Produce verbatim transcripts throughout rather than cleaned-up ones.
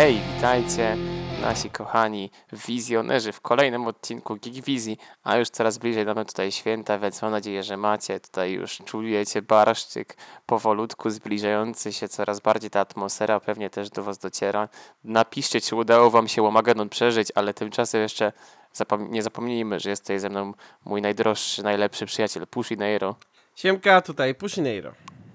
Hej, witajcie nasi kochani wizjonerzy w kolejnym odcinku GeekWizji, a już coraz bliżej mamy tutaj święta, więc mam nadzieję, że macie tutaj już, czujecie barszczyk powolutku zbliżający się coraz bardziej, ta atmosfera pewnie też do was dociera. Napiszcie, czy udało wam się Łomagedon przeżyć, ale tymczasem jeszcze zapom- nie zapomnijmy, że jest tutaj ze mną mój najdroższy, najlepszy przyjaciel Pushineiro. Siemka, tutaj Pushineiro.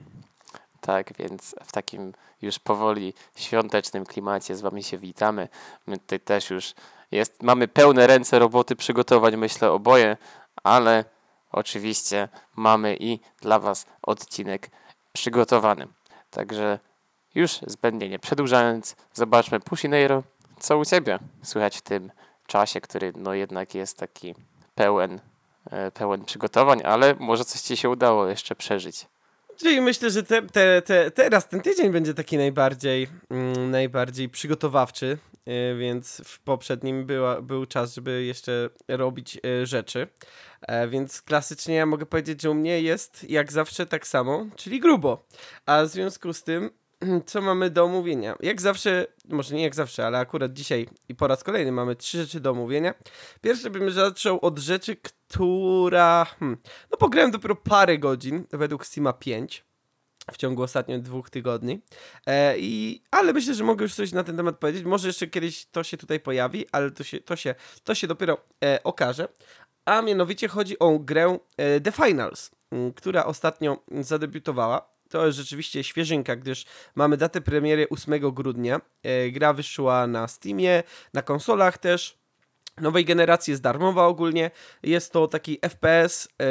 Tak, więc w takim już powoli świątecznym klimacie z wami się witamy. My tutaj też już jest, mamy pełne ręce roboty przygotowań, myślę oboje, ale oczywiście mamy i dla was odcinek przygotowany. Także już zbędnie nie przedłużając, zobaczmy Pushineiro, co u ciebie słychać w tym czasie, który no jednak jest taki pełen, e, pełen przygotowań, ale może coś ci się udało jeszcze przeżyć. Czyli myślę, że te, te, te, teraz ten tydzień będzie taki najbardziej, mm, najbardziej przygotowawczy, yy, więc w poprzednim była, był czas, żeby jeszcze robić yy, rzeczy. E, więc klasycznie ja mogę powiedzieć, że u mnie jest jak zawsze tak samo, czyli grubo. A w związku z tym, co mamy do omówienia? Jak zawsze, może nie jak zawsze, ale akurat dzisiaj i po raz kolejny mamy trzy rzeczy do omówienia. Pierwsze bym zaczął od rzeczy, która... Hmm, no pograłem dopiero parę godzin, według Steama pięć, w ciągu ostatnich dwóch tygodni. E, i, ale myślę, że mogę już coś na ten temat powiedzieć. Może jeszcze kiedyś to się tutaj pojawi, ale to się, to się, to się dopiero e, okaże. A mianowicie chodzi o grę e, The Finals, m, która ostatnio zadebiutowała. To jest rzeczywiście świeżynka, gdyż mamy datę premiery ósmego grudnia. E, gra wyszła na Steamie, na konsolach też. Nowej generacji jest darmowa ogólnie. Jest to taki F P S, e,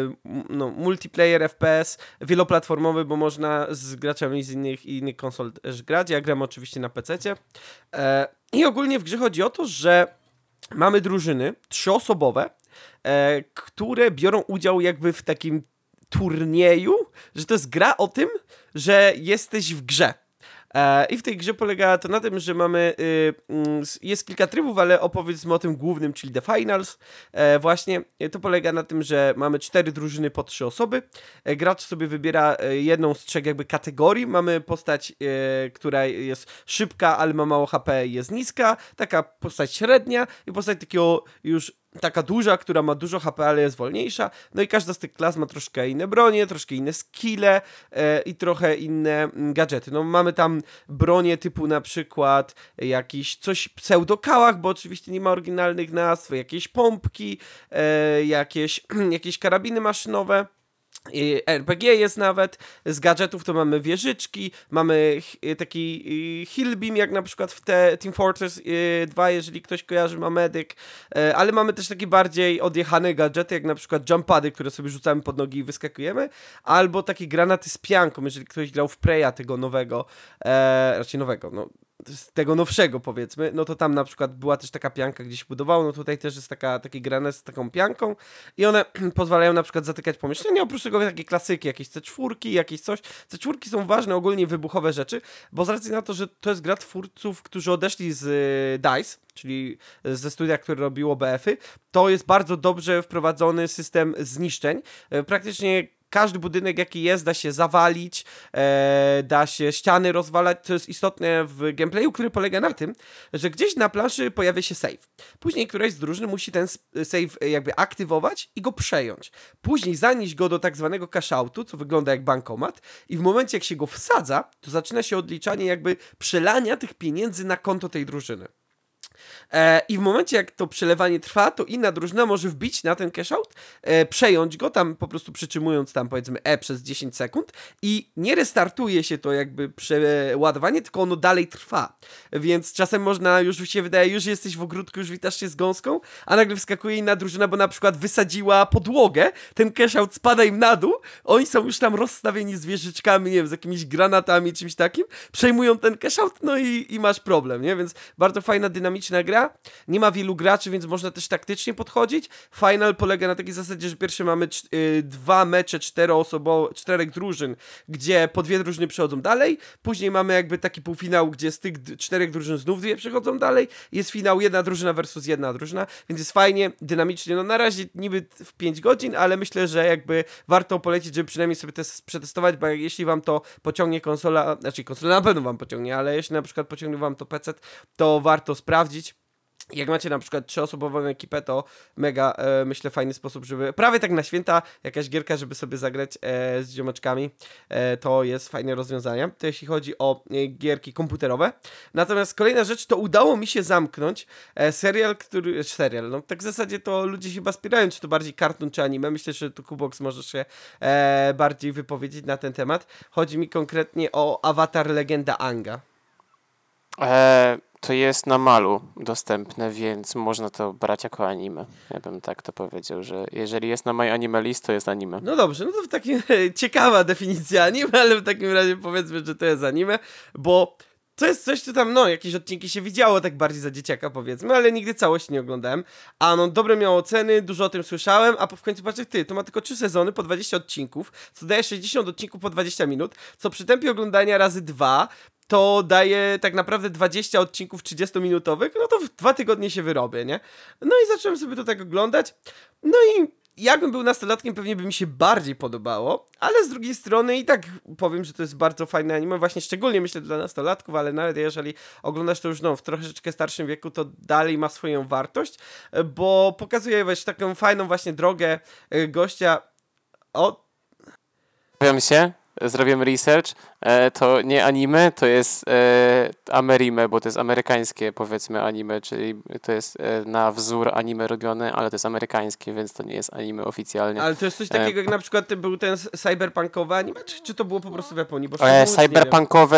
no, multiplayer F P S, wieloplatformowy, bo można z graczami z innych, innych konsol też grać. Ja gram oczywiście na pececie. E, I ogólnie w grze chodzi o to, że mamy drużyny trzyosobowe, e, które biorą udział jakby w takim turnieju, że to jest gra o tym, że jesteś w grze. E, I w tej grze polega to na tym, że mamy, y, y, jest kilka trybów, ale opowiedzmy o tym głównym, czyli The Finals. E, właśnie to polega na tym, że mamy cztery drużyny po trzy osoby. E, gracz sobie wybiera jedną z trzech jakby kategorii. Mamy postać, y, która jest szybka, ale ma mało H P i jest niska. Taka postać średnia i postać takiego już taka duża, która ma dużo H P, ale jest wolniejsza. No i każda z tych klas ma troszkę inne bronie, troszkę inne skille e, i trochę inne mm, gadżety. No mamy tam bronie typu na przykład jakiś coś pseudokałach, bo oczywiście nie ma oryginalnych nazw, jakieś pompki, e, jakieś, jakieś karabiny maszynowe. R P G jest nawet, z gadżetów to mamy wieżyczki, mamy taki heal beam, jak na przykład w te Team Fortress dwa, jeżeli ktoś kojarzy, ma medyk, ale mamy też takie bardziej odjechane gadżety, jak na przykład jump pady, które sobie rzucamy pod nogi i wyskakujemy, albo takie granaty z pianką, jeżeli ktoś grał w Preya tego nowego, e, raczej nowego, no z tego nowszego powiedzmy, no to tam na przykład była też taka pianka gdzieś się budowało, no tutaj też jest taka, taki granat z taką pianką i one pozwalają na przykład zatykać pomieszczenia, oprócz tego takie klasyki, jakieś C cztery, jakieś coś. C cztery są ważne, ogólnie wybuchowe rzeczy, bo z racji na to, że to jest gra twórców, którzy odeszli z y, DICE, czyli ze studia, które robiło B F y, to jest bardzo dobrze wprowadzony system zniszczeń. Y, praktycznie każdy budynek, jaki jest, da się zawalić, e, da się ściany rozwalać, co jest istotne w gameplayu, który polega na tym, że gdzieś na planszy pojawia się save. Później któraś z drużyn musi ten save jakby aktywować i go przejąć. Później zanieść go do tak zwanego cash-outu, co wygląda jak bankomat i w momencie, jak się go wsadza, to zaczyna się odliczanie jakby przelania tych pieniędzy na konto tej drużyny. E, I w momencie, jak to przelewanie trwa, to inna drużyna może wbić na ten cashout, e, przejąć go tam po prostu przytrzymując tam powiedzmy E przez dziesięć sekund i nie restartuje się to jakby przeładowanie, tylko ono dalej trwa. Więc czasem można, już się wydaje, już jesteś w ogródku, już witasz się z gąską, a nagle wskakuje inna drużyna, bo na przykład wysadziła podłogę, ten cashout spada im na dół, oni są już tam rozstawieni z wieżyczkami, nie wiem, z jakimiś granatami, czymś takim, przejmują ten cashout, no i, i masz problem, nie? Więc bardzo fajna dynamiczna dynamiczna gra, nie ma wielu graczy, więc można też taktycznie podchodzić. Final polega na takiej zasadzie, że pierwsze mamy cz- y, dwa mecze czteroosobowe, czterech drużyn, gdzie po dwie drużyny przechodzą dalej, później mamy jakby taki półfinał, gdzie z tych d- czterech drużyn znów dwie przechodzą dalej, jest finał jedna drużyna versus jedna drużyna, więc jest fajnie, dynamicznie, no na razie niby w pięć godzin, ale myślę, że jakby warto polecić, żeby przynajmniej sobie tes- przetestować, bo jeśli wam to pociągnie konsola, znaczy konsola na pewno wam pociągnie, ale jeśli na przykład pociągnie wam to P C, to warto sprawdzić. Jak macie na przykład trzyosobową ekipę, to mega, e, myślę, fajny sposób, żeby prawie tak na święta jakaś gierka, żeby sobie zagrać e, z ziomeczkami, e, to jest fajne rozwiązanie. To jeśli chodzi o e, gierki komputerowe. Natomiast kolejna rzecz, to udało mi się zamknąć e, serial, który, serial, no tak w zasadzie to ludzie się chyba spierają, czy to bardziej cartoon, czy anime. Myślę, że tu Kubox może się e, bardziej wypowiedzieć na ten temat. Chodzi mi konkretnie o Avatar Legenda Aanga. E, to jest na Malu dostępne, więc można to brać jako anime. Ja bym tak to powiedział, że jeżeli jest na My Anime List, to jest anime. No dobrze, no to w takim ciekawa definicja anime, ale w takim razie powiedzmy, że to jest anime, bo to jest coś, co tam, no, jakieś odcinki się widziało tak bardziej za dzieciaka, powiedzmy, ale nigdy całości nie oglądałem. A no, dobre miało oceny, dużo o tym słyszałem, a w końcu patrzę, ty, to ma tylko trzy sezony po dwadzieścia odcinków, co daje sześćdziesiąt odcinków po dwadzieścia minut, co przy tempie oglądania razy dwa to daje tak naprawdę dwadzieścia odcinków trzydziestominutowych, no to w dwa tygodnie się wyrobię, nie? No i zacząłem sobie to tak oglądać, no i jakbym był nastolatkiem, pewnie by mi się bardziej podobało, ale z drugiej strony i tak powiem, że to jest bardzo fajne anime, właśnie szczególnie myślę dla nastolatków, ale nawet jeżeli oglądasz to już no, w troszeczkę starszym wieku, to dalej ma swoją wartość, bo pokazuje właśnie taką fajną właśnie drogę y, gościa o... Powiem się, zrobiłem research, e, to nie anime, to jest e, amerime, bo to jest amerykańskie powiedzmy anime, czyli to jest e, na wzór anime robione, ale to jest amerykańskie, więc to nie jest anime oficjalnie. Ale to jest coś takiego, jak na przykład był ten cyberpunkowy anime, czy, czy to było po prostu w Japonii? Bo E, szczerze mówiąc, nie wiem. cyberpunkowe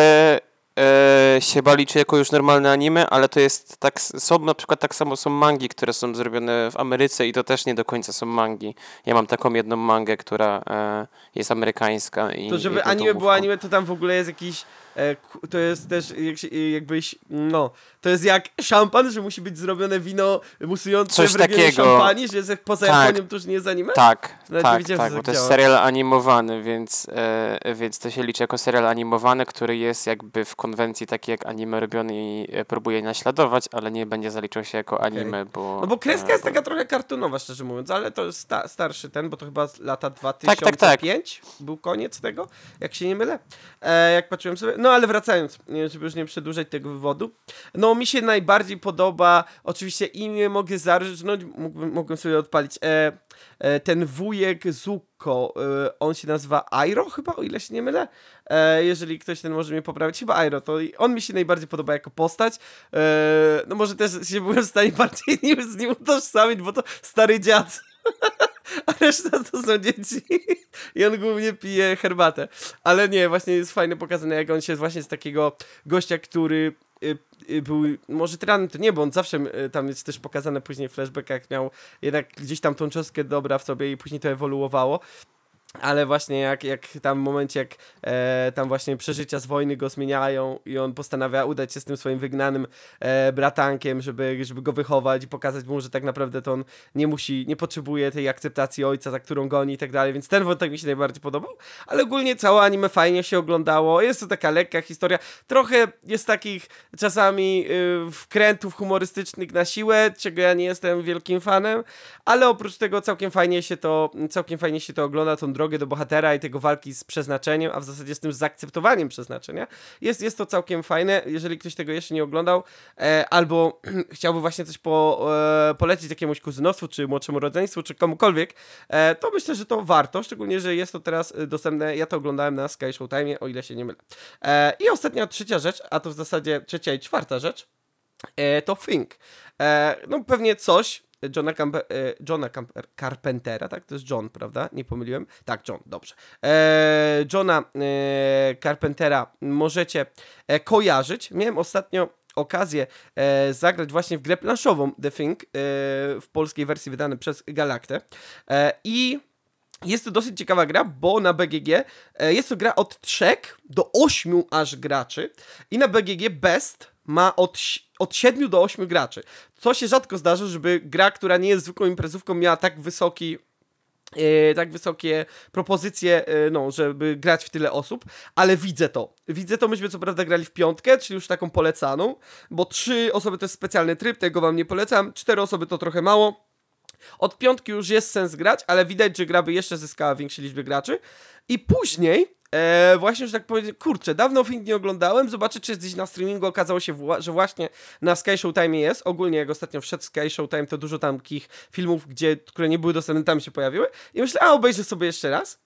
e, się chyba liczy jako już normalne anime, ale to jest tak, są na przykład tak samo są mangi, które są zrobione w Ameryce i to też nie do końca są mangi. Ja mam taką jedną mangę, która e, jest amerykańska. I, To żeby i anime było mówką. anime, to tam w ogóle jest jakiś, e, ku- to jest też jak się, jakbyś, no, to jest jak szampan, że musi być zrobione wino musujące Coś w regionie takiego. szampanii, że jest jak poza Tak. Japonią to już nie jest anime? Tak, Nawet nie tak, wiedziałem, tak, że bo tak to jest działa. serial animowany, więc, e, więc to się liczy jako serial animowany, który jest jakby w konwencji taki jak anime robiony i e, próbuje naśladować, ale nie będzie zaliczał się jako anime, bo... No bo kreska e, jest bo- taka trochę kartunowa, szczerze mówiąc, ale to jest sta- starszy ten, bo to chyba z lata dwa tak, tak. tysiące piąty był koniec tego, jak się nie mylę, e, jak patrzyłem sobie. No ale wracając, nie, żeby już nie przedłużać tego wywodu, no mi się najbardziej podoba, oczywiście imię mogę zarżnąć, mógłbym, mógłbym sobie odpalić, e, e, ten wujek Zuko, e, on się nazywa Airo chyba, o ile się nie mylę, e, jeżeli ktoś ten może mnie poprawić, chyba Airo, to i on mi się najbardziej podoba jako postać, e, no może też się byłem w stanie bardziej nim, z nim utożsamić, bo to stary dziad. A reszta to są dzieci i on głównie pije herbatę. Ale nie, właśnie jest fajnie pokazane, jak on się właśnie z takiego gościa, który y, y, był, może tyranem to nie, bo on zawsze y, tam jest też pokazane później w flashbackach, miał jednak gdzieś tam tą cząstkę dobra w sobie i później to ewoluowało. Ale właśnie jak, jak tam w momencie, jak e, tam właśnie przeżycia z wojny go zmieniają i on postanawia udać się z tym swoim wygnanym e, bratankiem, żeby, żeby go wychować i pokazać mu, że tak naprawdę to on nie musi, nie potrzebuje tej akceptacji ojca, za którą goni i tak dalej, więc ten wątek mi się najbardziej podobał, ale ogólnie całe anime fajnie się oglądało, jest to taka lekka historia, trochę jest takich czasami y, wkrętów humorystycznych na siłę, czego ja nie jestem wielkim fanem, ale oprócz tego całkiem fajnie się to, całkiem fajnie się to ogląda, tą drogę do bohatera i tego walki z przeznaczeniem, a w zasadzie z tym zaakceptowaniem przeznaczenia. Jest, jest to całkiem fajne, jeżeli ktoś tego jeszcze nie oglądał, e, albo chciałby właśnie coś po, e, polecić jakiemuś kuzynostwu, czy młodszemu rodzeństwu, czy komukolwiek, e, to myślę, że to warto, szczególnie, że jest to teraz e, dostępne, ja to oglądałem na Sky Showtime, o ile się nie mylę. E, I ostatnia, trzecia rzecz, a to w zasadzie trzecia i czwarta rzecz, e, to Think. E, no pewnie coś, Johna, Camper, e, Johna Camper, Carpentera, tak? To jest John, prawda? Nie pomyliłem? Tak, John, dobrze. E, Johna e, Carpentera możecie e, kojarzyć. Miałem ostatnio okazję e, zagrać właśnie w grę planszową The Thing, e, w polskiej wersji wydanej przez Galaktę. E, I jest to dosyć ciekawa gra, bo na B G G e, jest to gra od trzech do ośmiu aż graczy i na B G G Best ma od od siedmiu do ośmiu graczy. Co się rzadko zdarza, żeby gra, która nie jest zwykłą imprezówką, miała tak wysoki Yy, tak wysokie propozycje, yy, no, żeby grać w tyle osób, ale widzę to. Widzę to, myśmy co prawda grali w piątkę, czyli już taką polecaną, bo trzy osoby to jest specjalny tryb, tego wam nie polecam, cztery osoby to trochę mało. Od piątki już jest sens grać, ale widać, że gra by jeszcze zyskała większej liczby graczy. I później E, właśnie, że tak powiem, kurczę, dawno film nie oglądałem, zobaczę, czy jest gdzieś na streamingu, okazało się, wła- że właśnie na Sky Showtime jest, ogólnie jak ostatnio wszedł Sky Showtime, to dużo tam takich filmów, gdzie, które nie były dostępne, tam się pojawiły i myślę, a obejrzę sobie jeszcze raz.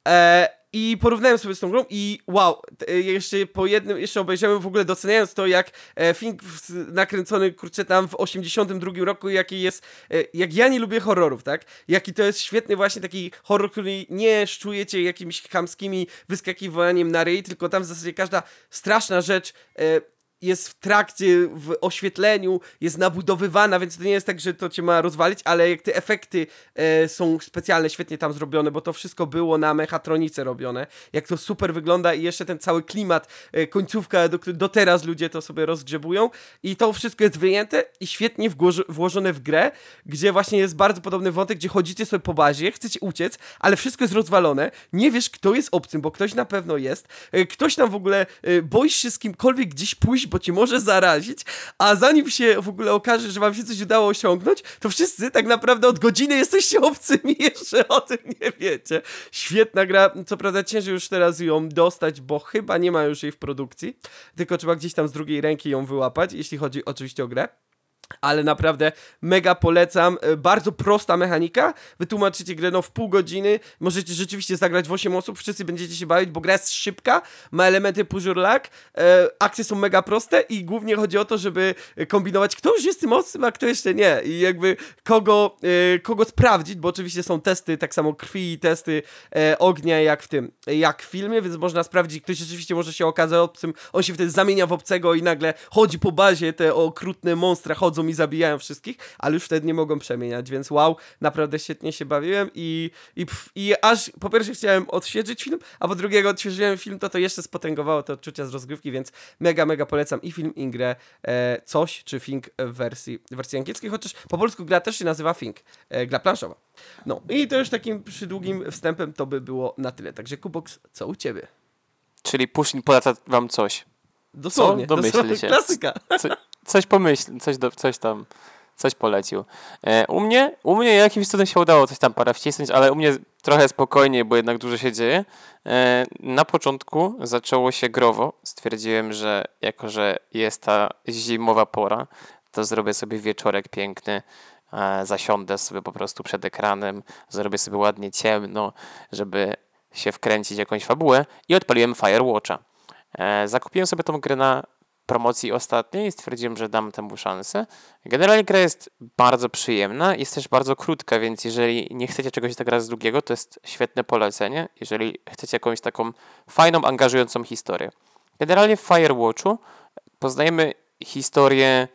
E, I porównałem sobie z tą grą i wow, t- jeszcze po jednym, jeszcze obejrzałem w ogóle doceniając to, jak e, film w- nakręcony, kurczę, tam w osiemdziesiątym drugim roku, jaki jest, e, jak ja nie lubię horrorów, tak? Jaki to jest świetny właśnie taki horror, który nie szczujecie jakimiś chamskimi wyskakiwaniem na ryj, tylko tam w zasadzie każda straszna rzecz e, jest w trakcie, w oświetleniu, jest nabudowywana, więc to nie jest tak, że to cię ma rozwalić, ale jak te efekty e, są specjalne, świetnie tam zrobione, bo to wszystko było na mechatronice robione, jak to super wygląda i jeszcze ten cały klimat, e, końcówka, do, do teraz ludzie to sobie rozgrzebują i to wszystko jest wyjęte i świetnie wgłoż- włożone w grę, gdzie właśnie jest bardzo podobny wątek, gdzie chodzicie sobie po bazie, chcecie uciec, ale wszystko jest rozwalone, nie wiesz, kto jest obcym, bo ktoś na pewno jest, e, ktoś tam w ogóle, e, boisz się z kimkolwiek gdzieś pójść, bo cię może zarazić, a zanim się w ogóle okaże, że wam się coś udało osiągnąć, to wszyscy tak naprawdę od godziny jesteście obcymi, jeszcze o tym nie wiecie. Świetna gra, co prawda ciężej już teraz ją dostać, bo chyba nie ma już jej w produkcji, tylko trzeba gdzieś tam z drugiej ręki ją wyłapać, jeśli chodzi oczywiście o grę. Ale naprawdę mega polecam, bardzo prosta mechanika, wytłumaczycie grę no w pół godziny, możecie rzeczywiście zagrać w osiem osób, wszyscy będziecie się bawić, bo gra jest szybka, ma elementy push or luck, e, akcje są mega proste i głównie chodzi o to, żeby kombinować, kto już jest tym mocnym, a kto jeszcze nie i jakby kogo, e, kogo sprawdzić, bo oczywiście są testy tak samo krwi i testy e, ognia jak w tym, jak w filmie, więc można sprawdzić, ktoś rzeczywiście może się okazać obcym, on się wtedy zamienia w obcego i nagle chodzi po bazie, te okrutne monstra chodzą i zabijają wszystkich, ale już wtedy nie mogą przemieniać, więc wow, naprawdę świetnie się bawiłem i, i, pff, i aż po pierwsze chciałem odświeżyć film, a po drugie jak odświeżyłem film, to to jeszcze spotęgowało te odczucia z rozgrywki, więc mega, mega polecam i film, i grę e, Coś, czy Think w wersji, w wersji angielskiej, chociaż po polsku gra też się nazywa Think, e, gra planszowa. No i to już takim przydługim wstępem to by było na tyle, także Kubox, co u ciebie? Czyli Pushkin poleca wam coś. Dosłownie, Co? dosłownie Domyślcie. klasyka. Co, coś pomyśl, coś, do, coś tam, coś polecił. E, u mnie, u mnie jakimś cudem się udało coś tam parę wcisnąć, ale u mnie trochę spokojniej, bo jednak dużo się dzieje. E, na początku zaczęło się growo. Stwierdziłem, że jako, że jest ta zimowa pora, to zrobię sobie wieczorek piękny, e, zasiądę sobie po prostu przed ekranem, zrobię sobie ładnie ciemno, żeby się wkręcić w jakąś fabułę i odpaliłem Firewatcha. E, zakupiłem sobie tą grę na promocji ostatniej i stwierdziłem, że dam temu szansę. Generalnie gra jest bardzo przyjemna, jest też bardzo krótka, więc jeżeli nie chcecie czegoś tak raz drugiego, to jest świetne polecenie, jeżeli chcecie jakąś taką fajną, angażującą historię. Generalnie w Firewatchu poznajemy historię,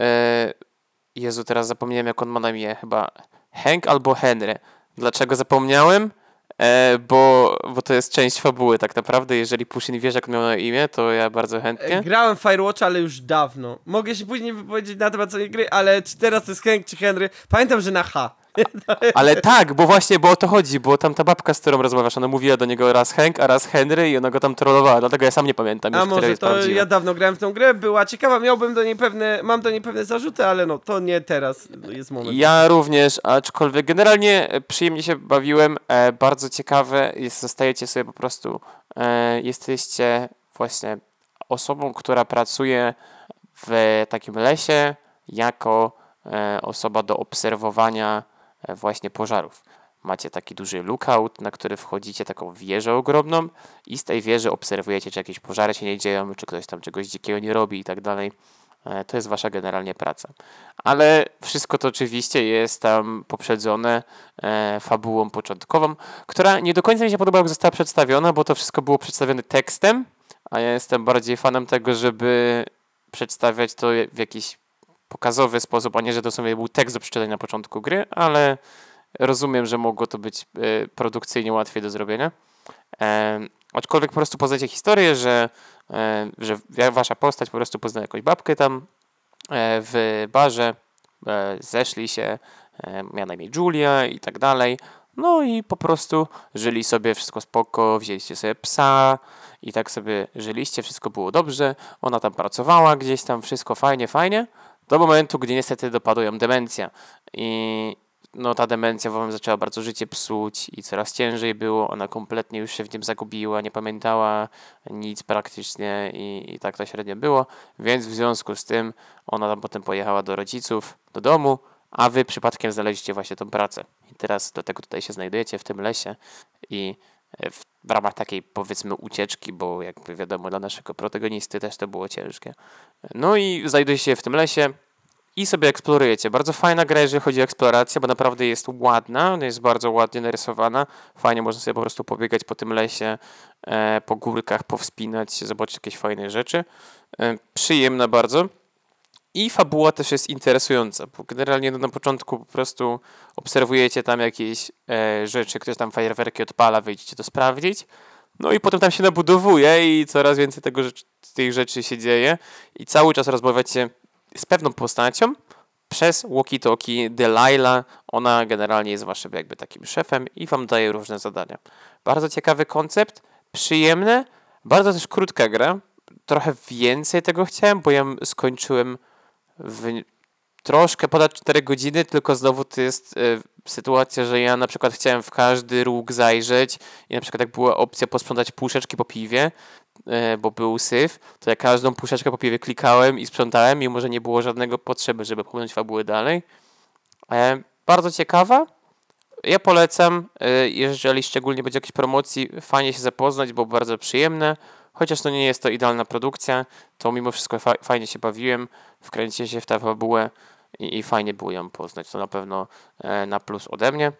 e, Jezu, teraz zapomniałem jak on ma na imię, chyba Hank albo Henry. Dlaczego zapomniałem? E, bo, bo to jest część fabuły tak naprawdę. Jeżeli Pushkin wiesz jak miał na imię, to ja bardzo chętnie. Grałem w Firewatcha, ale już dawno. Mogę się później wypowiedzieć na temat całej gry, ale czy teraz to jest Hank czy Henry? Pamiętam, że na H. Ale tak, bo właśnie, bo o to chodzi, bo tam ta babka, z którą rozmawiasz, ona mówiła do niego raz Hank, a raz Henry i ona go tam trollowała, dlatego ja sam nie pamiętam już, A może jest to prawdziwe. ja dawno grałem w tą grę, była ciekawa, miałbym do niej pewne, mam do niej pewne zarzuty, ale no to nie teraz jest moment. Ja również, aczkolwiek generalnie przyjemnie się bawiłem, e, bardzo ciekawe jest, zostajecie sobie po prostu, e, jesteście właśnie osobą, która pracuje w takim lesie jako e, osoba do obserwowania e, właśnie pożarów. Macie taki duży lookout, na który wchodzicie, taką wieżę ogromną i z tej wieży obserwujecie, czy jakieś pożary się nie dzieją, czy ktoś tam czegoś dzikiego nie robi i tak dalej. To jest wasza generalnie praca. Ale wszystko to oczywiście jest tam poprzedzone e, fabułą początkową, która nie do końca mi się podoba, jak została przedstawiona, bo to wszystko było przedstawione tekstem, a ja jestem bardziej fanem tego, żeby przedstawiać to w jakiś pokazowy sposób, a nie, że to sobie był tekst do przeczytania na początku gry, ale rozumiem, że mogło to być e, produkcyjnie łatwiej do zrobienia. E, aczkolwiek po prostu poznajecie historię, że, e, że wasza postać po prostu pozna jakąś babkę tam w barze, zeszli się, miała na imię Julia i tak dalej. No i po prostu żyli sobie, wszystko spoko, wzięliście sobie psa i tak sobie żyliście, wszystko było dobrze. Ona tam pracowała gdzieś tam, wszystko fajnie, fajnie. Do momentu, gdy niestety dopadła ją demencja. I no ta demencja wam zaczęła bardzo życie psuć i coraz ciężej było. Ona kompletnie już się w nim zagubiła, nie pamiętała nic praktycznie i, i tak to średnio było. Więc w związku z tym ona tam potem pojechała do rodziców, do domu, a wy przypadkiem znaleźliście właśnie tą pracę. I teraz dlatego tutaj się znajdujecie w tym lesie i w, w ramach takiej powiedzmy ucieczki, bo jakby wiadomo dla naszego protagonisty też to było ciężkie. No i znajdujecie się w tym lesie i sobie eksplorujecie. Bardzo fajna gra, jeżeli chodzi o eksplorację, bo naprawdę jest ładna, jest bardzo ładnie narysowana. Fajnie można sobie po prostu pobiegać po tym lesie, e, po górkach, powspinać się, zobaczyć jakieś fajne rzeczy. E, przyjemna bardzo. I fabuła też jest interesująca, bo generalnie no, na początku po prostu obserwujecie tam jakieś e, rzeczy, ktoś tam fajerwerki odpala, wyjdziecie to sprawdzić. No i potem tam się nabudowuje i coraz więcej tego rzecz, tych rzeczy się dzieje. I cały czas rozmawiacie z pewną postacią przez walkie-talkie Delilah. Ona generalnie jest waszym jakby takim szefem i wam daje różne zadania. Bardzo ciekawy koncept, przyjemne, bardzo też krótka gra. Trochę więcej tego chciałem, bo ja skończyłem w troszkę ponad cztery godziny, tylko znowu to jest y, sytuacja, że ja na przykład chciałem w każdy róg zajrzeć i na przykład jak była opcja posprzątać puszeczki po piwie, y, bo był syf, to ja każdą puszeczkę po piwie klikałem i sprzątałem, mimo że nie było żadnego potrzeby, żeby płynąć fabuły dalej. E, bardzo ciekawa. Ja polecam, y, jeżeli szczególnie będzie jakiejś promocji, fajnie się zapoznać, bo bardzo przyjemne. Chociaż to nie jest to idealna produkcja, to mimo wszystko fa- fajnie się bawiłem, wkręciłem się w tę fabułę i, i fajnie było ją poznać. To na pewno e, na plus ode mnie,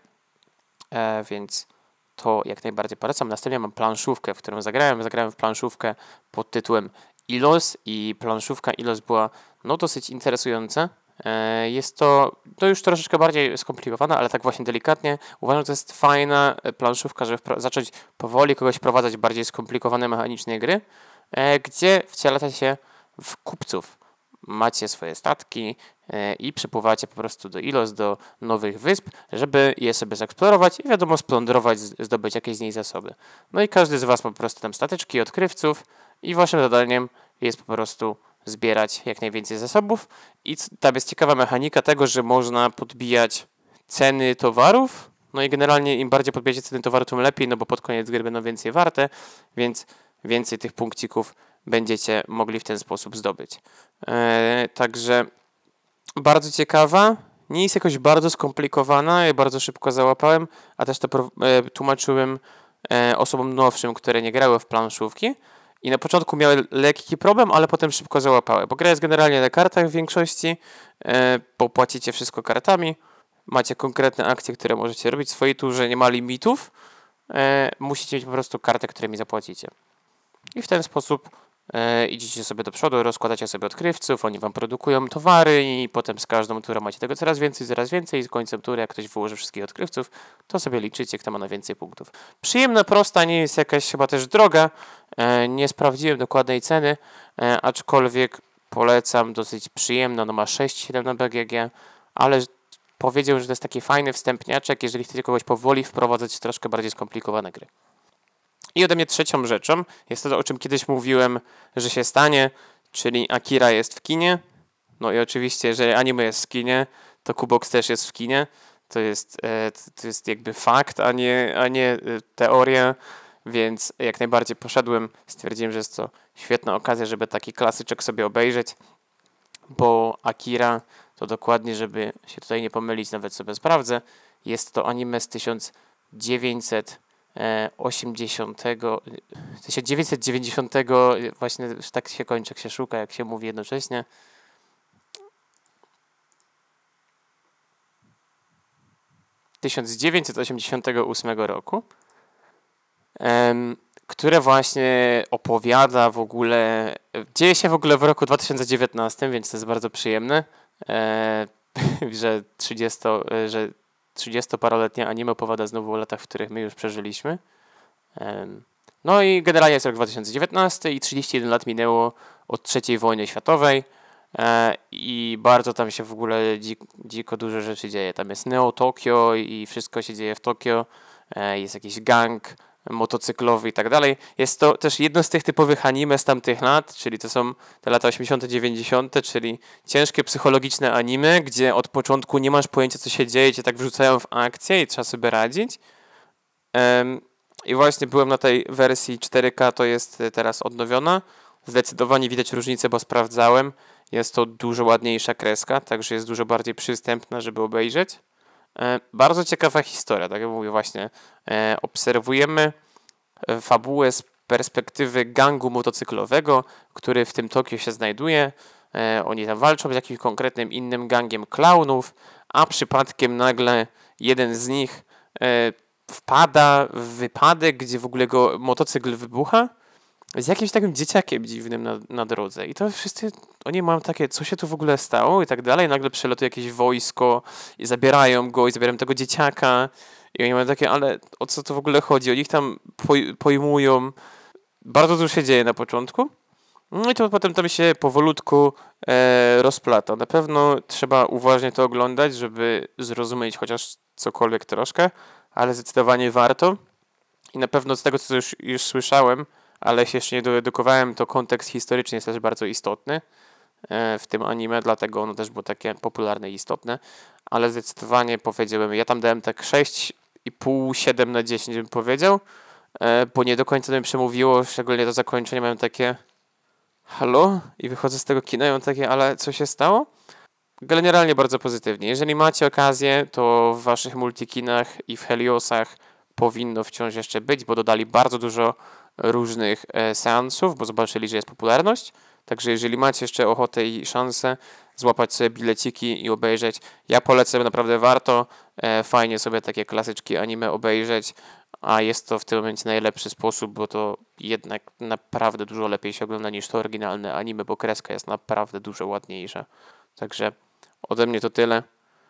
e, więc to jak najbardziej polecam. Następnie mam planszówkę, w którą zagrałem. Zagrałem w planszówkę pod tytułem Ilos i planszówka Ilos była no dosyć interesująca. E, Jest to, to już troszeczkę bardziej skomplikowane, ale tak właśnie delikatnie. Uważam, że to jest fajna e, planszówka, żeby wpra- zacząć powoli kogoś wprowadzać w bardziej skomplikowane mechanicznie gry, e, gdzie wcielacie się w kupców. Macie swoje statki e, i przypływacie po prostu do Ilos, do nowych wysp, żeby je sobie zeksplorować i wiadomo splądrować, z- zdobyć jakieś z niej zasoby. No i każdy z was ma po prostu tam stateczki odkrywców i waszym zadaniem jest po prostu zbierać jak najwięcej zasobów i c- tam jest ciekawa mechanika tego, że można podbijać ceny towarów, no i generalnie im bardziej podbijacie ceny towaru, tym lepiej, no bo pod koniec gry będą więcej warte, więc więcej tych punkcików będziecie mogli w ten sposób zdobyć. Eee, także bardzo ciekawa, nie jest jakoś bardzo skomplikowana, ja bardzo szybko załapałem, a też to pro, e, tłumaczyłem e, osobom nowszym, które nie grały w planszówki i na początku miały lekki problem, ale potem szybko załapały, bo gra jest generalnie na kartach w większości, e, bo płacicie wszystko kartami, macie konkretne akcje, które możecie robić w swojej turze, nie ma limitów, e, musicie mieć po prostu kartę, którymi zapłacicie. I w ten sposób e, idziecie sobie do przodu, rozkładacie sobie odkrywców, oni wam produkują towary i potem z każdą turą macie tego coraz więcej, coraz więcej i z końcem tury, jak ktoś wyłoży wszystkich odkrywców, to sobie liczycie, kto ma na więcej punktów. Przyjemna, prosta, nie jest jakaś chyba też droga, e, nie sprawdziłem dokładnej ceny, e, aczkolwiek polecam, dosyć przyjemna, no ma sześć siedem na B G G, ale powiedział, że to jest taki fajny wstępniaczek, jeżeli chcecie kogoś powoli wprowadzać w troszkę bardziej skomplikowane gry. I ode mnie trzecią rzeczą jest to, o czym kiedyś mówiłem, że się stanie, czyli Akira jest w kinie. No i oczywiście, jeżeli anime jest w kinie, to Kubox też jest w kinie. To jest, e, to jest jakby fakt, a nie, a nie e, teoria, więc jak najbardziej poszedłem. Stwierdziłem, że jest to świetna okazja, żeby taki klasyczek sobie obejrzeć, bo Akira to dokładnie, żeby się tutaj nie pomylić, nawet sobie sprawdzę, jest to anime z tysiąc dziewięćset osiemdziesiątego, tysiąc dziewięćset dziewięćdziesiątego, właśnie tak się kończy, jak się szuka, jak się mówi jednocześnie. tysiąc dziewięćset osiemdziesiątego ósmego roku, em, które właśnie opowiada w ogóle, dzieje się w ogóle w roku dwa tysiące dziewiętnastym, więc to jest bardzo przyjemne, e, że trzydzieści, że trzydziestoparoletnie anime opowiada znowu o latach, w których my już przeżyliśmy. No i generalnie jest rok dwa tysiące dziewiętnasty i trzydzieści jeden lat minęło od trzeciej wojny światowej. e, i bardzo tam się w ogóle dzik, dziko dużo rzeczy dzieje. Tam jest Neo Tokio i wszystko się dzieje w Tokio, e, jest jakiś gang motocyklowy i tak dalej. Jest to też jedno z tych typowych anime z tamtych lat, czyli to są te lata osiemdziesiąte, dziewięćdziesiąte, czyli ciężkie psychologiczne anime, gdzie od początku nie masz pojęcia, co się dzieje, cię tak wrzucają w akcję i trzeba sobie radzić. Um, I właśnie byłem na tej wersji cztery K, to jest teraz odnowiona. Zdecydowanie widać różnicę, bo sprawdzałem. Jest to dużo ładniejsza kreska, także jest dużo bardziej przystępna, żeby obejrzeć. E, bardzo ciekawa historia, tak jak mówię właśnie. E, obserwujemy fabułę z perspektywy gangu motocyklowego, który w tym Tokio się znajduje. E, oni tam walczą z jakimś konkretnym innym gangiem klaunów, a przypadkiem nagle jeden z nich e, wpada w wypadek, gdzie w ogóle go motocykl wybucha z jakimś takim dzieciakiem dziwnym na, na drodze. I to wszyscy, oni mają takie, co się tu w ogóle stało i tak dalej. Nagle przelatuje jakieś wojsko i zabierają go i zabierają tego dzieciaka. I oni mają takie, ale o co tu w ogóle chodzi? Oni ich tam poj- pojmują. Bardzo dużo się dzieje na początku. No i to potem tam się powolutku e, rozplata. Na pewno trzeba uważnie to oglądać, żeby zrozumieć chociaż cokolwiek troszkę, ale zdecydowanie warto. I na pewno z tego, co już, już słyszałem, ale się jeszcze nie doedukowałem, to kontekst historyczny jest też bardzo istotny e, w tym anime, dlatego ono też było takie popularne i istotne, ale zdecydowanie powiedziałbym, ja tam dałem tak sześć i pół, siedem na dziesięć bym powiedział, e, bo nie do końca mi przemówiło, szczególnie do zakończenia miałem takie halo? I wychodzę z tego kina i mam takie, ale co się stało? Generalnie bardzo pozytywnie. Jeżeli macie okazję, to w waszych multikinach i w Heliosach powinno wciąż jeszcze być, bo dodali bardzo dużo różnych e, seansów, bo zobaczyli, że jest popularność. Także jeżeli macie jeszcze ochotę i szansę złapać sobie bileciki i obejrzeć, ja polecam, naprawdę warto. E, fajnie sobie takie klasyczki anime obejrzeć, a jest to w tym momencie najlepszy sposób, bo to jednak naprawdę dużo lepiej się ogląda niż to oryginalne anime, bo kreska jest naprawdę dużo ładniejsza. Także ode mnie to tyle.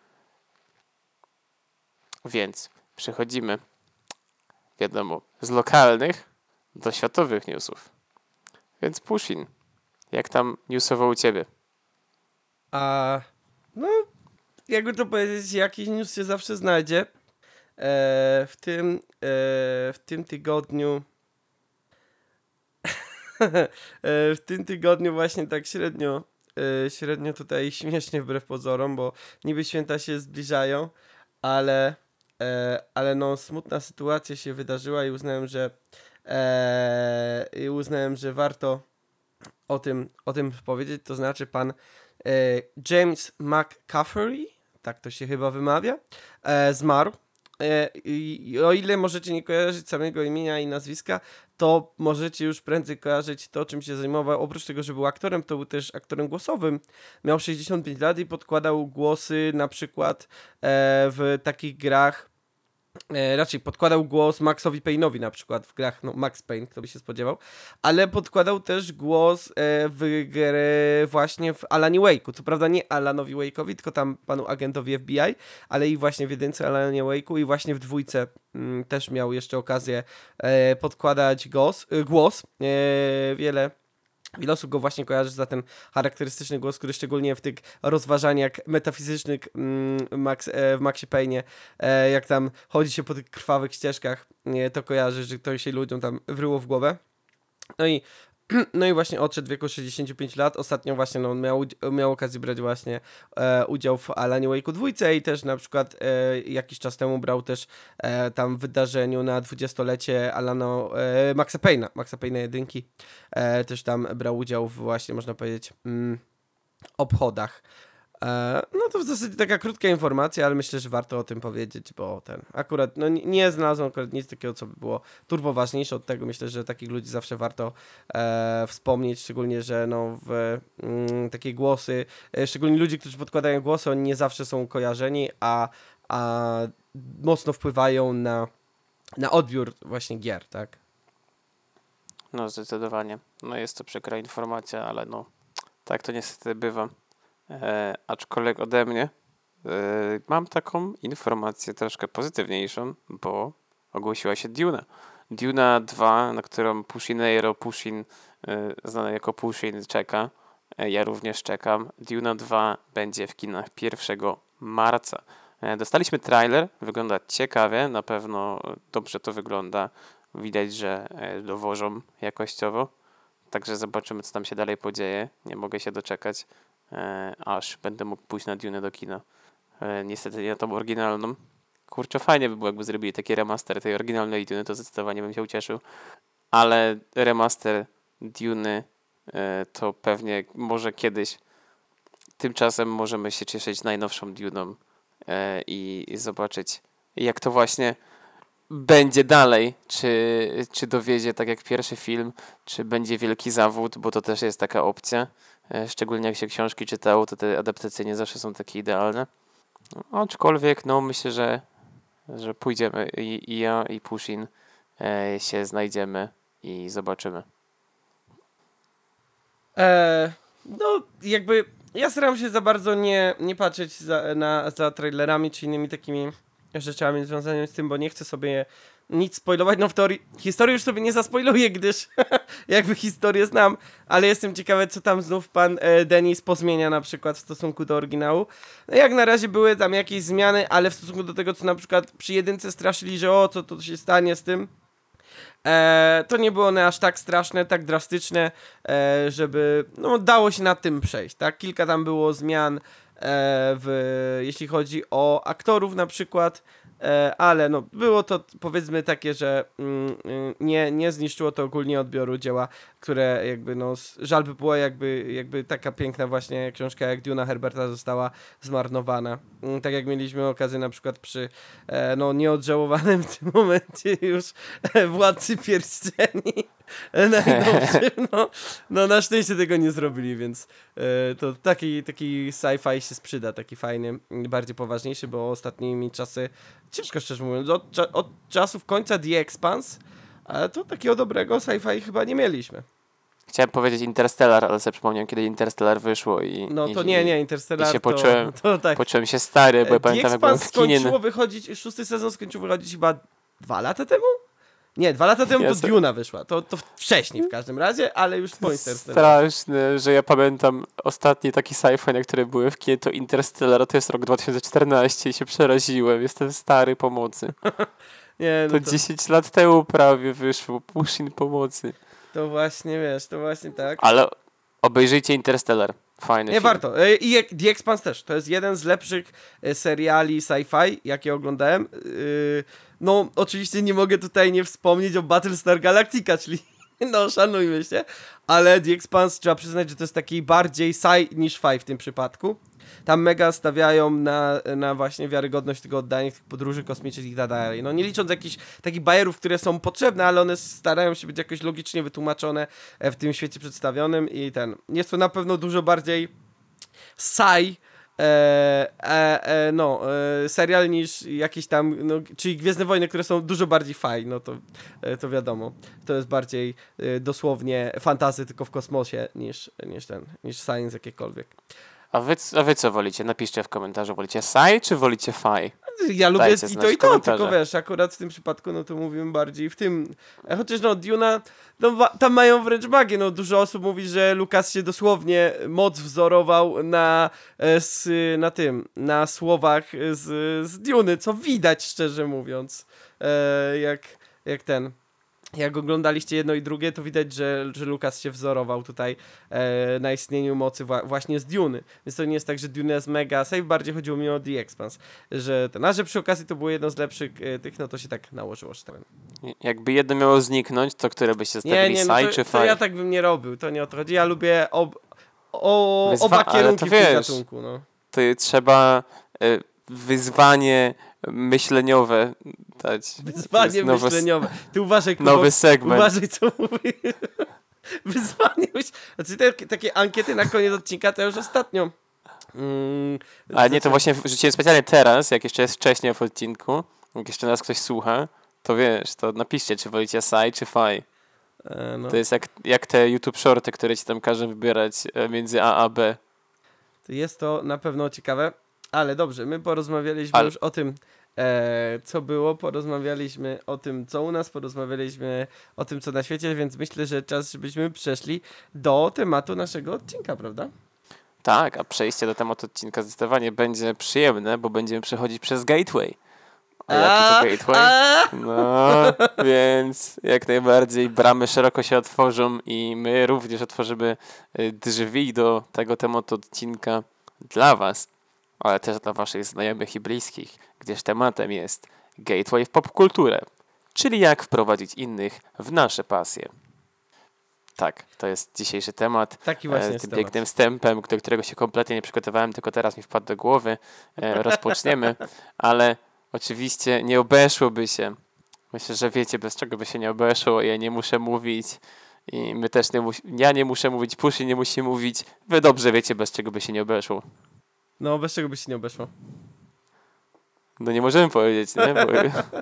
Więc przechodzimy, wiadomo, z lokalnych do światowych newsów. Więc Pushin, jak tam newsowo u ciebie? A no, jakby to powiedzieć, jakiś news się zawsze znajdzie. E, w tym, e, w tym tygodniu e, w tym tygodniu właśnie tak średnio e, średnio tutaj śmiesznie wbrew pozorom, bo niby święta się zbliżają, ale e, ale no smutna sytuacja się wydarzyła i uznałem, że e, i uznałem, że warto o tym, o tym powiedzieć, to znaczy pan e, James McCaffrey, tak to się chyba wymawia, e, zmarł. E, i, I o ile możecie nie kojarzyć samego imienia i nazwiska, to możecie już prędzej kojarzyć to, czym się zajmował. Oprócz tego, że był aktorem, to był też aktorem głosowym. Miał sześćdziesiąt pięć lat i podkładał głosy na przykład e, w takich grach. E, raczej podkładał głos Maxowi Payne'owi na przykład w grach, no Max Payne, kto by się spodziewał, ale podkładał też głos e, w grę właśnie w Alanie Wake'u, co prawda nie Alanowi Wake'owi, tylko tam panu agentowi F B I, ale i właśnie w jedynce Alanie Wake'u i właśnie w dwójce mm, też miał jeszcze okazję e, podkładać głos, e, głos. E, wiele Wiele osób go właśnie kojarzy za ten charakterystyczny głos, który szczególnie w tych rozważaniach metafizycznych mm, Max, e, w Maxie Payne'ie, e, jak tam chodzi się po tych krwawych ścieżkach, e, to kojarzy, że to się ludziom tam wryło w głowę. No i No i właśnie odszedł w wieku sześćdziesięciu pięciu lat. Ostatnio właśnie no, miał, miał okazję brać właśnie e, udział w Alanie Wake'u dwójce i też na przykład e, jakiś czas temu brał też e, tam w wydarzeniu na dwudziestolecie Alano e, Maxa Payne'a, Maxa Payne'a jedynki. E, też tam brał udział w właśnie, można powiedzieć, mm, obchodach. E, no to w zasadzie taka krótka informacja, ale myślę, że warto o tym powiedzieć, bo ten akurat, no nie, nie znalazłem akurat nic takiego, co by było turbo ważniejsze od tego. Myślę, że takich ludzi zawsze warto e, wspomnieć, szczególnie, że no w mm, takie głosy, e, szczególnie ludzi, którzy podkładają głosy, oni nie zawsze są kojarzeni, a, a mocno wpływają na, na odbiór właśnie gier, tak? No zdecydowanie. No jest to przykra informacja, ale no tak to niestety bywa. E, aczkolwiek ode mnie e, mam taką informację troszkę pozytywniejszą, bo ogłosiła się Duna. Duna dwa, na którą Pushinero Pushin, e, znany jako Pushin, czeka. E, Ja również czekam. Duna dwa będzie w kinach pierwszego marca. E, Dostaliśmy trailer, wygląda ciekawie, na pewno dobrze to wygląda. Widać, że e, dowożą jakościowo. Także zobaczymy, co tam się dalej podzieje. Nie mogę się doczekać, e, aż będę mógł pójść na Dune do kina. E, niestety nie tą oryginalną. Kurczę, fajnie by było, jakby zrobili taki remaster tej oryginalnej Duny, to zdecydowanie bym się ucieszył. Ale remaster Duny e, to pewnie może kiedyś. Tymczasem możemy się cieszyć najnowszą Duną e, i, i zobaczyć, jak to właśnie będzie dalej. Czy, czy dowiezie tak jak pierwszy film, czy będzie wielki zawód, bo to też jest taka opcja. E, szczególnie jak się książki czytało, to te adaptacje nie zawsze są takie idealne. No, aczkolwiek, no myślę, że, że pójdziemy i, i ja, i Pushin e, się znajdziemy i zobaczymy. Eee, no, jakby ja staram się za bardzo nie, nie patrzeć za, na, za trailerami czy innymi takimi rzeczami związanymi z tym, bo nie chcę sobie nic spoilować. No w teorii historii już sobie nie zaspoiluję, gdyż jakby historię znam, ale jestem ciekawy, co tam znów pan e, Denis pozmienia na przykład w stosunku do oryginału. No jak na razie były tam jakieś zmiany, ale w stosunku do tego, co na przykład przy jedynce straszyli, że o, co to się stanie z tym, E, to nie było one aż tak straszne, tak drastyczne, e, żeby no, dało się nad tym przejść, tak? Kilka tam było zmian, e, w, jeśli chodzi o aktorów na przykład, e, ale no, było to powiedzmy takie, że mm, nie, nie zniszczyło to ogólnie odbioru dzieła, które jakby no, żal by było jakby, jakby taka piękna właśnie książka jak Duna Herberta została zmarnowana. Mm, tak jak mieliśmy okazję na przykład przy e, no nieodżałowanym w tym momencie już e, Władcy Pierścieni e, najnowszym, no, no na szczęście tego nie zrobili, więc e, to taki, taki sci-fi się sprzyda, taki fajny, bardziej poważniejszy, bo ostatnimi czasy, ciężko szczerze mówiąc, od, cza- od czasów końca The Expanse, ale to takiego dobrego sci-fi chyba nie mieliśmy. Chciałem powiedzieć Interstellar, ale sobie przypomniałem, kiedy Interstellar wyszło i... No to i, nie, nie, Interstellar i się to, poczułem, to tak. poczułem się stary, bo ja The pamiętam, jak byłem Expanse w kinie. skończyło wychodzić, szósty sezon skończył wychodzić chyba dwa lata temu? Nie, dwa lata temu Ja to se- Duna wyszła, to, to wcześniej w każdym razie, ale już po Interstellar. Straszne, że ja pamiętam ostatni taki sci-fi, na który byłem w kinie, to Interstellar, to jest rok dwa tysiące czternasty i się przeraziłem. Jestem stary, pomocy. Nie, To no to, dziesięć lat temu prawie wyszło. Pushin, pomocy. to właśnie, wiesz, to właśnie tak. Ale obejrzyjcie Interstellar. Fajny Nie, film. warto. E, I jak- The Expanse też. To jest jeden z lepszych e, seriali sci-fi, jakie oglądałem. Yy, No, oczywiście nie mogę tutaj nie wspomnieć o Battlestar Galactica, czyli no, szanujmy się. Ale The Expanse trzeba przyznać, że to jest taki bardziej sci niż fi w tym przypadku. Tam mega stawiają na, na właśnie wiarygodność tego oddania tych podróży kosmicznych i tak dalej. No nie licząc jakichś takich bajerów, które są potrzebne, ale one starają się być jakoś logicznie wytłumaczone e, w tym świecie przedstawionym i ten. Jest to na pewno dużo bardziej sci e, e, e, no, e, serial niż jakiś tam, no, czyli Gwiezdne Wojny, które są dużo bardziej fi, no to, e, to wiadomo. To jest bardziej e, dosłownie fantasy tylko w kosmosie niż, niż ten, niż science jakiekolwiek. A wy, a wy co wolicie? Napiszcie w komentarzu. Wolicie sci czy wolicie fi? Ja lubię Dajcie i to znać i w to, komentarzach. tylko wiesz, akurat w tym przypadku, no to mówimy bardziej w tym. E, Chociaż no, Duna, no wa- tam mają wręcz magię, no dużo osób mówi, że Lucas się dosłownie moc wzorował na, e, s, na tym, na słowach z, z Duny, co widać szczerze mówiąc, e, jak, jak ten... Jak oglądaliście jedno i drugie, to widać, że, że Lucas się wzorował tutaj e, na istnieniu mocy wła- właśnie z Duny. Więc to nie jest tak, że Duna jest mega safe, bardziej chodziło mi o The Expanse. Że ten, a że przy okazji to było jedno z lepszych e, tych, no to się tak nałożyło, że tak powiem. Jakby jedno miało zniknąć, to które byście Nie, zostawili, nie, no sci to, czy to fi? ja tak bym nie robił, to nie o to chodzi. Ja lubię ob, o, Wyzwa- oba ale to kierunki w tym wiesz. gatunku, no. To trzeba e, wyzwanie myśleniowe dać. To Wyzwanie jest nowe, myśleniowe. Ty uważaj, Kubo, Nowy segment. uważaj co mówisz. Wyzwanie myśl... Znaczy te, takie ankiety na koniec odcinka to już ostatnio. Mm, Ale nie, to zaczę- właśnie rzuciłem specjalnie teraz, jak jeszcze jest wcześniej w odcinku, jak jeszcze nas ktoś słucha, to wiesz, to napiszcie, czy wolicie sci czy fi. E, no. To jest jak, jak te YouTube shorty, które ci tam każą wybierać e, między A a B. To jest to na pewno ciekawe, ale dobrze, my porozmawialiśmy Ale- już o tym, e, co było, porozmawialiśmy o tym, co u nas, porozmawialiśmy o tym, co na świecie, więc myślę, że czas, żebyśmy przeszli do tematu naszego odcinka, prawda? Tak, a przejście do tematu odcinka zdecydowanie będzie przyjemne, bo będziemy przechodzić przez gateway. A jaki to gateway? A, No, więc jak najbardziej bramy szeroko się otworzą i my również otworzymy y, drzwi do tego tematu odcinka dla was, ale też dla waszych znajomych i bliskich, gdyż tematem jest gateway w popkulturę, czyli jak wprowadzić innych w nasze pasje. Tak, to jest dzisiejszy temat. Taki właśnie e, jest tym temat. pięknym wstępem, do którego się kompletnie nie przygotowałem, tylko teraz mi wpadł do głowy. E, rozpoczniemy, ale oczywiście nie obeszłoby się. Myślę, że wiecie, bez czego by się nie obeszło. Ja nie muszę mówić i my też nie mus- ja nie muszę mówić, Puszy nie musi mówić. Wy dobrze wiecie, bez czego by się nie obeszło. No, bez czego by się nie obeszło. No nie możemy powiedzieć, nie? Bo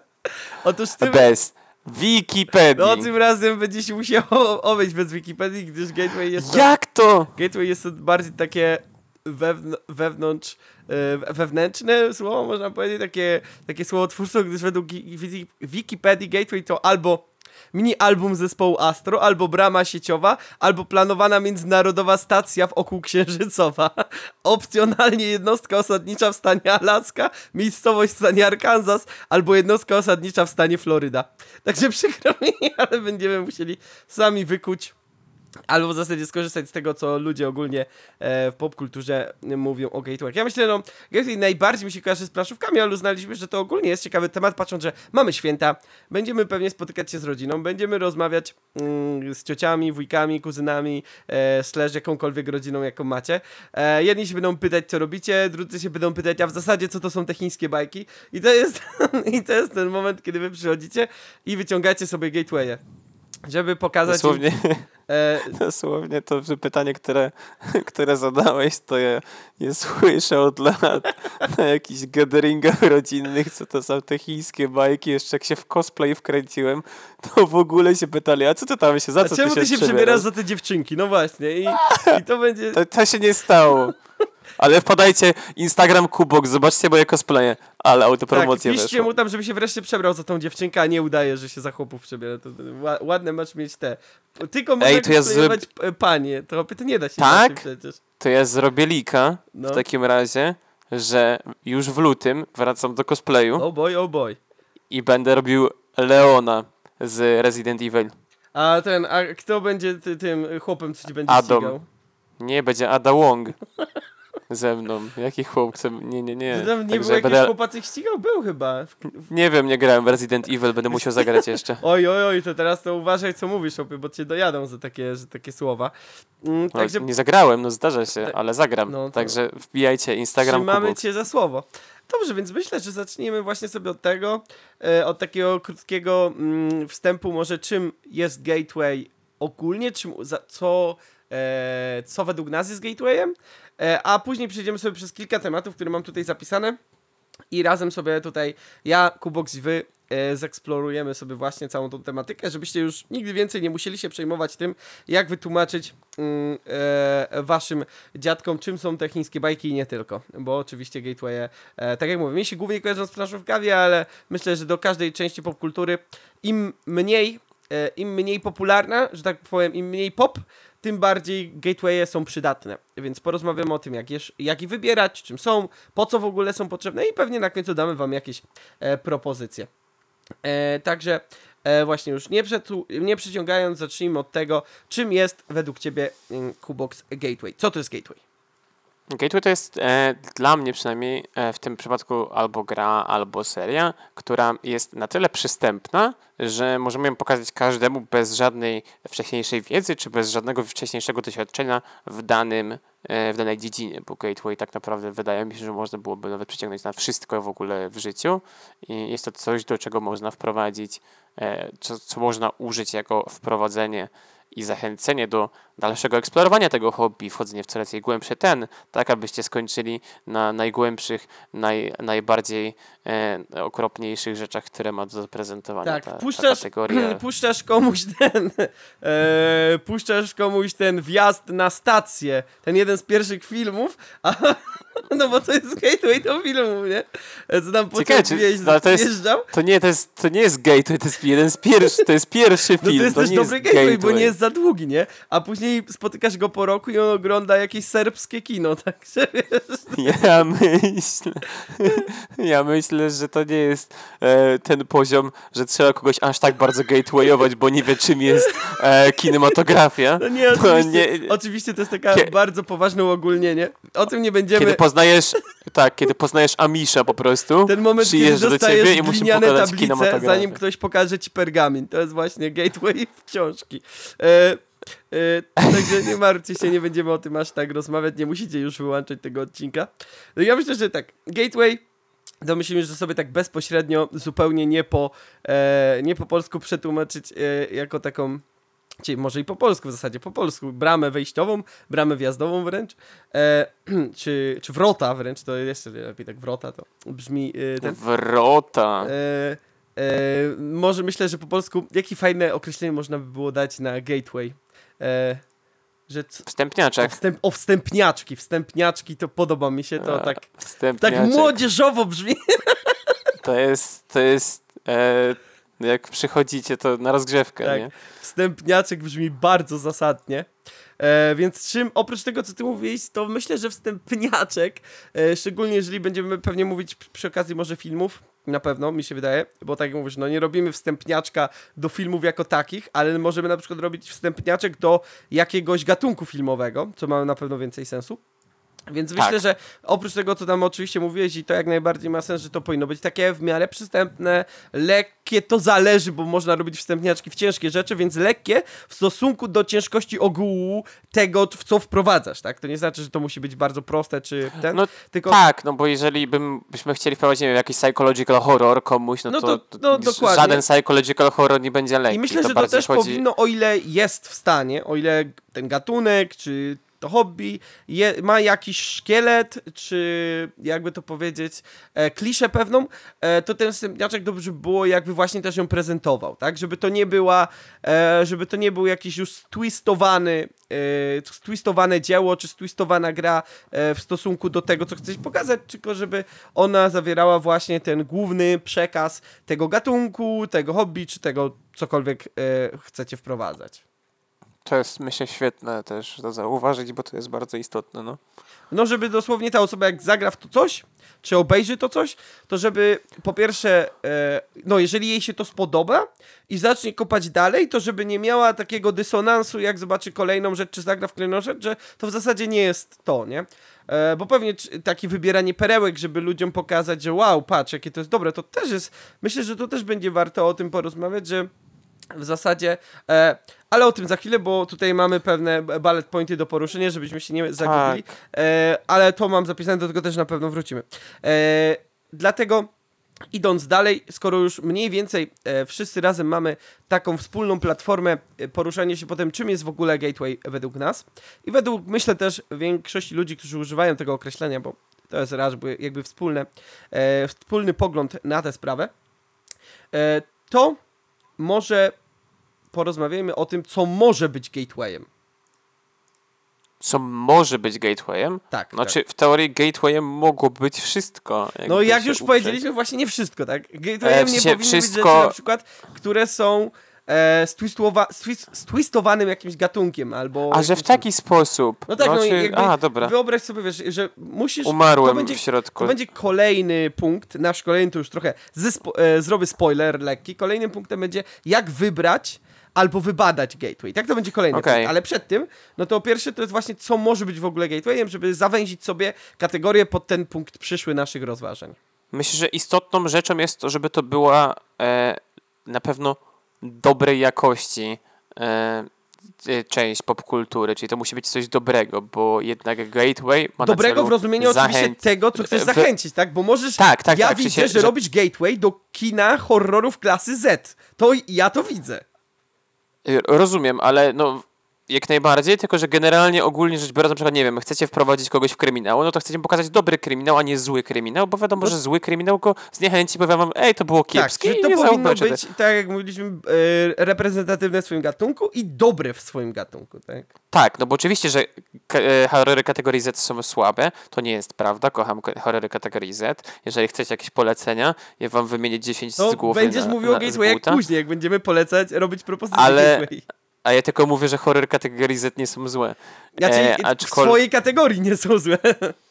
Otóż tym, bez Wikipedii. no, tym razem będzie się musiał obejść bez Wikipedii, gdyż Gateway jest to, Jak to? Gateway jest to bardziej takie wewn wewnątrz, e, wewnętrzne słowo, można powiedzieć, takie, takie słowo twórstwo, gdyż według Gi- Wiki- Wikipedii Gateway to albo mini album zespołu Astro, albo brama sieciowa, albo planowana międzynarodowa stacja w oku księżycowa. Opcjonalnie jednostka osadnicza w stanie Alaska, miejscowość w stanie Arkansas, albo jednostka osadnicza w stanie Floryda. Także przykro mi, ale będziemy musieli sami wykuć, albo w zasadzie skorzystać z tego, co ludzie ogólnie e, w popkulturze mówią o gateway. Ja myślę, no, gateway najbardziej mi się kojarzy z planszówkami, ale uznaliśmy, że to ogólnie jest ciekawy temat, patrząc, że mamy święta, będziemy pewnie spotykać się z rodziną, będziemy rozmawiać mm, z ciociami, wujkami, kuzynami, e, slash jakąkolwiek rodziną, jaką macie. E, jedni się będą pytać, co robicie, drudzy się będą pytać, a w zasadzie, co to są te chińskie bajki. I to jest, i to jest ten moment, kiedy wy przychodzicie i wyciągacie sobie gatewaye, żeby pokazać Dosłownie. im, e, Dosłownie to pytanie, które, które zadałeś, to je, je słyszę od lat na jakichś gatheringach rodzinnych, co to są te chińskie bajki. Jeszcze jak się w cosplay wkręciłem, to w ogóle się pytali, a co ty tam się, za A co czemu ty się, ty się przebierasz? przebierasz za te dziewczynki? No właśnie, i, i to będzie... To, to się nie stało. Ale wpadajcie, Instagram Kubok, zobaczcie moje cosplaye. Ale Tak, autopromocja piszcie weszła. mu tam, żeby się wreszcie przebrał za tą dziewczynkę, a nie udaje, że się za chłopów przebiera. To, to, ła- ładne masz mieć te. Tylko można Ej, to ja cosplayować p- panie. To, to nie da się Tak? inaczej przecież. To ja zrobię lika No. w takim razie, że już w lutym wracam do cosplayu Oh boy, oh boy. i będę robił Leona z Resident Evil. A ten, a kto będzie ty, tym chłopem, co ci będzie Adam. ścigał? Nie, będzie Ada Wong ze mną. Jaki chłop chce... Nie, nie, nie. Ty tam nie Także był jakiś będę... chłopacy ścigał? Był chyba. Nie wiem, nie grałem w Resident Evil, będę musiał zagrać jeszcze. Oj, oj, oj, to teraz to uważaj, co mówisz, chłopie, bo cię dojadą za takie, za takie słowa. Mm, No, także nie zagrałem, no zdarza się, Tak. ale zagram. No to- Także wbijajcie Instagram trzymamy Kubok. cię za słowo. Dobrze, więc myślę, że zaczniemy właśnie sobie od tego, e, od takiego krótkiego mm, wstępu, może czym jest gateway ogólnie, czym, za, co, e, co według nas jest gatewayem, e, a później przejdziemy sobie przez kilka tematów, które mam tutaj zapisane i razem sobie tutaj ja, Kubox i wy e, zeksplorujemy sobie właśnie całą tą tematykę, żebyście już nigdy więcej nie musieli się przejmować tym, jak wytłumaczyć mm, e, waszym dziadkom, czym są te chińskie bajki i nie tylko, bo oczywiście gatewaye, e, tak jak mówię, mi się głównie kojarzą z planszówkami, ale myślę, że do każdej części popkultury im mniej, e, im mniej popularna, że tak powiem, im mniej pop, tym bardziej gatewaye są przydatne. Więc porozmawiamy o tym, jak, jeż, jak je wybierać, czym są, po co w ogóle są potrzebne i pewnie na końcu damy wam jakieś e, propozycje. E, także e, właśnie już nie, przetu, nie przyciągając, zacznijmy od tego, czym jest według ciebie mm, Kubox gateway. Co to jest gateway? Gateway to jest e, dla mnie przynajmniej e, w tym przypadku albo gra, albo seria, która jest na tyle przystępna, że możemy ją pokazać każdemu bez żadnej wcześniejszej wiedzy, czy bez żadnego wcześniejszego doświadczenia w danym e, w danej dziedzinie, bo Gateway tak naprawdę wydaje mi się, że można byłoby nawet przyciągnąć na wszystko w ogóle w życiu i jest to coś, do czego można wprowadzić, e, co, co można użyć jako wprowadzenie i zachęcenie do dalszego eksplorowania tego hobby, wchodzenie w coraz głębszy ten, tak abyście skończyli na najgłębszych, naj, najbardziej e, okropniejszych rzeczach, które ma do zaprezentowania Tak, ta, ta puszczasz, kategoria. puszczasz komuś ten e, puszczasz komuś ten wjazd na stację, ten jeden z pierwszych filmów, a, no bo to jest gateway do filmu, nie? Co tam pociąg wjeżdż, no, to jest, wjeżdżał. To nie, to jest, to nie jest gateway, to jest jeden z pierwszych, to jest pierwszy film. No to jest to też nie dobry jest gateway, gateway, bo nie jest za długi, nie? A później spotykasz go po roku i on ogląda jakieś serbskie kino, także wiesz. Ja myślę, ja myślę, że to nie jest e, ten poziom, że trzeba kogoś aż tak bardzo gatewayować, bo nie wie, czym jest e, kinematografia. No nie, oczywiście, nie, oczywiście to jest taka Kie... bardzo poważne uogólnienie. O tym nie będziemy... Kiedy poznajesz, tak, kiedy poznajesz Amisza po prostu, ten moment, przyjeżdża do ciebie i musi pokazać kinematografię. Zanim ktoś pokaże ci pergamin. To jest właśnie gateway w książki. E, e, także nie martwcie się, nie będziemy o tym aż tak rozmawiać. Nie musicie już wyłączać tego odcinka. No ja myślę, że tak, gateway to myślimy, że sobie tak bezpośrednio, zupełnie nie po, e, nie po polsku przetłumaczyć e, jako taką, czyli może i po polsku w zasadzie, po polsku, bramę wejściową, bramę wjazdową wręcz, e, czy, czy wrota wręcz, to jeszcze lepiej tak wrota, to brzmi e, ten... Wrota. E, e, może myślę, że po polsku, jakie fajne określenie można by było dać na gateway? E, że c- Wstępniaczek. O, wstęp, o wstępniaczki, wstępniaczki, to podoba mi się, to A, tak, tak młodzieżowo brzmi. To jest, to jest, e, jak przychodzicie to na rozgrzewkę, tak. nie? Wstępniaczek brzmi bardzo zasadnie. E, więc czym, oprócz tego, co ty mówiłeś, to myślę, że wstępniaczek, e, szczególnie jeżeli będziemy pewnie mówić przy, przy okazji może filmów, na pewno, mi się wydaje, bo tak jak mówisz, no nie robimy wstępniaczka do filmów jako takich, ale możemy na przykład robić wstępniaczek do jakiegoś gatunku filmowego, co ma na pewno więcej sensu. Więc tak. myślę, że oprócz tego, co tam oczywiście mówiłeś i to jak najbardziej ma sens, że to powinno być takie w miarę przystępne, lekkie, to zależy, bo można robić wstępniaczki w ciężkie rzeczy, więc lekkie w stosunku do ciężkości ogółu tego, w co wprowadzasz, tak? To nie znaczy, że to musi być bardzo proste, czy ten, no, tylko... Tak, no bo jeżeli bym, byśmy chcieli wprowadzić, nie wiem, jakiś psychological horror komuś, no, no to, to no, dokładnie. Żaden psychological horror nie będzie lekki. I myślę, to że to też chodzi... powinno, o ile jest w stanie, o ile ten gatunek, czy to hobby je, ma jakiś szkielet, czy jakby to powiedzieć, e, kliszę pewną, e, to ten wstępniaczek dobrze było jakby właśnie też ją prezentował, tak? Żeby to nie była, e, żeby to nie był jakiś już stwistowany, e, stwistowane dzieło, czy stwistowana gra e, w stosunku do tego, co chcesz pokazać, tylko żeby ona zawierała właśnie ten główny przekaz tego gatunku, tego hobby, czy tego cokolwiek e, chcecie wprowadzać. To jest, myślę, świetne też to zauważyć, bo to jest bardzo istotne, no. No, żeby dosłownie ta osoba jak zagra w to coś, czy obejrzy to coś, to żeby po pierwsze, e, no jeżeli jej się to spodoba i zacznie kopać dalej, to żeby nie miała takiego dysonansu, jak zobaczy kolejną rzecz, czy zagra w kolejną rzecz, że to w zasadzie nie jest to, nie? E, bo pewnie czy, takie wybieranie perełek, żeby ludziom pokazać, że wow, patrz, jakie to jest dobre, to też jest, myślę, że to też będzie warto o tym porozmawiać, że w zasadzie, e, ale o tym za chwilę, bo tutaj mamy pewne bullet pointy do poruszenia, żebyśmy się nie zagubili, tak. e, ale to mam zapisane, do tego też na pewno wrócimy. E, dlatego idąc dalej, skoro już mniej więcej e, wszyscy razem mamy taką wspólną platformę e, poruszania się potem, czym jest w ogóle gateway według nas i według, myślę też, większości ludzi, którzy używają tego określenia, bo to jest raz jakby wspólne, e, wspólny pogląd na tę sprawę, e, to może porozmawiajmy o tym, co może być gatewayem. Co może być gatewayem? Tak. Znaczy, tak. w teorii gatewayem mogło być wszystko. No jak już uprzeć. powiedzieliśmy, właśnie nie wszystko, tak? Gatewayem e, nie powinny wszystko... być rzeczy na przykład, które są e, stwistowanym jakimś gatunkiem, albo... A że w taki sposób? No tak, no, no jakby A, dobra. Wyobraź sobie, wiesz, że musisz... Umarłem to będzie, w środku. To będzie kolejny punkt, nasz kolejny to już trochę spo, e, zrobię spoiler lekki, kolejnym punktem będzie jak wybrać albo wybadać gateway. Tak to będzie kolejny okay. punkt, ale przed tym, no to pierwszy to jest właśnie co może być w ogóle gatewayem, żeby zawęzić sobie kategorię pod ten punkt przyszły naszych rozważań. Myślę, że istotną rzeczą jest to, żeby to była e, na pewno dobrej jakości e, część popkultury, czyli to musi być coś dobrego, bo jednak gateway ma dobrego na celu w rozumieniu zachęc... oczywiście tego, co chcesz zachęcić, tak? Bo możesz, tak, tak, ja tak, widzę, się, że, że robisz gateway do kina horrorów klasy Z. To ja to widzę. Y, Rozumiem, ale no jak najbardziej, tylko że generalnie ogólnie rzecz biorąc, na przykład, nie wiem, chcecie wprowadzić kogoś w kryminał, no to chcecie pokazać dobry kryminał, a nie zły kryminał, bo wiadomo, No- że zły kryminał go zniechęci, powiem wam, ej, to było Tak, kiepskie że i to nie powinno zauważycie. być, tak jak mówiliśmy, e, reprezentatywne w swoim gatunku i dobre w swoim gatunku, tak? Tak, no bo oczywiście, że k- e, horrory kategorii Z są słabe, to nie jest prawda, kocham k- horrory kategorii Z. Jeżeli chcecie jakieś polecenia, ja wam wymienię dziesięć To z głowy będziesz na, mówił o na, z Gateway jak buta. później, jak będziemy polecać, robić propozycje Ale- Gateway. A ja tylko mówię, że horrory kategorii Z nie są złe. Znaczy, E, w aczkol- swojej kategorii nie są złe.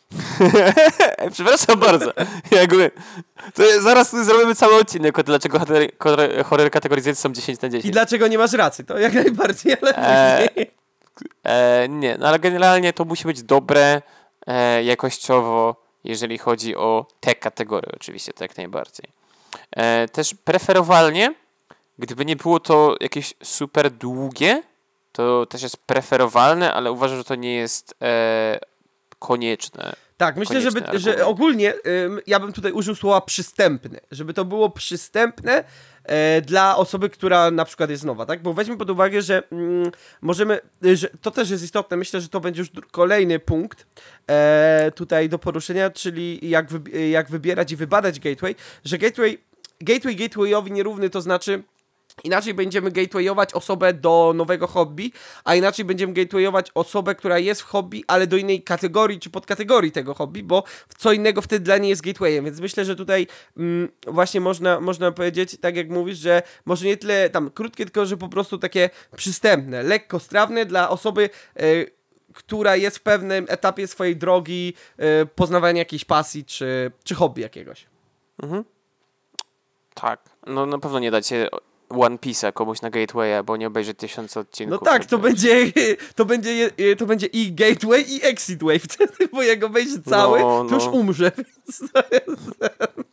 Przepraszam bardzo. Jakby, to jest- zaraz zrobimy cały odcinek o tym, dlaczego horrory, horrory- horrory kategorii Z są dziesięć na I dziesięć. dlaczego nie masz racji, to jak najbardziej, ale E, później. E, nie, no ale generalnie to musi być dobre e, jakościowo, jeżeli chodzi o te kategorie, oczywiście, to jak najbardziej. E, też preferowalnie, gdyby nie było to jakieś super długie, to też jest preferowalne, ale uważam, że to nie jest e, konieczne. Tak, myślę, żeby, konieczny że argument. ogólnie ym, ja bym tutaj użył słowa przystępne, żeby to było przystępne e, dla osoby, która na przykład jest nowa, tak? Bo weźmy pod uwagę, że mm, możemy, y, że to też jest istotne, myślę, że to będzie już dru- kolejny punkt e, tutaj do poruszenia, czyli jak, wyb- jak wybierać i wybadać gateway, że gateway, gateway gatewayowi nierówny, to znaczy inaczej będziemy gatewayować osobę do nowego hobby, a inaczej będziemy gatewayować osobę, która jest w hobby, ale do innej kategorii czy podkategorii tego hobby, bo co innego wtedy dla niej jest gatewayem, więc myślę, że tutaj mm, właśnie można, można powiedzieć, tak jak mówisz, że może nie tyle tam krótkie, tylko że po prostu takie przystępne, lekko strawne dla osoby, e, która jest w pewnym etapie swojej drogi e, poznawania jakiejś pasji czy, czy hobby jakiegoś. Mhm. Tak, no na pewno nie dacie One Piece'a komuś na Gatewaya, bo nie obejrzy tysiąca odcinków. No tak, to żeby- będzie, to będzie, to będzie i gateway, i exitway wtedy, bo jak obejrzy cały, No, to już no. umrze, więc to jest...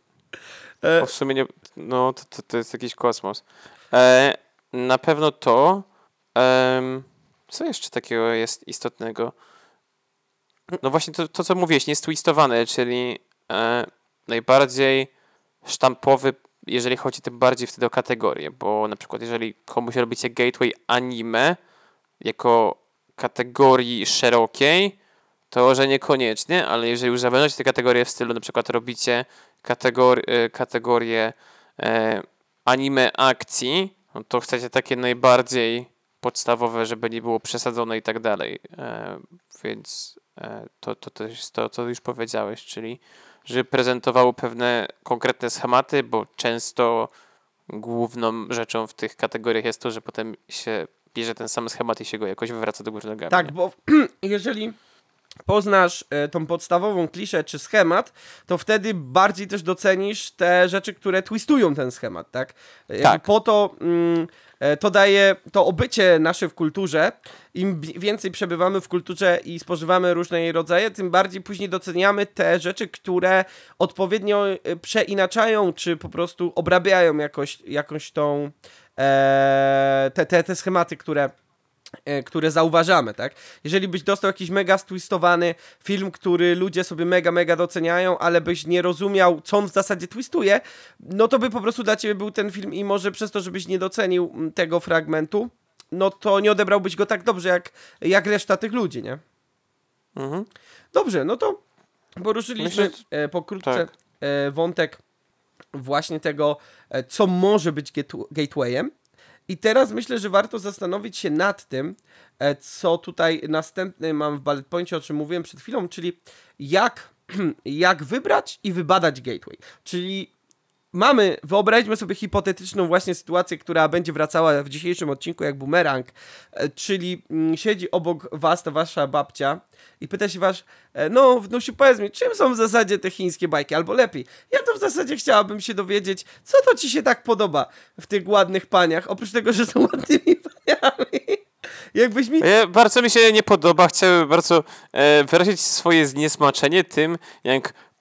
Bo w sumie nie, no to, to, to jest jakiś kosmos. E, na pewno to. Em, co jeszcze takiego jest istotnego? No właśnie to, to co mówiłeś, niestwistowane, czyli e, najbardziej sztampowy, jeżeli chodzi tym bardziej wtedy o kategorię, bo na przykład jeżeli komuś robicie gateway anime jako kategorii szerokiej, to może niekoniecznie, ale jeżeli już zawężacie te kategorie w stylu, na przykład robicie kategori- e, kategorię e, anime akcji, no to chcecie takie najbardziej podstawowe, żeby nie było przesadzone i tak dalej. E, więc e, to, to, to jest to, co już powiedziałeś, czyli żeby prezentowało pewne konkretne schematy, bo często główną rzeczą w tych kategoriach jest to, że potem się bierze ten sam schemat i się go jakoś wywraca do góry nogami. Tak, bo jeżeli poznasz e, tą podstawową kliszę czy schemat, to wtedy bardziej też docenisz te rzeczy, które twistują ten schemat, tak? Jakby Tak. Po to mm, e, to daje, to obycie nasze w kulturze, im bi- więcej przebywamy w kulturze i spożywamy różne jej rodzaje, tym bardziej później doceniamy te rzeczy, które odpowiednio e, przeinaczają, czy po prostu obrabiają jakoś, jakąś tą e, te, te, te schematy, które e, które zauważamy, tak? Jeżeli byś dostał jakiś mega stwistowany film, który ludzie sobie mega, mega doceniają, ale byś nie rozumiał, co on w zasadzie twistuje, no to by po prostu dla ciebie był ten film i może przez to, żebyś nie docenił mm, tego fragmentu, no to nie odebrałbyś go tak dobrze, jak, jak reszta tych ludzi, nie? Mhm. Dobrze, no to poruszyliśmy Myślę, e, pokrótce tak. e, wątek właśnie tego, e, co może być gate- gatewayem. I teraz myślę, że warto zastanowić się nad tym, e, co tutaj następny mam w bullet poincie, o czym mówiłem przed chwilą, czyli jak, jak wybrać i wybadać gateway. Czyli mamy, wyobraźmy sobie hipotetyczną właśnie sytuację, która będzie wracała w dzisiejszym odcinku jak bumerang, e, czyli mm, siedzi obok was ta wasza babcia i pyta się was, e, no wnusiu, powiedz mi, czym są w zasadzie te chińskie bajki, albo lepiej, ja to w zasadzie chciałabym się dowiedzieć, co to ci się tak podoba w tych ładnych paniach, oprócz tego, że są ładnymi paniami. Jakbyś mi... E, Bardzo mi się nie podoba. Chciałbym bardzo e, wyrazić swoje zniesmaczenie tym, jak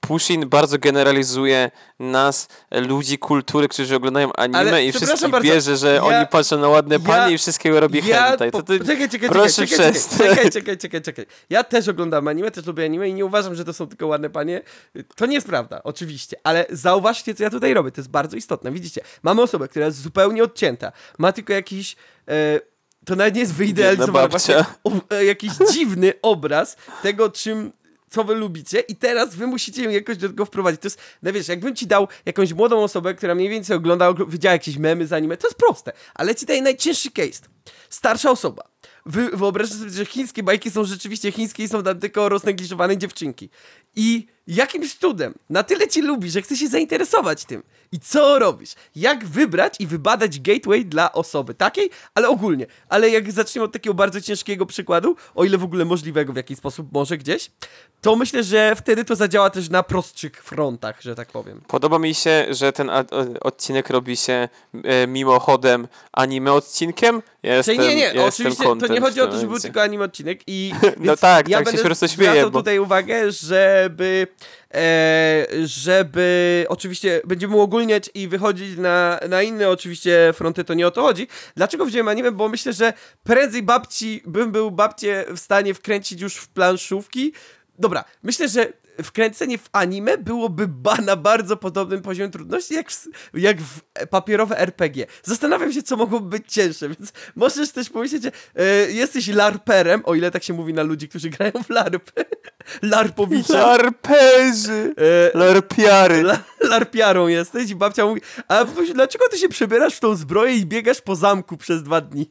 Pushin bardzo generalizuje nas, ludzi kultury, którzy oglądają anime Ale i przepraszam wszystkich bardzo, bierze, że ja- oni patrzą na ładne ja- panie i wszystkiego robi hentai. To ty, po- czekaj, czekaj, proszę czekaj, czekaj, przestań. czekaj, czekaj, czekaj, czekaj. Ja też oglądam anime, też lubię anime i nie uważam, że to są tylko ładne panie. To nie jest prawda, oczywiście, ale zauważcie, co ja tutaj robię, to jest bardzo istotne. Widzicie, mamy osobę, która jest zupełnie odcięta, ma tylko jakiś... E, to nawet nie jest wyidealizowany, babcia. właśnie o, e, jakiś dziwny obraz tego, czym... co wy lubicie i teraz wy musicie ją jakoś do tego wprowadzić. To jest, no wiesz, jakbym ci dał jakąś młodą osobę, która mniej więcej ogląda, ogl- widziała jakieś memy z anime, to jest proste, ale ci daję najcięższy case. Starsza osoba. Wy wyobraźcie sobie, że chińskie bajki są rzeczywiście chińskie i są tam tylko roznegliżowane dziewczynki. I jakimś cudem na tyle cię lubi, że chce się zainteresować tym. I co robisz? Jak wybrać i wybadać gateway dla osoby takiej, ale ogólnie. Ale jak zaczniemy od takiego bardzo ciężkiego przykładu, o ile w ogóle możliwego w jakiś sposób, może gdzieś, to myślę, że wtedy to zadziała też na prostszych frontach, że tak powiem. Podoba mi się, że ten a- o- odcinek robi się e, mimochodem anime odcinkiem. Ja Jestem, Czyli nie, nie, ja jestem oczywiście to nie content chodzi o to, w tym że był momencie. tylko anime odcinek i No więc tak, ja tak, się będę po prostu śmieję, zwracał bo- tutaj uwagę, żeby e, żeby oczywiście będziemy uogólniać i wychodzić na, na inne oczywiście fronty, to nie o to chodzi. Dlaczego wziąłem anime? Bo myślę, że prędzej babci, bym był babcie w stanie wkręcić już w planszówki. Dobra, myślę, że wkręcenie w anime byłoby ba na bardzo podobnym poziomie trudności jak w, jak w papierowe er pe gie. Zastanawiam się, co mogłoby być cięższe, więc możesz też pomyśleć, że e, jesteś larperem, o ile tak się mówi na ludzi, którzy grają w larpy. Larpowiczem. Larperzy! E, Larpiary! la, larpiarą jesteś i babcia mówi, a Wuś, dlaczego ty się przebierasz w tą zbroję i biegasz po zamku przez dwa dni?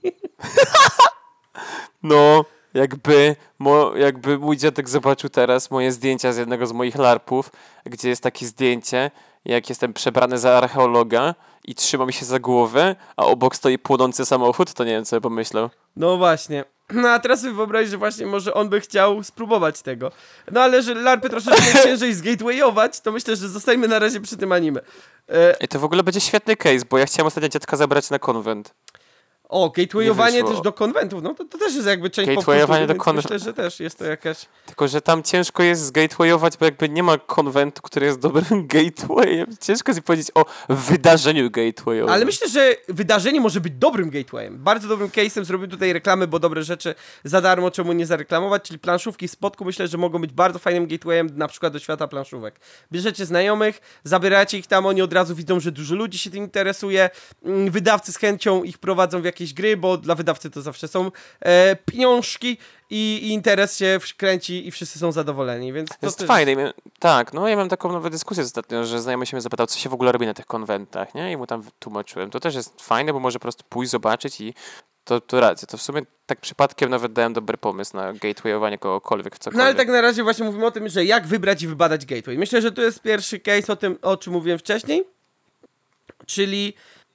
No, jakby, mo, jakby mój dziadek zobaczył teraz moje zdjęcia z jednego z moich larpów, gdzie jest takie zdjęcie, jak jestem przebrany za archeologa i trzymam się za głowę, a obok stoi płonący samochód, to nie wiem, co by pomyślał. No właśnie. No a teraz sobie wyobraź, że właśnie może on by chciał spróbować tego. No ale że larpy troszeczkę ciężej zgatewayować, to myślę, że zostańmy na razie przy tym anime. E, I to w ogóle będzie świetny case, bo ja chciałem ostatnio dziadka zabrać na konwent. o, gatewayowanie Nie wyszło. też do konwentów, no to, to też jest jakby część Gatewayowanie popkultury, do więc konwen- myślę, że też jest to jakaś... Tylko, że tam ciężko jest zgatewayować, bo jakby nie ma konwentu, który jest dobrym gatewayem. Ciężko jest powiedzieć o wydarzeniu gatewayowym. Ale myślę, że wydarzenie może być dobrym gatewayem. Bardzo dobrym case'em, zrobił tutaj reklamy, bo dobre rzeczy za darmo, czemu nie zareklamować, czyli planszówki w Spotku myślę, że mogą być bardzo fajnym gatewayem na przykład do świata planszówek. Bierzecie znajomych, zabieracie ich tam, oni od razu widzą, że dużo ludzi się tym interesuje, mm, wydawcy z chęcią ich prowadzą w jakieś gry, bo dla wydawcy to zawsze są e, pieniążki i, i interes się wkręci i wszyscy są zadowoleni, więc to jest też... fajne. I miałem- Tak, no ja miałem taką nawet dyskusję ostatnio, że znajomy się mnie zapytał, co się w ogóle robi na tych konwentach, nie? I mu tam tłumaczyłem. To też jest fajne, bo może po prostu pójść, zobaczyć i to, to rację. To w sumie tak przypadkiem nawet dałem dobry pomysł na gatewayowanie kogokolwiek w cokolwiek. No ale tak na razie właśnie mówimy o tym, że jak wybrać i wybadać gateway. Myślę, że to jest pierwszy case o tym, o czym mówiłem wcześniej, czyli,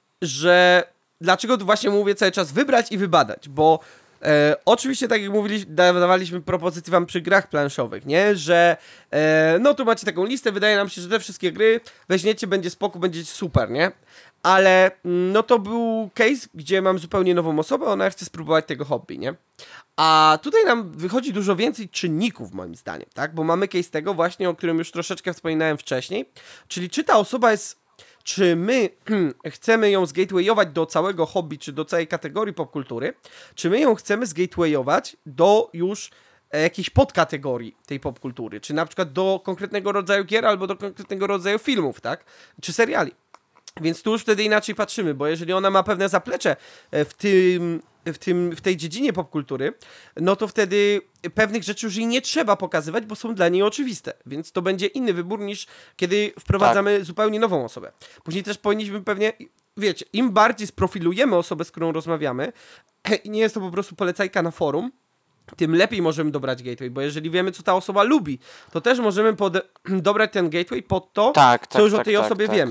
że dlaczego tu właśnie mówię cały czas wybrać i wybadać, bo e, oczywiście tak jak mówiliśmy, dawaliśmy propozycje wam przy grach planszowych, nie, że e, no tu macie taką listę, wydaje nam się, że te wszystkie gry weźmiecie, będzie spoko, będzie super, nie, ale no to był case, gdzie mam zupełnie nową osobę, ona chce spróbować tego hobby, nie. A tutaj nam wychodzi dużo więcej czynników, moim zdaniem, tak? Bo mamy case tego właśnie, o którym już troszeczkę wspominałem wcześniej, czyli czy ta osoba jest, czy my chcemy ją zgatewayować do całego hobby, czy do całej kategorii popkultury, czy my ją chcemy zgatewayować do już e, jakiejś podkategorii tej popkultury, czy na przykład do konkretnego rodzaju gier, albo do konkretnego rodzaju filmów, tak? Czy seriali. Więc tu już wtedy inaczej patrzymy, bo jeżeli ona ma pewne zaplecze e, w tym, w tym, w tej dziedzinie popkultury, no to wtedy pewnych rzeczy już jej nie trzeba pokazywać, bo są dla niej oczywiste, więc to będzie inny wybór niż kiedy wprowadzamy tak. zupełnie nową osobę. Później też powinniśmy pewnie, wiecie, im bardziej sprofilujemy osobę, z którą rozmawiamy i nie jest to po prostu polecajka na forum, tym lepiej możemy dobrać gateway, bo jeżeli wiemy, co ta osoba lubi, to też możemy pod- dobrać ten gateway pod to, tak, co tak, już tak, o tej tak, osobie tak. wiemy.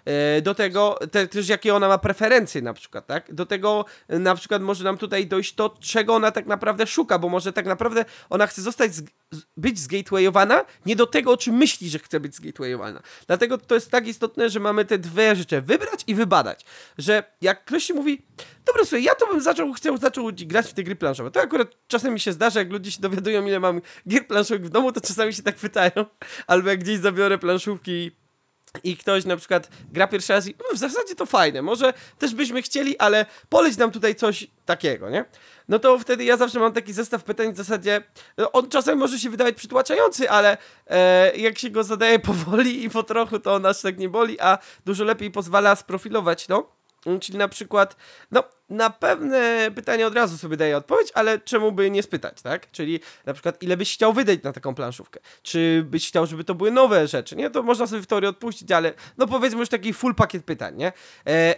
E, do tego te, też jakie ona ma preferencje na przykład, tak? Do tego e, na przykład może nam tutaj dojść to, czego ona tak naprawdę szuka, bo może tak naprawdę ona chce zostać, z, być zgatewayowana nie do tego, o czym myśli, że chce być zgatewayowana. Dlatego to jest tak istotne, że mamy te dwie rzeczy, wybrać i wybadać, że jak ktoś ci mówi, dobra, słuchaj, ja to bym zaczął, chciał zaczął grać w te gry planszowe. To akurat czasem mi się zdarza, jak ludzie się dowiadują, ile mam gier planszowych w domu, to czasami się tak pytają. Albo jak gdzieś zabiorę planszówki i ktoś na przykład gra pierwszy raz i no, w zasadzie to fajne, może też byśmy chcieli, ale poleć nam tutaj coś takiego, nie? No to wtedy ja zawsze mam taki zestaw pytań w zasadzie, no, on czasem może się wydawać przytłaczający, ale e, jak się go zadaje powoli i po trochu, to on aż tak nie boli, a dużo lepiej pozwala sprofilować to. Czyli na przykład, no na pewne pytania od razu sobie daję odpowiedź, ale czemu by nie spytać, tak? Czyli na przykład ile byś chciał wydać na taką planszówkę? Czy byś chciał, żeby to były nowe rzeczy, nie? To można sobie w teorii odpuścić, ale no powiedzmy już taki full pakiet pytań, nie? E,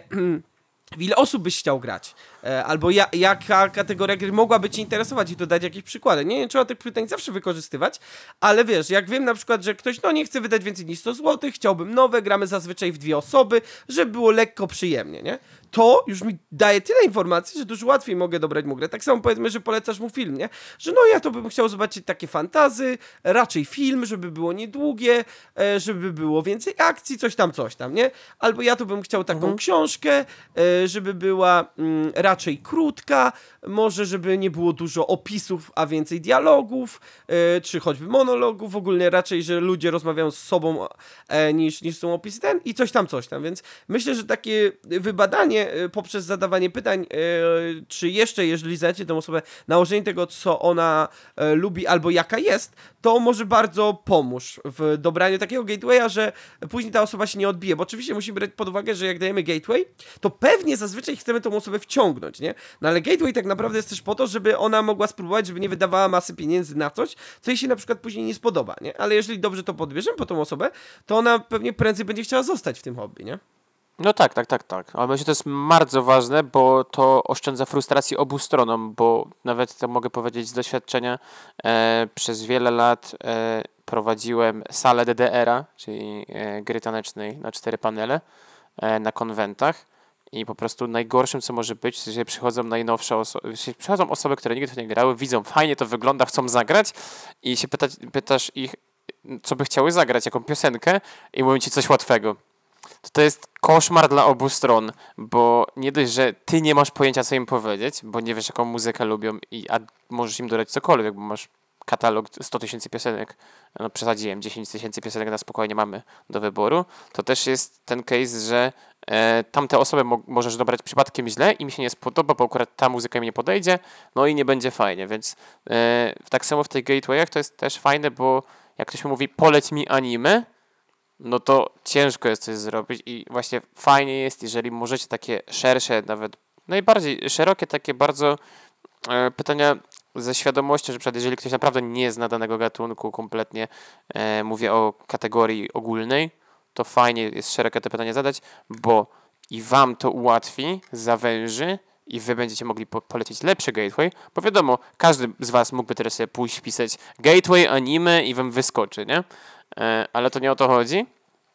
W ile osób byś chciał grać? E, albo ja, jaka kategoria gry mogłaby cię interesować i to dać jakieś przykłady. Nie, nie trzeba tych pytań zawsze wykorzystywać, ale wiesz, jak wiem na przykład, że ktoś no nie chce wydać więcej niż sto złotych, chciałbym nowe, gramy zazwyczaj w dwie osoby, żeby było lekko przyjemnie, nie? To już mi daje tyle informacji, że dużo łatwiej mogę dobrać mu grę. Tak samo powiedzmy, że polecasz mu film, nie? Że no ja to bym chciał zobaczyć takie fantazy, raczej film, żeby było niedługie, e, żeby było więcej akcji, coś tam, coś tam, nie? Albo ja to bym chciał taką Mhm. książkę, e, żeby była mm, raczej krótka, może żeby nie było dużo opisów, a więcej dialogów, e, czy choćby monologów, ogólnie raczej, że ludzie rozmawiają z sobą e, niż, niż są opisy ten i coś tam, coś tam, więc myślę, że takie wybadanie e, poprzez zadawanie pytań, e, czy jeszcze, jeżeli znacie tę osobę, nałożenie tego, co ona e, lubi albo jaka jest, to może bardzo pomóż w dobraniu takiego gatewaya, że później ta osoba się nie odbije, bo oczywiście musimy brać pod uwagę, że jak dajemy gateway, to pewnie zazwyczaj chcemy tą osobę wciągnąć, nie? No ale gateway tak naprawdę jest też po to, żeby ona mogła spróbować, żeby nie wydawała masy pieniędzy na coś, co jej się na przykład później nie spodoba, nie? Ale jeżeli dobrze to podbierzemy po tą osobę, to ona pewnie prędzej będzie chciała zostać w tym hobby, nie? No tak, tak, tak, tak. Ale myślę, że to jest bardzo ważne, bo to oszczędza frustracji obu stronom, bo nawet to mogę powiedzieć z doświadczenia, e, przez wiele lat e, prowadziłem salę D D R-a, czyli e, gry tanecznej na cztery panele e, na konwentach i po prostu najgorszym, co może być, że przychodzą najnowsze osoby, przychodzą osoby, które nigdy w to nie grały, widzą, fajnie to wygląda, chcą zagrać i się pytać, pytasz ich, co by chciały zagrać, jaką piosenkę i mówią ci coś łatwego. To, to jest koszmar dla obu stron, bo nie dość, że ty nie masz pojęcia, co im powiedzieć, bo nie wiesz, jaką muzykę lubią, i, a możesz im dodać cokolwiek, bo masz katalog sto tysięcy piosenek, no przesadziłem, dziesięć tysięcy piosenek na spokojnie mamy do wyboru, to też jest ten case, że e, tamte osoby mo- możesz dobrać przypadkiem źle, im się nie spodoba, bo akurat ta muzyka im nie podejdzie, no i nie będzie fajnie, więc e, tak samo w tych gatewayach to jest też fajne, bo jak ktoś mi mówi, poleć mi anime, no to ciężko jest coś zrobić i właśnie fajnie jest, jeżeli możecie takie szersze, nawet najbardziej szerokie, takie bardzo e, pytania ze świadomością, że przykład jeżeli ktoś naprawdę nie zna danego gatunku kompletnie, e, mówię o kategorii ogólnej, to fajnie jest szerokie te pytania zadać, bo i wam to ułatwi, zawęży i wy będziecie mogli po- polecić lepszy gateway, bo wiadomo, każdy z was mógłby teraz sobie pójść wpisać gateway, anime i wam wyskoczy, nie? E, ale to nie o to chodzi,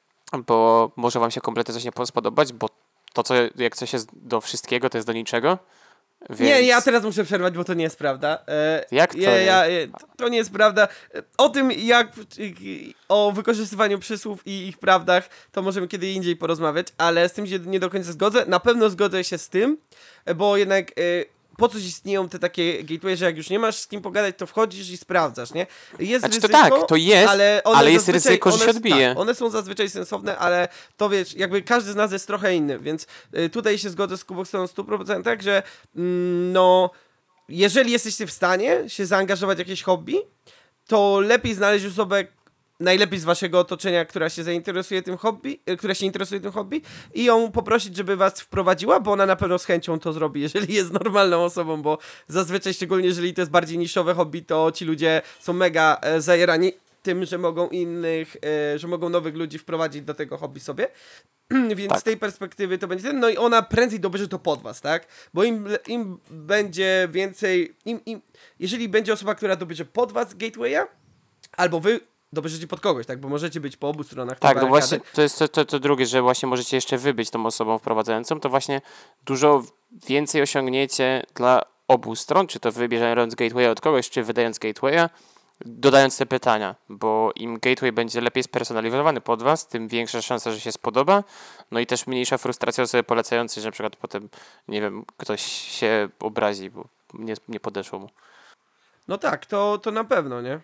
bo może wam się kompletnie coś nie spodobać, bo to, co jak coś jest do wszystkiego, to jest do niczego. Więc... Nie, ja teraz muszę przerwać, bo to nie jest prawda. E, Jak to ja, nie? ja, e, to, to nie jest prawda. E, O tym, jak o wykorzystywaniu przysłów i ich prawdach, to możemy kiedy indziej porozmawiać, ale z tym się nie do końca zgodzę. Na pewno zgodzę się z tym, e, bo jednak e, po coś istnieją te takie gateway, że jak już nie masz z kim pogadać, to wchodzisz i sprawdzasz, nie? Jest Znaczy to ryzyko, tak, to jest, ale, one ale jest zazwyczaj- ryzyko, że się one- odbije. Tak, one są zazwyczaj sensowne, ale to wiesz, jakby każdy z nas jest trochę inny, więc y, tutaj się zgodzę z Kuboxem w stu procentach, że mm, no, jeżeli jesteście w stanie się zaangażować w jakieś hobby, to lepiej znaleźć osobę, najlepiej z waszego otoczenia, która się zainteresuje tym hobby, y, która się interesuje tym hobby i ją poprosić, żeby was wprowadziła, bo ona na pewno z chęcią to zrobi, jeżeli jest normalną osobą, bo zazwyczaj, szczególnie jeżeli to jest bardziej niszowe hobby, to ci ludzie są mega e, zajerani tym, że mogą innych, e, że mogą nowych ludzi wprowadzić do tego hobby sobie. Więc Tak. z tej perspektywy to będzie ten, no i ona prędzej dobierze to pod was, tak? Bo im, im będzie więcej, im, im, jeżeli będzie osoba, która dobierze pod was gatewaya, albo wy dobierzecie pod kogoś, tak? Bo możecie być po obu stronach. Tak, no właśnie to jest to, to, to drugie, że właśnie możecie jeszcze wy być tą osobą wprowadzającą, to właśnie dużo więcej osiągniecie dla obu stron, czy to wybierając gatewaya od kogoś, czy wydając gatewaya, dodając te pytania, bo im gateway będzie lepiej spersonalizowany pod was, tym większa szansa, że się spodoba, no i też mniejsza frustracja osoby polecającej, że na przykład potem, nie wiem, ktoś się obrazi, bo nie, nie podeszło mu. No tak, to, to na pewno, nie?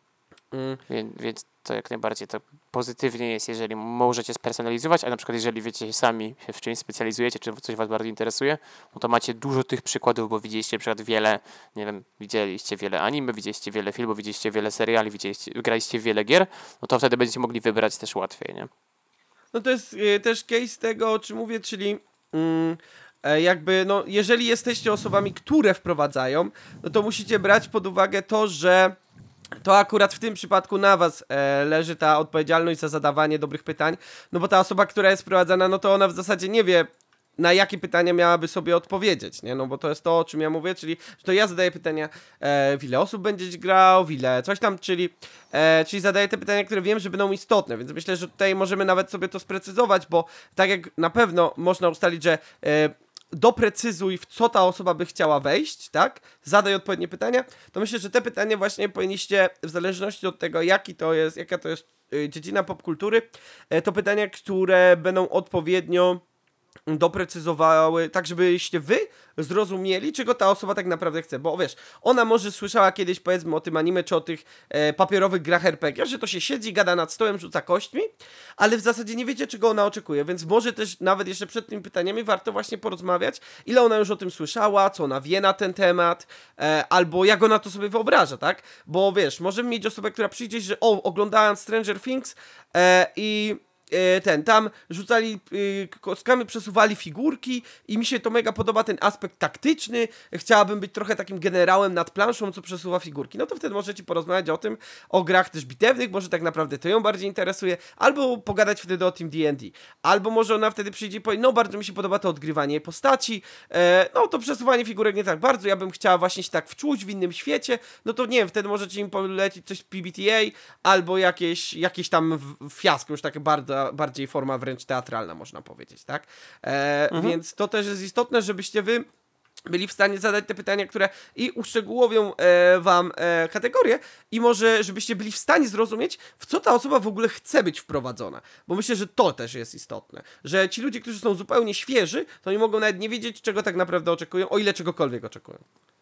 Mm. Więc, więc to jak najbardziej to pozytywnie jest, jeżeli możecie spersonalizować, a na przykład jeżeli wiecie, sami się w czymś specjalizujecie, czy coś was bardzo interesuje, no to macie dużo tych przykładów, bo widzieliście na przykład wiele, nie wiem, widzieliście wiele anime, widzieliście wiele filmów, widzieliście wiele seriali, widzieliście, graliście w wiele gier, no to wtedy będziecie mogli wybrać też łatwiej, nie? No to jest y, też case tego, o czym mówię, czyli mm, e, jakby, no, jeżeli jesteście osobami, które wprowadzają, no to musicie brać pod uwagę to, że to akurat w tym przypadku na was e, leży ta odpowiedzialność za zadawanie dobrych pytań, no bo ta osoba, która jest wprowadzana, no to ona w zasadzie nie wie, na jakie pytania miałaby sobie odpowiedzieć, nie? No bo to jest to, o czym ja mówię, czyli że to ja zadaję pytania, e, w ile osób będziesz grał, w ile coś tam, czyli, e, czyli zadaję te pytania, które wiem, że będą istotne, więc myślę, że tutaj możemy nawet sobie to sprecyzować, bo tak jak na pewno można ustalić, że e, doprecyzuj, w co ta osoba by chciała wejść, tak? Zadaj odpowiednie pytania, to myślę, że te pytania właśnie powinniście, w zależności od tego, jaki to jest, jaka to jest y, dziedzina popkultury, y, to pytania, które będą odpowiednio doprecyzowały, tak żebyście wy zrozumieli, czego ta osoba tak naprawdę chce, bo wiesz, ona może słyszała kiedyś, powiedzmy, o tym anime, czy o tych e, papierowych grach er pe gie, że to się siedzi, gada nad stołem, rzuca kośćmi, ale w zasadzie nie wiecie, czego ona oczekuje, więc może też nawet jeszcze przed tymi pytaniami warto właśnie porozmawiać, ile ona już o tym słyszała, co ona wie na ten temat, e, albo jak ona to sobie wyobraża, tak, bo wiesz, możemy mieć osobę, która przyjdzie, że o, oglądałem Stranger Things e, i ten, tam rzucali y, kostkami, przesuwali figurki i mi się to mega podoba, ten aspekt taktyczny, chciałabym być trochę takim generałem nad planszą, co przesuwa figurki, no to wtedy możecie porozmawiać o tym, o grach też bitewnych, może tak naprawdę to ją bardziej interesuje, albo pogadać wtedy o tym D and D, albo może ona wtedy przyjdzie i powie, no bardzo mi się podoba to odgrywanie postaci, e, no to przesuwanie figurek nie tak bardzo, ja bym chciała właśnie się tak wczuć w innym świecie, no to nie wiem, wtedy możecie im polecić coś z P B T A, albo jakieś, jakieś tam fiasko, już takie bardzo bardziej forma wręcz teatralna, można powiedzieć, tak? E, mhm. Więc to też jest istotne, żebyście wy byli w stanie zadać te pytania, które i uszczegółowią e, wam e, kategorię i może, żebyście byli w stanie zrozumieć, w co ta osoba w ogóle chce być wprowadzona. Bo myślę, że to też jest istotne. Że ci ludzie, którzy są zupełnie świeży, to nie mogą nawet nie wiedzieć, czego tak naprawdę oczekują, o ile czegokolwiek oczekują.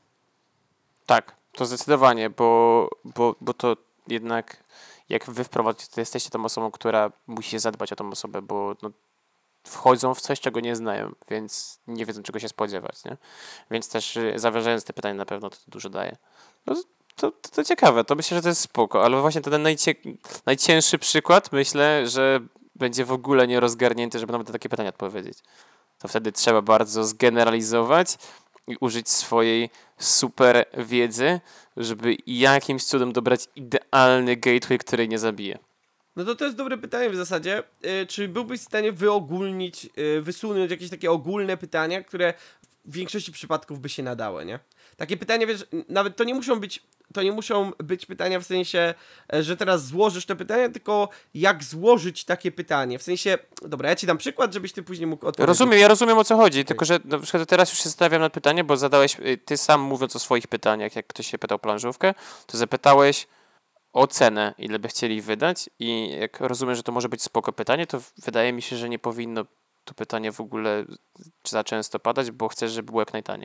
Tak, to zdecydowanie, bo, bo, bo to jednak jak wy wprowadzicie, to jesteście tą osobą, która musi zadbać o tą osobę, bo no, wchodzą w coś, czego nie znają, więc nie wiedzą, czego się spodziewać, nie? Więc też zaważając te pytania na pewno to dużo daje. No, to, to, to ciekawe, to myślę, że to jest spoko, ale właśnie ten najcie, najcięższy przykład, myślę, że będzie w ogóle nierozgarnięty, żeby nawet na takie pytania odpowiedzieć. To wtedy trzeba bardzo zgeneralizować i użyć swojej super wiedzy, żeby jakimś cudem dobrać idealny gateway, który nie zabije. No to to jest dobre pytanie w zasadzie. Yy, czy byłbyś w stanie wyogólnić, yy, wysunąć jakieś takie ogólne pytania, które w większości przypadków by się nadały, nie? Takie pytania, wiesz, nawet to nie muszą być, to nie muszą być pytania w sensie, że teraz złożysz te pytania, tylko jak złożyć takie pytanie. W sensie, dobra, ja ci dam przykład, żebyś ty później mógł odpowiedzieć. Rozumiem, ja rozumiem, o co chodzi, okay. Tylko że na przykład teraz już się zastanawiam nad pytaniem, bo zadałeś, ty sam mówiąc o swoich pytaniach, jak ktoś się pytał planżówkę, to zapytałeś o cenę, ile by chcieli wydać i jak rozumiem, że to może być spoko pytanie, to wydaje mi się, że nie powinno to pytanie w ogóle za często padać, bo chcesz, żeby było jak najtaniej.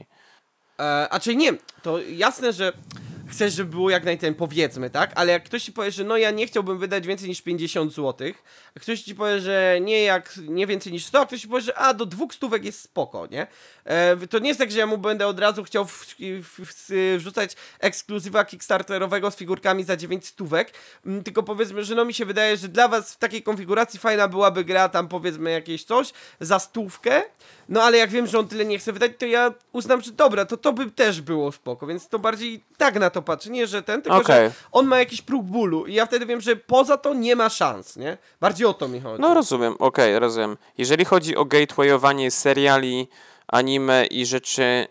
E, a czyli nie, to jasne, że chcesz, żeby było jak najtaniej, powiedzmy, tak? Ale jak ktoś ci powie, że no ja nie chciałbym wydać więcej niż pięćdziesiąt złotych, a ktoś ci powie, że nie jak nie więcej niż sto, a ktoś ci powie, że a do dwóch stówek jest spoko, nie? E, to nie jest tak, że ja mu będę od razu chciał w, w, w, wrzucać ekskluzywa kickstarterowego z figurkami za dziewięć stówek, m, tylko powiedzmy, że no mi się wydaje, że dla was w takiej konfiguracji fajna byłaby gra tam powiedzmy jakieś coś za stówkę, no ale jak wiem, że on tyle nie chce wydać, to ja uznam, że dobra, to to by też było spoko, więc to bardziej tak na to patrzę, nie, że ten, tylko okay. że on ma jakiś próg bólu i ja wtedy wiem, że poza to nie ma szans, nie? Bardziej o to mi chodzi. No rozumiem, okej, okay, rozumiem. Jeżeli chodzi o gatewayowanie seriali, anime i rzeczy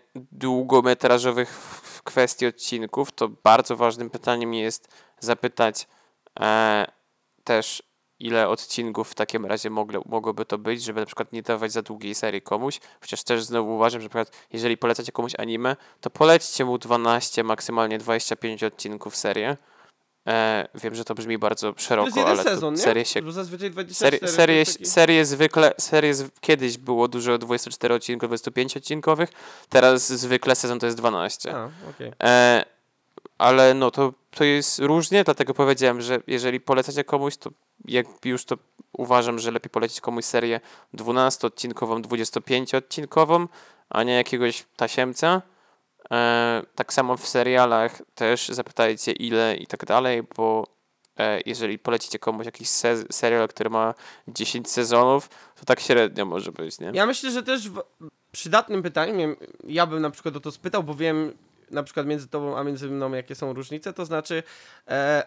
długometrażowych w kwestii odcinków, to bardzo ważnym pytaniem jest zapytać E, też ile odcinków w takim razie mogło, mogłoby to być, żeby na przykład nie dawać za długiej serii komuś, chociaż też znowu uważam, że na przykład jeżeli polecacie komuś anime, to polećcie mu dwanaście, maksymalnie dwadzieścia pięć odcinków serię. E, wiem, że to brzmi bardzo To szeroko, jest jeden ale sezon, to nie? serie się... Bo zazwyczaj dwadzieścia Serie, cztery serie, to jest taki... serie zwykle, serie z, kiedyś było dużo dwadzieścia cztery odcinków, dwadzieścia pięć odcinkowych, teraz zwykle sezon to jest dwanaście. A, okej. E, ale no to, to jest różnie, dlatego powiedziałem, że jeżeli polecacie komuś, to jak już to uważam, że lepiej polecić komuś serię dwunastoodcinkową, dwudziestopięcioodcinkową, a nie jakiegoś tasiemca. E, tak samo w serialach też zapytajcie ile i tak dalej, bo e, jeżeli polecicie komuś jakiś se- serial, który ma dziesięć sezonów, to tak średnio może być, nie? Ja myślę, że też w przydatnym pytaniem, nie wiem, ja bym na przykład o to spytał, bo wiem na przykład między tobą a między mną jakie są różnice, to znaczy e,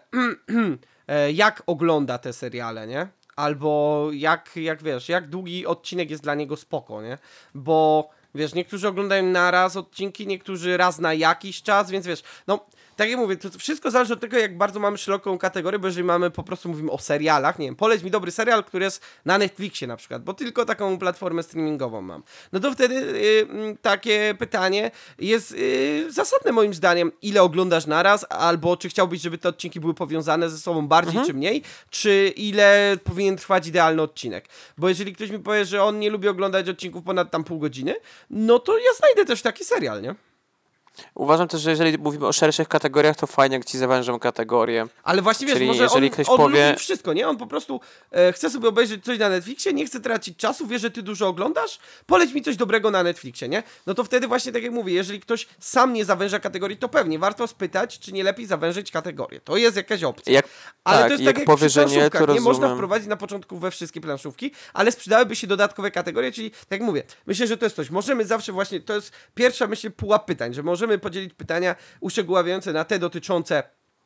e, jak ogląda te seriale, nie? Albo jak, jak wiesz, jak długi odcinek jest dla niego spoko, nie? Bo wiesz, niektórzy oglądają na raz odcinki, niektórzy raz na jakiś czas, więc wiesz, no tak jak mówię, to wszystko zależy od tego, jak bardzo mamy szeroką kategorię, bo jeżeli mamy, po prostu mówimy o serialach, nie wiem, poleć mi dobry serial, który jest na Netflixie na przykład, bo tylko taką platformę streamingową mam, no to wtedy yy, takie pytanie jest yy, zasadne moim zdaniem, ile oglądasz naraz, albo czy chciałbyś, żeby te odcinki były powiązane ze sobą bardziej Mhm. czy mniej, czy ile powinien trwać idealny odcinek, bo jeżeli ktoś mi powie, że on nie lubi oglądać odcinków ponad tam pół godziny, no to ja znajdę też taki serial, nie? Uważam też, że jeżeli mówimy o szerszych kategoriach, to fajnie, jak ci zawężą kategorię. Ale właśnie wiesz, Czyli może jeżeli on, ktoś on powie- lubi wszystko, nie? On po prostu e, chce sobie obejrzeć coś na Netflixie, nie chce tracić czasu, wie, że ty dużo oglądasz, poleć mi coś dobrego na Netflixie, nie? No to wtedy właśnie, tak jak mówię, jeżeli ktoś sam nie zawęża kategorii, to pewnie warto spytać, czy nie lepiej zawężyć kategorię. To jest jakaś opcja. Jak, Ale tak, to jest jak tak jak powie, przy że nie, planszówkach. to Nie można rozumiem. wprowadzić na początku we wszystkie planszówki, ale przydałyby się dodatkowe kategorie, czyli tak jak mówię, myślę, że to jest coś. Możemy zawsze właśnie, to jest pierwsza, myślę, pułap pytań, że możemy podzielić pytania uszczegóławiające na te dotyczące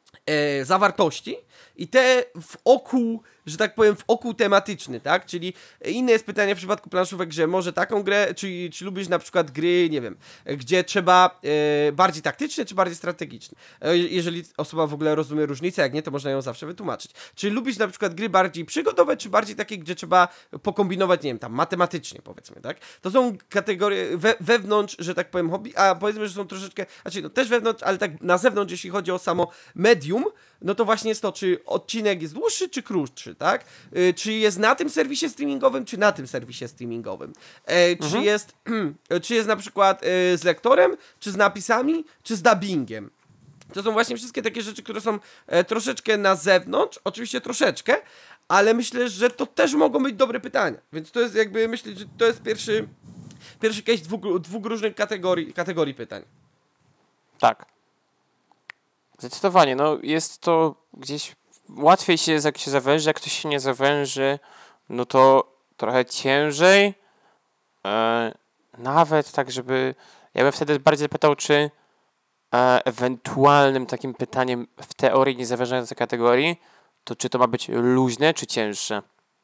e, zawartości i te w oku, że tak powiem, w oku tematyczny, tak? Czyli inne jest pytanie w przypadku planszówek, że może taką grę, czy, czy lubisz na przykład gry, nie wiem, gdzie trzeba e, bardziej taktyczne, czy bardziej strategiczne. E, jeżeli osoba w ogóle rozumie różnicę, jak nie, to można ją zawsze wytłumaczyć. Czy lubisz na przykład gry bardziej przygodowe, czy bardziej takie, gdzie trzeba pokombinować, nie wiem, tam matematycznie, powiedzmy, tak? To są kategorie we, wewnątrz, że tak powiem, hobby, a powiedzmy, że są troszeczkę, znaczy no też wewnątrz, ale tak na zewnątrz, jeśli chodzi o samo medium, no to właśnie jest to, czy odcinek jest dłuższy, czy krótszy, tak? Y, czy jest na tym serwisie streamingowym, czy na tym serwisie streamingowym? E, czy Mhm. jest, czy jest na przykład y, z lektorem, czy z napisami, czy z dubbingiem? To są właśnie wszystkie takie rzeczy, które są e, troszeczkę na zewnątrz, oczywiście troszeczkę, ale myślę, że to też mogą być dobre pytania. Więc to jest jakby, myślę, że to jest pierwszy, pierwszy case dwóch, dwóch różnych kategorii, kategorii pytań. Tak. Zdecydowanie, no jest to gdzieś łatwiej się, jak się zawęży, jak ktoś się nie zawęży, no to trochę ciężej. E, nawet tak, żeby... Ja bym wtedy bardziej pytał, czy e, ewentualnym takim pytaniem w teorii nie zawężającej kategorii, to czy to ma być luźne, czy cięższe?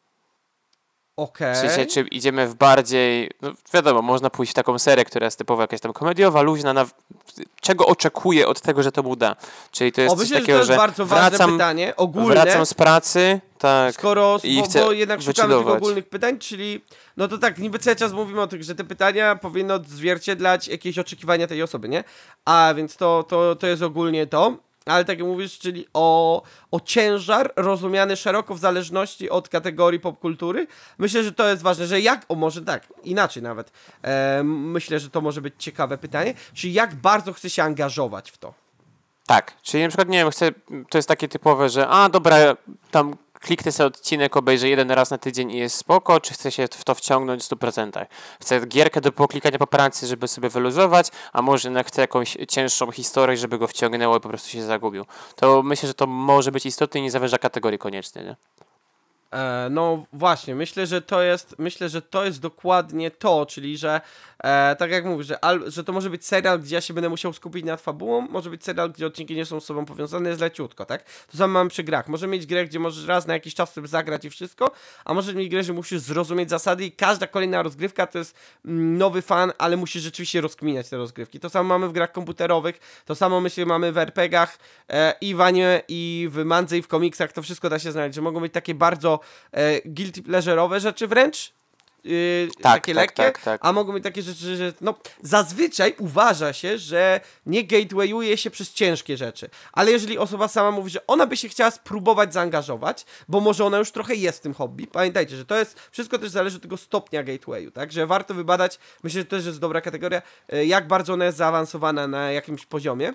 Okej. W sensie, czy idziemy w bardziej, no wiadomo, można pójść w taką serię, która jest typowo jakaś tam komediowa, luźna, na, czego oczekuję od tego, że to mu da. Czyli to jest O, coś myślę, że takiego, to jest że bardzo ważne wracam, pytanie, ogólne. wracam z pracy, tak, Skoro, i bo, chcę bo jednak szukamy tych wychillować. ogólnych pytań, czyli no to tak, niby cały czas mówimy o tym, że te pytania powinny odzwierciedlać jakieś oczekiwania tej osoby, nie? A więc to, to, to jest ogólnie to, ale tak jak mówisz, czyli o, o ciężar rozumiany szeroko w zależności od kategorii popkultury. Myślę, że to jest ważne, że jak, o może tak, inaczej nawet, e, myślę, że to może być ciekawe pytanie, czyli jak bardzo chce się angażować w to. Tak, czyli na przykład, nie wiem, chcę, to jest takie typowe, że a dobra, tam kliknę sobie odcinek, obejrzę jeden raz na tydzień i jest spoko, czy chcę się w to wciągnąć w stu procentach. Chcę gierkę do poklikania po pracy, żeby sobie wyluzować, a może jednak chcę jakąś cięższą historię, żeby go wciągnęło i po prostu się zagubił. To myślę, że to może być istotne i nie zawęża kategorii koniecznie, nie? E, no właśnie, myślę, że to jest, myślę, że to jest dokładnie to, czyli że e, tak jak mówisz, że, al, że to może być serial, gdzie ja się będę musiał skupić nad fabułą, może być serial, gdzie odcinki nie są z sobą powiązane, jest leciutko, tak? To samo mamy przy grach. Może mieć grę, gdzie możesz raz na jakiś czas sobie zagrać i wszystko, a może mieć grę, że musisz zrozumieć zasady i każda kolejna rozgrywka to jest mm, nowy fan, ale musisz rzeczywiście rozkminiać te rozgrywki. To samo mamy w grach komputerowych, to samo myślę mamy w er pe gach e, i w anime, i w mandze, i w komiksach, to wszystko da się znaleźć, że mogą być takie bardzo e, guilty pleasure'owe rzeczy wręcz, yy, Tak, takie tak, lekkie, tak, tak. a mogą być takie rzeczy, że no zazwyczaj uważa się, że nie gatewayuje się przez ciężkie rzeczy, ale jeżeli osoba sama mówi, że ona by się chciała spróbować zaangażować, bo może ona już trochę jest w tym hobby, pamiętajcie, że to jest, wszystko też zależy od tego stopnia gatewayu, tak, że warto wybadać, myślę, że to też jest dobra kategoria, yy, jak bardzo ona jest zaawansowana na jakimś poziomie.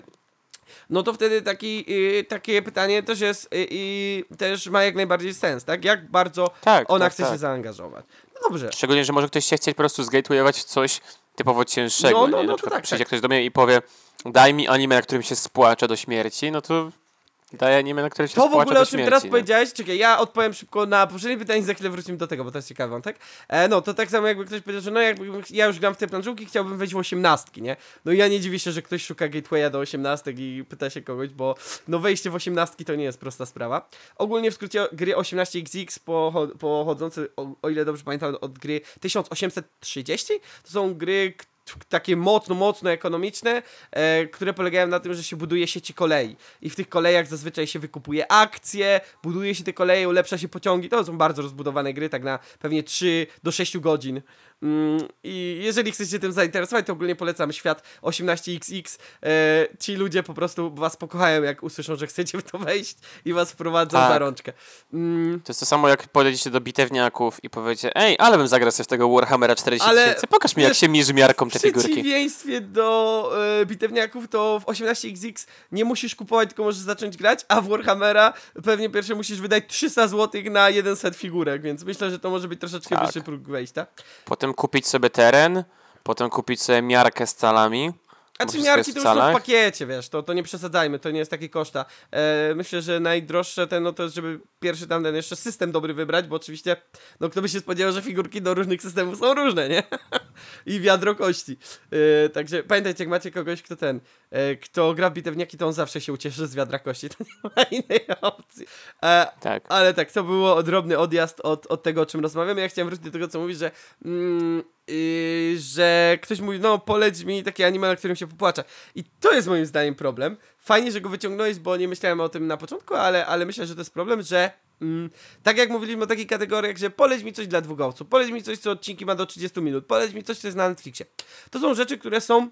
No to wtedy taki, yy, takie pytanie też jest yy, yy, też ma jak najbardziej sens, tak? Jak bardzo Tak, ona tak, chce tak. się zaangażować. No dobrze. Szczególnie, że może ktoś się chcieć po prostu zgatewayować w coś typowo cięższego, No, no, nie? no Na to przykład tak, przyjdzie tak. ktoś do mnie i powie, daj mi anime, na którym się spłaczę do śmierci, no to daję anime, na którym się To w spłaczę ogóle do o czym śmierci. teraz nie? powiedziałeś, czekaj, ja odpowiem szybko na poprzednie pytanie, za chwilę wrócimy do tego, bo to jest ciekawy wątek. E, no, to tak samo jakby ktoś powiedział, że no jakby ja już gram w te planszówki, chciałbym wejść w osiemnastki, nie? No i ja nie dziwię się, że ktoś szuka gatewaya do osiemnastek i pyta się kogoś, bo no wejście w osiemnastki to nie jest prosta sprawa. Ogólnie w skrócie gry osiemnaście iks iks pocho pochodzące, o, o ile dobrze pamiętam, od gry tysiąc osiemset trzydzieści, to są gry, k- takie mocno, mocno ekonomiczne, e, które polegają na tym, że się buduje sieci kolei i w tych kolejach zazwyczaj się wykupuje akcje, buduje się te koleje, ulepsza się pociągi, to są bardzo rozbudowane gry, tak na pewnie trzy do sześciu godzin. Mm, I jeżeli chcecie się tym zainteresować, to ogólnie polecam świat osiemnaście iks iks. E, ci ludzie po prostu was pokochają, jak usłyszą, że chcecie w to wejść i was wprowadzą Tak. za rączkę. Mm, To jest to samo, jak podejdziecie do bitewniaków i powiecie, ej, ale bym zagrał sobie w tego Warhammera czterdzieści Ale, tysięcy, pokaż mi, jak wiesz, się mierzy miarką W te figurki. przeciwieństwie do e, bitewniaków, to w osiemnaście iks iks nie musisz kupować, tylko możesz zacząć grać, a w Warhammera pewnie pierwsze musisz wydać trzysta złotych na jeden set figurek, więc myślę, że to może być troszeczkę Tak. wyższy próg wejścia. Potem kupić sobie teren, potem kupić sobie miarkę z calami. A bo czy wszystko miarki jest to w już są w calach. pakiecie, wiesz, to, to nie przesadzajmy, to nie jest takie koszta. E, myślę, że najdroższe ten, no to jest, żeby pierwszy tam ten jeszcze system dobry wybrać, bo oczywiście, no kto by się spodziewał, że figurki do różnych systemów są różne, nie? I wiadro kości. E, także pamiętajcie, jak macie kogoś, kto ten, e, kto gra w bitewniaki, to on zawsze się ucieszy z wiadra kości, to nie ma innej opcji. E, Tak. ale tak, to było drobny odjazd od, od tego, o czym rozmawiamy. Ja chciałem wrócić do tego, co mówisz, że mm, yy, że ktoś mówi, no poleć mi takie anime, na którym się popłacza. I to jest moim zdaniem problem. Fajnie, że go wyciągnąłeś, bo nie myślałem o tym na początku, ale, ale myślę, że to jest problem, że mm, tak jak mówiliśmy o takich kategoriach, że poleć mi coś dla dwóch osób, poleć mi coś, co odcinki ma do trzydziestu minut, poleć mi coś, co jest na Netflixie. To są rzeczy, które są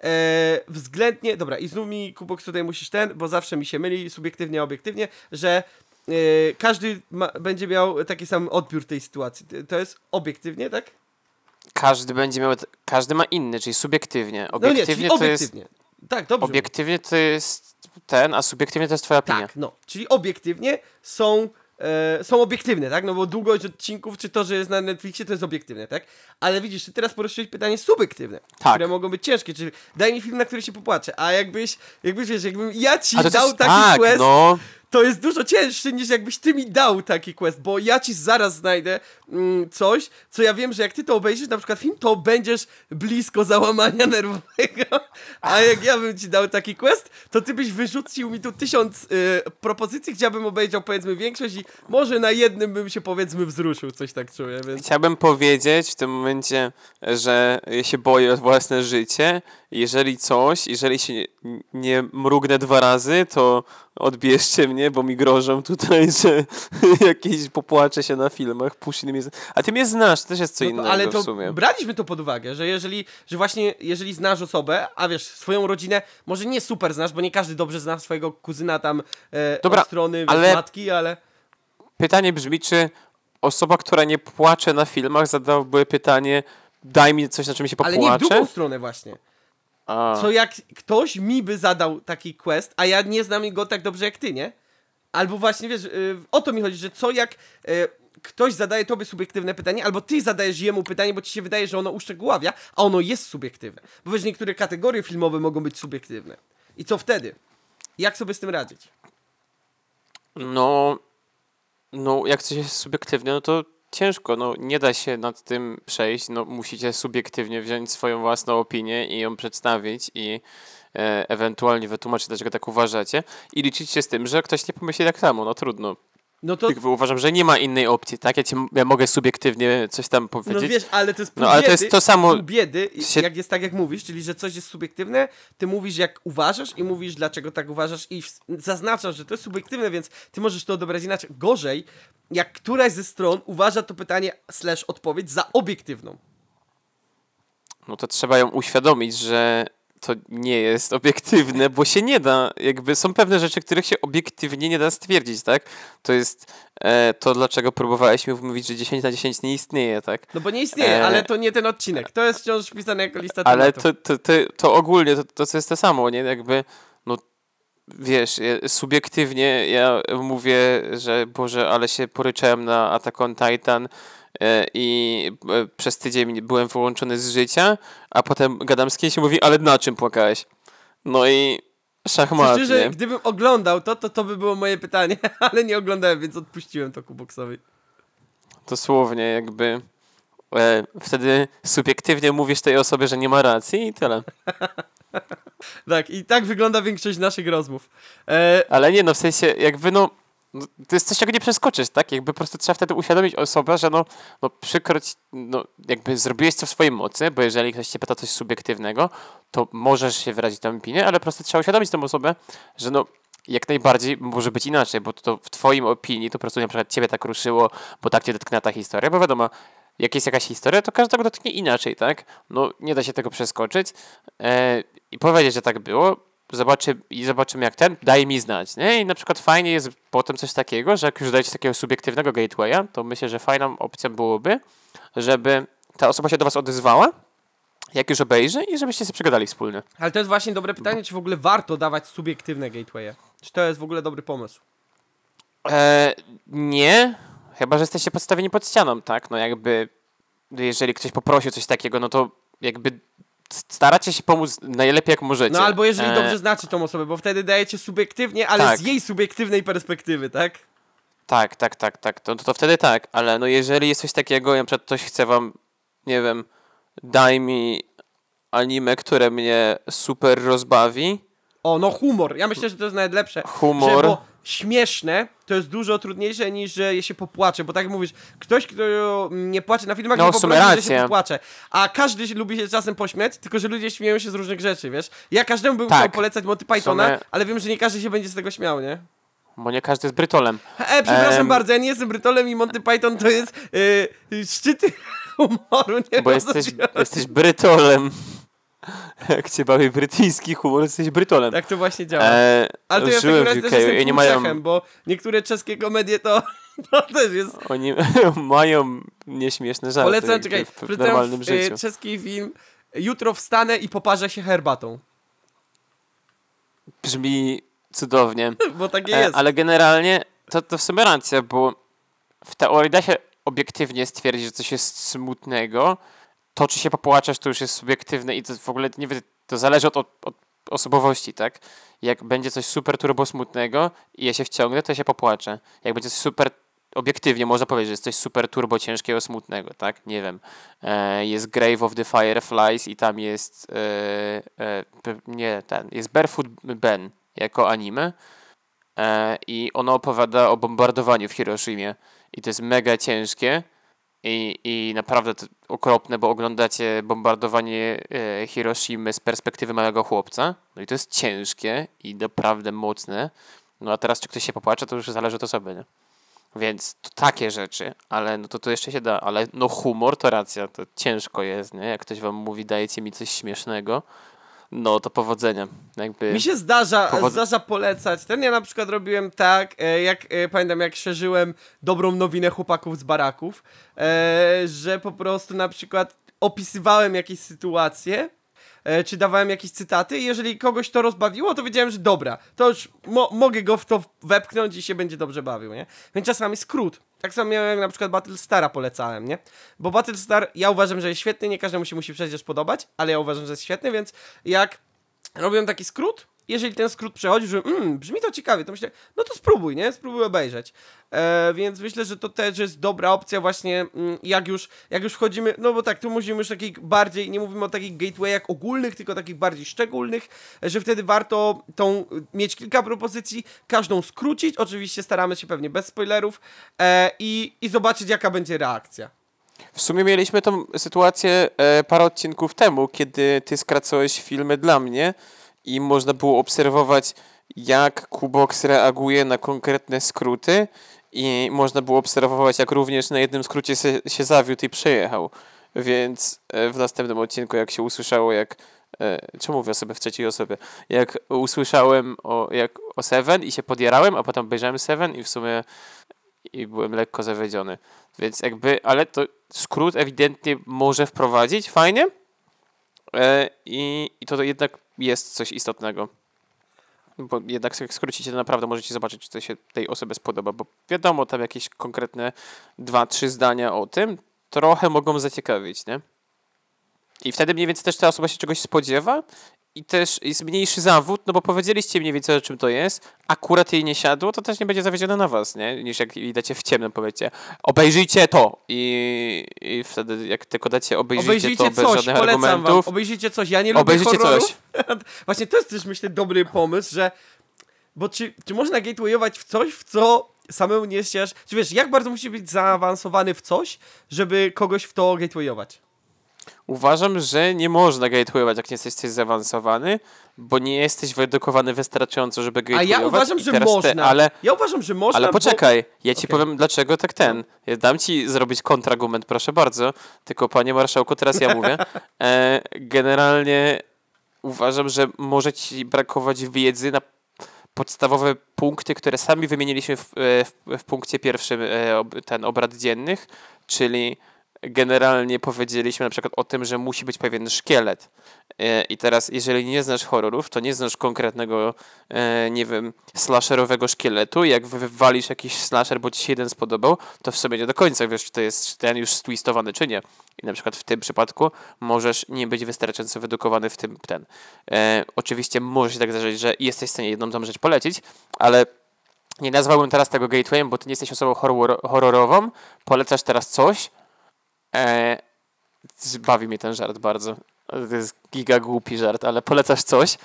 e, względnie, dobra, i znów mi, Kubox, tutaj musisz ten, bo zawsze mi się myli, subiektywnie, obiektywnie, że e, każdy ma, będzie miał taki sam odbiór tej sytuacji. To jest obiektywnie, tak? Każdy będzie miał, każdy ma inny, czyli subiektywnie. No nie, Obiektywnie czyli to jest, obiektywnie. Tak, dobrze. obiektywnie to jest ten, a subiektywnie to jest twoja opinia. Tak, no. Czyli obiektywnie są, e, są obiektywne, tak? No bo długość odcinków, czy to, że jest na Netflixie, to jest obiektywne, tak? Ale widzisz, ty teraz poruszyłeś pytanie subiektywne, Tak. które mogą być ciężkie, czyli daj mi film, na który się popłaczę, a jakbyś, jakbyś wiesz, jakbym ja ci A to dał też, taki tak, quest, no. to jest dużo cięższy niż jakbyś ty mi dał taki quest, bo ja ci zaraz znajdę mm, coś, co ja wiem, że jak ty to obejrzysz, na przykład film, to będziesz blisko załamania nerwowego, a jak ja bym ci dał taki quest, to ty byś wyrzucił mi tu tysiąc y, propozycji, gdzie ja bym obejrzał powiedzmy większość i może na jednym bym się powiedzmy wzruszył, coś tak czuję, więc... Chciałbym powiedzieć w tym momencie, że ja się boję o własne życie. Jeżeli coś, jeżeli się nie, nie mrugnę dwa razy, to odbierzcie mnie, bo mi grożą tutaj, że jakieś popłaczę się na filmach, Pushing mnie... A ty mnie znasz, to też jest co No, innego ale to w sumie. braliśmy to pod uwagę, że jeżeli, że właśnie jeżeli znasz osobę, a wiesz, swoją rodzinę, może nie super znasz, bo nie każdy dobrze zna swojego kuzyna tam e, Dobra, od strony wiesz, ale- matki, ale... Pytanie brzmi, czy osoba, która nie płacze na filmach, zadałaby pytanie, daj mi coś, na czym się Ale nie w drugą popłaczę? stronę właśnie. A, Co jak ktoś mi by zadał taki quest, a ja nie znam go tak dobrze jak ty, nie? Albo właśnie, wiesz, y, o to mi chodzi, że co jak y, ktoś zadaje tobie subiektywne pytanie, albo ty zadajesz jemu pytanie, bo ci się wydaje, że ono uszczegóławia, a ono jest subiektywne. Bo wiesz, niektóre kategorie filmowe mogą być subiektywne. I co wtedy? Jak sobie z tym radzić? no, no jak coś jest subiektywne, no to ciężko, no nie da się nad tym przejść, no musicie subiektywnie wziąć swoją własną opinię i ją przedstawić i e, ewentualnie wytłumaczyć, dlaczego tak uważacie i liczyć się z tym, że ktoś nie pomyśli tak samo, no trudno. No to, Jakby uważam, że nie ma innej opcji, tak? Ja, ci, ja mogę subiektywnie coś tam no powiedzieć. wiesz, ale to jest pół No ale biedy, to jest to samo. pół biedy, się- jak jest tak, jak mówisz, czyli że coś jest subiektywne, ty mówisz, jak uważasz i mówisz, dlaczego tak uważasz i w- zaznaczasz, że to jest subiektywne, więc ty możesz to odebrać inaczej. Gorzej, jak któraś ze stron uważa to pytanie slash odpowiedź za obiektywną. No to trzeba ją uświadomić, że to nie jest obiektywne, bo się nie da, jakby są pewne rzeczy, których się obiektywnie nie da stwierdzić, tak? To jest e, to, dlaczego próbowałeś mi mówić, że dziesięć na dziesięć nie istnieje, tak? No bo nie istnieje, E, ale to nie ten odcinek. To jest wciąż wpisane jako lista Ale tematów. to, to, to, to ogólnie, to, to co jest to samo, nie? Jakby, no wiesz, ja- subiektywnie ja mówię, że Boże, ale się poryczałem na Attack on Titan e, i e, przez tydzień byłem wyłączony z życia, a potem gadam z kimś i mówi, ale na czym płakałeś? No i szachmat, Szczerze, nie? gdybym oglądał to, to to by było moje pytanie, ale nie oglądałem, więc odpuściłem to Kuboksowi. Dosłownie jakby e, wtedy subiektywnie mówisz tej osobie, że nie ma racji i tyle. Tak, i tak wygląda większość naszych rozmów. E, Ale nie, no w sensie jakby no, no to jest coś, czego nie przeskoczysz, tak? Jakby po prostu trzeba wtedy uświadomić osobę, że no, no przykro ci, no jakby zrobiłeś co w swojej mocy, bo jeżeli ktoś cię pyta coś subiektywnego, to możesz się wyrazić tę opinię, ale po prostu trzeba uświadomić tę osobę, że no jak najbardziej może być inaczej, bo to w twoim opinii to po prostu na przykład ciebie tak ruszyło, bo tak cię dotknęła ta historia, bo wiadomo, jak jest jakaś historia, to każdego dotknie inaczej, tak? No nie da się tego przeskoczyć e, i powiedzieć, że tak było, zobaczy, i zobaczymy jak ten, daj mi znać, nie? I na przykład fajnie jest potem coś takiego, że jak już dajecie takiego subiektywnego gatewaya, to myślę, że fajną opcją byłoby, żeby ta osoba się do was odezwała, jak już obejrzy i żebyście sobie przegadali wspólnie. ale to jest właśnie dobre pytanie, czy w ogóle warto dawać subiektywne gatewaye? Czy to jest w ogóle dobry pomysł? E, nie, chyba że jesteście podstawieni pod ścianą, tak? No jakby, jeżeli ktoś poprosił coś takiego, no to jakby staracie się pomóc najlepiej jak możecie. No albo jeżeli E, dobrze znacie tą osobę, bo wtedy dajecie subiektywnie, ale Tak. z jej subiektywnej perspektywy, tak? Tak, tak, tak, tak. To, to wtedy tak, ale no jeżeli jest coś takiego, na przykład ktoś chce wam, nie wiem, daj mi anime, które mnie super rozbawi. O, no humor. Ja myślę, że to jest nawet lepsze. Humor. Że, bo śmieszne to jest dużo trudniejsze niż, że je się popłacze, bo tak jak mówisz, ktoś, kto nie płacze na filmach, No, nie w sumie poprosi, że się racja. popłacze. A każdy się lubi się czasem pośmiać, tylko że ludzie śmieją się z różnych rzeczy, wiesz? Ja każdemu bym Tak. chciał polecać Monty Pythona, sumie- ale wiem, że nie każdy się będzie z tego śmiał, nie? Bo nie każdy jest brytolem. E, przepraszam Em. bardzo, ja nie jestem Brytolem i Monty Python to jest yy, szczyty humoru, nie Bo jesteś, rozumiem. jesteś brytolem. Jak cię bawi brytyjski humor, jesteś brytolem. Tak to właśnie działa. E, Ale to ja w takim żyłem razie w też U K jestem i nie mają, Czechem, bo niektóre czeskie komedie to, to też jest... oni mają nieśmieszne żarty Polecam, jakby czekaj, w, w polecam normalnym y, życiu. czeski film Jutro wstanę i poparzę się herbatą, Brzmi cudownie. bo takie E, jest. ale generalnie to, to w sumie racja, bo w teorii da się obiektywnie stwierdzić, że coś jest smutnego. To, czy się popłaczesz, to już jest subiektywne i to w ogóle nie wiem, to zależy od, od, od osobowości, tak? Jak będzie coś super turbo smutnego i ja się wciągnę, to ja się popłaczę. Jak będzie coś super obiektywnie, można powiedzieć, że jest coś super turbo ciężkiego, smutnego, tak? Nie wiem. E, jest Grave of the Fireflies i tam jest e, e, p- nie, ten, jest Barefoot Ben jako anime. E, I ono opowiada o bombardowaniu w Hiroshimie. I to jest mega ciężkie i, i naprawdę to okropne, bo oglądacie bombardowanie e, Hiroshimy z perspektywy małego chłopca. No i to jest ciężkie i naprawdę mocne. No a teraz czy ktoś się popłacze, to już zależy od osoby, nie? Więc to takie rzeczy, ale no to to jeszcze się da. Ale no humor to racja, to ciężko jest, nie? Jak ktoś wam mówi, dajecie mi coś śmiesznego, no to powodzenia. Jakby... Mi się zdarza, Powod- zdarza polecać. Ten ja na przykład robiłem tak, e, jak e, pamiętam, jak szerzyłem dobrą nowinę chłopaków z baraków, e, że po prostu na przykład opisywałem jakieś sytuacje, e, czy dawałem jakieś cytaty i jeżeli kogoś to rozbawiło, to wiedziałem, że dobra, to już mo- mogę go w to wepchnąć i się będzie dobrze bawił, nie? Więc czasami skrót. Tak samo miałem, jak na przykład Battlestara polecałem, nie? Bo Battlestar, ja uważam, że jest świetny, nie każdemu się musi przecież podobać, ale ja uważam, że jest świetny, więc jak robiłem taki skrót, jeżeli ten skrót przechodzi, że mm, brzmi to ciekawie, to myślę, no to spróbuj, nie? Spróbuj obejrzeć. E, więc myślę, że to też jest dobra opcja właśnie, mm, jak już jak już wchodzimy, no bo tak, tu mówimy już takich bardziej, nie mówimy o takich gatewayach ogólnych, tylko takich bardziej szczególnych, że wtedy warto tą, mieć kilka propozycji, każdą skrócić, oczywiście staramy się pewnie bez spoilerów e, i, i zobaczyć, jaka będzie reakcja. W sumie mieliśmy tą sytuację e, parę odcinków temu, kiedy ty skracałeś filmy dla mnie i można było obserwować, jak Kubox reaguje na konkretne skróty i można było obserwować, jak również na jednym skrócie się, się zawiódł i przejechał. Więc e, w następnym odcinku, jak się usłyszało, jak... E, czemu mówię o sobie w trzeciej osobie? Jak usłyszałem o, jak, o Seven i się podjarałem, a potem obejrzałem Seven i w sumie i byłem lekko zawiedziony. Więc jakby, ale to skrót ewidentnie może wprowadzić fajnie e, i, i to jednak jest coś istotnego. Bo jednak jak skrócicie, to naprawdę możecie zobaczyć, czy to się tej osobie spodoba, bo wiadomo, tam jakieś konkretne dwa, trzy zdania o tym trochę mogą zaciekawić, nie? I wtedy mniej więcej też ta osoba się czegoś spodziewa i też jest mniejszy zawód, no bo powiedzieliście mniej więcej o czym to jest, akurat jej nie siadło, to też nie będzie zawiedzione na was, nie? Niż jak dacie w ciemnym, powiecie, obejrzyjcie to i, i wtedy jak tylko dacie obejrzyjcie, Obejrzyjcie to bez coś, żadnych polecam argumentów. wam. Obejrzyjcie coś, ja nie lubię Obejrzyjcie horrorów. coś. Właśnie to jest też, myślę, dobry pomysł, że bo czy, czy można gatewayować w coś, w co samemu nie ścież... Czy wiesz, jak bardzo musi być zaawansowany w coś, żeby kogoś w to gatewayować? Uważam, że nie można gatewayować, jak nie jesteś zaawansowany, bo nie jesteś wyedukowany wystarczająco, żeby A gatewayować. ja uważam, I że teraz można. Te, ale, Ja uważam, że można, ale poczekaj, ja ci Okej. powiem, dlaczego tak ten. Ja dam ci zrobić kontrargument, proszę bardzo, tylko panie marszałku, teraz ja mówię. E, generalnie uważam, że może ci brakować wiedzy na podstawowe punkty, które sami wymieniliśmy w, w, w punkcie pierwszym e, ob, ten obrad dziennych, czyli generalnie powiedzieliśmy na przykład o tym, że musi być pewien szkielet. E, I teraz, jeżeli nie znasz horrorów, to nie znasz konkretnego, e, nie wiem, slasherowego szkieletu. Jak wywalisz jakiś slasher, bo ci się jeden spodobał, to w sobie nie do końca wiesz, czy to jest ten już stwistowany, czy nie. I na przykład w tym przypadku możesz nie być wystarczająco wyedukowany w tym ten. E, oczywiście może się tak zdarzyć, że jesteś w stanie jedną tą rzecz polecić, ale nie nazwałbym teraz tego gatewayem, bo ty nie jesteś osobą horror, horrorową, polecasz teraz coś. E, bawi mnie ten żart bardzo. To jest giga głupi żart, ale polecasz coś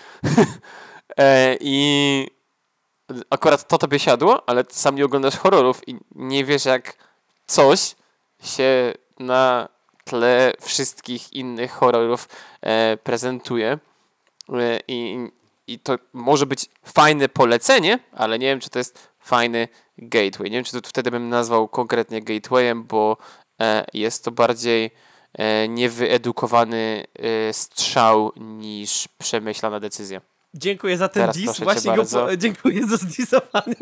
e, i akurat to tobie siadło, ale ty sam nie oglądasz horrorów i nie wiesz, jak coś się na tle wszystkich innych horrorów e, prezentuje e, i, i to może być fajne polecenie, ale nie wiem, czy to jest fajny gateway. Nie wiem, czy to wtedy bym nazwał konkretnie gatewayem, bo e, jest to bardziej e, niewyedukowany e, strzał niż przemyślana decyzja. Dziękuję za ten Teraz diss, proszę cię właśnie go bardzo. po... dziękuję za zdisowanie.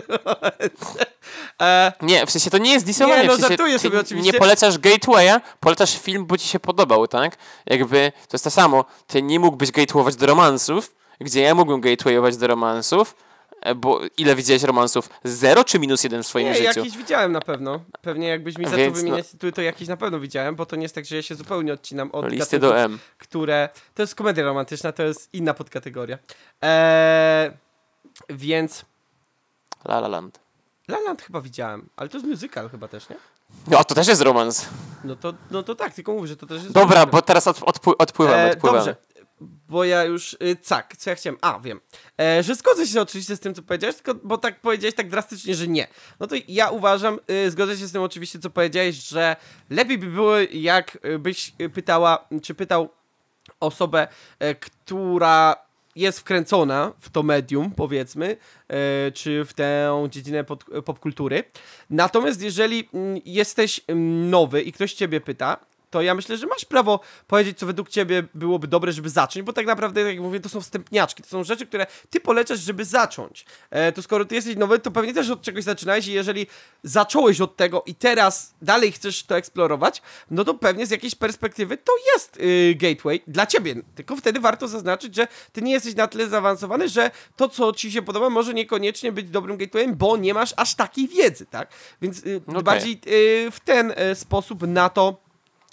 e, Nie, w sensie to nie jest disowanie. Nie, no, w sensie żartuję ty sobie oczywiście. nie polecasz gatewaya, polecasz film, bo ci się podobał, tak? Jakby to jest to samo. Ty nie mógłbyś gatewayować do romansów, gdzie ja mógłbym gatewayować do romansów, e, bo ile widziałeś romansów? Zero czy minus jeden w swoim Nie, życiu? jakiś widziałem na pewno. Pewnie jakbyś mi zaczął Więc no- wymieniać tytuły, to jakiś na pewno widziałem, bo to nie jest tak, że ja się zupełnie odcinam od Listy gatunków, do M. które... To jest komedia romantyczna, to jest inna podkategoria. Eee, więc... La La Land. La La Land chyba widziałem, ale to jest musical chyba też, nie? No, to też jest romans. No to, no to tak, tylko mówię, że to też jest... Dobra, musical. bo teraz od, odpły, odpływamy, E, odpływamy. dobrze, bo ja już... Y, tak, co ja chciałem... A, wiem. E, że zgodzę się oczywiście z tym, co powiedziałeś, tylko bo tak powiedziałeś tak drastycznie, że nie. No to ja uważam, y, zgodzę się z tym oczywiście, co powiedziałeś, że lepiej by było, jak byś pytała, czy pytał osobę, e, która jest wkręcona w to medium, powiedzmy, e, czy w tę dziedzinę pod, popkultury. Natomiast jeżeli mm, jesteś mm, nowy i ktoś ciebie pyta, to ja myślę, że masz prawo powiedzieć, co według ciebie byłoby dobre, żeby zacząć, bo tak naprawdę, jak mówię, to są wstępniaczki, to są rzeczy, które ty polecasz, żeby zacząć. E, to skoro ty jesteś nowy, to pewnie też od czegoś zaczynałeś i jeżeli zacząłeś od tego i teraz dalej chcesz to eksplorować, no to pewnie z jakiejś perspektywy to jest y, gateway dla ciebie. Tylko wtedy warto zaznaczyć, że ty nie jesteś na tyle zaawansowany, że to, co ci się podoba, może niekoniecznie być dobrym gatewayem, bo nie masz aż takiej wiedzy, tak? Więc y, Okay. bardziej y, w ten y, sposób na to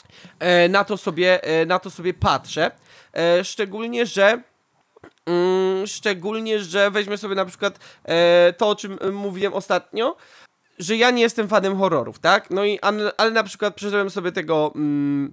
E, na to sobie, e, na to sobie patrzę. E, szczególnie, że mm, mm, szczególnie, że weźmy sobie na przykład e, to, o czym e, mówiłem ostatnio, że ja nie jestem fanem horrorów, tak? No i, ale, ale na przykład przeżyłem sobie tego... Mm,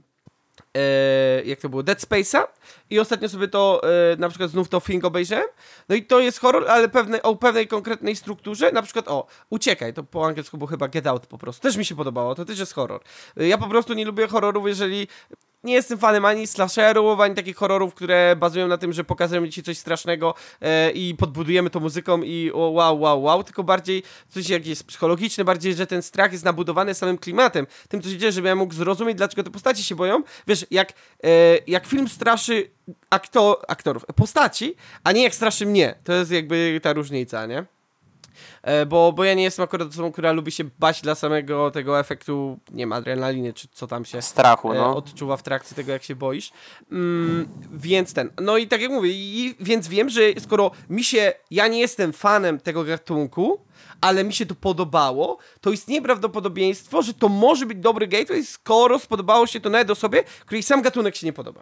E, jak to było, Dead Space'a i ostatnio sobie to, e, na przykład znów to Thing obejrzałem, no i to jest horror, ale pewne, o pewnej konkretnej strukturze, na przykład o, Uciekaj, to po angielsku było chyba Get Out po prostu, też mi się podobało, to też jest horror. E, ja po prostu nie lubię horrorów, jeżeli nie jestem fanem ani slasherów, ani takich horrorów, które bazują na tym, że pokazujemy ci coś strasznego e, i podbudujemy to muzyką i o, wow, wow, wow, tylko bardziej coś jakieś psychologiczne, bardziej, że ten strach jest nabudowany samym klimatem, tym co się dzieje, żebym ja mógł zrozumieć, dlaczego te postaci się boją. Wiesz, jak, e, jak film straszy aktor, aktorów, postaci, a nie jak straszy mnie. To jest jakby ta różnica, nie? E, bo, bo ja nie jestem akurat osobą, która lubi się bać dla samego tego efektu, nie wiem, adrenaliny, czy co tam się strachu, e, no. odczuwa w trakcie tego, jak się boisz. Mm, więc ten, no i tak jak mówię, i, więc wiem, że skoro mi się, ja nie jestem fanem tego gatunku, ale mi się to podobało, to istnieje prawdopodobieństwo, że to może być dobry gateway, skoro spodobało się to nawet osobie, której sam gatunek się nie podoba.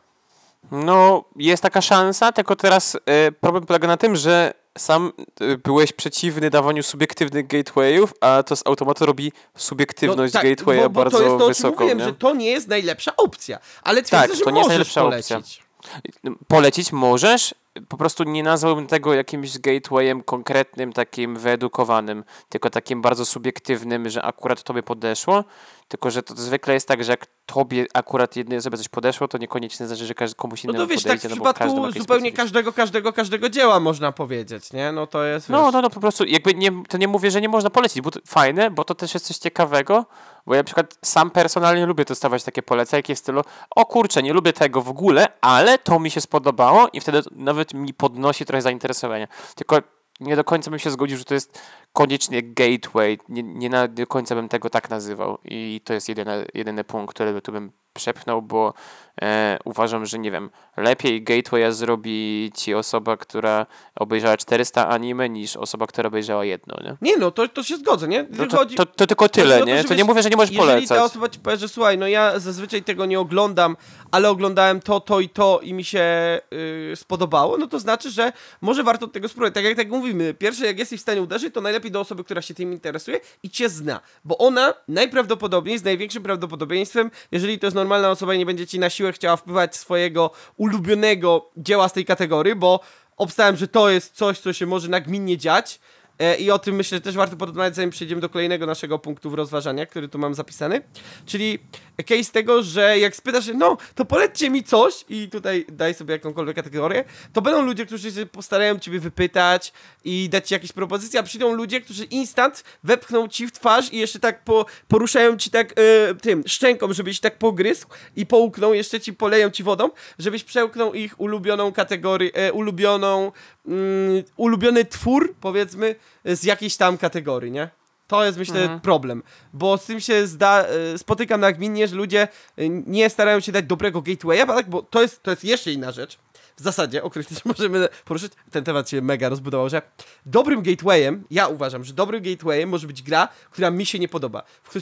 No, jest taka szansa, tylko teraz y, problem polega na tym, że sam y, byłeś przeciwny dawaniu subiektywnych gatewayów, a to z automatu robi subiektywność no, tak, gatewaya bo, bo bardzo to jest to, wysoką. Mówiłem, nie? że to nie jest najlepsza opcja, ale twierdzę, Tak, że to nie jest możesz najlepsza polecić. opcja. Polecić możesz, po prostu nie nazwałbym tego jakimś gatewayem konkretnym, takim wyedukowanym, tylko takim bardzo subiektywnym, że akurat tobie podeszło, tylko że to zwykle jest tak, że jak tobie akurat jednej osobie coś podeszło, to niekoniecznie znaczy, że każdy, komuś No innemu to wiesz, podejdzie, tak w no bo każdy ma przypadku jakieś zupełnie specyficzne. każdego, każdego, każdego dzieła można powiedzieć, nie? No to jest, No, wiesz... no, no, po prostu jakby nie, to nie mówię, że nie można polecić, bo to fajne, bo to też jest coś ciekawego, bo ja na przykład sam personalnie lubię dostawać takie polecajki w stylu, o kurczę, nie lubię tego w ogóle, ale to mi się spodobało i wtedy nawet mi podnosi trochę zainteresowania. Tylko nie do końca bym się zgodził, że to jest koniecznie gateway, nie, nie na, do końca bym tego tak nazywał i to jest jedyny, jedyny punkt, który tu bym przepchnął, bo e, uważam, że nie wiem, lepiej gatewaya zrobi ci osoba, która obejrzała czterysta anime, niż osoba, która obejrzała jedno, nie? Nie no, to, to się zgodzę, nie? No to, Chodzi... to, to tylko tyle, to, nie? że To nie wiesz, mówię, że nie możesz jeżeli polecać. ta osoba ci powie, że słuchaj, no ja zazwyczaj tego nie oglądam, ale oglądałem to, to i to i mi się yy, spodobało, no to znaczy, że może warto od tego spróbować. Tak jak tak mówimy, pierwsze jak jesteś w stanie uderzyć, to najlepiej do osoby, która się tym interesuje i cię zna, bo ona najprawdopodobniej, z największym prawdopodobieństwem, jeżeli to jest normalna osoba i nie będzie ci na siłę chciała wpływać swojego ulubionego dzieła z tej kategorii, bo obstałem, że to jest coś, co się może nagminnie dziać, E, I o tym myślę, że też warto porozmawiać, zanim przejdziemy do kolejnego naszego punktu w rozważania, który tu mam zapisany. Czyli case tego, że jak spytasz, no to polećcie mi coś i tutaj daj sobie jakąkolwiek kategorię, to będą ludzie, którzy się postarają ciebie wypytać i dać ci jakieś propozycje, a przyjdą ludzie, którzy instant wepchną ci w twarz i jeszcze tak po, poruszają ci tak e, tym szczęką, żebyś tak pogryzł i połknął, jeszcze ci poleją ci wodą, żebyś przełknął ich ulubioną kategorię, e, ulubioną mm, ulubiony twór, powiedzmy, z jakiejś tam kategorii, nie? To jest, myślę, Mhm. problem, bo z tym się zda, spotykam nagminnie, że ludzie nie starają się dać dobrego gatewaya, tak? Bo to jest, to jest jeszcze inna rzecz, w zasadzie, o której też możemy poruszyć, ten temat się mega rozbudował, że dobrym gatewayem, ja uważam, że dobrym gatewayem może być gra, która mi się nie podoba,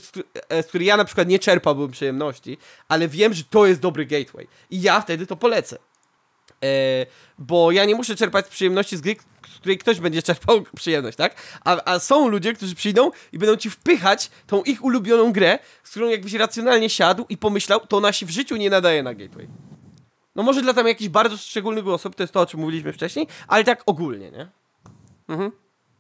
z której ja na przykład nie czerpałbym przyjemności, ale wiem, że to jest dobry gateway i ja wtedy to polecę. E, bo ja nie muszę czerpać przyjemności z gry, z której ktoś będzie czerpał przyjemność, tak? A, a są ludzie, którzy przyjdą i będą ci wpychać tą ich ulubioną grę, z którą jakbyś racjonalnie siadł i pomyślał, to ona się w życiu nie nadaje na gateway. No może dla tam jakichś bardzo szczególnych osób, to jest to, o czym mówiliśmy wcześniej, ale tak ogólnie, nie? Mhm.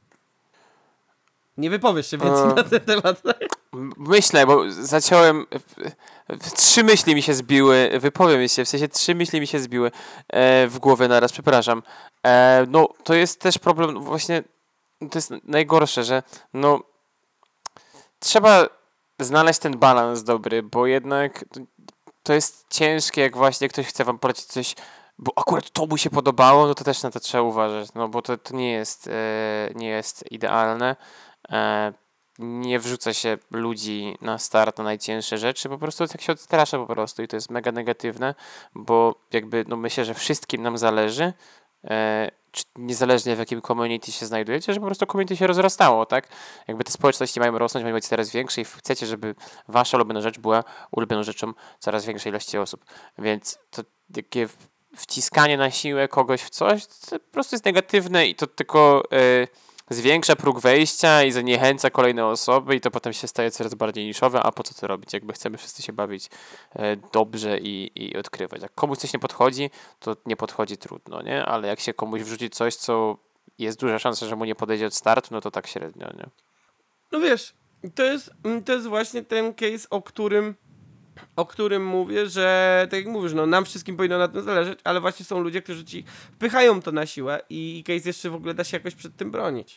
Nie wypowiesz się więcej A... na ten temat. Myślę, bo zacząłem... Trzy myśli mi się zbiły, wypowiem się, w sensie trzy myśli mi się zbiły e, w głowę naraz, przepraszam. E, no, to jest też problem, właśnie, to jest najgorsze, że no, trzeba znaleźć ten balans dobry, bo jednak to jest ciężkie, jak właśnie ktoś chce wam polecić coś, bo akurat to mu się podobało, no to też na to trzeba uważać, no bo to, to nie jest, e, nie jest idealne. E, nie wrzuca się ludzi na start na najcięższe rzeczy, po prostu tak się odstrasza po prostu i to jest mega negatywne, bo jakby no myślę, że wszystkim nam zależy, e, czy niezależnie w jakim community się znajdujecie, że po prostu community się rozrastało, tak? Jakby te społeczności mają rosnąć, mają być coraz większe i chcecie, żeby wasza ulubiona rzecz była ulubioną rzeczą coraz większej ilości osób, więc to takie wciskanie na siłę kogoś w coś, to po prostu jest negatywne i to tylko y, zwiększa próg wejścia i zniechęca kolejne osoby i to potem się staje coraz bardziej niszowe, a po co to robić? Jakby chcemy wszyscy się bawić y, dobrze i, i odkrywać. Jak komuś coś nie podchodzi, to nie podchodzi trudno, nie? Ale jak się komuś wrzuci coś, co jest duża szansa, że mu nie podejdzie od startu, no to tak średnio, nie? No wiesz, to jest, to jest właśnie ten case, o którym o którym mówię, że tak jak mówisz, no nam wszystkim powinno na tym zależeć, ale właśnie są ludzie, którzy ci wpychają to na siłę i case jeszcze w ogóle da się jakoś przed tym bronić.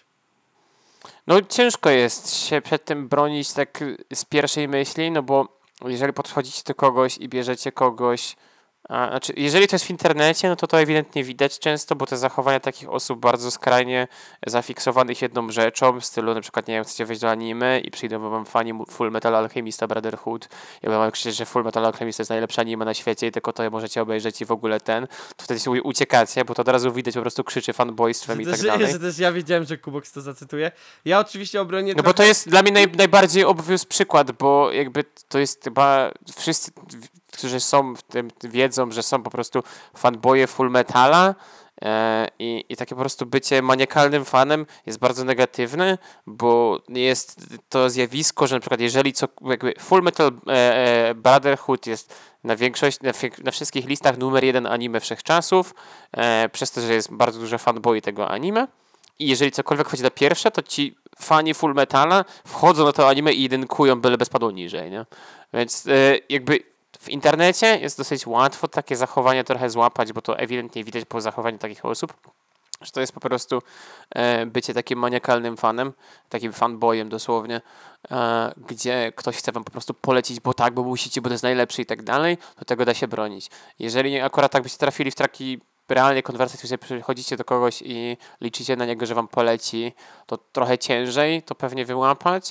No ciężko jest się przed tym bronić tak z pierwszej myśli, no bo jeżeli podchodzicie do kogoś i bierzecie kogoś, a, znaczy jeżeli to jest w internecie, no to to ewidentnie widać często, bo te zachowania takich osób bardzo skrajnie zafiksowanych jedną rzeczą, w stylu na przykład, nie wiem, chcecie wejść do anime i przyjdą wam fani Full Metal Alchemista Brotherhood, ja bym wam krzyczeć, że Full Metal Alchemist to jest najlepsze anime na świecie i tylko to możecie obejrzeć i w ogóle ten, to wtedy się uciekacie, bo to od razu widać, po prostu krzyczy fanboystwem i Że tak też, dalej. że też ja wiedziałem, że Kubox to zacytuje. Ja oczywiście obronię... No bo to jest dla mnie naj, najbardziej obvious przykład, bo jakby to jest chyba wszyscy, którzy są w tym, wiedzą, że są po prostu fanboye Full Metala e, i, i takie po prostu bycie maniakalnym fanem jest bardzo negatywne, bo jest to zjawisko, że na przykład jeżeli co, jakby Full Metal e, e, Brotherhood jest na większość, na, na wszystkich listach numer jeden anime wszechczasów, e, przez to, że jest bardzo dużo fanboy tego anime. I jeżeli cokolwiek chodzi na pierwsze, to ci fani Full Metala wchodzą na to anime i jedynkują, byle spadło niżej, nie? Więc e, jakby w internecie jest dosyć łatwo takie zachowanie trochę złapać, bo to ewidentnie widać po zachowaniu takich osób, że to jest po prostu e, bycie takim maniakalnym fanem, takim fanboyem dosłownie, e, gdzie ktoś chce wam po prostu polecić, bo tak, bo musicie, bo to jest najlepszy i tak dalej, to tego da się bronić. Jeżeli akurat tak byście trafili w taki realnie konwersacji, że przychodzicie do kogoś i liczycie na niego, że wam poleci, to trochę ciężej to pewnie wyłapać.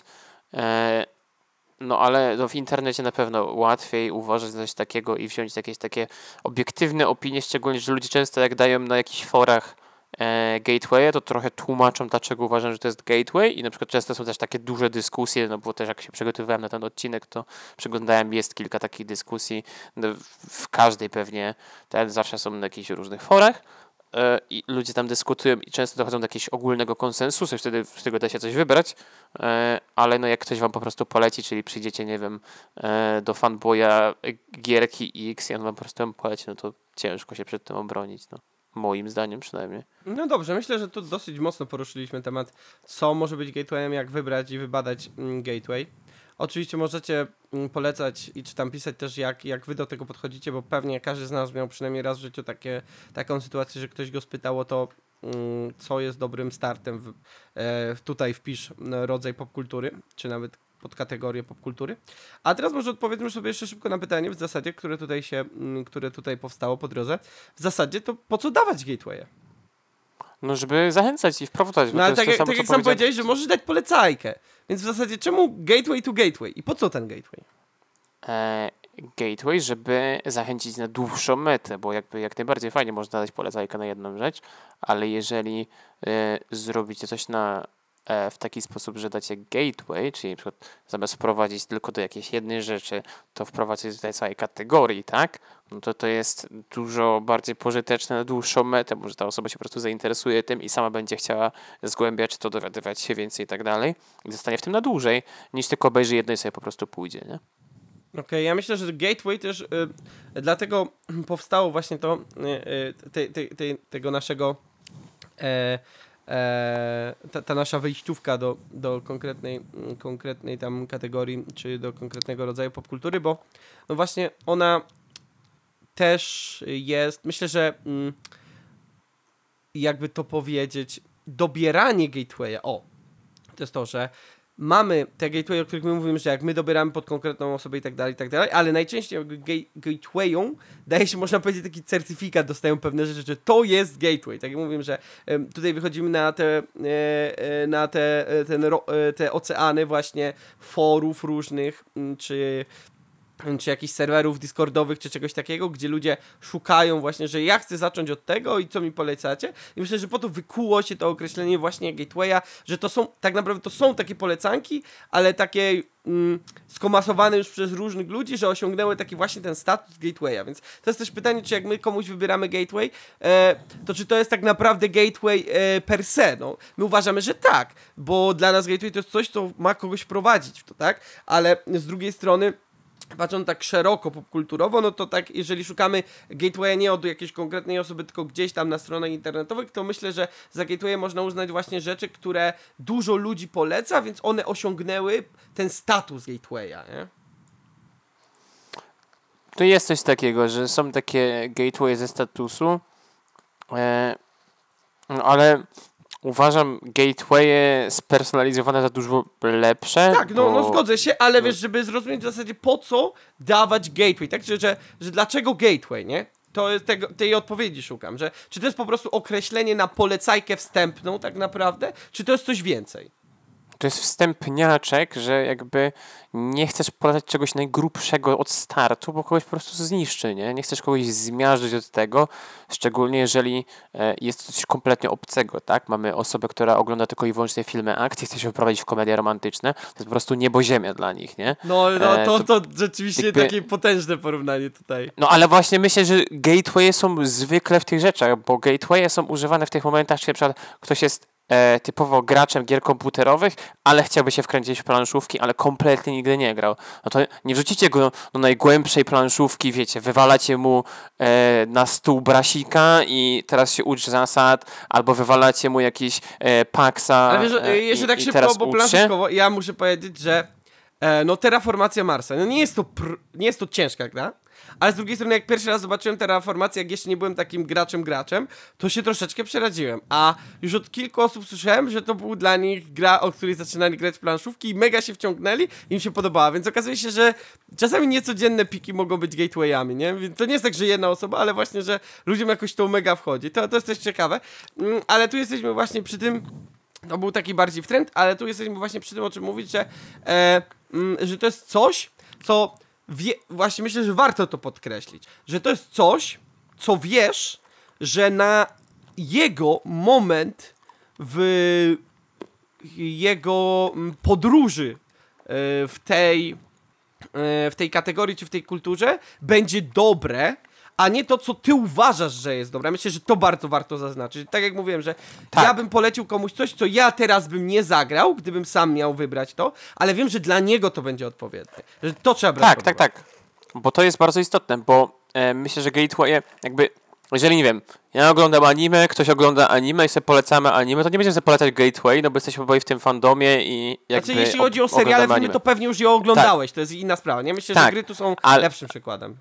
E, no ale no, w internecie na pewno łatwiej uważać coś takiego i wziąć jakieś takie obiektywne opinie, szczególnie, że ludzie często jak dają na jakichś forach e, gateway, to trochę tłumaczą, dlaczego uważam, że to jest gateway i na przykład często są też takie duże dyskusje, no bo też jak się przygotowywałem na ten odcinek, to przeglądałem, jest kilka takich dyskusji, no, w każdej pewnie, ten zawsze są na jakichś różnych forach e, i ludzie tam dyskutują i często dochodzą do jakiegoś ogólnego konsensusu i wtedy z tego da się coś wybrać, e, ale no jak ktoś wam po prostu poleci, czyli przyjdziecie, nie wiem, e, do fanboya gierki X i on wam po prostu poleci, no to ciężko się przed tym obronić, no. Moim zdaniem przynajmniej. No dobrze, myślę, że tu dosyć mocno poruszyliśmy temat, co może być gatewayem, jak wybrać i wybadać mm, gateway. Oczywiście możecie mm, polecać i czy tam pisać też, jak, jak wy do tego podchodzicie, bo pewnie każdy z nas miał przynajmniej raz w życiu takie, taką sytuację, że ktoś go spytał o to, mm, co jest dobrym startem. W, e, tutaj wpisz no, rodzaj popkultury, czy nawet pod kategorię popkultury. A teraz może odpowiedzmy sobie jeszcze szybko na pytanie w zasadzie, które tutaj się, mm, które tutaj powstało po drodze. W zasadzie to po co dawać gateway'e? No, żeby zachęcać i wprowadzać. No ale tak, jak, tak jak sam powiedziałeś, że możesz dać polecajkę. Więc w zasadzie czemu gateway to gateway? I po co ten gateway? E, gateway, żeby zachęcić na dłuższą metę, bo jakby jak najbardziej fajnie można dać polecajkę na jedną rzecz, ale jeżeli e, zrobicie coś na, e, w taki sposób, że dacie gateway, czyli na przykład zamiast wprowadzić tylko do jakiejś jednej rzeczy, to wprowadzić do całej kategorii, tak? No to to jest dużo bardziej pożyteczne na dłuższą metę, może ta osoba się po prostu zainteresuje tym i sama będzie chciała zgłębiać to, dowiadywać się więcej i tak dalej i zostanie w tym na dłużej, niż tylko obejrzy jedno i sobie po prostu pójdzie, nie? Okej, okay, ja myślę, że gateway też y, dlatego powstało właśnie to y, y, te, te, te, tego naszego e, e, ta, ta nasza wyjściówka do, do konkretnej, konkretnej tam kategorii, czy do konkretnego rodzaju popkultury, bo no właśnie ona też jest, myślę, że mm, jakby to powiedzieć, dobieranie gatewaya, o, to jest to, że mamy te gateway, o których my mówimy, że jak my dobieramy pod konkretną osobę i tak dalej, i tak dalej, ale najczęściej gatewayom daje się, można powiedzieć, taki certyfikat, dostają pewne rzeczy, że to jest gateway. Tak jak mówimy, że um, tutaj wychodzimy na te, e, na te, ten, te oceany właśnie forów różnych, czy czy jakichś serwerów discordowych, czy czegoś takiego, gdzie ludzie szukają właśnie, że ja chcę zacząć od tego i co mi polecacie. I myślę, że po to wykuło się to określenie właśnie gatewaya, że to są, tak naprawdę to są takie polecanki, ale takie mm, skomasowane już przez różnych ludzi, że osiągnęły taki właśnie ten status gatewaya. Więc to jest też pytanie, czy jak my komuś wybieramy gateway, e, to czy to jest tak naprawdę gateway e, per se? No, my uważamy, że tak, bo dla nas gateway to jest coś, co ma kogoś prowadzić w to, tak? Ale z drugiej strony, patrząc tak szeroko, popkulturowo, no to tak, jeżeli szukamy gatewaya nie od jakiejś konkretnej osoby, tylko gdzieś tam na stronach internetowych, to myślę, że za gateway można uznać właśnie rzeczy, które dużo ludzi poleca, więc one osiągnęły ten status gatewaya, nie? To jest coś takiego, że są takie gateway ze statusu, e, no ale uważam gatewaye spersonalizowane za dużo lepsze. Tak, no, bo... no zgodzę się, ale wiesz, żeby zrozumieć w zasadzie po co dawać gateway, tak? Że, że, że dlaczego gateway, nie? To jest tego, tej odpowiedzi szukam, że czy to jest po prostu określenie na polecajkę wstępną tak naprawdę, czy to jest coś więcej? To jest wstępniaczek, że jakby nie chcesz polecać czegoś najgrubszego od startu, bo kogoś po prostu zniszczy, nie? Nie chcesz kogoś zmiażdżyć od tego, szczególnie jeżeli e, jest to coś kompletnie obcego, tak? Mamy osobę, która ogląda tylko i wyłącznie filmy akcji, chce się wprowadzić w komedie romantyczne, to jest po prostu nieboziemia dla nich, nie? No, no E, to, to, to rzeczywiście jakby... takie potężne porównanie tutaj. No ale właśnie myślę, że gatewaye są zwykle w tych rzeczach, bo gatewaye są używane w tych momentach, czy na przykład ktoś jest E, typowo graczem gier komputerowych, ale chciałby się wkręcić w planszówki, ale kompletnie nigdy nie grał. No to nie wrzucicie go do najgłębszej planszówki, wiecie, wywalacie mu e, na stół brasika i teraz się uczy zasad, albo wywalacie mu jakiś e, paksa. Ale wiesz, e, jeszcze i, tak i szybko, teraz bo uczy. planszówkowo, ja muszę powiedzieć, że e, no terraformacja Marsa, no nie jest to pr- nie jest to ciężka gra, ale z drugiej strony jak pierwszy raz zobaczyłem terraformację, jak jeszcze nie byłem takim graczem graczem, to się troszeczkę przeraziłem, a już od kilku osób słyszałem, że to był dla nich gra, o której zaczynali grać w planszówki i mega się wciągnęli i im się podobała, więc okazuje się, że czasami niecodzienne piki mogą być gatewayami, nie? Więc to nie jest tak, że jedna osoba, ale właśnie, że ludziom jakoś to mega wchodzi, to, to jest też ciekawe, mm, ale tu jesteśmy właśnie przy tym. To był taki bardziej w trend, ale tu jesteśmy właśnie przy tym, o czym mówić, że, e, mm, że to jest coś, co wie, właśnie myślę, że warto to podkreślić, że to jest coś, co wiesz, że na jego moment w jego podróży e, w tej e, w tej kategorii czy w tej kulturze będzie dobre, a nie to, co ty uważasz, że jest dobre. Myślę, że to bardzo warto zaznaczyć. Tak jak mówiłem, że tak. ja bym polecił komuś coś, co ja teraz bym nie zagrał, gdybym sam miał wybrać to, ale wiem, że dla niego to będzie odpowiednie. Że to trzeba brać. Tak, tak, tak. Bo to jest bardzo istotne, bo e, myślę, że gateway jakby, jeżeli nie wiem, ja oglądam anime, ktoś ogląda anime i sobie polecamy anime, to nie będziemy sobie polecać gateway, no bo jesteśmy oboje w tym fandomie i jakby Znaczy, jeśli chodzi o seriale, filmy, to pewnie już je oglądałeś, tak. To jest inna sprawa, nie? Myślę, tak. że gry tu są ale... lepszym przykładem.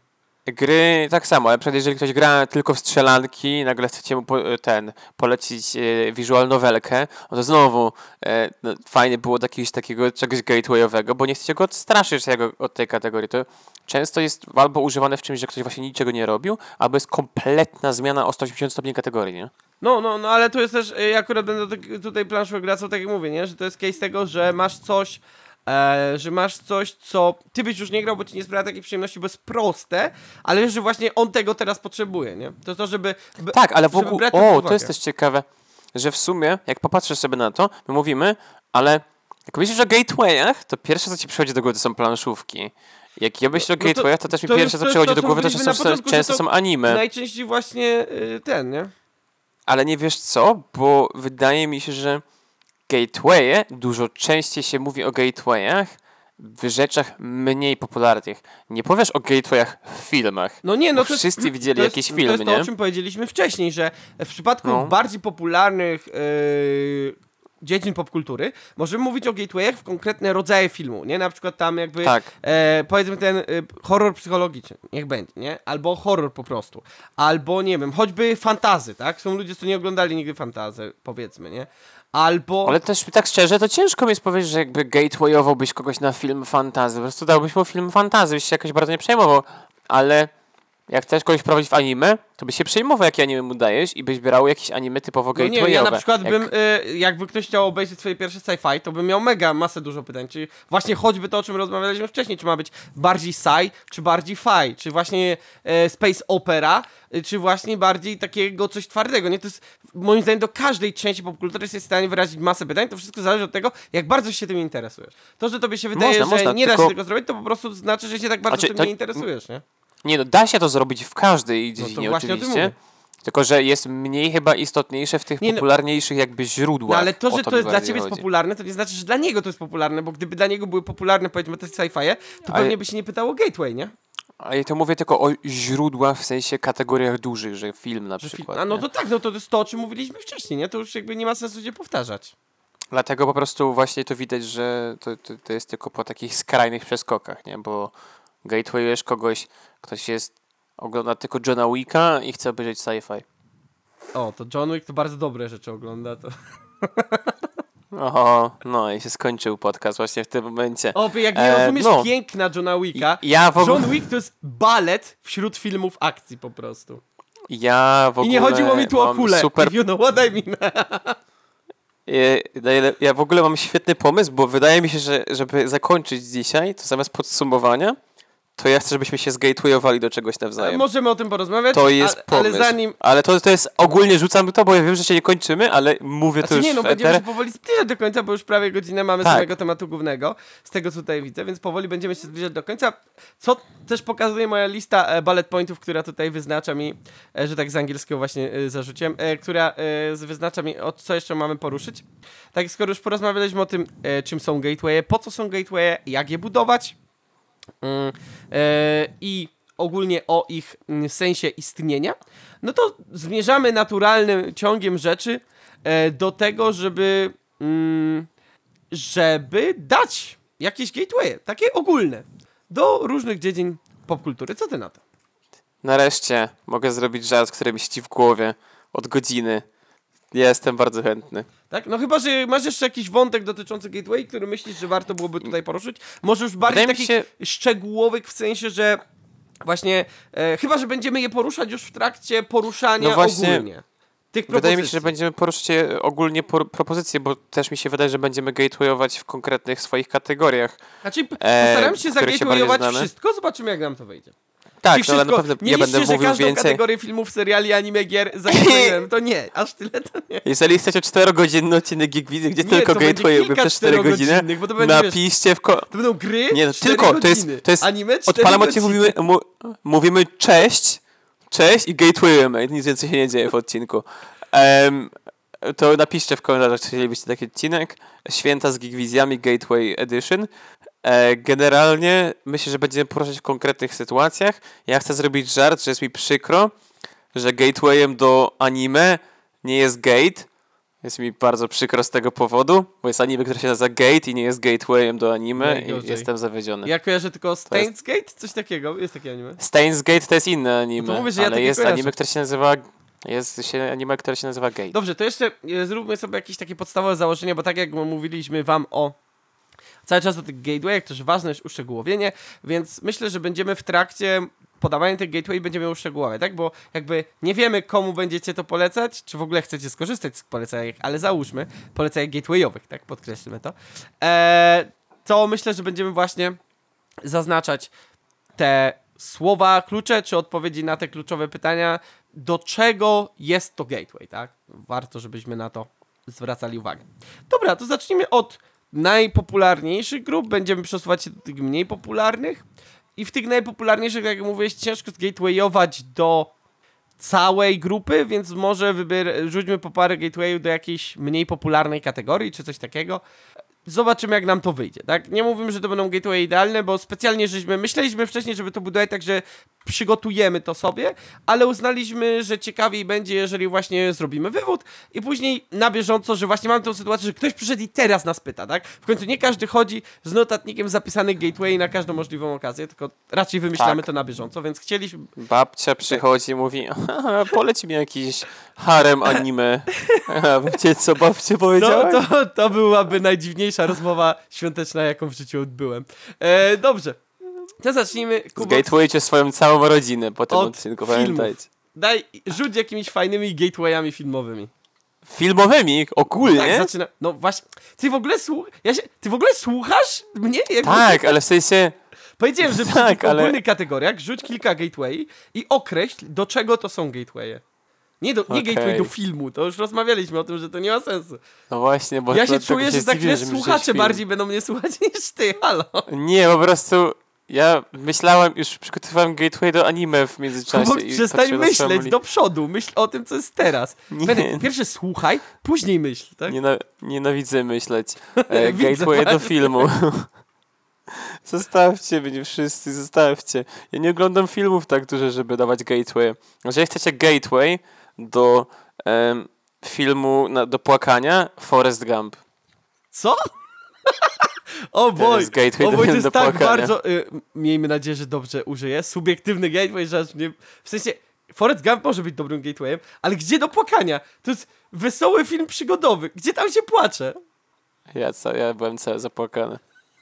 Gry tak samo, ale przykład jeżeli ktoś gra tylko w strzelanki, nagle chcecie mu po, ten polecić e, visual novelkę, no to znowu e, no, fajnie było do jakiegoś takiego czegoś gatewayowego, bo nie chcecie go odstraszyć tego, od tej kategorii. To często jest albo używane w czymś, że ktoś właśnie niczego nie robił, albo jest kompletna zmiana o sto osiemdziesiąt stopni kategorii, nie? No, no, no, ale to jest też, ja akurat będę tutaj planszą gracą, tak jak mówię, nie? Że to jest case tego, że masz coś, E, że masz coś, co ty byś już nie grał, bo ci nie sprawia takiej przyjemności, bo jest proste, ale że właśnie on tego teraz potrzebuje, nie? To to, żeby... b- Tak, ale w żeby ogóle, brać to pod o, uwagę. to jest też ciekawe, że w sumie, jak popatrzysz sobie na to, my mówimy, ale jak myślisz o gatewayach, to pierwsze, co ci przychodzi do głowy, to są planszówki. Jak ja myślę o No to- gatewayach, to też mi to pierwsze, już- co to przychodzi jest to, do co głowy, to mówiliśmy często, na początku, często że to są anime. Najczęściej właśnie y, ten, nie? Ale nie wiesz co, bo wydaje mi się, że gatewaye, dużo częściej się mówi o gatewayach w rzeczach mniej popularnych. Nie powiesz o gatewayach w filmach. No nie, no bo to jest- wszyscy widzieli to jest, jakiś to film, jest to, nie? o czym powiedzieliśmy wcześniej, że w przypadku No. bardziej popularnych yy, dziedzin popkultury możemy mówić o gatewayach w konkretne rodzaje filmu, nie? Na przykład tam jakby, Tak. e, powiedzmy ten y, horror psychologiczny, niech będzie, nie? Albo horror po prostu. Albo, nie wiem, choćby fantazy, tak? Są ludzie, co nie oglądali nigdy fantazy, powiedzmy, nie? Albo... Ale też tak szczerze, to ciężko mi jest powiedzieć, że jakby gatewayowałbyś kogoś na film fantazy. Po prostu dałbyś mu film fantazy, byś się jakoś bardzo nie przejmował. Ale Jak chcesz kogoś prowadzić w anime, to byś się przejmował, jakie anime mu dajesz i byś brał jakieś anime typowo No gatewayowe. nie, ja na przykład Jak... bym, y, jakby ktoś chciał obejrzeć swoje pierwsze sci-fi, to bym miał mega masę dużo pytań, czy właśnie choćby to, o czym rozmawialiśmy wcześniej, czy ma być bardziej sci, czy bardziej fi, czy właśnie e, space opera, y, czy właśnie bardziej takiego coś twardego, nie? To jest, moim zdaniem, do każdej części popkultury jesteś w stanie wyrazić masę pytań, to wszystko zależy od tego, jak bardzo się tym interesujesz. To, że tobie się wydaje, Można, że można, nie da tylko- się tego zrobić, to po prostu znaczy, że się tak bardzo Znaczy, tym to- nie interesujesz, nie? Nie no, da się to zrobić w każdej No to dziedzinie właśnie o tym oczywiście. mówię. Tylko, że jest mniej chyba istotniejsze w tych Nie no- popularniejszych jakby źródłach. No ale to, O że to mi jest dla bardziej ciebie jest chodzi. popularne, to nie znaczy, że dla niego to jest popularne, bo gdyby dla niego były popularne, powiedzmy, te sci-fi, to Ale- pewnie by się nie pytało o Gateway, nie? A ja to mówię tylko o źródłach, w sensie kategoriach dużych, że film na Że film- przykład. A no nie? to tak, no to jest to, o czym mówiliśmy wcześniej, nie? To już jakby nie ma sensu się powtarzać. Dlatego po prostu właśnie to widać, że to, to, to jest tylko po takich skrajnych przeskokach, nie? Bo gatewayujesz kogoś, ktoś jest, ogląda tylko Johna Wicka i chce obejrzeć sci-fi. O, to John Wick to bardzo dobre rzeczy ogląda, to... Oho, no i się skończył podcast właśnie w tym momencie. O, jak nie E, rozumiesz no. piękna Johna Wicka, I- ja w ogóle- John Wick to jest balet wśród filmów akcji po prostu. Ja w ogóle I nie chodziło mi tu o mam kulę, super if you know what I mean. Ja, ja w ogóle mam świetny pomysł, bo wydaje mi się, że żeby zakończyć dzisiaj, to zamiast podsumowania, to ja chcę, żebyśmy się zgatewayowali do czegoś nawzajem. Możemy o tym porozmawiać, To jest a, pomysł. ale zanim... Ale to, to jest, ogólnie rzucamy to, bo ja wiem, że się nie kończymy, ale mówię to Znaczy już nie, no w będziemy eter. się powoli zbliżać do końca, bo już prawie godzinę mamy Tak. samego tematu głównego, z tego co tutaj widzę, więc powoli będziemy się zbliżać do końca, co też pokazuje moja lista e, bullet pointów, która tutaj wyznacza mi, e, że tak z angielskiego właśnie e, zarzuciłem, e, która e, z- wyznacza mi, o co jeszcze mamy poruszyć. Tak, skoro już porozmawialiśmy o tym, e, czym są gatewaye, po co są gatewaye, jak je budować mm, e, i ogólnie o ich mm, sensie istnienia, no to zmierzamy naturalnym ciągiem rzeczy e, do tego, żeby mm, żeby dać jakieś gatewaye, takie ogólne, do różnych dziedzin popkultury. Co ty na to? Nareszcie mogę zrobić żart, który mi siedzi w głowie od godziny. Ja jestem bardzo chętny. Tak? No chyba, że masz jeszcze jakiś wątek dotyczący gateway, który myślisz, że warto byłoby tutaj poruszyć. Może już bardziej Wydaje mi takich się- szczegółowych, w sensie, że właśnie, e, chyba, że będziemy je poruszać już w trakcie poruszania No właśnie, ogólnie tych propozycji. Wydaje mi się, że będziemy poruszać je ogólnie por- propozycje, bo też mi się wydaje, że będziemy gatewayować w konkretnych swoich kategoriach. Znaczy, p- e, postaram się których się zagatewayować bardziej znamy. wszystko, zobaczymy jak nam to wyjdzie. Tak, Czyli no, ale na wszystko, pewno nie ja liczcie, będę że mówił każdą więcej. kategorię filmów, seriali, anime, gier zagatewayować. To nie, aż tyle to nie. Jeżeli chcecie czterogodzinny odcinek Geekwizy, gdzie Nie, tylko to będzie gatewayujemy kilka przez cztery godziny, czterogodzinnych, bo to będzie, wiesz, napiszcie w ko- To będą gry, Nie, no cztery tylko, to jest, godziny. to jest Anime, cztery odpalam godziny. odcinek, mówimy, mu, mówimy cześć, cześć i gatewayujemy. Nic więcej się nie dzieje w odcinku. Um, to napiszcie w komentarzach, czy chcielibyście taki odcinek. Święta z Geekwizjami Gateway Edition. E, generalnie myślę, że będziemy poruszać w konkretnych sytuacjach. Ja chcę zrobić żart, że jest mi przykro, że gatewayem do anime nie jest Gate. Jest mi bardzo przykro z tego powodu, bo jest anime, które się nazywa Gate i nie jest gatewayem do anime i Najgorzej. jestem zawiedziony. Ja kojarzę tylko Steins Gate, coś takiego, jest takie anime. Steins Gate to jest inne anime, No to mówię, że ja ale takie jest kojarzę. anime, które się nazywa jest się anime, które się nazywa Gate. Dobrze, to jeszcze e, zróbmy sobie jakieś takie podstawowe założenia, bo tak jak mówiliśmy wam o cały czas o tych gatewayach, to też ważne jest uszczegółowienie, więc myślę, że będziemy w trakcie podawania tych gateway będziemy uszczegółowiać, tak? Bo jakby nie wiemy, komu będziecie to polecać, czy w ogóle chcecie skorzystać z polecajek, ale załóżmy polecajek gatewayowych, tak? Podkreślmy to. Eee, to myślę, że będziemy właśnie zaznaczać te słowa, klucze, czy odpowiedzi na te kluczowe pytania, do czego jest to gateway, tak? Warto, żebyśmy na to zwracali uwagę. Dobra, to zacznijmy od najpopularniejszych grup, będziemy przesuwać się do tych mniej popularnych i w tych najpopularniejszych, jak mówię, jest ciężko zgatewayować do całej grupy, więc może wybier- rzućmy po parę gatewayów do jakiejś mniej popularnej kategorii, czy coś takiego. Zobaczymy, jak nam to wyjdzie, tak? Nie mówimy, że to będą gateway idealne, bo specjalnie żeśmy, myśleliśmy wcześniej, żeby to budować tak, że przygotujemy to sobie, ale uznaliśmy, że ciekawiej będzie, jeżeli właśnie zrobimy wywód i później na bieżąco, że właśnie mamy tą sytuację, że ktoś przyszedł i teraz nas pyta, tak? W końcu nie każdy chodzi z notatnikiem zapisanych gateway na każdą możliwą okazję, tylko raczej wymyślamy Tak. to na bieżąco, więc chcieliśmy... Babcia przychodzi i mówi, aha, poleć mi jakiś harem anime. A wiecie co babcia powiedziała? To, to, to byłaby najdziwniejsza rozmowa świąteczna, jaką w życiu odbyłem. E, dobrze. To zacznijmy, Kubo, Zgatewaycie swoją całą rodzinę po tym od odcinku, filmów. pamiętajcie. Daj, rzuć jakimiś fajnymi gatewayami filmowymi. Filmowymi? Ogólnie? Tak, zaczyna. No właśnie. Ty w ogóle słuch... ja się... Ty w ogóle słuchasz mnie? Jakby... Tak, ale w sensie... Powiedziałem, że w Tak, takich ale- ogólnych kategoriach rzuć kilka gateway i określ, do czego to są gatewaye. Nie, do, nie Okej. gateway do filmu, to już rozmawialiśmy o tym, że to nie ma sensu. No właśnie, bo... Ja się dlatego czuję, że za zdziwiłem, chwilę że myślisz słuchacze film. bardziej będą mnie słuchać niż ty, halo. Nie, po prostu... Ja myślałem, już przygotowywałem gateway do anime w międzyczasie. Bo i przestań patrzyłem na swoją myśleć li- do przodu, myśl o tym, co jest teraz. Nie. Będę, pierwsze słuchaj, później myśl, tak? Niena- nienawidzę myśleć. E, Widzę gateway do właśnie. filmu. Zostawcie mnie wszyscy, zostawcie. Ja nie oglądam filmów tak dużo, żeby dawać gateway. Jeżeli chcecie gateway do em, filmu na, do płakania, Forrest Gump. Co? O To boj, jest gateway o do boj, to filmu jest do tak płakania. bardzo, y, miejmy nadzieję, że dobrze użyję, subiektywny gateway, że aż mnie, w sensie, Forrest Gump może być dobrym gatewayem, ale gdzie do płakania? To jest wesoły film przygodowy, gdzie tam się płacze? Ja, co, ja byłem cały zapłakany.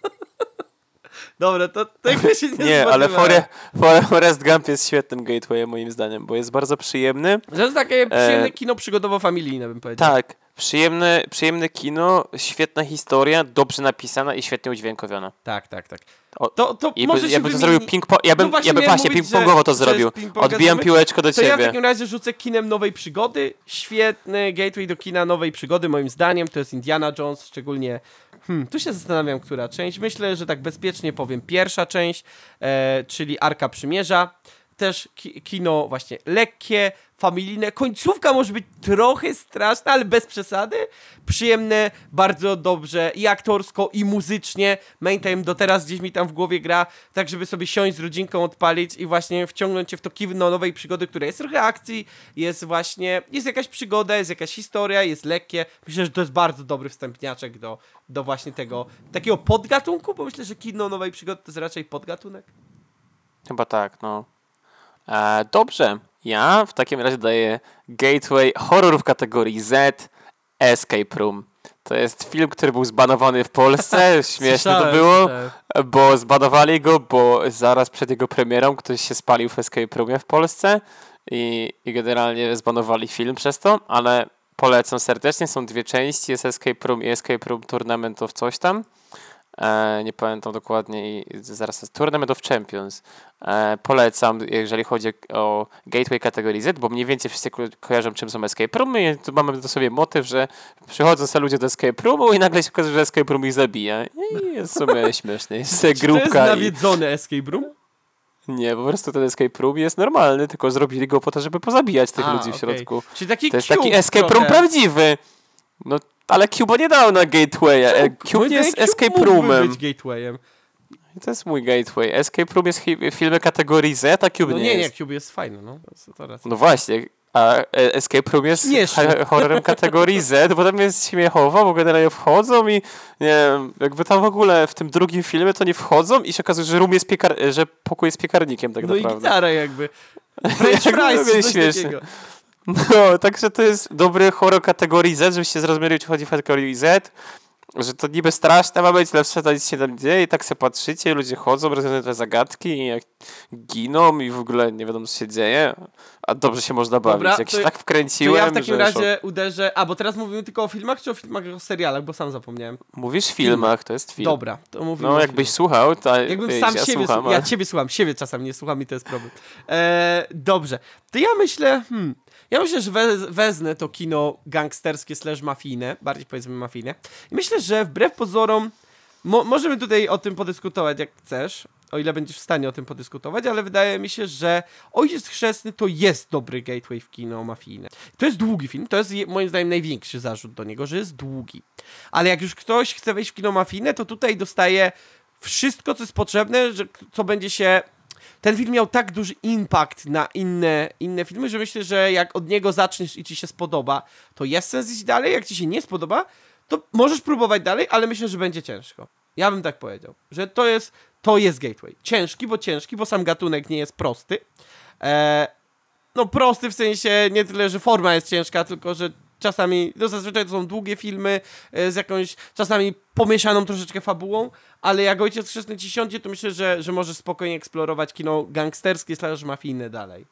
Dobra, to tego się nie Nie, ale spodziewałem. Forre- Forrest Gump jest świetnym gatewayem moim zdaniem, bo jest bardzo przyjemny. Że to jest takie przyjemne E, kino przygodowo-familijne, bym powiedział. Tak, przyjemne, przyjemne kino, świetna historia, dobrze napisana i świetnie udźwiękowiona. Tak, tak, tak. O, To, to I może by, się ja bym to wymieni- zrobił ping ja bym, No właśnie ja bym miałem właśnie mówić, ping-pongowo to że- że zrobił. z ping-ponga Odbijam zrobimy. piłeczkę do To ja w ciebie. takim razie rzucę kinem nowej przygody. Świetny gateway do kina nowej przygody, moim zdaniem. To jest Indiana Jones, szczególnie... Hmm, tu się zastanawiam, która część. Myślę, że tak bezpiecznie powiem pierwsza część, e, czyli Arka Przymierza. Też ki kino właśnie lekkie, familijne. Końcówka może być trochę straszna, ale bez przesady. Przyjemne, bardzo dobrze i aktorsko, i muzycznie. Main Time do teraz gdzieś mi tam w głowie gra, tak żeby sobie siąść z rodzinką, odpalić i właśnie wciągnąć się w to kino nowej przygody, która jest trochę akcji, jest właśnie, jest jakaś przygoda, jest jakaś historia, jest lekkie. Myślę, że to jest bardzo dobry wstępniaczek do, do właśnie tego, takiego podgatunku, bo myślę, że kino nowej przygody to jest raczej podgatunek. Chyba tak, no. E, dobrze, ja w takim razie daję gateway horror w kategorii Z, Escape Room. To jest film, który był zbanowany w Polsce, śmieszne to Słyszałem, było, słyszałem. bo zbanowali go, bo zaraz przed jego premierą ktoś się spalił w Escape Roomie w Polsce i, i generalnie zbanowali film przez to, ale polecam serdecznie, są dwie części, jest Escape Room i Escape Room Tournament of coś tam. E, nie pamiętam dokładnie i zaraz jest Tournament of Champions. E, polecam, jeżeli chodzi o gateway kategorii Z, bo mniej więcej wszyscy ko- kojarzą, czym są escape roomy i tu mamy do sobie motyw, że przychodzą sobie ludzie do escape roomu i nagle się okazuje, że escape room ich zabija. I jest w sumie śmieszne. Jest Czy to jest grupka i... nawiedzony escape room? Nie, po prostu ten escape room jest normalny, tylko zrobili go po to, żeby pozabijać tych A, ludzi w okej. środku. Czyli taki To jest Cube taki escape room trochę. prawdziwy. No, ale Cuba nie dał na gatewaya. E, Cube Moim nie jest zdaniem Cube escape mógłby roomem. być gatewayem. I to jest mój gateway. Escape Room jest hi- filmy kategorii Z, a Cube No nie, nie, nie, jest. Cube jest fajny, no. To, to racja. No właśnie, a e, Escape Room jest Śmieszny. ha- horrorem kategorii Z, bo tam jest śmiechowo, bo generalnie wchodzą i nie wiem, jakby tam w ogóle w tym drugim filmie to nie wchodzą i się okazuje, że room jest piekar- że pokój jest piekarnikiem tak No i naprawdę. gitara jakby. French Jakby fries, robię coś śmiesznie. takiego. No, także to jest dobry horror kategorii Z, żebyście zrozumieli, o co chodzi w kategorii Z. Że to niby straszne ma być, lepsze to nic się tam dzieje i tak sobie patrzycie, ludzie chodzą, rozwiązują te zagadki i jak giną i w ogóle nie wiadomo co się dzieje, a dobrze się można bawić. Dobra, jak to się ja- tak To wkręciłem, ja w takim że razie uderzę... A, bo teraz mówimy tylko o filmach, czy o filmach, o serialach, bo sam zapomniałem. szok. Mówisz w filmach, to jest film. Dobra, to mówimy No o jakbyś filmach. słuchał, to Jakbym wiesz, sam ja siebie słucham, słucham. Ja ale- ciebie słucham, siebie czasami nie słucham i to jest problem. Eee, dobrze. To ja myślę, hmm, ja myślę, że we, wezmę to kino gangsterskie slash mafijne, bardziej powiedzmy mafijne. I myślę, że wbrew pozorom, mo, możemy tutaj o tym podyskutować jak chcesz, o ile będziesz w stanie o tym podyskutować, ale wydaje mi się, że Ojciec Chrzestny to jest dobry gateway w kino mafijne. To jest długi film, to jest je- moim zdaniem największy zarzut do niego, że jest długi. Ale jak już ktoś chce wejść w kino mafijne, to tutaj dostaje wszystko, co jest potrzebne, że, co będzie się... Ten film miał tak duży impact na inne, inne filmy, że myślę, że jak od niego zaczniesz i ci się spodoba, to jest sens iść dalej. Jak ci się nie spodoba, to możesz próbować dalej, ale myślę, że będzie ciężko. Ja bym tak powiedział, że to jest, to jest gateway. Ciężki, bo ciężki, bo sam gatunek nie jest prosty. Eee, no prosty w sensie nie tyle, że forma jest ciężka, tylko że czasami, no zazwyczaj to są długie filmy e, z jakąś, czasami pomieszaną troszeczkę fabułą, ale jak Ojciec Chrzestny ci siądzie, to myślę, że, że możesz spokojnie eksplorować kino gangsterskie, slash mafijne dalej.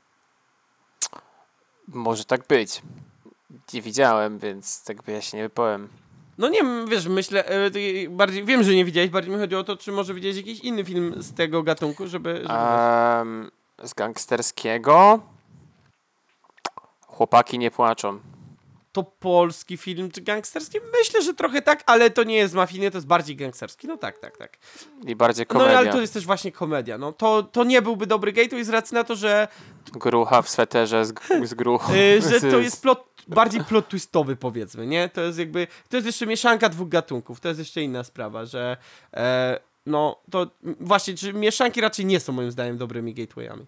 Może tak być. Nie widziałem, więc tak by ja się nie wypowiem. No nie wiem, wiesz, myślę, e, bardziej, wiem, że nie widziałeś, bardziej mi chodzi o to, czy może widziałeś jakiś inny film z tego gatunku, żeby... żeby Um, z gangsterskiego? Chłopaki nie płaczą. To polski film czy gangsterski? Myślę, że trochę tak, ale to nie jest mafijny, to jest bardziej gangsterski. No tak, tak, tak. I bardziej No komedia. ale to jest też właśnie komedia. No to, to nie byłby dobry gateway z racji na to, że... Grucha w sweterze z, z gruchą. Yy, że to jest plot, bardziej plot twistowy, powiedzmy, nie? To jest jakby... To jest jeszcze mieszanka dwóch gatunków. To jest jeszcze inna sprawa, że... E, no to właśnie, czy mieszanki raczej nie są moim zdaniem dobrymi gatewayami.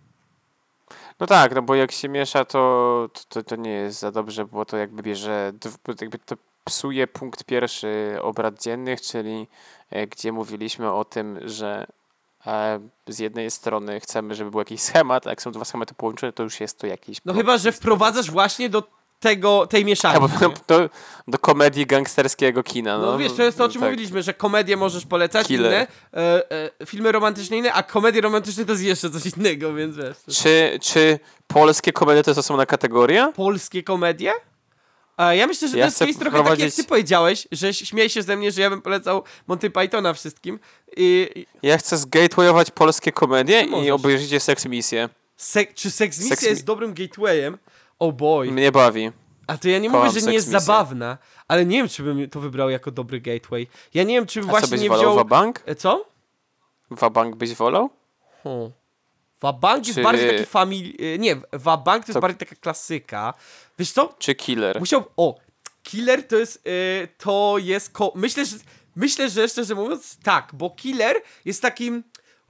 No tak, no bo jak się miesza, to, to, to nie jest za dobrze, bo to jakby bierze, jakby to psuje punkt pierwszy obrad dziennych, czyli e, gdzie mówiliśmy o tym, że e, z jednej strony chcemy, żeby był jakiś schemat, a jak są dwa schematy połączone, to już jest to jakiś... No chyba, że wprowadzasz właśnie do tego, tej mieszanki. Albo do, do, do komedii gangsterskiego kina. No, no wiesz, to jest to, o czym tak. mówiliśmy, że komedię możesz polecać, Killer. inne, e, e, filmy romantyczne inne, a komedie romantyczne to jest jeszcze coś innego, więc wiesz. Czy, czy polskie komedie to jest osobna kategoria? Polskie komedie? A ja myślę, że Ja to jest chcę case trochę tak, jak wprowadzić- ty powiedziałeś, że śmiej się ze mnie, że ja bym polecał Monty Pythona wszystkim. I, i Ja chcę zgatewayować polskie komedie Możesz. i obejrzycie Sex Misję. sek, czy Sex Misja Sex mi- jest dobrym gatewayem? Oh boy. Mnie bawi. A to ja nie Kocham mówię, że nie Sex jest Misję. zabawna, ale nie wiem, czy bym to wybrał jako dobry gateway. Ja nie wiem, czy bym A co właśnie byś nie wolał, wziął... Wabank? E, Co? Wabank byś wolał? Hmm. Wabank jest Czy- bardziej taki famili... e, Nie, Wabank to jest To- bardziej taka klasyka. Wiesz co? Czy Killer? Musiał... O! Killer to jest... e, to jest... Ko... Myślę, że... Myślę, że szczerze mówiąc tak, bo Killer jest takim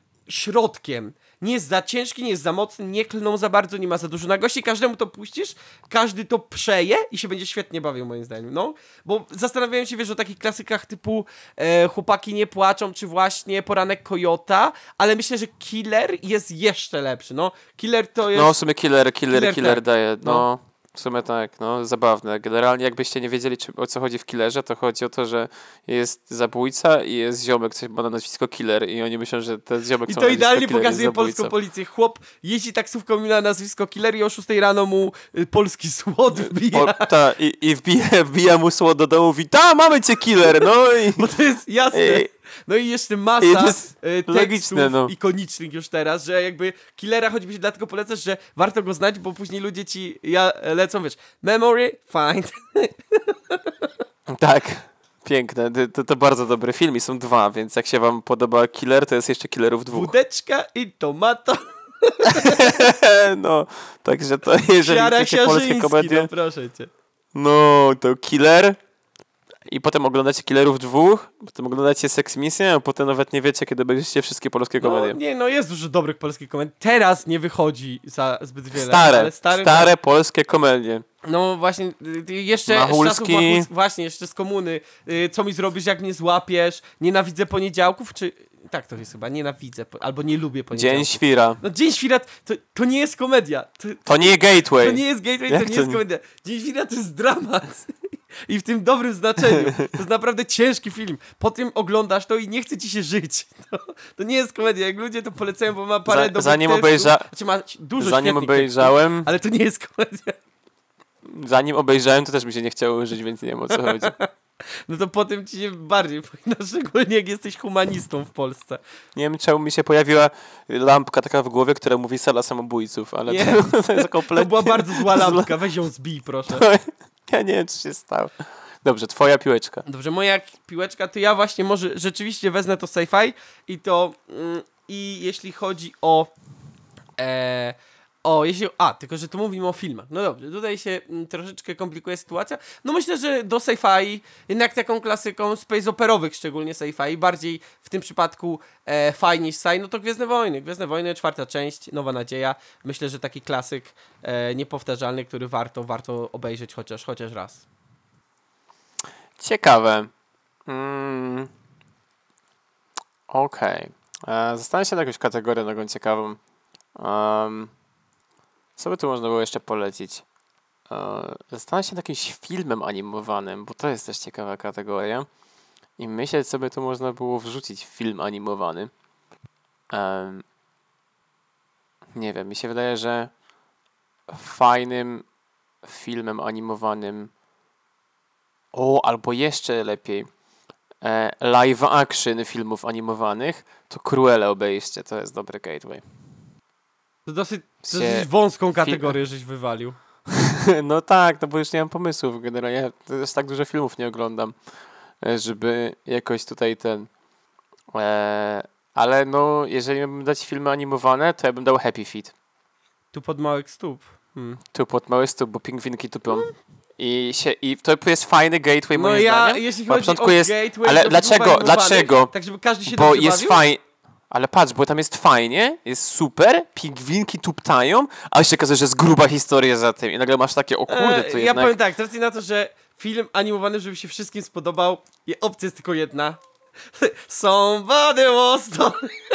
środkiem. Nie jest za ciężki, nie jest za mocny, nie klną za bardzo, nie ma za dużo nagości. Każdemu to puścisz, każdy to przeje i się będzie świetnie bawił, moim zdaniem. No, bo zastanawiałem się, wiesz, o takich klasykach typu e, Chłopaki nie płaczą, czy właśnie Poranek Kojota, ale myślę, że Killer jest jeszcze lepszy. No, Killer to jest... No w sumie Killer, Killer, Killer, Killer, tak. daje. No. No. W sumie tak, no zabawne. Generalnie jakbyście nie wiedzieli czy, o co chodzi w Killerze, to chodzi o to, że jest zabójca i jest ziomek, coś ma na nazwisko Killer i oni myślą, że ten ziomek I co to ma nazwisko idealnie Killer, pokazuje jest polską zabójcą. policję. Chłop jeździ taksówką, ma nazwisko Killer i o szóstej rano mu y, polski słod wbija. Po, ta, i, I wbija, wbija mu słod do domu, mówi, ta, mamy cię Killer, no i... Bo to jest jasne. I- No i jeszcze i masa to jest e, tekstów logiczne, no. ikonicznych już teraz, że jakby Killera choćby się dlatego polecasz, że warto go znać, bo później ludzie ci ja, lecą, wiesz, memory, find. Tak, piękne. To, to bardzo dobry film i są dwa, więc jak się wam podoba Killer, to jest jeszcze Killerów dwóch. Wódeczka i tomato. No, także to jeżeli Siara chcecie polskie Siarzyński, komedie, no proszę cię. no to Killer i potem oglądacie Killerów dwóch, potem oglądacie Sex Misję, a potem nawet nie wiecie, kiedy będziecie wszystkie polskie No, komedie. nie, no jest dużo dobrych polskich komedii. Teraz nie wychodzi za zbyt wiele. Stare, ale stary, stare polskie komedie. No właśnie, y, y, jeszcze Machulski. z czasów Machulski, właśnie, jeszcze z komuny. Y, Co mi zrobisz, jak mnie złapiesz? Nienawidzę poniedziałków, czy... Tak to jest chyba, nienawidzę, po- albo nie lubię poniedziałków. Dzień Świra. No Dzień Świrat, to, to nie jest komedia. To, To nie gateway. to nie jest gateway, Jak to nie to jest nie? komedia. Dzień Świrat to jest dramat. I w tym dobrym znaczeniu. To jest naprawdę ciężki film. Po tym oglądasz to i nie chce ci się żyć. To, to nie jest komedia. Jak ludzie to polecają, bo ma parę Za- dobrych zanim tekstów. obejrza- Znaczy ma dużo Zanim świetnych obejrzałem, tekstów, ale to nie jest komedia. zanim obejrzałem, to też mi się nie chciało żyć, więc nie wiem o co chodzi. No to potem ci się bardziej powinno, szczególnie jak jesteś humanistą w Polsce. Nie wiem, czemu mi się pojawiła lampka taka w głowie, która mówi sala samobójców, ale Nie. to, to jest kompletnie... To była bardzo zła lampka, weź ją zbij, proszę. Ja nie wiem, co się stało. Dobrze, twoja piłeczka. Dobrze, moja piłeczka, to ja właśnie może rzeczywiście wezmę to sci-fi i to... Mm, I jeśli chodzi o... E, o, jeśli... A, tylko, że tu mówimy o filmach. No dobrze, tutaj się mm, troszeczkę komplikuje sytuacja. No myślę, że do sci-fi, jednak taką klasyką space operowych, szczególnie sci-fi, bardziej w tym przypadku e, fajnie niż sci, no to Gwiezdne Wojny. Gwiezdne Wojny, czwarta część, Nowa Nadzieja. Myślę, że taki klasyk e, niepowtarzalny, który warto, warto obejrzeć chociaż, chociaż raz. Ciekawe. Mm. Okej. Okay. Zastanawiam się nad jakąś kategorię taką ciekawą. Um, co by tu można było jeszcze polecić? e, zastanawiam się nad jakimś filmem animowanym, bo to jest też ciekawa kategoria. I myśleć sobie, to można było wrzucić film animowany. Em, nie wiem, mi się wydaje, że fajnym filmem animowanym, o, albo jeszcze lepiej, e, live action filmów animowanych, to Cruella obejście, to jest dobry gateway. To dosyć, Się- dosyć wąską kategorię żeś wywalił. No tak, no bo już nie mam pomysłów generalnie. Ja też tak dużo filmów nie oglądam, e, żeby jakoś tutaj ten... E, ale no, jeżeli miałbym dać filmy animowane, to ja bym dał Happy Feet. Tu pod małych stóp. Hmm. Tu pod mały stóp, bo pingwinki tupią. I, się, I to jest fajny gateway No moim ja, zdaniem. jeśli Bo na chodzi o początku jest- gateway ale do dlaczego- filmów animowanych, dlaczego? Tak, żeby każdy się Bo dobrze jest bawił? fajnie. Ale patrz, bo tam jest fajnie, jest super, pingwinki tuptają, a się okazuje, że jest gruba historia za tym. I nagle masz takie, o kurde, to E, ja jednak... powiem tak, z racji na to, że film animowany, żeby się wszystkim spodobał, i opcja jest tylko jedna. Somebody was to...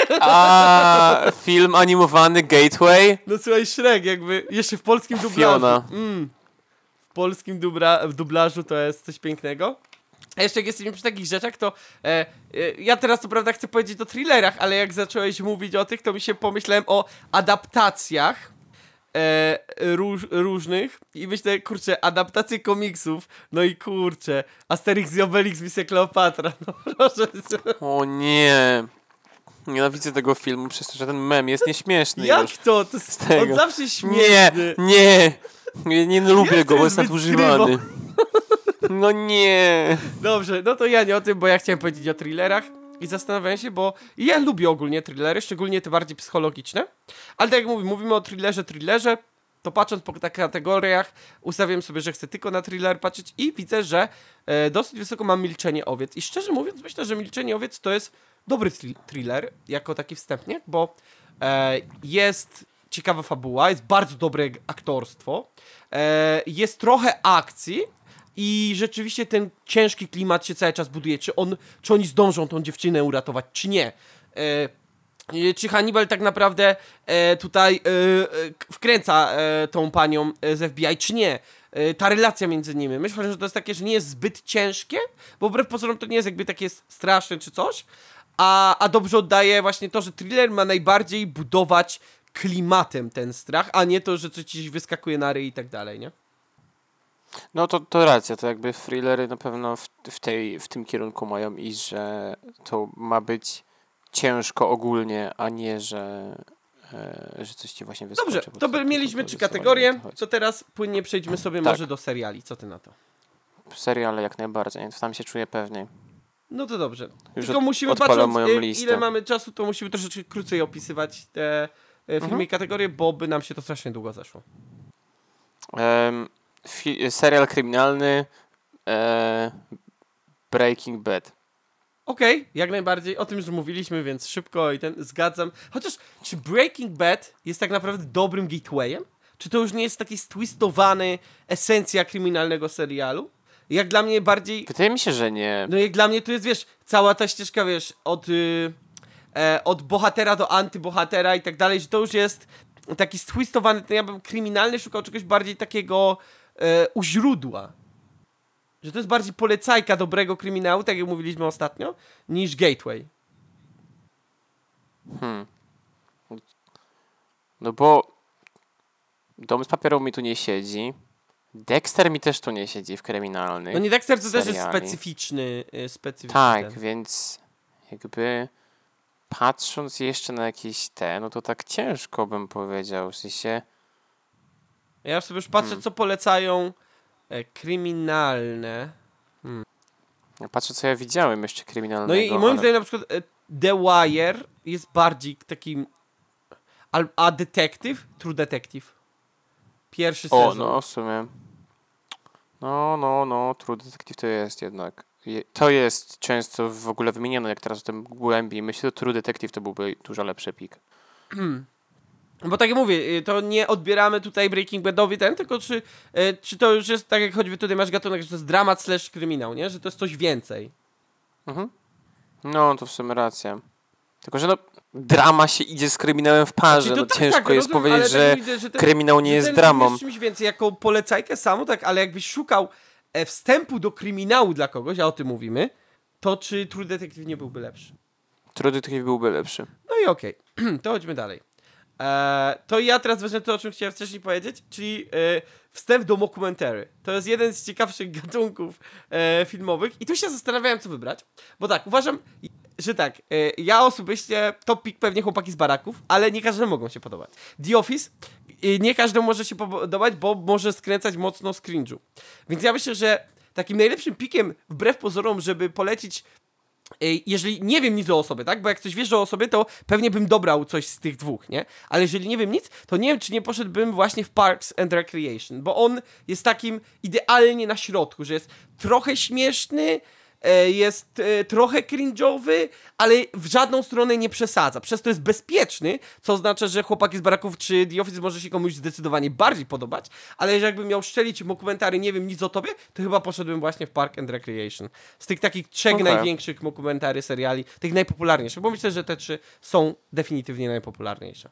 A film animowany Gateway? No słuchaj, Shrek jakby, jeszcze w polskim dublażu. Fiona. Mm, w polskim dubla, w dublażu to jest coś pięknego. A jeszcze jak jesteśmy przy takich rzeczach, to e, e, ja teraz co prawda chcę powiedzieć o thrillerach, ale jak zacząłeś mówić o tych, to mi się pomyślałem o adaptacjach e, róż, różnych i myślę, kurczę, adaptacje komiksów, no i kurczę, Asterix i Obelix, Misja Kleopatra, no proszę. O nie. Nienawidzę tego filmu, przez to, że ten mem jest nieśmieszny Jak już. to? To jest, tego. on zawsze Nie, śmieszny. nie. Nie, nie lubię Jest go, bo to jest zbyt nadużywany. No nie. Dobrze, no to ja nie o tym, bo ja chciałem powiedzieć o thrillerach i zastanawiałem się, bo ja lubię ogólnie thrillery, szczególnie te bardziej psychologiczne, ale tak jak mówię, mówimy o thrillerze, thrillerze, to patrząc po takich kategoriach, ustawiam sobie, że chcę tylko na thriller patrzeć i widzę, że e, dosyć wysoko mam Milczenie Owiec i szczerze mówiąc myślę, że Milczenie Owiec to jest dobry thri- thriller, jako taki wstępnie, bo e, jest ciekawa fabuła, jest bardzo dobre aktorstwo, e, jest trochę akcji, i rzeczywiście ten ciężki klimat się cały czas buduje. Czy, on, czy oni zdążą tą dziewczynę uratować, czy nie. E, e, czy Hannibal tak naprawdę e, tutaj e, e, k- wkręca e, tą panią e, z F B I, czy nie. E, ta relacja między nimi. Myślę, że to jest takie, że nie jest zbyt ciężkie, bo wbrew pozorom to nie jest jakby takie straszne czy coś, a, a dobrze oddaje właśnie to, że thriller ma najbardziej budować klimatem ten strach, a nie to, że coś ci wyskakuje na ryj i tak dalej, nie? No to, to racja, to jakby thrillery na pewno w, w, tej, w tym kierunku mają iść, że to ma być ciężko ogólnie, a nie, że, e, że coś ci właśnie wyskoczy. Dobrze, bo to by to- mieliśmy to trzy zdecydowanie kategorie, o to chodzi. to teraz płynnie przejdźmy sobie Tak. może do seriali, co ty na to? Seriale jak najbardziej, tam się czuję pewniej. No to dobrze, Już tylko od- musimy odpalam patrzeć moją y, listę. ile mamy czasu, to musimy troszeczkę krócej opisywać te y, filmy Mhm. i kategorie, bo by nam się to strasznie długo zeszło. Em, fi- serial kryminalny e, Breaking Bad. Okej, jak najbardziej, o tym już mówiliśmy, więc szybko i ten, zgadzam. Chociaż, czy Breaking Bad jest tak naprawdę dobrym gatewayem? Czy to już nie jest taki stwistowany esencja kryminalnego serialu? Jak dla mnie bardziej... Wydaje mi się, że nie. No jak dla mnie to jest, wiesz, cała ta ścieżka, wiesz, od, y, e, od bohatera do antybohatera i tak dalej, że to już jest taki stwistowany, ten ja bym kryminalny szukał czegoś bardziej takiego e, u źródła. Że to jest bardziej polecajka dobrego kryminału, tak jak mówiliśmy ostatnio, niż gateway. Hmm. No bo Dom z papieru mi tu nie siedzi. Dexter mi też tu nie siedzi w kryminalnych. No nie Dexter to też jest seriali. specyficzny, y, specyficzny Tak, ten. więc jakby patrząc jeszcze na jakieś te, no to tak ciężko bym powiedział, w sensie Ja sobie już patrzę, Hmm. co polecają e, kryminalne. ja patrzę co ja widziałem jeszcze kryminalnego. No i, i moim ale- zdaniem na przykład e, The Wire jest bardziej takim... A, a Detective? True Detective. Pierwszy O, sezon. no w sumie. No, no, no, True Detective to jest jednak. Je- To jest często w ogóle wymieniano, jak teraz o tym głębiej myślę, to True Detective to byłby dużo lepszy pik. Bo tak jak mówię, y, to nie odbieramy tutaj Breaking Badowi ten, tylko czy, y, czy to już jest, tak jak choćby tutaj masz gatunek, że to jest dramat slash kryminał, nie? Że to jest coś więcej. Mhm. No, to w sumie racja. Tylko, że no, drama się idzie z kryminałem w parze. Znaczy, No tak, ciężko tak, jest rozumiem, powiedzieć, ale że tak widzę, że ten, kryminał nie że jest ten dramą. film jest czymś więcej, jako polecajkę samo, tak, ale jakbyś szukał e, wstępu do kryminału dla kogoś, a o tym mówimy, to czy True Detective nie byłby lepszy? True Detective byłby lepszy. No i okej, okay. To chodźmy dalej. Eee, to ja teraz wezmę to, o czym chciałem wcześniej powiedzieć, czyli e, wstęp do mockumentary. To jest jeden z ciekawszych gatunków e, filmowych i tu się zastanawiałem, co wybrać, bo tak, uważam, że tak, e, ja osobiście top pick pewnie chłopaki z baraków, ale nie każdemu mogą się podobać. The Office e, nie każdemu może się podobać, bo może skręcać mocno z cringe'u. Więc ja myślę, że takim najlepszym pickiem, wbrew pozorom, żeby polecić, jeżeli nie wiem nic o osobie, tak? Bo jak coś wiesz o osobie, to pewnie bym dobrał coś z tych dwóch, nie? Ale jeżeli nie wiem nic, to nie wiem, czy nie poszedłbym właśnie w Parks and Recreation, bo on jest takim idealnie na środku, że jest trochę śmieszny, jest trochę cringe'owy, ale w żadną stronę nie przesadza. Przez to jest bezpieczny, co oznacza, że Chłopaki z baraków czy The Office może się komuś zdecydowanie bardziej podobać, ale jeżeli jakbym miał szczelić dokumentary, nie wiem nic o tobie, to chyba poszedłbym właśnie w Park and Recreation. Z tych takich trzech okay. największych dokumentary, seriali, tych najpopularniejszych, bo myślę, że te trzy są definitywnie najpopularniejsze.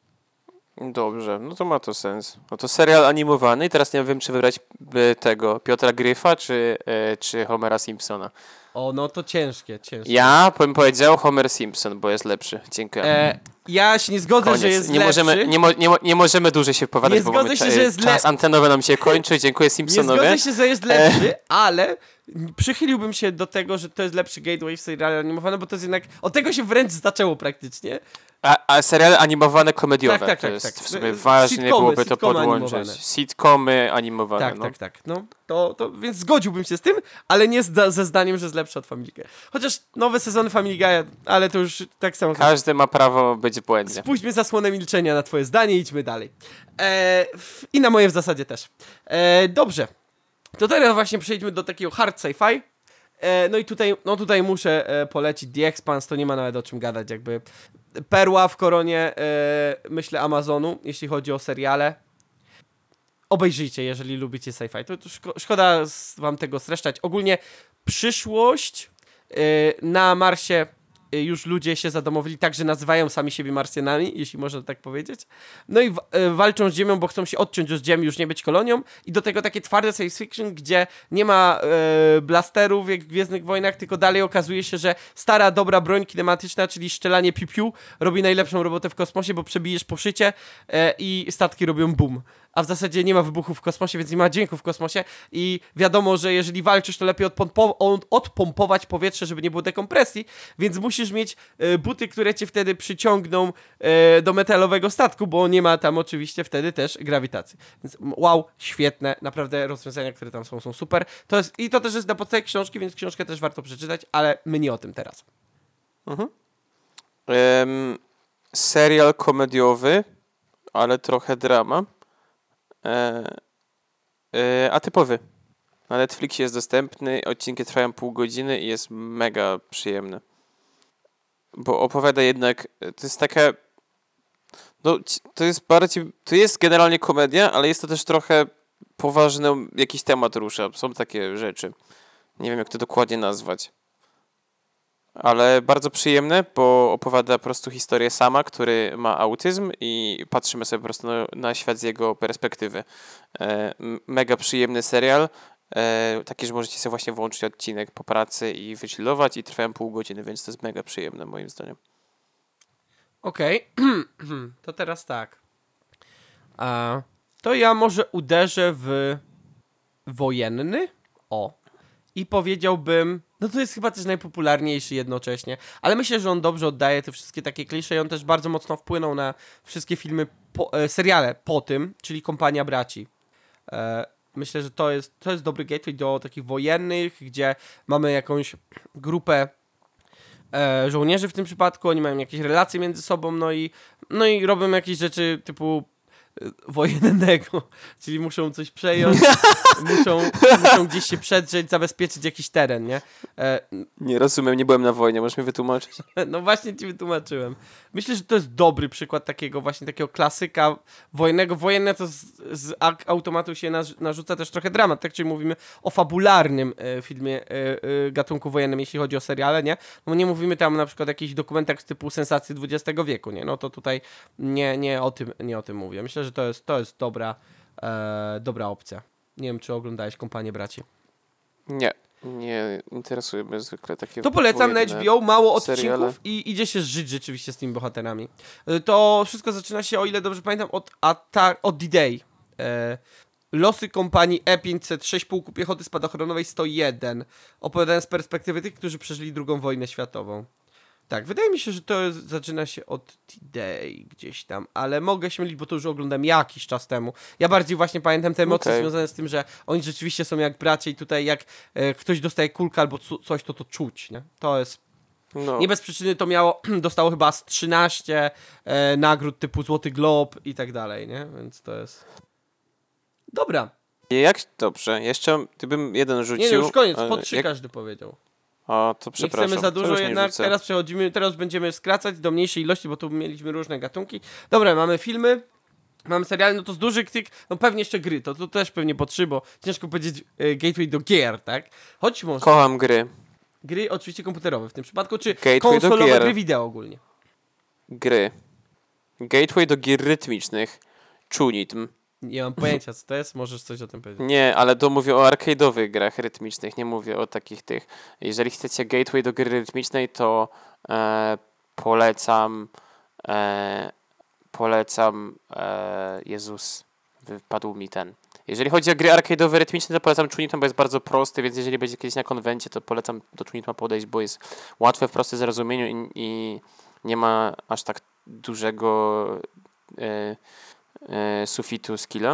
Dobrze, no to ma to sens. No to serial animowany i teraz nie wiem, czy wybrać tego Piotra Gryfa, czy, e, czy Homera Simpsona. O, no to ciężkie, ciężkie. Ja bym powiedział Homer Simpson, bo jest lepszy. Dziękuję. E, ja się nie zgodzę, Koniec. że jest nie lepszy. Możemy, nie, mo, nie, mo, nie możemy dłużej się wpowiadać, nie bo zgodzę mamy się, cza- że jest czas le... antenowy nam się kończy. Dziękuję Simpsonowi. Nie zgodzę się, że jest lepszy, e... ale przychyliłbym się do tego, że to jest lepszy gateway w serialu animowanym, bo to jest jednak... Od tego się wręcz zaczęło praktycznie. A, a seriale animowane komediowe, tak, tak, to tak, jest tak. w sumie ważne sitcomy, byłoby to podłączyć. Animowane. Sitcomy animowane. Tak, no. tak, tak. No, to, to, więc zgodziłbym się z tym, ale nie zda, ze zdaniem, że jest lepszy od Family Guy. Chociaż nowe sezony Family Guy, ale to już tak samo. Każdy ma prawo być błędnie. Spuśćmy zasłonę milczenia na twoje zdanie i idźmy dalej. E, I na moje w zasadzie też. E, dobrze. To teraz właśnie przejdźmy do takiego hard sci-fi. E, no i tutaj, no tutaj muszę e, polecić The Expanse, to nie ma nawet o czym gadać, jakby perła w koronie, e, myślę, Amazonu, jeśli chodzi o seriale. Obejrzyjcie, jeżeli lubicie sci-fi. To, to szko- szkoda wam tego streszczać. Ogólnie przyszłość e, na Marsie już ludzie się zadomowili tak, że nazywają sami siebie Marsjanami, jeśli można tak powiedzieć. No i w, e, walczą z Ziemią, bo chcą się odciąć od Ziemi, już nie być kolonią. I do tego takie twarde science fiction, gdzie nie ma e, blasterów jak w Gwiezdnych Wojnach, tylko dalej okazuje się, że stara, dobra broń kinematyczna, czyli strzelanie piu-piu, robi najlepszą robotę w kosmosie, bo przebijesz poszycie e, i statki robią boom. A w zasadzie nie ma wybuchów w kosmosie, więc nie ma dźwięków w kosmosie i wiadomo, że jeżeli walczysz, to lepiej odpompo- odpompować powietrze, żeby nie było dekompresji, więc musisz mieć e, buty, które cię wtedy przyciągną e, do metalowego statku, bo nie ma tam oczywiście wtedy też grawitacji. Więc wow, świetne, naprawdę rozwiązania, które tam są, są super. To jest, i to też jest na podstawie książki, więc książkę też warto przeczytać, ale my nie o tym teraz. Mhm. Um, serial komediowy, ale trochę drama. E, e, atypowy. Na Netflixie jest dostępny, odcinki trwają pół godziny i jest mega przyjemny. Bo opowiada jednak, to jest taka, no to jest bardziej, to jest generalnie komedia, ale jest to też trochę poważny jakiś temat rusza. Są takie rzeczy. Nie wiem, jak to dokładnie nazwać. Ale bardzo przyjemne, bo opowiada po prostu historię Sama, który ma autyzm i patrzymy sobie po prostu na, na świat z jego perspektywy. E, mega przyjemny serial, e, taki, że możecie sobie właśnie włączyć odcinek po pracy i wychillować i trwają pół godziny, więc to jest mega przyjemne moim zdaniem. Okej, okay. To teraz tak. A, to ja może uderzę w wojenny? O. I powiedziałbym, no to jest chyba też najpopularniejszy jednocześnie, ale myślę, że on dobrze oddaje te wszystkie takie klisze i on też bardzo mocno wpłynął na wszystkie filmy, po, e, seriale po tym, czyli Kompania Braci. E, myślę, że to jest, to jest dobry gateway do takich wojennych, gdzie mamy jakąś grupę e, żołnierzy w tym przypadku, oni mają jakieś relacje między sobą, no i, no i robią jakieś rzeczy typu y, wojennego, czyli muszą coś przejąć, muszą, muszą gdzieś się przedrzeć, zabezpieczyć jakiś teren, nie? E, Nie rozumiem, nie byłem na wojnie, możesz mi wytłumaczyć? no właśnie ci wytłumaczyłem. Myślę, że to jest dobry przykład takiego właśnie takiego klasyka wojennego. Wojenne to z, z automatu się narz, narzuca też trochę dramat, tak? Czyli mówimy o fabularnym e, filmie e, e, gatunku wojennym, jeśli chodzi o seriale, nie? No nie mówimy tam na przykład o jakichś dokumentach typu Sensacje dwudziestego wieku, nie? No to tutaj nie, nie, o, tym, nie o tym mówię. Myślę, że to jest, to jest dobra, e, dobra opcja. Nie wiem, czy oglądałeś Kompanię Braci. Nie, nie interesuje mnie zwykle takie To polecam na H B O, mało seriale. odcinków i idzie się żyć rzeczywiście z tymi bohaterami. To wszystko zaczyna się, o ile dobrze pamiętam, od, ata- od D-Day. E, losy kompanii E pięćset sześć Pułku Piechoty Spadochronowej sto jeden. Opowiadając z perspektywy tych, którzy przeżyli drugą wojnę światową. Tak, wydaje mi się, że to jest, zaczyna się od D-Day gdzieś tam, ale mogę się mylić, bo to już oglądam jakiś czas temu. Ja bardziej właśnie pamiętam te emocje Okay. związane z tym, że oni rzeczywiście są jak bracia i tutaj jak e, ktoś dostaje kulkę albo cu- coś, to to czuć, nie? To jest... No. Nie bez przyczyny to miało, dostało chyba z trzynaście e, nagród typu Złoty Glob i tak dalej, nie? Więc to jest... Dobra. Jak dobrze, jeszcze gdybym jeden rzucił... Nie, no już koniec, ale po trzy jak... każdy powiedział. O, to Nie przepraszam. chcemy za to dużo, już nie jednak rzucę. teraz przechodzimy, teraz będziemy skracać do mniejszej ilości, bo tu mieliśmy różne gatunki. Dobra, mamy filmy, mamy seriale, no to z dużych tych, no pewnie jeszcze gry, to, to też pewnie po trzy, bo ciężko powiedzieć e, gateway do gier, tak? Choć może. Kocham gry. Gry oczywiście komputerowe w tym przypadku, czy Gateway do konsolowe gier. gry wideo ogólnie. Gry. Gateway do gier rytmicznych. Czunitm. Nie mam pojęcia, co to jest, możesz coś o tym powiedzieć. Nie, ale to mówię o arcade'owych grach rytmicznych, nie mówię o takich tych. Jeżeli chcecie gateway do gry rytmicznej, to e, polecam e, polecam e, Jezus, wypadł mi ten. Jeżeli chodzi o gry arcade'owe rytmiczne, to polecam Chunitm, bo jest bardzo prosty, więc jeżeli będzie kiedyś na konwencie, to polecam do Chunitma podejść, bo jest łatwe, w prostym zrozumieniu i, i nie ma aż tak dużego e, e, sufitu skilla.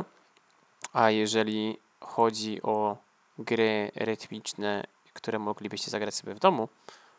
A jeżeli chodzi o gry rytmiczne, które moglibyście zagrać sobie w domu,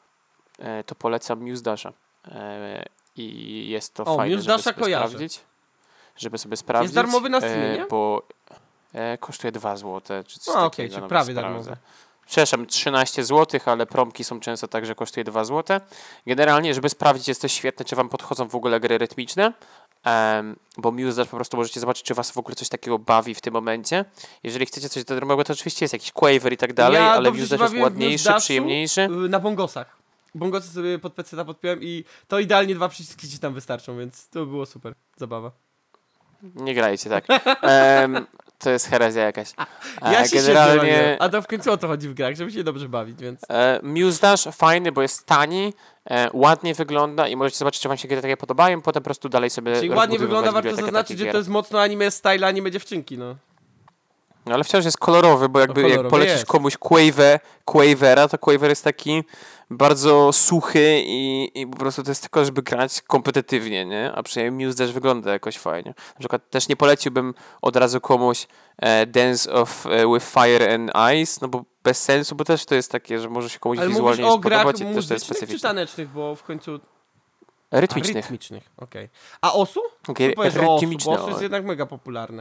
e, to polecam Muse Dasha. E, I jest to O, fajne, Muse żeby Dasha sobie kojarzę. sprawdzić. Żeby sobie sprawdzić. Jest darmowy na Steamie, e, nie? Bo e, kosztuje dwa złote, czy coś A, okej, takiego. czyli nawet prawie sprawdzę. darmowy. Przepraszam, trzynaście złotych, ale promki są często tak, że kosztuje dwa złote. Generalnie, żeby sprawdzić, jest to świetne, czy wam podchodzą w ogóle gry rytmiczne, um, bo Muse Dash po prostu możecie zobaczyć, czy was w ogóle coś takiego bawi w tym momencie. Jeżeli chcecie coś darmowego, to oczywiście jest jakiś Quaver i tak dalej, Ja ale dobrze Muse się Dash jest bawiłem w Muse ładniejszy, Dashu, przyjemniejszy. y, Na bongosach. Bongosy sobie pod P C podpiąłem i to idealnie dwa przyciski ci tam wystarczą, więc to było super. Zabawa. Nie grajcie tak. Um, to jest herezja jakaś. E, Ja się generalnie generalnie... A to w końcu o to chodzi w grach, żeby się dobrze bawić, więc... e, Muse Dash fajny, bo jest tani, e, ładnie wygląda i możecie zobaczyć, czy wam się gry takie podobają, potem po prostu dalej sobie Czyli ładnie rozbudowywać wygląda, warto bibliotekę zaznaczyć, takich że gier. to jest mocno anime style, anime dziewczynki, no. No ale wciąż jest kolorowy, bo jakby No, jak kolorowy polecisz jest. komuś Quaver, Quavera, to Quaver jest taki bardzo suchy i, i po prostu to jest tylko, żeby grać kompetytywnie, nie? A przynajmniej Muse też wygląda jakoś fajnie. Na przykład też nie poleciłbym od razu komuś e, Dance of e, with Fire and Ice, no bo bez sensu, bo też to jest takie, że może się komuś Ale mówisz wizualnie nie o grach spodobać i też to jest muzycznych czy specyficzne. tanecznych, bo w końcu... A, Rytmicznych. rytmicznych, okej. A Osu? Gier Co powiesz o Osu, rytmiczne, bo Osu jest o. jednak mega popularne.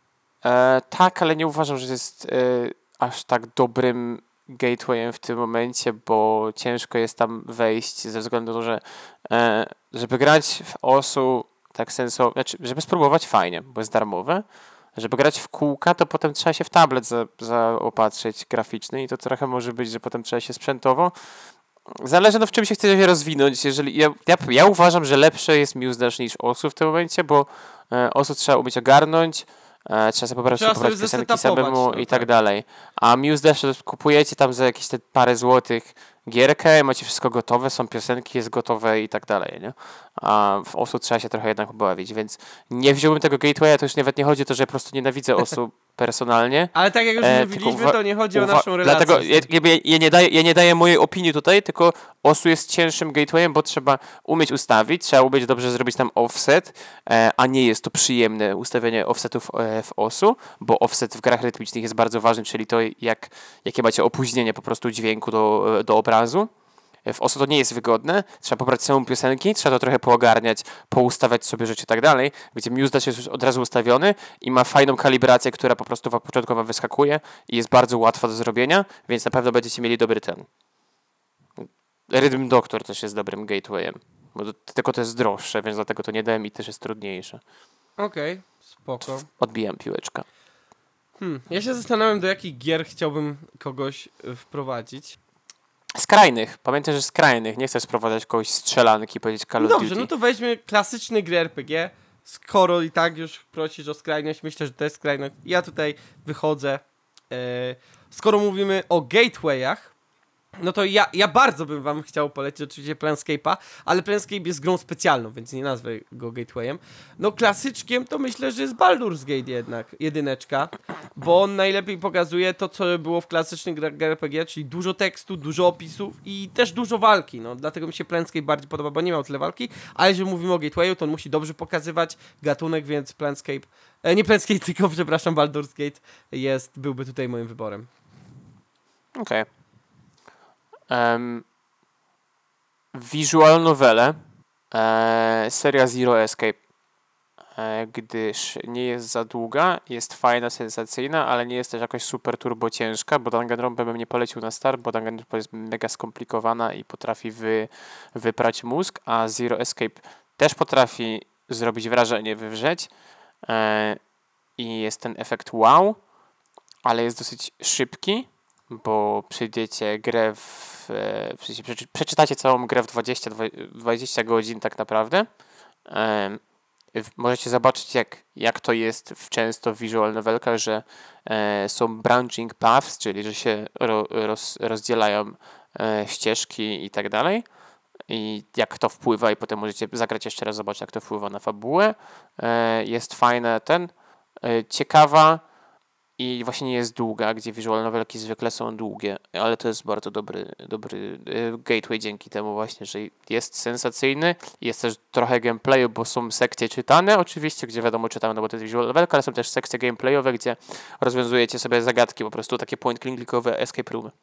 E, tak, ale nie uważam, że jest e, aż tak dobrym gatewayem w tym momencie, bo ciężko jest tam wejść ze względu na to, że e, żeby grać w Osu tak sensownie, znaczy, żeby spróbować fajnie, bo jest darmowe, żeby grać w kółka, to potem trzeba się w tablet za, zaopatrzyć graficzny i to trochę może być, że potem trzeba się sprzętowo. Zależy no w czym się chcecie rozwinąć. Jeżeli ja, ja, ja uważam, że lepsze jest Muse Dash niż Osu w tym momencie, bo e, Osu trzeba umieć ogarnąć, E, trzeba sobie pobrać, Trzeba pobrać sobie piosenki zesetapować, samemu no i tak tak. dalej. A Muse Dash to kupujecie tam za jakieś te parę złotych gierkę, macie wszystko gotowe, są piosenki, jest gotowe i tak dalej, nie? A w Osu trzeba się trochę jednak pobawić, więc nie wziąłbym tego gatewaya, to już nawet nie chodzi o to, że ja po prostu nienawidzę Osu personalnie. Ale tak jak już E, mówiliśmy, tylko uwa- to nie chodzi o Uwa- naszą relację. Dlatego z ja, tym. ja, ja, nie daję, ja nie daję mojej opinii tutaj, tylko Osu jest cięższym gatewayem, bo trzeba umieć ustawić, trzeba umieć dobrze zrobić tam offset, e, a nie jest to przyjemne ustawienie offsetów e, w Osu, bo offset w grach rytmicznych jest bardzo ważny, czyli to jak, jakie macie opóźnienie po prostu dźwięku do, do obrazu. w Oslo to nie jest wygodne, trzeba pobrać samą piosenki, trzeba to trochę poogarniać, poustawiać sobie rzeczy i tak dalej, gdzie Muse jest już od razu ustawiony i ma fajną kalibrację, która po prostu początkowo wyskakuje i jest bardzo łatwa do zrobienia, więc na pewno będziecie mieli dobry ten. Rhythm Doctor też jest dobrym gatewayem, bo to, tylko to jest droższe, więc dlatego to nie dałem i też jest trudniejsze. Okej, okay, spoko. Odbijam piłeczkę. Hmm, ja się zastanawiam, do jakich gier chciałbym kogoś wprowadzić. Skrajnych. Pamiętaj, że skrajnych. Nie chcę sprowadzać kogoś strzelanki, powiedzieć Call no of Dobrze, Duty. no to weźmy klasyczny gry er pe gie. Skoro i tak już prosisz o skrajność, myślę, że to jest skrajność. Ja tutaj wychodzę. E, skoro mówimy o gatewayach, no to ja, ja bardzo bym wam chciał polecić oczywiście Planescape'a, ale Planescape jest grą specjalną, więc nie nazwę go gatewayem. No klasyczkiem to myślę, że jest Baldur's Gate jednak, jedyneczka, bo on najlepiej pokazuje to, co było w klasycznych grach er pe gie, czyli dużo tekstu, dużo opisów i też dużo walki, no dlatego mi się Planescape bardziej podoba, bo nie miał tyle walki, ale jeżeli mówimy o gatewayu, to on musi dobrze pokazywać gatunek, więc Planescape, e, nie Planescape, tylko przepraszam, Baldur's Gate jest, byłby tutaj moim wyborem. Okej. Okay. Um, visual novele, e, seria Zero Escape, e, gdyż nie jest za długa, jest fajna, sensacyjna, ale nie jest też jakoś super turbo ciężka, bo Danganronpa bym nie polecił na start, bo Danganronpa jest mega skomplikowana i potrafi wy, wyprać mózg, a Zero Escape też potrafi zrobić wrażenie, wywrzeć e, i jest ten efekt wow, ale jest dosyć szybki, bo przejdziecie grę w... E, przeczy, przeczytacie całą grę w dwadzieścia, dwadzieścia godzin tak naprawdę. E, w, możecie zobaczyć, jak, jak to jest w często w visual novelkach, że e, są branching paths, czyli że się ro, roz, rozdzielają e, ścieżki i tak dalej. I jak to wpływa i potem możecie zagrać jeszcze raz, zobaczyć, jak to wpływa na fabułę. E, jest fajne ten, e, ciekawa, i właśnie nie jest długa, gdzie visual novelki zwykle są długie, ale to jest bardzo dobry, dobry gateway dzięki temu właśnie, że jest sensacyjny, jest też trochę gameplayu, bo są sekcje czytane oczywiście, gdzie wiadomo czytamy, no bo to jest visual novelka, ale są też sekcje gameplayowe, gdzie rozwiązujecie sobie zagadki, po prostu takie point-clickowe escape roomy.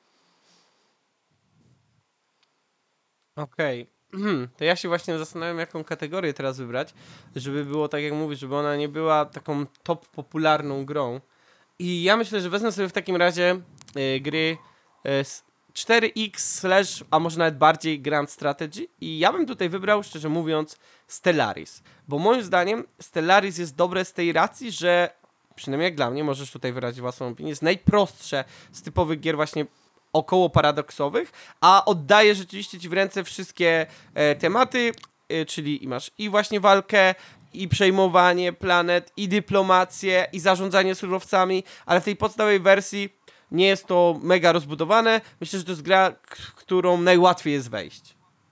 Okej. Okay. Hmm, to ja się właśnie zastanawiam, jaką kategorię teraz wybrać, żeby było tak jak mówisz, żeby ona nie była taką top popularną grą. I ja myślę, że wezmę sobie w takim razie y, gry y, cztery X slash, a może nawet bardziej Grand Strategy i ja bym tutaj wybrał, szczerze mówiąc, Stellaris, bo moim zdaniem Stellaris jest dobre z tej racji, że przynajmniej jak dla mnie, możesz tutaj wyrazić własną opinię, jest najprostsze z typowych gier właśnie około paradoksowych, a oddaje rzeczywiście ci w ręce wszystkie e, tematy, e, czyli i masz i właśnie walkę, i przejmowanie planet, i dyplomację, i zarządzanie surowcami, ale w tej podstawowej wersji nie jest to mega rozbudowane. Myślę, że to jest gra, k- którą najłatwiej jest wejść.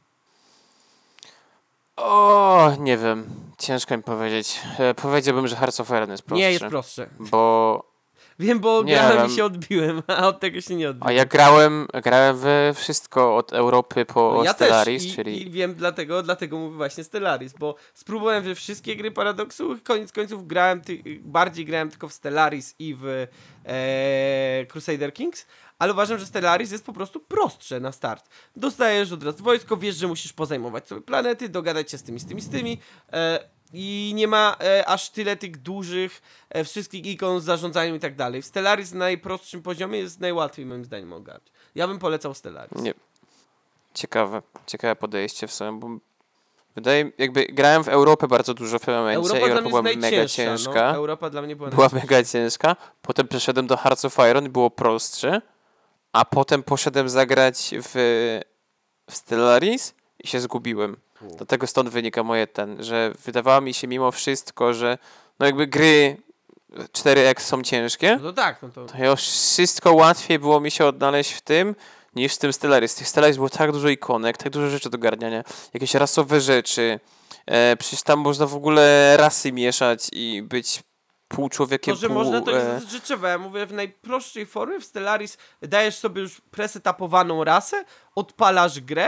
O, nie wiem. Ciężko mi powiedzieć. E, powiedziałbym, że Hearts of Iron jest prostszy. Nie jest prostsze. Bo... Wiem, bo Nie grałem wiem. i się odbiłem, a od tego się nie odbiłem. A ja grałem, grałem we wszystko od Europy po No ja Stellaris, też i, czyli... i wiem dlatego, dlatego mówię właśnie Stellaris, bo spróbowałem we wszystkie gry Paradoksu, koniec końców grałem, ty, bardziej grałem tylko w Stellaris i w e, Crusader Kings, ale uważam, że Stellaris jest po prostu prostsze na start. Dostajesz od razu wojsko, wiesz, że musisz pozajmować sobie planety, dogadać się z tymi, z tymi, z tymi e, i nie ma e, aż tyle tych dużych e, wszystkich ikon z zarządzaniem i tak dalej. W Stellaris na najprostszym poziomie jest najłatwiej moim zdaniem ogarnąć. Ja bym polecał Stellaris. Nie. Ciekawe. Ciekawe podejście w sumie, bo wydaje jakby grałem w Europę bardzo dużo w pewnym momencie. Europa, Europa dla była mnie jest mega najcięższa, ciężka. No. Europa dla mnie była, była mega ciężka. Potem przeszedłem do Hearts of Iron i było prostsze. A potem poszedłem zagrać w, w Stellaris i się zgubiłem. U. Dlatego stąd wynika moje ten, że wydawało mi się mimo wszystko, że no jakby gry cztery X są ciężkie. No to tak, no to... To już wszystko łatwiej było mi się odnaleźć w tym, niż w tym Stellaris. W tych Stellaris było tak dużo ikonek, tak dużo rzeczy do garniania, jakieś rasowe rzeczy. E, przecież tam można w ogóle rasy mieszać i być pół człowiekiem, Może pół... można to nie e... znaczy, że trzeba. Ja mówię w najprostszej formie w Stellaris dajesz sobie już presetapowaną rasę, odpalasz grę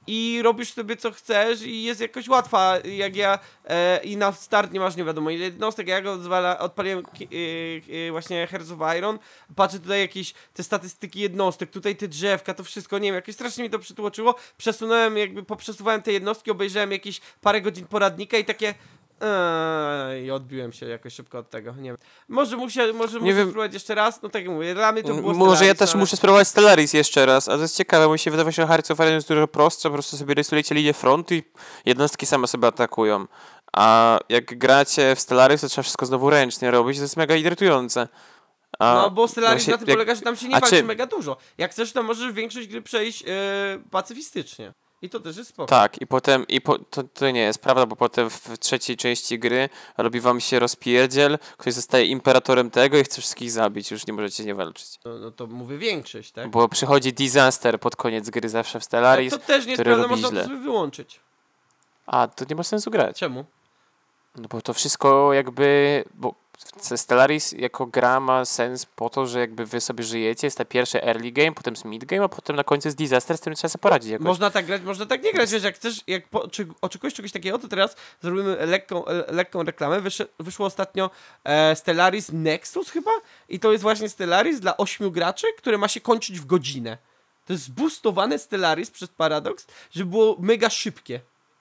i robisz sobie co chcesz i jest jakoś łatwa, jak ja e, i na start nie masz nie wiadomo ile jednostek, ja go odwala, odpaliłem ki- e, e, właśnie Hearts of Iron, patrzę tutaj jakieś te statystyki jednostek, tutaj te drzewka, to wszystko, nie wiem, jakoś strasznie mi to przytłoczyło, przesunąłem jakby, poprzesuwałem te jednostki, obejrzałem jakieś parę godzin poradnika i takie Eee, i odbiłem się jakoś szybko od tego, nie wiem. Może muszę, może muszę wiem. spróbować jeszcze raz, no tak jak mówię, dla mnie to było Może ja Stellaris, też ale... muszę spróbować Stellaris jeszcze raz, a to jest ciekawe, bo mi się wydaje, że Hearts of Iron jest dużo prostsze, po prostu sobie rysujecie linię frontu i jednostki same sobie atakują. A jak gracie w Stellaris, to trzeba wszystko znowu ręcznie robić, to jest mega irytujące. A No bo Stellaris właśnie na tym jak- polega, że tam się nie a walczy czy- mega dużo. Jak chcesz, to możesz większość gry przejść e, pacyfistycznie. I to też jest spoko. Tak, i potem, i po, to, to nie jest prawda, bo potem w trzeciej części gry robi wam się rozpierdziel, ktoś zostaje imperatorem tego i chce wszystkich zabić, już nie możecie nie walczyć. No, no to mówię większość, tak? Bo przychodzi disaster pod koniec gry zawsze w Ale Stellaris, to też nie jest który prawda, robi można źle. to sobie wyłączyć. A, to nie ma sensu grać. Czemu? No bo to wszystko jakby, bo w Stellaris jako gra ma sens po to, że jakby wy sobie żyjecie, jest ta pierwszy early game, potem jest mid game, a potem na końcu jest disaster, z którym trzeba sobie poradzić jakoś. Można tak grać, można tak nie grać, wiesz, jak chcesz, jak po, czy, oczekujesz czegoś takiego, to teraz zrobimy lekką, e, lekką reklamę. Wysz, wyszło ostatnio e, Stellaris Nexus chyba i to jest właśnie Stellaris dla ośmiu graczy, które ma się kończyć w godzinę. To jest zboostowane Stellaris przez Paradox, żeby było mega szybkie.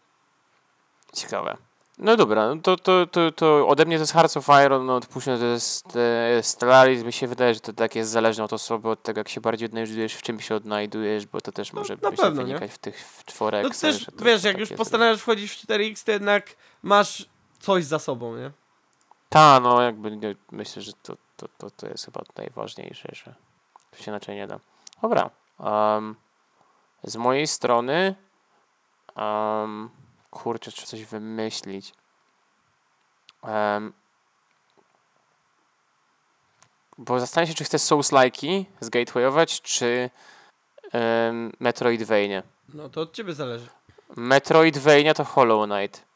Ciekawe. No dobra, no to, to, to, to ode mnie to jest Hearts of Iron, no później to jest e, Stellaris, mi się wydaje, że to tak jest zależne od osoby, od tego jak się bardziej odnajdujesz, w czym się odnajdujesz, bo to też No, może na myślę, pewno, nie? wynikać w tych w czworek. No też, wiesz, jak już postanawiasz wchodzić w cztery X, to jednak masz coś za sobą, nie? Ta, no jakby nie, myślę, że to, to, to, to jest chyba najważniejsze, że to się inaczej nie da. Dobra. Um, z mojej strony um, kurczę, trzeba coś wymyślić. Um, bo zastanawiam się, czy chcę Souls-like'i zgatewayować, czy um, Metroidvania. No to od ciebie zależy. Metroidvania to Hollow Knight.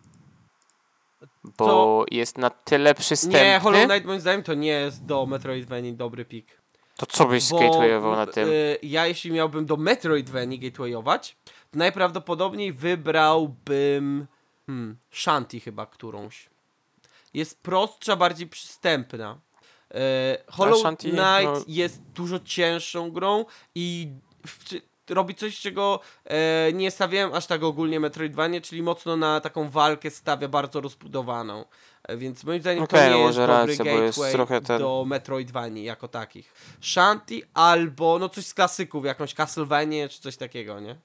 Bo To- jest na tyle przystępny. Nie, Hollow Knight moim zdaniem to nie jest do Metroidvanii dobry pick. To co byś Bo zgatewayował na tym? y, ja jeśli miałbym do Metroidvanii gatewayować, to najprawdopodobniej wybrałbym hmm, Shanty chyba którąś. Jest prostsza, bardziej przystępna. Y, Hollow Shanty, Knight no- jest dużo cięższą grą i w, czy, robi coś, czego e, nie stawiałem aż tak ogólnie Metroidvanie, czyli mocno na taką walkę stawia bardzo rozbudowaną. E, więc moim zdaniem Okej, to nie no jest może dobry racja, bo jest gateway trochę ten- do Metroidvanii jako takich. Shanty albo no coś z klasyków, jakąś Castlevanię czy coś takiego, nie?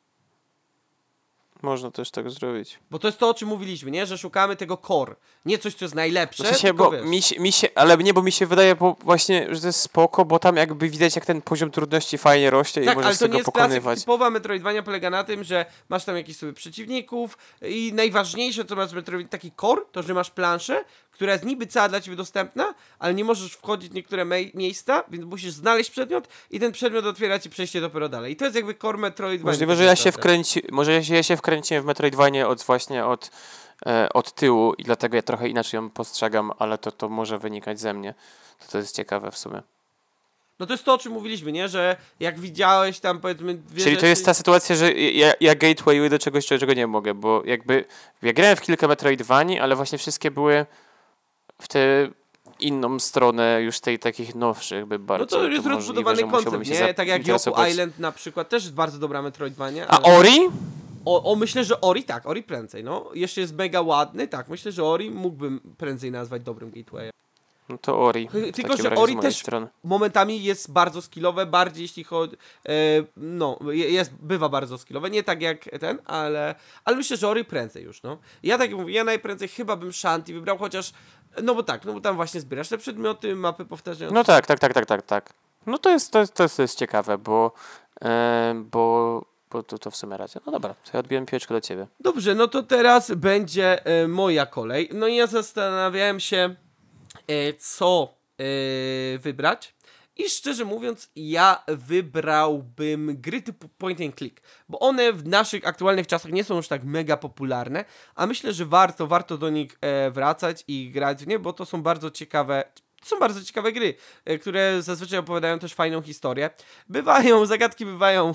Można też tak zrobić. Bo to jest to, o czym mówiliśmy, nie? Że szukamy tego core. Nie coś, co jest najlepsze, W sensie, tylko bo wiesz. mi się, mi się, ale nie, bo mi się wydaje bo właśnie, że to jest spoko, bo tam jakby widać jak ten poziom trudności fajnie rośnie i Tak, możesz ale to nie tego jest klasyk. pokonywać. Typowa Metroidvania polega na tym, że masz tam jakichś sobie przeciwników i najważniejsze, co masz w Metroid, taki core, to że masz planszę, która jest niby cała dla ciebie dostępna, ale nie możesz wchodzić w niektóre mej- miejsca, więc musisz znaleźć przedmiot i ten przedmiot otwiera ci przejście dopiero dalej. I to jest jakby core Metroidvania. Możliwe, tak że ja się naprawdę. wkręci, może ja się, ja się wkręciłem w Metroidvanie od właśnie od, e, od tyłu i dlatego ja trochę inaczej ją postrzegam, ale to, to może wynikać ze mnie. To, to jest ciekawe w sumie. No to jest to, o czym mówiliśmy, nie? Że jak widziałeś tam powiedzmy dwie Czyli to rzeczy... jest ta sytuacja, że ja, ja gatewayuję do czegoś, czego nie mogę, bo jakby ja grałem w kilka Metroidvanii, ale właśnie wszystkie były w tę inną stronę już tej takich nowszych by No bardziej. to jest możliwe, rozbudowany że musiałbym koncept, się nie? Tak jak Yoku zainteresować. Island na przykład, też jest bardzo dobra Metroidvania. A ale- Ori? O, o, myślę, że Ori tak, Ori prędzej, no. Jeszcze jest mega ładny, tak, myślę, że Ori mógłbym prędzej nazwać dobrym gatewayem. No to Ori. Tylko, w takim że razie Ori z mojej też strony. momentami jest bardzo skillowe, bardziej jeśli chodzi, e, no, je- jest, bywa bardzo skillowe, nie tak jak ten, ale, ale myślę, że Ori prędzej już, no. Ja tak jak mówię, ja najprędzej chyba bym Shanty wybrał, chociaż, no bo tak, no bo tam właśnie zbierasz te przedmioty, mapy powtarzające. No tak, tak, tak, tak, tak, tak. No to jest, to jest, to jest, to jest ciekawe, bo, e, bo, bo to, to w sumie racja. No dobra, to ja odbiłem piłeczkę do ciebie. Dobrze, no to teraz będzie e, moja kolej. No i ja zastanawiałem się, e, co e, wybrać. I szczerze mówiąc, ja wybrałbym gry typu point and click, bo one w naszych aktualnych czasach nie są już tak mega popularne, a myślę, że warto, warto do nich e, wracać i grać w nie, bo to są bardzo ciekawe, to są bardzo ciekawe gry, e, które zazwyczaj opowiadają też fajną historię. Bywają, zagadki bywają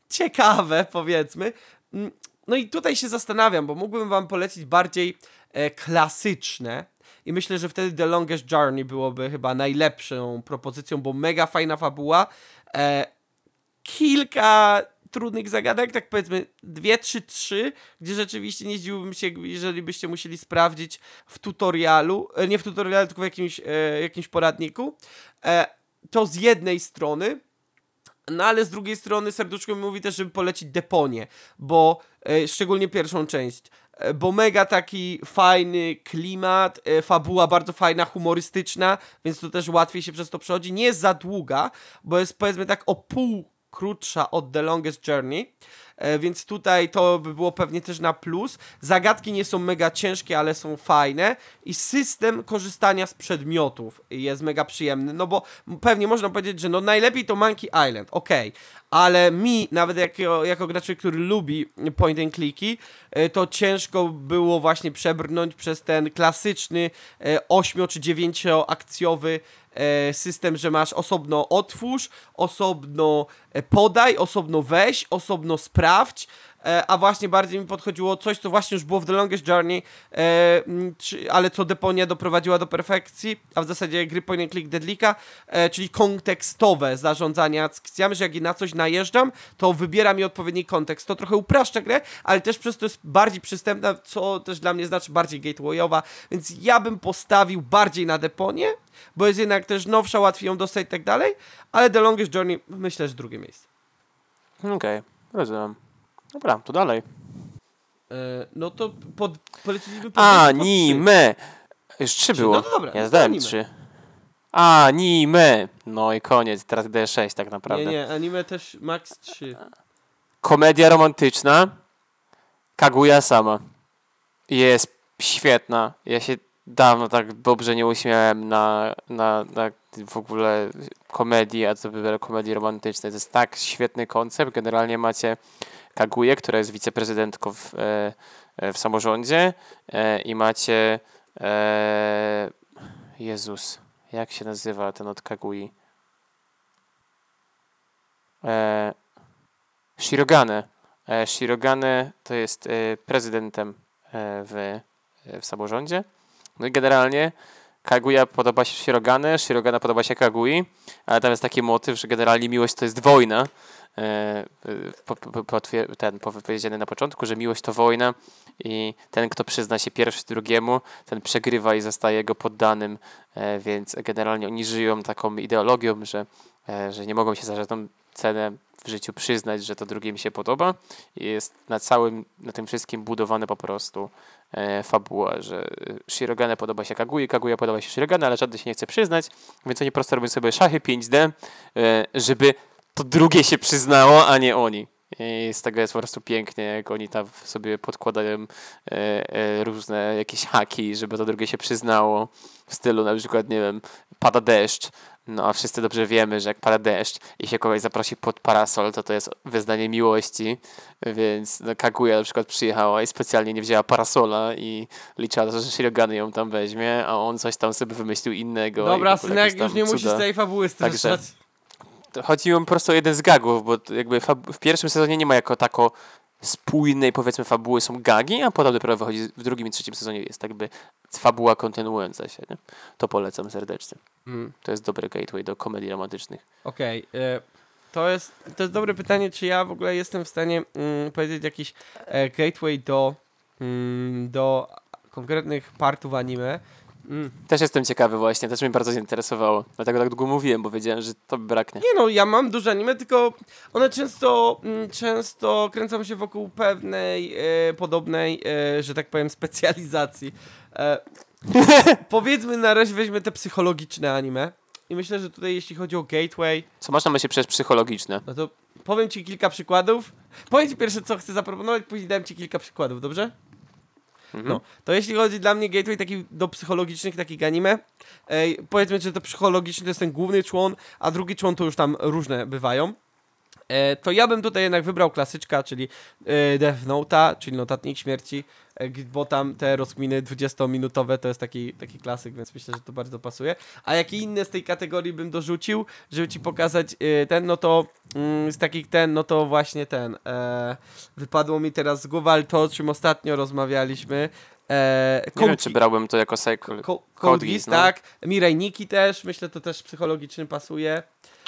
ciekawe, powiedzmy. No i tutaj się zastanawiam, bo mógłbym wam polecić bardziej e, klasyczne i myślę, że wtedy The Longest Journey byłoby chyba najlepszą propozycją, bo mega fajna fabuła, e, kilka trudnych zagadek, tak powiedzmy dwie, trzy, trzy, gdzie rzeczywiście nie zdziwiłbym się, jeżeli byście musieli sprawdzić w tutorialu, e, nie w tutorialu, tylko w jakimś, e, jakimś poradniku, e, to z jednej strony. No ale z drugiej strony serduszko mi mówi też, żeby polecić Deponie, bo e, szczególnie pierwszą część, e, bo mega taki fajny klimat, e, fabuła bardzo fajna, humorystyczna, więc to też łatwiej się przez to przechodzi. Nie jest za długa, bo jest powiedzmy tak o pół krótsza od The Longest Journey, e, więc tutaj to by było pewnie też na plus. Zagadki nie są mega ciężkie, ale są fajne i system korzystania z przedmiotów jest mega przyjemny, no bo pewnie można powiedzieć, że no najlepiej to Monkey Island, okej, okay. Ale mi, nawet jako, jako gracz, który lubi point and clicki, e, to ciężko było właśnie przebrnąć przez ten klasyczny e, ośmio czy dziewięcioakcjowy system, że masz osobno otwórz, osobno podaj, osobno weź, osobno sprawdź, a właśnie bardziej mi podchodziło coś, co właśnie już było w The Longest Journey, ale co Deponia doprowadziła do perfekcji, a w zasadzie gry point and click Deadlika, czyli kontekstowe zarządzanie akcjami, że jak na coś najeżdżam, to wybiera mi odpowiedni kontekst. To trochę upraszcza grę, ale też przez to jest bardziej przystępna, co też dla mnie znaczy bardziej gatewayowa, więc ja bym postawił bardziej na Deponię, bo jest jednak też nowsza, łatwiej ją dostać i tak dalej, ale The Longest Journey myślę, że drugie miejsce. Okej, okay, rozumiem. Dobra, to dalej. E, no to pod, poleciliśmy pod Anime! Już trzy było. No to dobra, ja no zdałem anime. trzy. Anime! No i koniec, teraz D sześć tak naprawdę. Nie, nie, anime też max trzy. Komedia romantyczna. Kaguya Sama. Jest świetna. Ja się dawno tak dobrze nie uśmiałem na, na, na w ogóle komedii, a co wybiorę komedii romantycznej. To jest tak świetny koncept. Generalnie macie Kaguję, która jest wiceprezydentką w, e, w samorządzie e, i macie e, Jezus, jak się nazywa ten od Kagui? E, Shirogane. E, Shirogane to jest e, prezydentem e, w, w samorządzie. No i generalnie Kaguya podoba się Shirogane, Shirogane podoba się Kagui, ale tam jest taki motyw, że generalnie miłość to jest wojna. Po, po, po, ten powiedziany na początku, że miłość to wojna i ten, kto przyzna się pierwszy drugiemu, ten przegrywa i zostaje jego poddanym, więc generalnie oni żyją taką ideologią, że, że nie mogą się za żadną cenę w życiu przyznać, że to drugie mi się podoba i jest na całym, na tym wszystkim budowane po prostu e, fabuła, że Shirogane podoba się Kagui, Kaguya podoba się Shirogane, ale żaden się nie chce przyznać, więc oni po prostu robią sobie szachy pięć D, e, żeby to drugie się przyznało, a nie oni. I z tego jest po prostu pięknie, jak oni tam sobie podkładają e, e, różne jakieś haki, żeby to drugie się przyznało. W stylu na przykład, nie wiem, pada deszcz, no a wszyscy dobrze wiemy, że jak pada deszcz i się kogoś zaprosi pod parasol, to to jest wyznanie miłości, więc no, Kaguya na przykład przyjechała i specjalnie nie wzięła parasola i liczyła, że Shirogane ją tam weźmie, a on coś tam sobie wymyślił innego. Dobra, synek, już nie musisz tej fabuły streszczać. Chodzi mi po prostu o jeden z gagów, bo jakby w pierwszym sezonie nie ma jako tako spójnej, powiedzmy, fabuły, są gagi, a potem dopiero wychodzi w drugim i trzecim sezonie jest jakby fabuła kontynuująca się, nie? To polecam serdecznie. Mm. To jest dobry gateway do komedii romantycznych. Okej, okay, to jest to jest dobre pytanie, czy ja w ogóle jestem w stanie mm, powiedzieć jakiś e, gateway do, mm, do konkretnych partów anime. Mm. Też jestem ciekawy właśnie, też mnie bardzo zainteresowało. Dlatego tak długo mówiłem, bo wiedziałem, że to braknie. Nie no, ja mam duże anime, tylko one często mm, często kręcą się wokół pewnej e, podobnej, e, że tak powiem, specjalizacji. E, powiedzmy na razie weźmy te psychologiczne anime. I myślę, że tutaj jeśli chodzi o gateway... Co można myśleć przez psychologiczne? No to powiem ci kilka przykładów. Powiem ci pierwsze, co chcę zaproponować, później dam ci kilka przykładów, dobrze? Mhm. No, to jeśli chodzi dla mnie gateway taki do psychologicznych takich anime, e, powiedzmy, że to psychologiczny to jest ten główny człon, a drugi człon to już tam różne bywają. e, to ja bym tutaj jednak wybrał klasyczka, czyli e, Death Note'a, czyli Notatnik Śmierci, e, g- bo tam te rozkminy dwudziestominutowe to jest taki, taki klasyk, więc myślę, że to bardzo pasuje. A jakie inne z tej kategorii bym dorzucił, żeby ci pokazać e, ten, no to mm, z takich ten, no to właśnie ten, e, wypadło mi teraz z głowy, ale to, o czym ostatnio rozmawialiśmy, e, Nie Code wiem, czy brałbym to jako cycle. Co- Code Code Geass, Geass, no. tak. Mirai Nikki też, myślę, to też psychologiczny pasuje.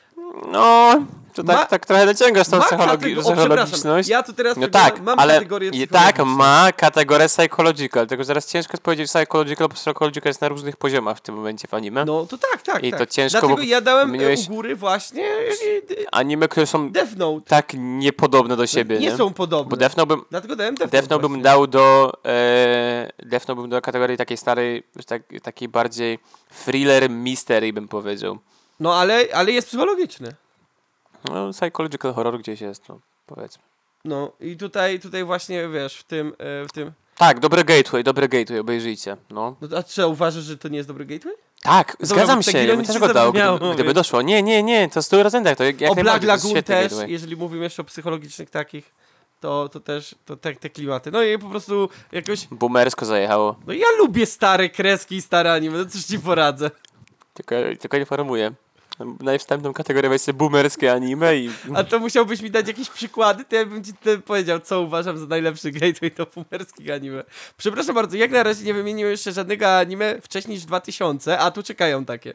No, to tak, Ma- tak trochę dociągasz tą Ma psychologi- katego- o, przepraszam, psychologiczność. ja tu teraz No przeglądam- tak, mam ale kategorię i tak psychologiczną. ma kategorię psychological, tylko zaraz ciężko jest powiedzieć psychological, bo psychological jest na różnych poziomach w tym momencie w anime. No to tak, tak, I tak. to ciężko, Dlatego bo ja dałem wymieniłeś- u góry właśnie e, Anime, które są Death Note. tak niepodobne do siebie, nie, nie? są podobne. Bo Death Note bym, Dlatego dałem Death, Death Note Note bym właśnie. dał do e, Death Note bym do kategorii takiej starej, tak, takiej bardziej thriller mystery bym powiedział. No ale, ale jest psychologiczny. No, psychological horror gdzieś jest, no, powiedzmy. No i tutaj, tutaj właśnie, wiesz, w tym, e, w tym... Tak, dobre gateway, dobre gateway, obejrzyjcie, no. No a co, uważasz, że to nie jest dobry gateway? Tak, Dobra, zgadzam bo się, tak ja bym ironicznie też go dał, zabrzmiało, gdyby, gdyby więc- doszło. Nie, nie, nie, to sto procent to jak, jak o Black najbardziej, to jest Lagoon świetny też, gateway. jeżeli mówimy jeszcze o psychologicznych takich, to, to też, to te, te klimaty. No i po prostu jakoś... Boomersko zajechało, No ja lubię stare kreski i stare anime, no cóż ci poradzę. tylko, tylko nie formuję. Na wstępną kategorię weź sobie boomerskie anime i... A to musiałbyś mi dać jakieś przykłady, to ja bym ci te powiedział, co uważam za najlepszy gateway do boomerskich anime. Przepraszam bardzo, jak na razie nie wymieniłem jeszcze żadnego anime wcześniej niż dwa tysiące, a tu czekają takie.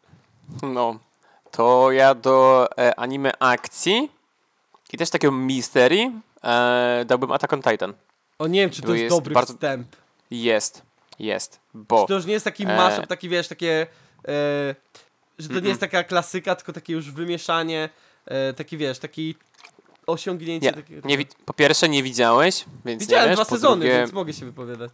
No, to ja do e, anime akcji i też takiego mystery e, dałbym Attack on Titan. O nie wiem, czy to To jest, jest dobry bardzo- wstęp. Jest, jest, bo... To już nie jest taki E. mashup, taki wiesz, takie... E, że to nie Mm-mm. jest taka klasyka, tylko takie już wymieszanie, e, taki wiesz, taki osiągnięcie. Nie, takie, nie wi- po pierwsze nie widziałeś, więc Widziałem nie wiesz, dwa po sezony, drugie... więc mogę się wypowiadać.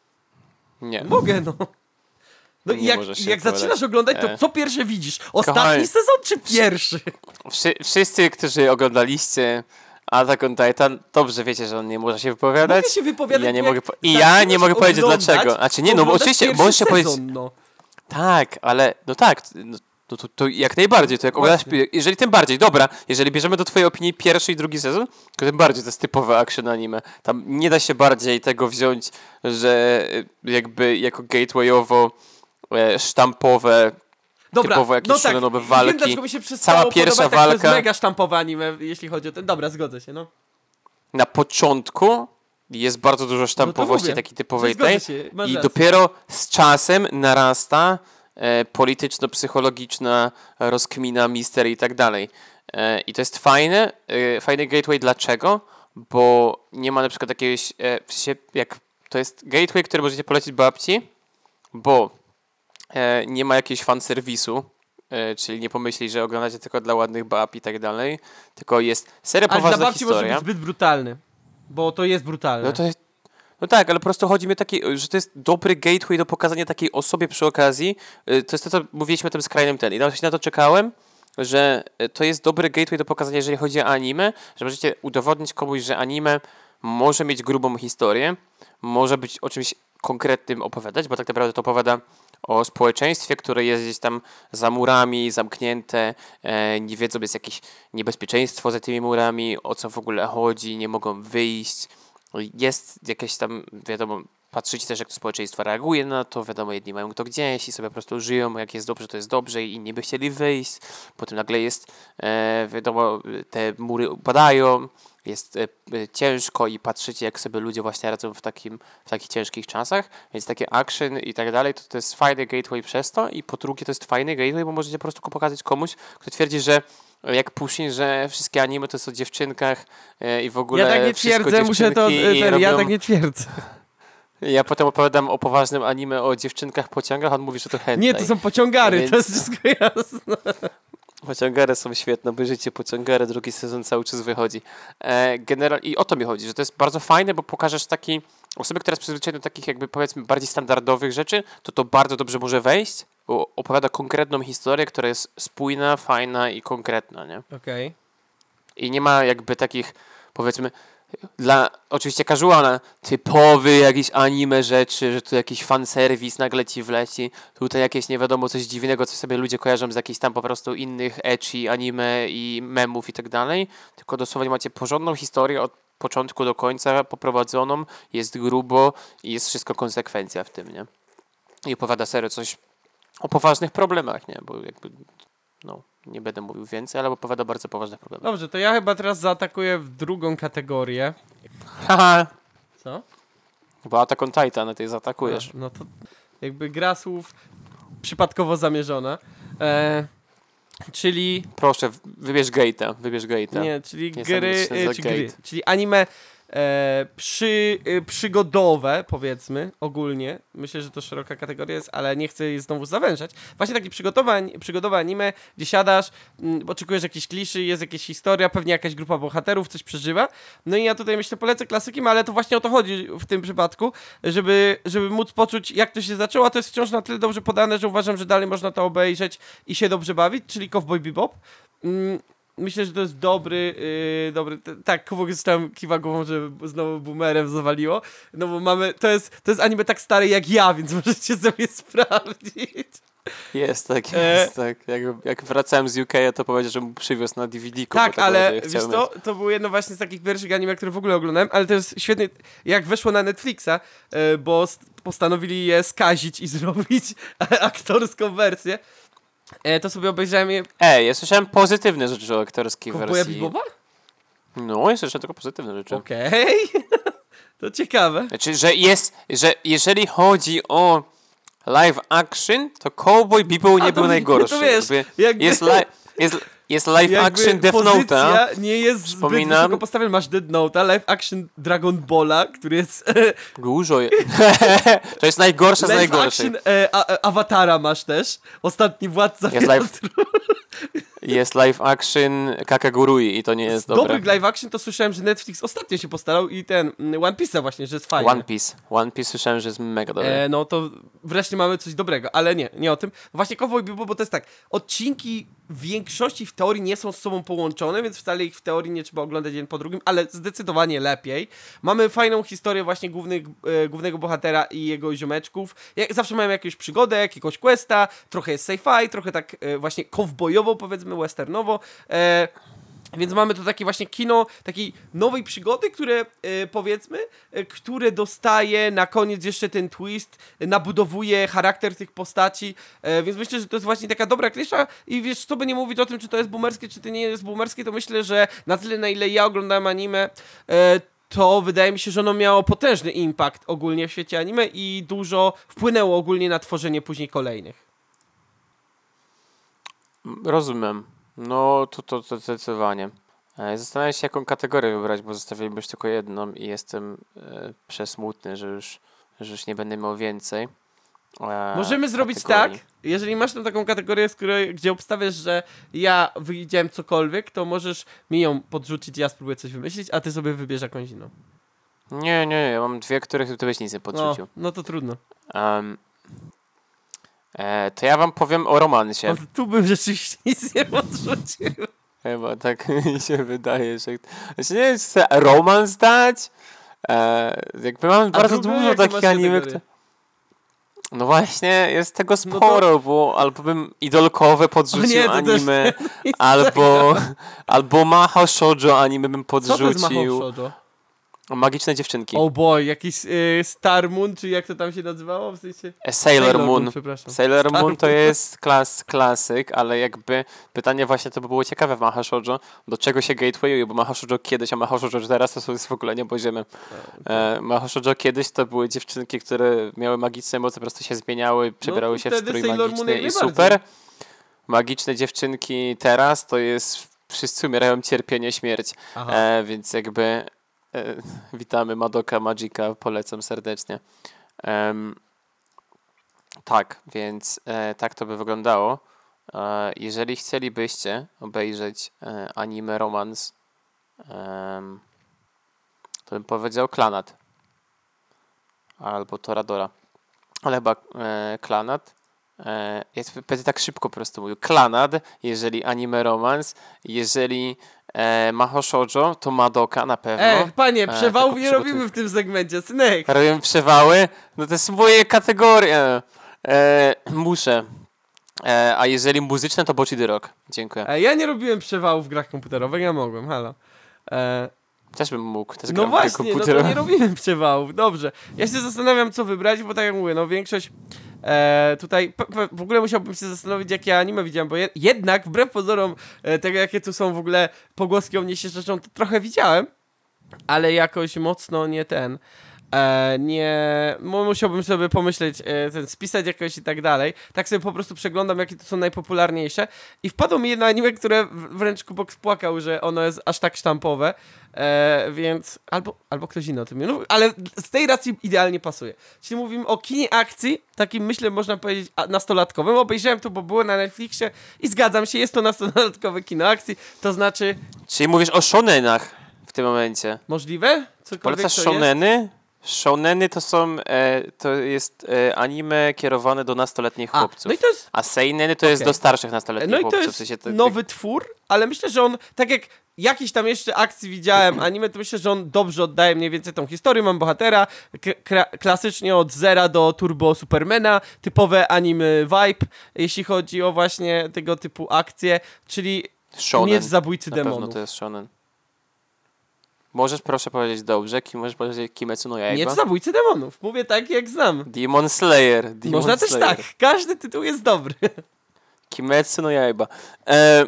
Nie. Mogę, no. No i Nie jak, możesz się jak wypowiadać. zaczynasz oglądać, to E. co pierwsze widzisz? Ostatni Kochani. sezon czy pierwszy? Wszy- wszyscy, którzy oglądaliście Attack on Titan, dobrze wiecie, że on nie może się wypowiadać. Mogę się wypowiadać, Ja nie bo mogę jak po- I ja nie zaczynasz mogę powiedzieć oglądać, dlaczego. Znaczy nie, to no bo oglądasz oczywiście, pierwszy możesz się powiedzieć... sezon, no. Tak, ale no tak, no, no to, to jak najbardziej, to jak oglądasz, Właśnie. jeżeli tym bardziej, dobra, jeżeli bierzemy do twojej opinii pierwszy i drugi sezon, to tym bardziej to jest typowe action anime. Tam nie da się bardziej tego wziąć, że y, jakby jako gatewayowo e, sztampowe, Dobra, typowo jakieś no tak, szalenowe wiem walki. dlaczego mi się przestało Cała pierwsza podobać, tak, to walka- jest mega sztampowe anime, jeśli chodzi o ten... Dobra, zgodzę się, no. na początku jest bardzo dużo sztampowości mówię, takiej typowej zgodzę tej się, masz i rację. dopiero z czasem narasta e, polityczno-psychologiczna rozkmina, mistery i tak dalej. E, I to jest fajne, e, fajny gateway. Dlaczego? Bo nie ma na przykład jakiegoś, e, w sensie jak to jest gateway, który możecie polecić babci, bo e, nie ma jakiegoś fanserwisu, e, czyli nie pomyśli, że oglądacie tylko dla ładnych bab i tak dalej, tylko jest seria Ale dla poważna babci może historia. być zbyt brutalny, bo to jest brutalne. No to jest, no tak, ale po prostu chodzi mi taki, że to jest dobry gateway do pokazania takiej osobie przy okazji. Y, To jest to, co mówiliśmy o tym skrajnym ten. I właśnie na to czekałem, że y, to jest dobry gateway do pokazania, jeżeli chodzi o anime, że możecie udowodnić komuś, że anime może mieć grubą historię, może być o czymś konkretnym opowiadać, bo tak naprawdę to opowiada o społeczeństwie, które jest gdzieś tam za murami, zamknięte, e, nie wiedzą, jest jakieś niebezpieczeństwo za tymi murami, o co w ogóle chodzi, nie mogą wyjść. Jest jakieś tam, wiadomo, patrzycie też, jak to społeczeństwo reaguje na to, wiadomo, jedni mają to gdzieś i sobie po prostu żyją, jak jest dobrze, to jest dobrze i inni by chcieli wyjść. Potem nagle jest, e, wiadomo, te mury upadają, jest e, e, ciężko i patrzycie, jak sobie ludzie właśnie radzą w, takim, w takich ciężkich czasach, więc takie action i tak dalej, to, to jest fajny gateway przez to i po drugie to jest fajny gateway, bo możecie po prostu pokazać komuś, kto twierdzi, że jak Pushing, że wszystkie anime to jest o dziewczynkach e, i w ogóle Ja tak nie wszystko twierdzę, muszę to... dziewczynki i Ten, ja robią- tak nie twierdzę. Ja potem opowiadam o poważnym anime o dziewczynkach pociągach, on mówi, że to hentai. Nie, to są pociągary, Więc- to jest wszystko jasne. Pociągary są świetne, obejrzyjcie Pociągary, drugi sezon cały czas wychodzi. E, general... I o to mi chodzi, że to jest bardzo fajne, bo pokażesz taki... Osoby, która jest przyzwyczajona do takich jakby powiedzmy bardziej standardowych rzeczy, to to bardzo dobrze może wejść, bo opowiada konkretną historię, która jest spójna, fajna i konkretna, nie? Okej. I nie ma jakby takich, powiedzmy, dla oczywiście casuala, typowy jakiś anime rzeczy, że tu jakiś fanserwis nagle ci wleci, tutaj jakieś nie wiadomo coś dziwnego, co sobie ludzie kojarzą z jakichś tam po prostu innych ecchi, anime i memów i tak dalej, tylko dosłownie macie porządną historię od początku do końca poprowadzoną, jest grubo i jest wszystko konsekwencja w tym, nie? I opowiada serio coś o poważnych problemach, nie? Bo jakby, no, nie będę mówił więcej, ale opowiada o bardzo poważnych problemach. Dobrze, to ja chyba teraz zaatakuję w drugą kategorię. Haha, Co? bo Attack on Titan, a ty zaatakujesz. A, no to jakby gra słów przypadkowo zamierzona. E, czyli... Proszę, wybierz Gate'a, wybierz Gate'a. Nie, czyli Nie gry, sam myślę za e, czy gry, Gate. czyli anime e, przy, e, przygodowe, powiedzmy, ogólnie. Myślę, że to szeroka kategoria jest, ale nie chcę jej znowu zawężać. Właśnie takie przygotowe, przygodowe anime, gdzie siadasz, m, oczekujesz jakiejś kliszy, jest jakaś historia, pewnie jakaś grupa bohaterów coś przeżywa. No i ja tutaj myślę, polecę klasykiem, ale to właśnie o to chodzi w tym przypadku, żeby, żeby móc poczuć, jak to się zaczęło, a to jest wciąż na tyle dobrze podane, że uważam, że dalej można to obejrzeć i się dobrze bawić, czyli Cowboy Bebop. Mm, Myślę, że to jest dobry, yy, dobry, t- tak, Kubok już tam kiwa głową, że znowu boomerem zawaliło, no bo mamy, to jest, to jest anime tak stare jak ja, więc możecie sobie sprawdzić. Jest tak, E, jest tak. Jak, jak wracałem z U K, to powiedział, że mu przywiózł na D V D. Tak, ale chciał wiesz mieć. to, to było jedno właśnie z takich pierwszych anime, które w ogóle oglądałem, ale to jest świetnie, jak weszło na Netflixa, yy, bo st- postanowili je skazić i zrobić aktorską wersję, yy, to sobie obejrzałem je. Ej, ja słyszałem pozytywne rzeczy o aktorskiej Cowboya wersji. Bebopa? No, ja słyszałem tylko pozytywne rzeczy. Okej, to ciekawe. Znaczy, że jest, że jeżeli chodzi o live action, to Cowboy Bebop nie A, to był wi- najgorszy. to wiesz, Jakby jakby- jest, li- jest, jest live Jakby action Death Note'a. pozycja nie jest zbyt Przypominam- wysoko postawiona. Masz Death Note'a, live action Dragon Balla, który jest Dużo je... To jest najgorsze z live najgorszych. action e, a, e, Awatara masz też. Ostatni Władca Jest live- Wiatru. Jest live action Kakagurui i to nie jest dobre. Dobry live action to słyszałem, że Netflix ostatnio się postarał i ten mm, One Piece'a właśnie, że jest fajny. One Piece. One Piece słyszałem, że jest mega dobry. E, no to wreszcie mamy coś dobrego, ale nie, nie o tym. Właśnie Cowboy Bebop, bo to jest tak, odcinki w większości w teorii nie są z sobą połączone, więc wcale ich w teorii nie trzeba oglądać jeden po drugim, ale zdecydowanie lepiej. Mamy fajną historię właśnie głównych, e, głównego bohatera i jego ziomeczków. Jak, zawsze mają jakąś przygodę, jakiegoś questa, trochę jest sci-fi, trochę tak e, właśnie cowboyowo, powiedzmy, westernowo. E, Więc mamy tu takie właśnie kino takiej nowej przygody, które e, powiedzmy, e, które dostaje na koniec jeszcze ten twist, e, nabudowuje charakter tych postaci, e, więc myślę, że to jest właśnie taka dobra klisza i wiesz, co by nie mówić o tym, czy to jest boomerskie, czy to nie jest boomerskie, to myślę, że na tyle, na ile ja oglądałem anime, e, to wydaje mi się, że ono miało potężny impact ogólnie w świecie anime i dużo wpłynęło ogólnie na tworzenie później kolejnych. Rozumiem. No, to, to, to zdecydowanie. E, Zastanawiam się, jaką kategorię wybrać, bo zostawiliśmy już tylko jedną i jestem e, przesmutny, że już, że już nie będę miał więcej. E, Możemy zrobić kategorii. tak, jeżeli masz tam taką kategorię, z której, gdzie obstawiasz, że ja widziałem cokolwiek, to możesz mi ją podrzucić, ja spróbuję coś wymyślić, a ty sobie wybierz jakąś inną. Nie, nie, ja mam dwie, których ty byś nic nie No, podrzucił. no to trudno. Em, e, to ja wam powiem o romansie. No, tu bym rzeczywiście nic nie podrzucił. Chyba tak mi się wydaje, że... Znaczy nie wiem, czy chcę romans dać. E, jakby mam bardzo drugą, dużo jaką takich masz anime, kategorię? które... No właśnie, jest tego No to- sporo, bo albo bym idolkowe podrzucił nie, to też anime, nic albo, albo Mahou Shoujo anime bym Co to jest Mahou podrzucił. Shoujo? Magiczne dziewczynki. Oh boy, jakiś y, Star Moon, czy jak to tam się nazywało? W sensie... E, Sailor Moon. przepraszam. Sailor Star Moon to Moon. jest klas, klasyk, ale jakby pytanie właśnie to by było ciekawe w Mahou Shoujo, do czego się gatewayuje, bo Mahou Shoujo kiedyś, a Mahou Shoujo teraz to jest w ogóle nie poziomie. E, Mahou Shoujo kiedyś to były dziewczynki, które miały magiczne moce, po prostu się zmieniały, przebierały No to się w wtedy strój Sailor Moon magiczny jak i najbardziej. super. Magiczne dziewczynki teraz to jest wszyscy umierają cierpienie, śmierć. Aha. E, więc jakby e, witamy Madoka Magica, polecam serdecznie. Em, tak, więc e, tak to by wyglądało. E, jeżeli chcielibyście obejrzeć e, anime romans, em, to bym powiedział Klanat albo Toradora, ale chyba e, Klanat E, ja to będę tak szybko po prostu mówił. Clannad, jeżeli anime romance, jeżeli e, Mahou Shoujo, to Madoka na pewno. E, panie, E, przewałów tylko nie przygotuj- robimy w tym segmencie, synek. Robię przewały, no to jest moje kategorie. E, muszę. E, a jeżeli muzyczne, to Bocchi the Rock. Dziękuję. E, ja nie robiłem przewałów w grach komputerowych, ja mogłem, halo. E, Też bym mógł. Też no gram w gry właśnie, no to komputerowe. nie robimy przewałów, dobrze. Ja się zastanawiam, co wybrać, bo tak jak mówię, no większość e, tutaj, p- p- w ogóle musiałbym się zastanowić, jakie anime widziałem, bo je, jednak, wbrew pozorom e, tego, jakie tu są w ogóle pogłoski o mnie się rzeczą, to trochę widziałem, ale jakoś mocno nie ten... E, nie, mu- musiałbym sobie pomyśleć, e, ten, spisać jakoś i tak dalej. Tak sobie po prostu przeglądam, jakie to są najpopularniejsze. I wpadło mi jedno anime, które w- wręcz Kubox płakał, że ono jest aż tak sztampowe. E, więc albo, albo ktoś inny o tym nie mówi, ale z tej racji idealnie pasuje. Czyli mówimy o kinie akcji, takim myślę można powiedzieć a- nastolatkowym. Obejrzałem to, bo było na Netflixie i zgadzam się, jest to nastolatkowe kino akcji, to znaczy Czyli mówisz o shonenach w tym momencie. możliwe? Cokolwiek Polecasz to jest. shoneny? Shoneny to są, e, to jest e, anime kierowane do nastoletnich A, chłopców. no i to jest A seineny to jest Okej. do starszych nastoletnich No i chłopców. to w jest sensie to- nowy twór, ale myślę, że on, tak jak jakiś tam jeszcze akcji widziałem anime, to myślę, że on dobrze oddaje mniej więcej tą historię. Mam bohatera, k- kra- klasycznie od zera do Turbo Supermana, typowe anime vibe, jeśli chodzi o właśnie tego typu akcje, czyli Shonen. miecz zabójcy Na pewno demonów. to jest shonen. Możesz proszę powiedzieć dobrze, kim możesz powiedzieć Kimetsu no Yaiba? Miecz zabójcy demonów, mówię tak jak znam. Demon Slayer. Demon Można też Slayer. tak, każdy tytuł jest dobry. Kimetsu no Yaiba. E,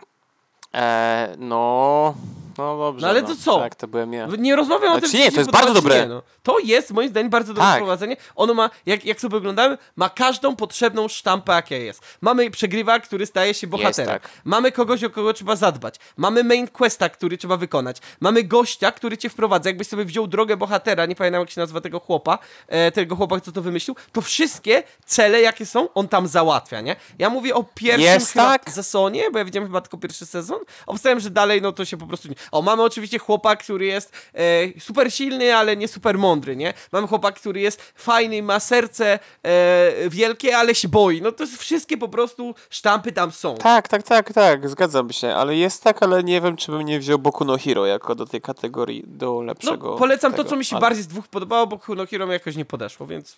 e, no... No dobrze. No ale to co? Tak, to byłem ja. Nie rozmawiam o Znaczy tym, nie, czy to ci jest podoba, bardzo czy dobre. Nie, no. To jest moim zdaniem bardzo dobre Tak. prowadzenie. Ono ma, jak, jak sobie oglądamy, ma każdą potrzebną sztampę, jaka jest. Mamy przegrywa, który staje się bohaterem. tak. Mamy kogoś, o kogo trzeba zadbać. Mamy main questa, który trzeba wykonać. Mamy gościa, który cię wprowadza. Jakbyś sobie wziął drogę bohatera, nie pamiętam jak się nazywa tego chłopa, e, tego chłopa, co to wymyślił, to wszystkie cele, jakie są, on tam załatwia, nie? Ja mówię o pierwszym Jest chyba tak? sezonie, bo ja widziałem chyba tylko pierwszy sezon. Obstawiam, że dalej, no to się po prostu nie... O, mamy oczywiście chłopak, który jest e, super silny, ale nie super mądry, nie? Mamy chłopak, który jest fajny, ma serce e, wielkie, ale się boi. No to jest wszystkie po prostu sztampy tam są. Tak, tak, tak, tak, zgadzam się, ale jest tak, ale nie wiem, czy bym nie wziął Boku no Hero jako do tej kategorii, do No, lepszego. polecam tego, to, co mi się ale... bardziej z dwóch podobało, bo Kuno Hero mi jakoś nie podeszło, więc...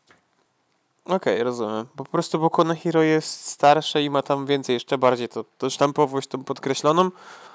Okej, rozumiem. Po prostu Boku no Hero jest starsze i ma tam więcej, jeszcze bardziej to, to sztampowość tą podkreśloną,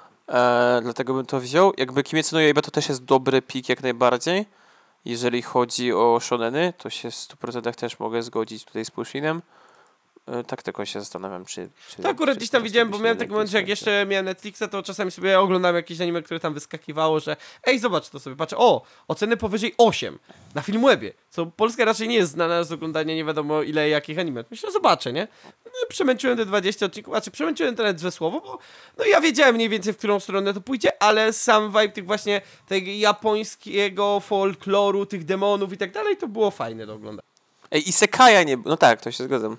e, dlatego bym to wziął. Jakby Kimetsu no Yaiba to też jest dobry pik jak najbardziej. Jeżeli chodzi o shoneny, to się w stu procentach też mogę zgodzić tutaj z Pushinem. E, tak tylko się zastanawiam, czy... czy To akurat czy gdzieś tam po prostu widziałem, bo byś miałem nie taki moment, że jak napisał. jeszcze miałem Netflixa, to czasami sobie oglądałem jakieś anime, które tam wyskakiwało, że ej, zobacz to sobie, patrzę, o, oceny powyżej osiem na Filmwebie, co Polska raczej nie jest znana z oglądania nie wiadomo ile jakich anime. Myślę, zobaczę, nie? No, przemęczyłem te dwadzieścia odcinków, znaczy przemęczyłem to nawet złe słowo, bo no ja wiedziałem mniej więcej, w którą stronę to pójdzie, ale sam vibe tych właśnie tego japońskiego folkloru, tych demonów i tak dalej, to było fajne do oglądania. Ej, Isekaja nie... No tak, to się zgadzam.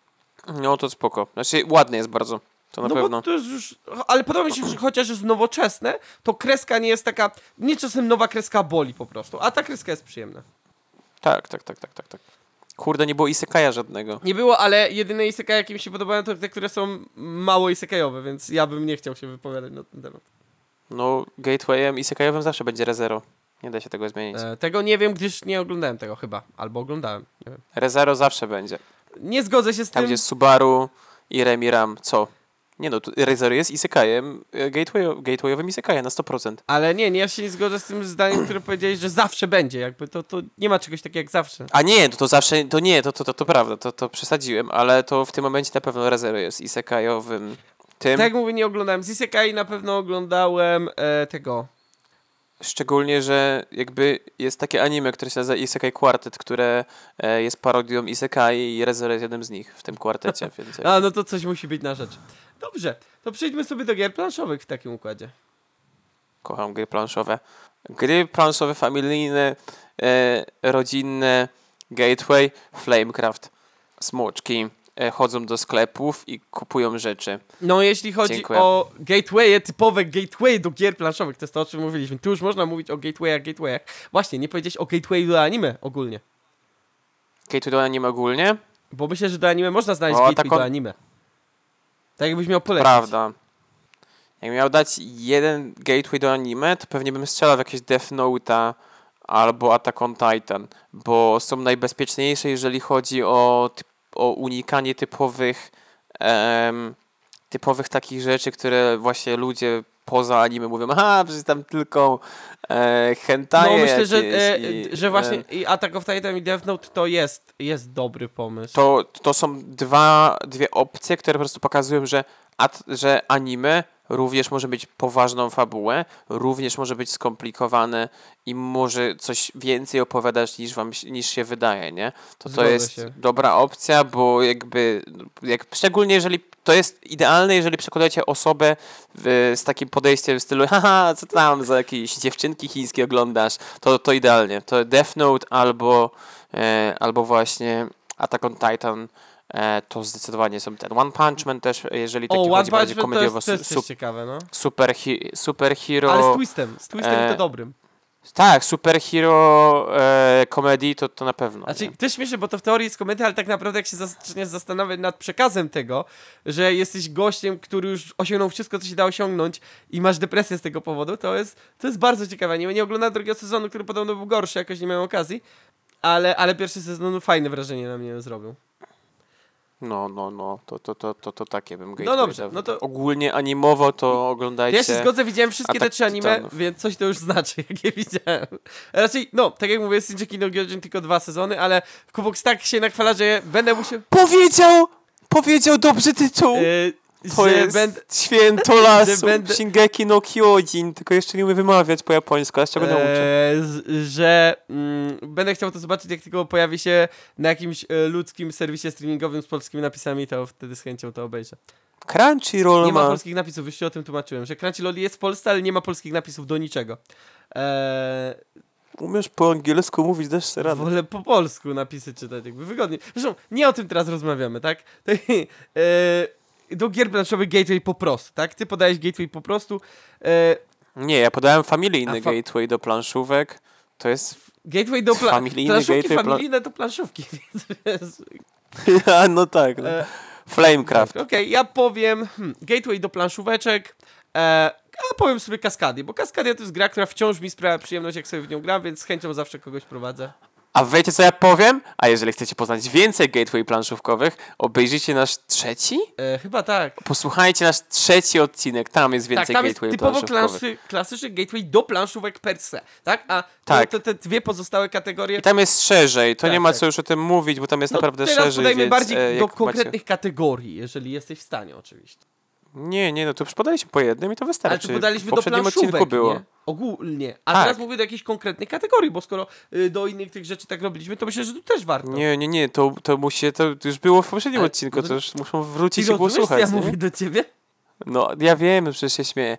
No to spoko. Znaczy ładny jest bardzo. To na No pewno. bo to jest już... Ale podoba mi się, że chociaż jest nowoczesne, to kreska nie jest taka... Nie czasem nowa kreska boli po prostu, a ta kreska jest przyjemna. Tak, tak, tak, tak, tak, tak. Kurde, nie było Isekaja żadnego. Nie było, ale jedyne isekai, jakie mi się podobają, to te, które są mało isekajowe, więc ja bym nie chciał się wypowiadać na ten temat. No, gatewayem Isekajowym zawsze będzie ReZero. Nie da się tego zmienić. E, tego nie wiem, gdyż nie oglądałem tego chyba. Albo oglądałem, nie wiem. ReZero zawsze będzie. Nie zgodzę się z Tam tym. gdzie jest Subaru i Remiram, co? Nie no, tu ReZero jest Isekajem, e, gateway, gatewayowym Isekajem na sto procent. Ale nie, nie, ja się nie zgodzę z tym zdaniem, które powiedziałeś, że zawsze będzie. Jakby to, to nie ma czegoś takiego jak zawsze. A nie, to, to zawsze, to nie, to, to, to, to prawda, to, to przesadziłem, ale to w tym momencie na pewno ReZero jest Isekajowym tym. Tak jak mówię, nie oglądałem. Z isekai na pewno oglądałem e, tego... Szczególnie, że jakby jest takie anime, które się nazywa Isekai Quartet, które e, jest parodią Isekai i ReZero jest jednym z nich w tym kwartecie, więc A, no to coś musi być na rzecz. Dobrze, to przejdźmy sobie do gier planszowych w takim układzie. kocham gry planszowe. Gry planszowe, familijne, e, rodzinne, Gateway, Flamecraft, smoczki e, chodzą do sklepów i kupują rzeczy. No, jeśli chodzi Dziękuję. o gatewaye, typowe gateway do gier planszowych, to jest to, o czym mówiliśmy. Tu już można mówić o gatewayach, gatewayach. Właśnie, nie powiedziałeś o gateway do anime ogólnie. Gateway do anime ogólnie? Bo myślę, że do anime można znaleźć O, gateway taką- do anime. Tak jakbyś miał polecić. Prawda. Jak miał dać jeden gateway do anime, to pewnie bym strzelał w jakieś Death Note'a albo Attack on Titan, bo są najbezpieczniejsze, jeżeli chodzi o, typ, o unikanie typowych em, typowych takich rzeczy, które właśnie ludzie poza anime mówią, aha, przecież tam tylko e, hentaje No myślę, że, jakieś e, i, że właśnie e, i Attack of Titan i Death Note to jest, jest dobry pomysł. to, to są dwa, dwie opcje, które po prostu pokazują, że, at, że anime również może mieć poważną fabułę, również może być skomplikowane i może coś więcej opowiadać niż wam się- niż się wydaje, nie? To to Zgodzę jest się. dobra opcja, bo jakby, jak, szczególnie jeżeli to jest idealne, jeżeli przekładajcie osobę w, z takim podejściem w stylu haha, co tam za jakieś dziewczynki chińskie oglądasz, to, to idealnie. To Death Note albo, e, albo właśnie Attack on Titan, e, to zdecydowanie są ten. One Punch Man też, jeżeli O, taki One chodzi bardziej Punch Man to komediowo, jest, to jest su, też ciekawe, no. super, hi, superhero, Ale z twistem, z twistem i e, to dobrym. tak, superhero e, komedii to, to na pewno. Znaczy, nie? to jest śmieszne, bo to w teorii jest komedia, ale tak naprawdę jak się zaczniesz zastanawiać nad przekazem tego, że jesteś gościem, który już osiągnął wszystko, co się da osiągnąć i masz depresję z tego powodu, to jest, to jest bardzo ciekawe. Nie, nie oglądałem drugiego sezonu, który podobno był gorszy, jakoś nie miałem okazji, ale, ale pierwszy sezon fajne wrażenie na mnie zrobił. No, no, no, to, to, to, to, to takie bym No dobrze, no to- Ogólnie animowo to oglądajcie. Ja się zgodzę, widziałem wszystkie te Atak trzy anime, Titanów. więc coś to już znaczy, jak je widziałem. Raczej, no, tak jak mówię, Shingeki no Kyojin tylko dwa sezony, ale Kubox tak się nachwala, że będę musiał... Powiedział! Powiedział dobrze tytuł! Yy, To że jest będę... święto lasu. będę- Shingeki no Kyojin, tylko jeszcze nie umiem wymawiać po japońsku, a z czego nauczę. Eee, z- że mm, będę chciał to zobaczyć, jak tylko pojawi się na jakimś e, ludzkim serwisie streamingowym z polskimi napisami, to wtedy z chęcią to obejrzę. Crunchyroll Nie ma ma. polskich napisów, już ci o tym tłumaczyłem, że Crunchyroll jest w Polsce, ale nie ma polskich napisów do niczego. Eee, Umiesz po angielsku mówić, dasz sobie radę. wolę po polsku napisy czytać, jakby wygodnie. Zresztą nie o tym teraz rozmawiamy, tak? To, eee, do gier planszowych gateway po prostu, tak? Ty podajesz gateway po prostu. Eee, Nie, ja podałem familijny A fa- gateway do planszówek. To jest... gateway do pla- Familijny planszówki, gateway pla- familijne to planszówki, więc wiesz, A, no tak. No. e, Flamecraft. Okej, ja powiem hmm, gateway do planszóweczek, e, a powiem sobie Kaskadię, bo Kaskadia to jest gra, która wciąż mi sprawia przyjemność, jak sobie w nią gram, więc z chęcią zawsze kogoś prowadzę. A wiecie co ja powiem? A jeżeli chcecie poznać więcej gateway planszówkowych, obejrzyjcie nasz trzeci? E, chyba tak. Posłuchajcie nasz trzeci odcinek, tam jest Tak, więcej tam jest gateway typowo planszówkowych. klasy, klasyczny gateway do planszówek per se, tak? A Tak. to, te dwie pozostałe kategorie... I tam jest szerzej, to Tak, nie ma tak. co już o tym mówić, bo tam jest No, naprawdę teraz szerzej, podajmy więc bardziej e, do jak macie... konkretnych kategorii, jeżeli jesteś w stanie oczywiście. Nie, nie, no to już podaliśmy po jednym i to Ale wystarczy. to podaliśmy w do poprzednim planszówek, odcinku było. nie? Ogólnie. A Tak. teraz mówię do jakiejś konkretnej kategorii, bo skoro y, do innych tych rzeczy tak robiliśmy, to myślę, że tu też warto. Nie, nie, nie, to, to musi, to już było w poprzednim Ale- odcinku, no to już muszą wrócić Ty i rozumiesz, co posłuchać. ja nie? mówię do ciebie? No, ja wiem, przecież się śmieję.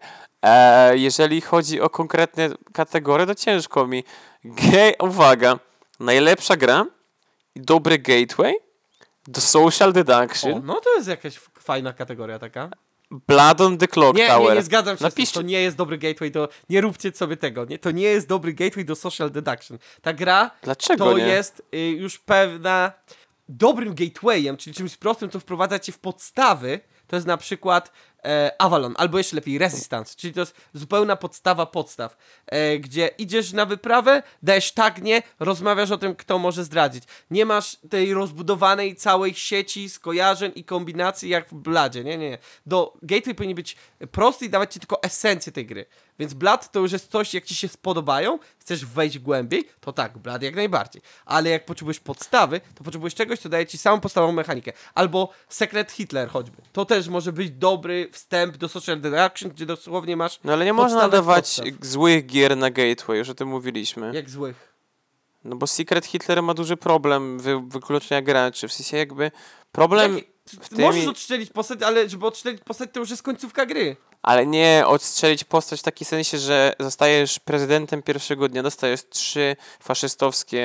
E, jeżeli chodzi o konkretne kategorie, to ciężko mi. Ge- Uwaga, najlepsza gra i dobry gateway do Social Deduction, O, no to jest jakaś f- fajna kategoria taka. Blood on the Clock Nie, Tower. nie, nie zgadzam się z tym. Napiszcie- To nie jest dobry gateway, to nie róbcie sobie tego, nie? To nie jest dobry gateway do social deduction. Ta gra Dlaczego to nie? jest y, już pewna... Dobrym gatewayem, czyli czymś prostym, co wprowadza cię w podstawy, to jest na przykład e, Avalon, albo jeszcze lepiej Resistance, czyli to jest zupełna podstawa podstaw, e, gdzie idziesz na wyprawę, dajesz tagnie, rozmawiasz o tym, kto może zdradzić. Nie masz tej rozbudowanej całej sieci skojarzeń i kombinacji jak w Bladzie, nie, nie, nie. Do gateway powinien być prosty i dawać ci tylko esencję tej gry. Więc Blood to już jest coś, jak ci się spodobają, chcesz wejść głębiej, to tak, Blood jak najbardziej. Ale jak potrzebujesz podstawy, to potrzebujesz czegoś, co daje ci samą podstawową mechanikę. Albo Secret Hitler choćby. To też może być dobry wstęp do Social Deduction, gdzie dosłownie masz No ale nie można podstawę dawać podstaw. złych gier na gateway, już o tym mówiliśmy. Jak złych. No bo Secret Hitler ma duży problem wy, wykluczenia graczy, w sensie jakby problem... Jaki- w tymi- Możesz odstrzelić postać, ale żeby odstrzelić postać, to już jest końcówka gry. Ale nie odstrzelić postać w takim sensie, że zostajesz prezydentem pierwszego dnia, dostajesz trzy faszystowskie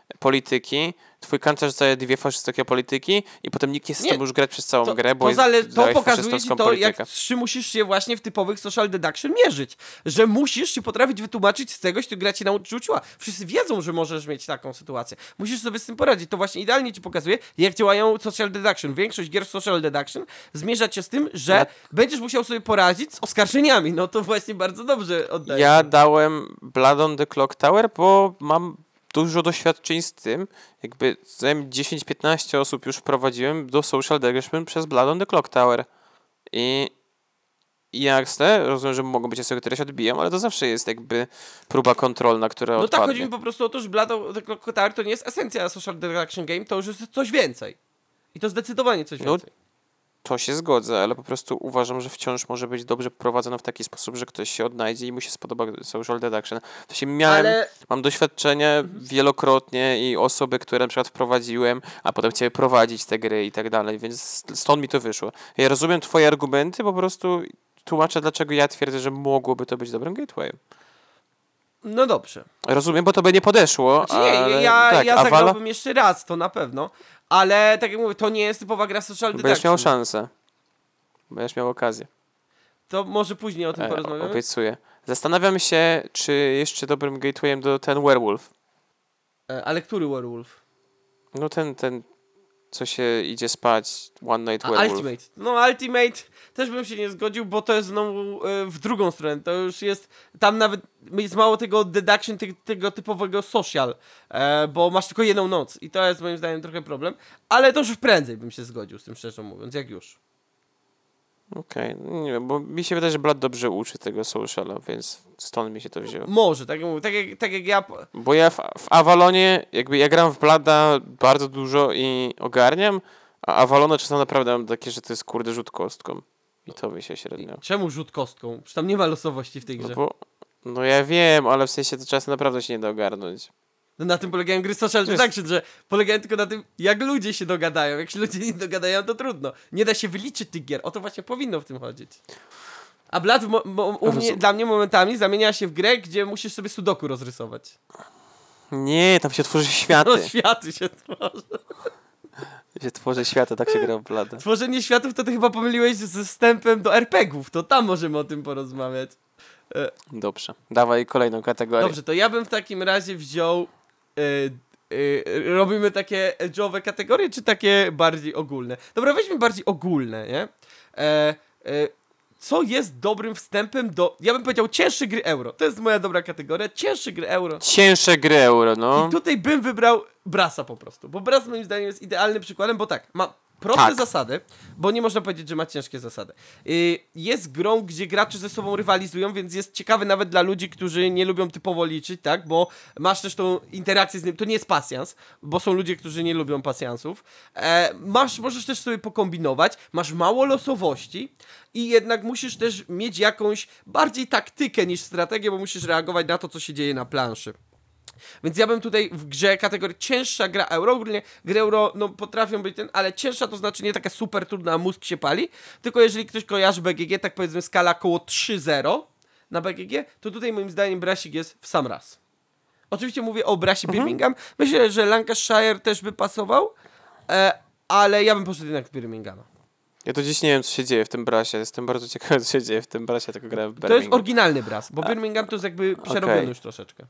polityki, twój kanclerz daje dwie faszystowskie polityki i potem nikt nie chce z Nie, tobą już grać przez całą To, grę, bo to, zale- to dałeś pokazuje ci faszystowską to, politykę. jak z czym musisz się właśnie w typowych social deduction mierzyć. Że musisz się potrafić wytłumaczyć z czegoś, co gra ci nauczyła. Wszyscy wiedzą, że możesz mieć taką sytuację. Musisz sobie z tym poradzić. To właśnie idealnie ci pokazuje, jak działają social deduction. Większość gier social deduction zmierza cię z tym, że Ja- będziesz musiał sobie poradzić z oskarżeniami. No to właśnie bardzo dobrze oddaję. Ja dałem Blood on the Clock Tower, bo mam dużo doświadczeń z tym. Jakby dziesięć piętnaście osób już wprowadziłem do social deduction przez Blood on the Clock Tower. I i jasne, rozumiem, że mogą być osoby, które się odbiją, ale to zawsze jest jakby próba kontrolna, która No tak, odpadnie. chodzi mi po prostu o to, że Blood of the Clock Tower to nie jest esencja social deduction game, to już jest coś więcej. I to zdecydowanie coś No, więcej. To się zgodzę, ale po prostu uważam, że wciąż może być dobrze prowadzone w taki sposób, że ktoś się odnajdzie i mu się spodoba social deduction. To się miałem, Ale mam doświadczenie wielokrotnie i osoby, które na przykład wprowadziłem, a potem chciały prowadzić te gry i tak dalej, więc stąd mi to wyszło. Ja rozumiem twoje argumenty, po prostu tłumaczę, dlaczego ja twierdzę, że mogłoby to być dobrym gatewayem. no dobrze. Rozumiem, bo to by nie podeszło, Znaczy nie, ale ja, tak, ja a zagrałbym Vala jeszcze raz, to na pewno. Ale tak jak mówię, to nie jest typowa gra social będziesz deduction. miał szansę. Będziesz miał okazję. To może później o tym E, porozmawiamy. obiecuję. Zastanawiam się, czy jeszcze dobrym gatewayem do ten Werewolf. E, ale który Werewolf? No ten, ten, co się idzie spać, One Night A, Werewolf. Ultimate. No Ultimate też bym się nie zgodził, bo to jest znowu e, w drugą stronę. To już jest, tam nawet jest mało tego deduction, te, tego typowego social, e, bo masz tylko jedną noc i to jest moim zdaniem trochę problem. Ale to już prędzej bym się zgodził z tym, szczerze mówiąc, jak już. Okej, okay. Nie wiem, bo mi się wydaje, że Blood dobrze uczy tego sociala, więc stąd mi się to wzięło. Może, tak jak mówię, tak jak, tak jak ja... Bo ja w, w Avalonie, jakby ja gram w Blooda bardzo dużo i ogarniam, a Avalona czasem naprawdę mam takie, że to jest kurde rzut kostką. I to mi się średnio. Czemu rzut kostką? Przecież tam nie ma losowości w tej grze. No bo, no ja wiem, ale w sensie to czasem naprawdę się nie da ogarnąć. No na tym polegają gry social Jest- deduction, że polegają tylko na tym, jak ludzie się dogadają. Jak się ludzie nie dogadają, to trudno. Nie da się wyliczyć tych gier. O to właśnie powinno w tym chodzić. A Blood mo- mo- u mnie, Rozum- dla mnie momentami zamienia się w grę, gdzie musisz sobie sudoku rozrysować. Nie, tam się tworzy światy. No światy się tworzy. się tworzy światy, tak się gra w Blooda. Tworzenie światów to ty chyba pomyliłeś ze wstępem do er pe gie ów. To tam możemy o tym porozmawiać. Dobrze, dawaj kolejną kategorię. Dobrze, to ja bym w takim razie wziął... y, y, robimy takie edge'owe kategorie, czy takie bardziej ogólne? Dobra, weźmy bardziej ogólne, nie? E, e, co jest dobrym wstępem do... Ja bym powiedział cięższe gry euro. To jest moja dobra kategoria. Cięższe gry euro. Cięższe gry euro, no. I tutaj bym wybrał Brasa po prostu. Bo Bras moim zdaniem jest idealnym przykładem, bo tak, ma proste Tak. zasady, bo nie można powiedzieć, że ma ciężkie zasady. Yy, jest grą, gdzie gracze ze sobą rywalizują, więc jest ciekawy nawet dla ludzi, którzy nie lubią typowo liczyć, tak? Bo masz też tą interakcję z nim. To nie jest pasjans, bo są ludzie, którzy nie lubią pasjansów. E, masz, możesz też sobie pokombinować, masz mało losowości i jednak musisz też mieć jakąś bardziej taktykę niż strategię, bo musisz reagować na to, co się dzieje na planszy. Więc ja bym tutaj w grze kategorii cięższa gra euro, ogólnie gry euro no potrafią być ten, ale cięższa to znaczy nie taka super trudna, a mózg się pali, tylko jeżeli ktoś kojarzy be gie gie, tak powiedzmy skala około trzy zero na be gie gie, to tutaj moim zdaniem Brasik jest w sam raz. Oczywiście mówię o Brasie Mhm. Birmingham, myślę, że Lancashire też by pasował, e, ale ja bym poszedł jednak w Birminghama. Ja to dziś nie wiem, co się dzieje w tym brasie. Jestem bardzo ciekawy, co się dzieje w tym brasie, tylko grałem w To jest Birmingham. oryginalny Bras, bo Birmingham to jest jakby przerobiony okej. już troszeczkę.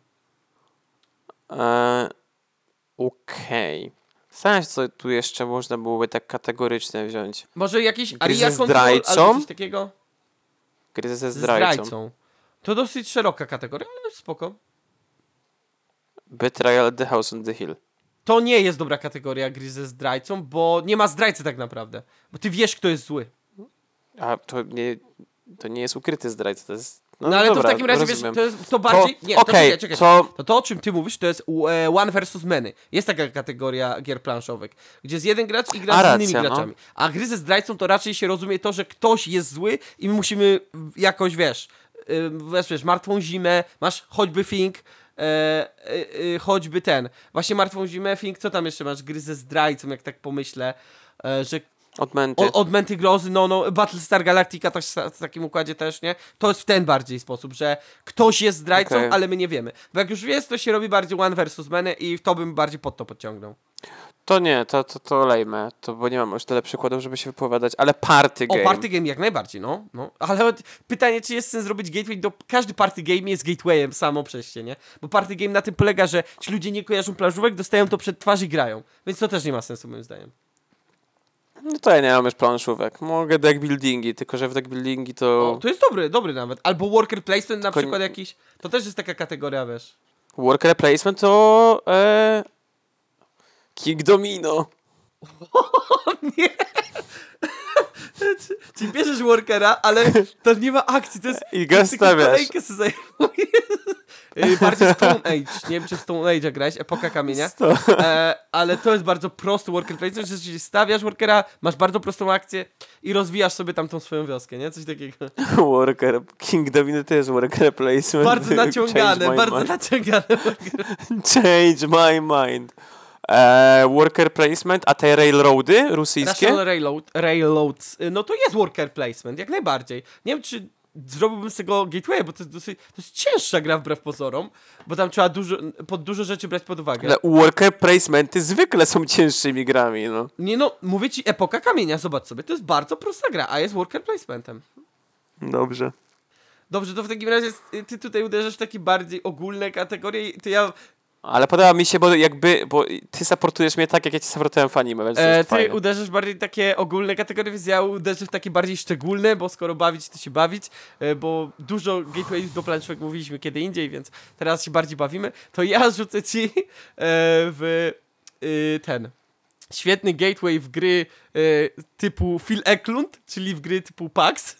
E, Okej. Zastanawiam się, co tu jeszcze można byłoby tak kategorycznie wziąć. Może jakiś Gry Aria ze Control zdrajcą? albo coś takiego? Gry ze Ze zdrajcą. zdrajcą. To dosyć szeroka kategoria, ale spoko. Betrayal at the House on the Hill. To nie jest dobra kategoria gry ze zdrajcą, bo nie ma zdrajcy tak naprawdę. Bo ty wiesz, kto jest zły. A to nie, to nie jest ukryty zdrajca, to jest... No, ale dobra, to w takim razie rozumiem. wiesz, to jest to bardziej... To- nie, to okej, czekaj, czekaj. to- To to, o czym ty mówisz, to jest e, One versus Many. Jest taka kategoria gier planszowych, gdzie jest jeden gracz i gra A, z innymi racja, no. graczami. A gry ze zdrajcą to raczej się rozumie to, że ktoś jest zły i my musimy jakoś, wiesz, y, wiesz, wiesz martwą zimę, masz choćby Fink, e, e, e, choćby ten. Właśnie martwą zimę, Fink, co tam jeszcze masz? Gry ze zdrajcą, jak tak pomyślę, e, że Odmęty. O, Odmęty grozy, no, no, Battlestar Galactica też w takim układzie też, nie? To jest w ten bardziej sposób, że ktoś jest zdrajcą, Okay. ale my nie wiemy. Bo jak już jest, to się robi bardziej one versus many i to bym bardziej pod to podciągnął. To nie, to, to, to olejmy, to, bo nie mam już tyle przykładów, żeby się wypowiadać, ale party game. O, party game jak najbardziej, no. no. Ale od- pytanie, czy jest sens zrobić gateway do... Każdy party game jest gatewayem samo przez się, nie? Bo party game na tym polega, że ci ludzie nie kojarzą plażówek, dostają to przed twarz i grają. Więc to też nie ma sensu, moim zdaniem. No to ja nie mam już planszówek. Mogę deck buildingi, tylko że w deck buildingi to... O, to jest dobry, dobry nawet. Albo worker placement na Tylko przykład nie- jakiś. To też jest taka kategoria, wiesz. Worker placement to... E... King Domino. Nie. Czyli bierzesz workera, ale to nie ma akcji, to jest... I go to jest tylko stawiasz. kolejkę sobie zajmuje. Y, Bardziej Stone Age, nie wiem czy w Stone Age'a grałeś, epoka kamienia, Sto- e, ale to jest bardzo prosty worker placement, że się stawiasz workera, masz bardzo prostą akcję i rozwijasz sobie tam tą swoją wioskę, nie? Coś takiego. Worker. King Domino to jest worker placement. Bardzo naciągane, Change my bardzo mind. naciągane. Change my mind. E, worker placement, a te railroady rosyjskie? Rational Railroad, Railroads, y, no to jest worker placement, jak najbardziej. Nie wiem, czy zrobiłbym z tego gateway, bo to jest dosyć, to jest cięższa gra wbrew pozorom, bo tam trzeba dużo, pod dużo rzeczy brać pod uwagę. Ale worker placementy zwykle są cięższymi grami, no. Nie no, mówię ci, epoka kamienia, zobacz sobie, to jest bardzo prosta gra, a jest worker placementem. Dobrze. Dobrze, to w takim razie y, ty tutaj uderzasz w takie bardziej ogólne kategorie, i to ja... Ale podoba mi się, bo jakby, bo ty supportujesz mnie tak, jak ja cię supportowałem w anime, więc to E, jest ty fajne. uderzysz bardziej w takie ogólne kategorie, więc ja uderzę w takie bardziej szczególne, bo skoro bawić, to się bawić, e, bo dużo gatewayów do planszówek mówiliśmy kiedy indziej, więc teraz się bardziej bawimy, to ja rzucę ci e, w y, ten świetny gateway w gry e, typu Phil Eklund, czyli w gry typu PAX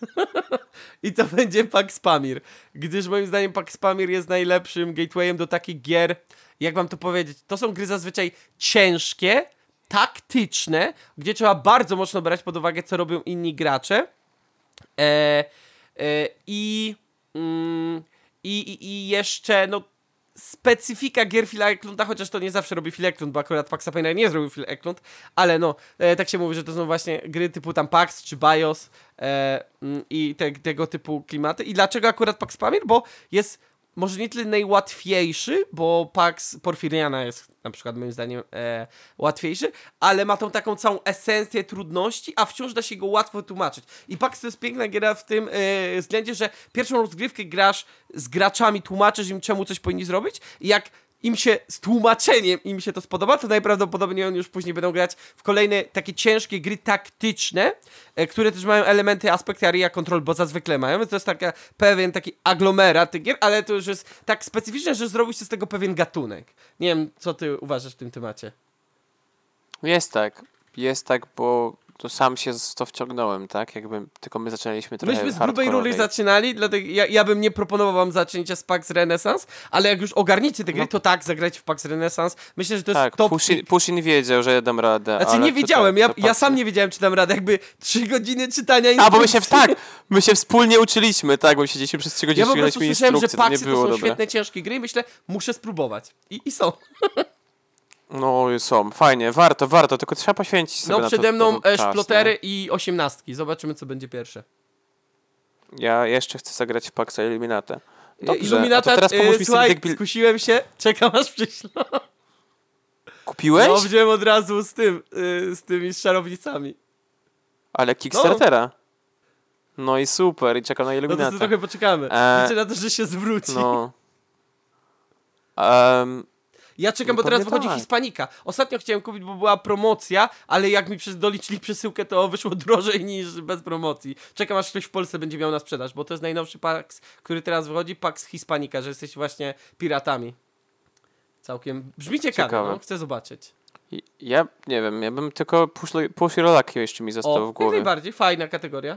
i to będzie PAX Pamir, gdyż moim zdaniem PAX Pamir jest najlepszym gatewayem do takich gier, jak wam to powiedzieć, to są gry zazwyczaj ciężkie, taktyczne, gdzie trzeba bardzo mocno brać pod uwagę, co robią inni gracze. E, e, i, mm, i, i, I jeszcze, no, specyfika gier Phila Eklunda, chociaż to nie zawsze robi Phil Eklund, bo akurat Paxa Pamira nie zrobił Phil Eklund, ale no, e, tak się mówi, że to są właśnie gry typu tam PAX czy BIOS e, mm, i te, tego typu klimaty. I dlaczego akurat Pax Pamir? Bo jest może nie tyle najłatwiejszy, bo Pax Porfiriana jest na przykład moim zdaniem e, łatwiejszy, ale ma tą taką całą esencję trudności, a wciąż da się go łatwo tłumaczyć. I Pax to jest piękna gra w tym e, względzie, że pierwszą rozgrywkę grasz z graczami, tłumaczysz im, czemu coś powinni zrobić i jak im się z tłumaczeniem im się to spodoba, to najprawdopodobniej oni już później będą grać w kolejne takie ciężkie gry taktyczne, e, które też mają elementy, aspekty area control, bo zazwykle mają, więc to jest taka, pewien taki aglomerat tych gier, ale to już jest tak specyficzne, że zrobił się z tego pewien gatunek. Nie wiem, co ty uważasz w tym temacie. Jest tak, jest tak, bo to sam się z to wciągnąłem, tak? Jakby tylko my zaczynaliśmy trochę Myśmy z grubej rury hardkorowej. zaczynali, dlatego ja, ja bym nie proponował wam zaczęcia z Pax Renaissance, ale jak już ogarnicie te gry, No. to tak, zagrajcie w Pax Renaissance. Myślę, że to jest Tak, top... Pushin, Pushin wiedział, że ja dam radę. Znaczy ale nie to wiedziałem, tak, ja, to ja sam patrzę. nie wiedziałem, czy dam radę, jakby trzy godziny czytania A, instrukcji. bo my się w, tak, my się wspólnie uczyliśmy, tak, bo siedzieliśmy przez trzy Ja godziny, po prostu czytaliśmy słyszałem, że instrukcje, to nie Paxy to było są dobre. świetne, ciężkie gry i myślę, muszę spróbować. I, i są. No są, fajnie, warto, warto, tylko trzeba poświęcić sobie No na przede to, mną to, to e, czas, szplotery i osiemnastki. Zobaczymy, co będzie pierwsze. nie? Ja jeszcze chcę zagrać w Paxa Illuminatę. E, Dobrze, Illuminata, a to teraz pomóż e, mi z tym słuchaj, deck build... skusiłem się, czekam aż przyślą. Kupiłeś? No, wziąłem od razu z tym, y, z tymi szarownicami. Ale Kickstartera. No i super, i czekam na No to Illuminatę. sobie trochę poczekamy. E, Liczę na to, że się zwróci. No. Um, Ja czekam, No bo teraz pewnie wychodzi tak. Hispanika. Ostatnio chciałem kupić, bo była promocja, ale jak mi przez doliczyli przesyłkę, to wyszło drożej niż bez promocji. Czekam, aż ktoś w Polsce będzie miał na sprzedaż, bo to jest najnowszy Pax, który teraz wychodzi, Pax Hispanika, że jesteś właśnie piratami. Całkiem. Brzmi ciekawe, Ciekawe. no, chcę zobaczyć. i- ja nie wiem, ja bym tylko Push Rolaki jeszcze mi został O, w jak głowie. najbardziej, fajna kategoria.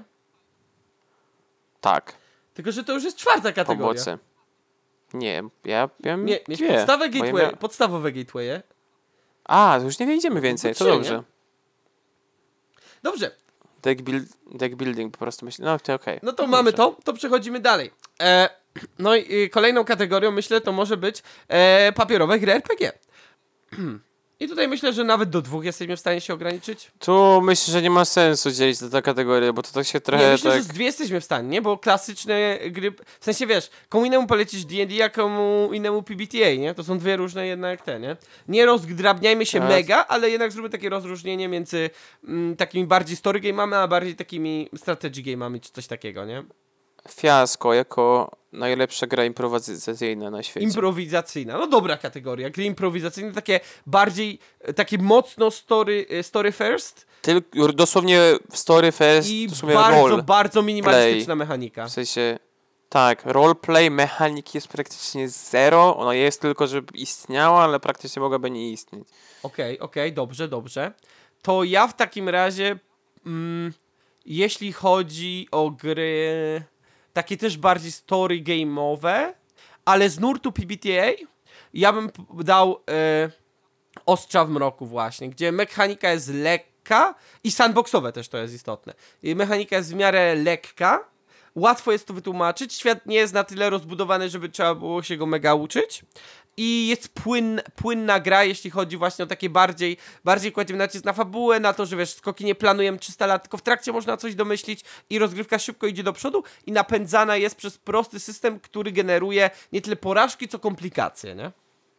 Tak, Tylko, że to już jest czwarta kategoria. pomocy. Nie, ja wiem Nie, mieć dwie. podstawę bo ja gateway, mia- podstawowe gateway. A, to już nie wejdziemy więcej, to trzy, nie? dobrze. Dobrze, Deck, build, deck building po prostu myślę, no to okej. no to Dobrze. mamy to, to przechodzimy dalej. E, no i y, kolejną kategorią, myślę, to może być e, papierowe gry R P G. I tutaj myślę, że nawet do dwóch jesteśmy w stanie się ograniczyć. Tu myślę, że nie ma sensu dzielić na te kategorie, bo to tak się trochę Nie, myślę, tak... że z dwie jesteśmy w stanie, nie? Bo klasyczne gry... W sensie, wiesz, komu innemu polecisz D and D, a komu innemu P B T A, nie? To są dwie różne jednak te, nie? Nie rozdrabniajmy się Tak. mega, ale jednak zróbmy takie rozróżnienie między mm, takimi bardziej story game'ami, a bardziej takimi strategy game'ami, czy coś takiego, nie? Fiasko jako najlepsza gra improwizacyjna na świecie. Improwizacyjna. No dobra kategoria. Gry improwizacyjne, takie bardziej, takie mocno story, story first Tylko dosłownie story first, i dosłownie bardzo, role bardzo minimalistyczna play. mechanika. W sensie, tak, roleplay mechaniki jest praktycznie zero. Ona jest tylko, żeby istniała, ale praktycznie mogłaby nie istnieć. Okej, okay, okej, okay, dobrze, dobrze. To ja w takim razie, mm, jeśli chodzi o gry takie też bardziej story game'owe, ale z nurtu P B T A, ja bym p- dał e, Ostrza w mroku właśnie, gdzie mechanika jest lekka i sandboxowe też to jest istotne. I mechanika jest w miarę lekka, łatwo jest to wytłumaczyć, świat nie jest na tyle rozbudowany, żeby trzeba było się go mega uczyć. I jest płyn, płynna gra, jeśli chodzi właśnie o takie bardziej, bardziej kładziemy nacisk na fabułę, na to, że wiesz, skoki nie planujemy trzysta lat, tylko w trakcie można coś domyślić i rozgrywka szybko idzie do przodu i napędzana jest przez prosty system, który generuje nie tyle porażki, co komplikacje, nie?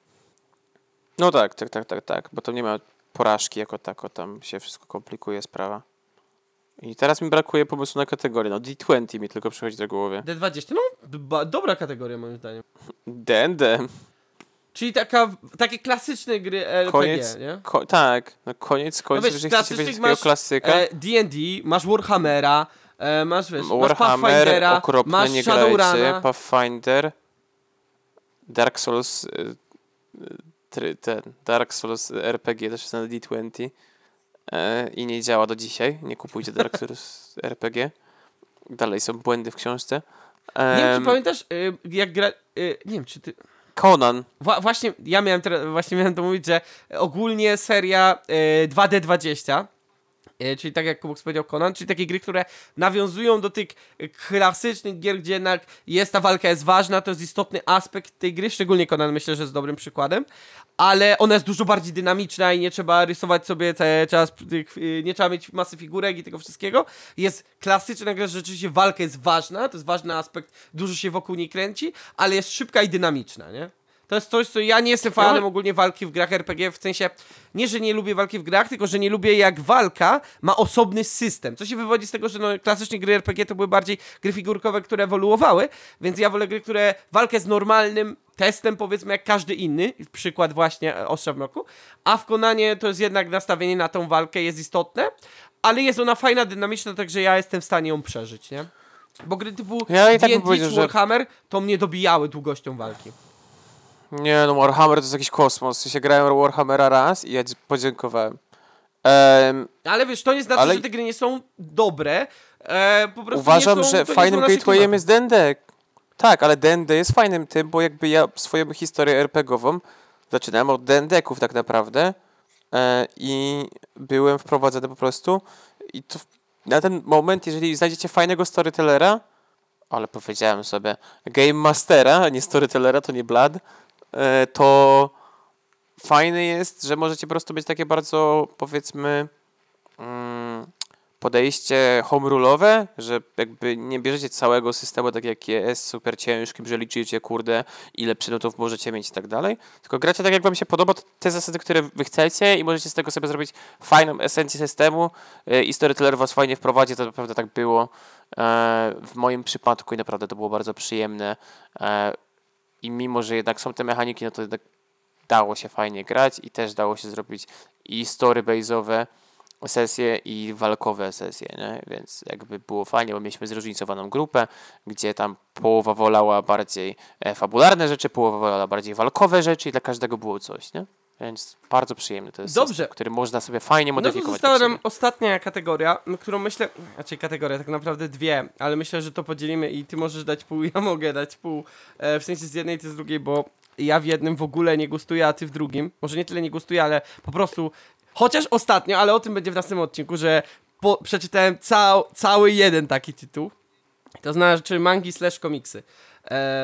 No tak, tak, tak, tak, tak, bo to nie ma porażki jako tako, tam się wszystko komplikuje sprawa. I teraz mi brakuje pomysłu na kategorię, no D dwadzieścia mi tylko przychodzi do głowy. D dwadzieścia, no ba- dobra kategoria moim zdaniem. D and D. Czyli taka, takie klasyczne gry L P G, Koniec, nie? ko- tak, no koniec końców, wiesz, jeżeli chcecie klasycznych wiedzieć takiego masz, klasyka. E, D and D, masz Warhammera, e, masz wiesz, masz Warhammer, Pathfindera, okropne, masz nie grajcie, Shadowruna. Pathfinder, Dark Souls, y, y, try- ten, Dark Souls R P G też jest na D dwadzieścia e, i nie działa do dzisiaj, nie kupujcie Dark Souls R P G, dalej są błędy w książce. Nie wiem, Em, czy pamiętasz, y, jak gra... Y, nie wiem, czy ty... Conan, Wła- właśnie, ja miałem teraz, właśnie miałem to mówić, że ogólnie seria y, dwa D dwadzieścia, y, czyli tak jak Kubok powiedział Conan, czyli takie gry, które nawiązują do tych klasycznych gier, gdzie jednak jest ta walka jest ważna, to jest istotny aspekt tej gry, szczególnie Conan myślę, że jest dobrym przykładem, ale ona jest dużo bardziej dynamiczna i nie trzeba rysować sobie cały czas, tych, y, nie trzeba mieć masy figurek i tego wszystkiego. Jest klasyczna gra, że rzeczywiście walka jest ważna, to jest ważny aspekt, dużo się wokół niej kręci, ale jest szybka i dynamiczna, nie? To jest coś, co ja nie jestem fanem ogólnie walki w grach R P G, w sensie, nie, że nie lubię walki w grach, tylko, że nie lubię jak walka ma osobny system, co się wywodzi z tego, że no, klasycznie gry R P G to były bardziej gry figurkowe, które ewoluowały, więc ja wolę gry, które walkę z normalnym testem, powiedzmy, jak każdy inny, przykład właśnie Ostrza w mroku, a w Conanie to jest jednak nastawienie na tą walkę jest istotne, ale jest ona fajna, dynamiczna, także ja jestem w stanie ją przeżyć, nie? Bo gry typu Ja i tak D bym and D powiedział, czy że- Warhammer to mnie dobijały długością walki. nie no, Warhammer to jest jakiś kosmos, ja się grałem Warhammera raz i ja ci podziękowałem. Em, Ale wiesz, to nie znaczy, Ale- że te gry nie są dobre. E, po prostu Uważam, nie są, że to nie fajnym są nasze gatewayem klimaty. jest D and D. Tak, ale D and D jest fajnym tym, bo jakby ja swoją historię RPGową zaczynałem od D and D-ków tak naprawdę e, i byłem wprowadzony po prostu i to w- na ten moment, jeżeli znajdziecie fajnego storytellera, ale powiedziałem sobie Game Mastera, a nie storytellera, to nie Blood, e, to fajne jest, że możecie po prostu mieć takie bardzo, powiedzmy, mm, podejście home rule'owe, że jakby nie bierzecie całego systemu tak jak jest, super ciężkim, że liczycie, kurde, ile przedmiotów możecie mieć i tak dalej, tylko gracie tak jak wam się podoba, te zasady, które wy chcecie i możecie z tego sobie zrobić fajną esencję systemu yy, i storyteller was fajnie wprowadzi, to naprawdę tak było yy, w moim przypadku i naprawdę to było bardzo przyjemne yy, i mimo, że jednak są te mechaniki, no to jednak dało się fajnie grać i też dało się zrobić i story base'owe sesje i walkowe sesje, nie? Więc jakby było fajnie, bo mieliśmy zróżnicowaną grupę, gdzie tam połowa wolała bardziej e, fabularne rzeczy, połowa wolała bardziej walkowe rzeczy i dla każdego było coś, nie? Więc bardzo przyjemny to jest Dobrze. system, który można sobie fajnie No to modyfikować. została pod nam siebie. ostatnia kategoria, no, którą myślę, znaczy kategoria, tak naprawdę dwie, ale myślę, że to podzielimy i ty możesz dać pół, ja mogę dać pół, e, w sensie z jednej, ty z drugiej, bo ja w jednym w ogóle nie gustuję, a ty w drugim. Może nie tyle nie gustuję, ale po prostu, chociaż ostatnio, ale o tym będzie w następnym odcinku, że po, przeczytałem cał, cały jeden taki tytuł, to znaczy mangi slash komiksy. E,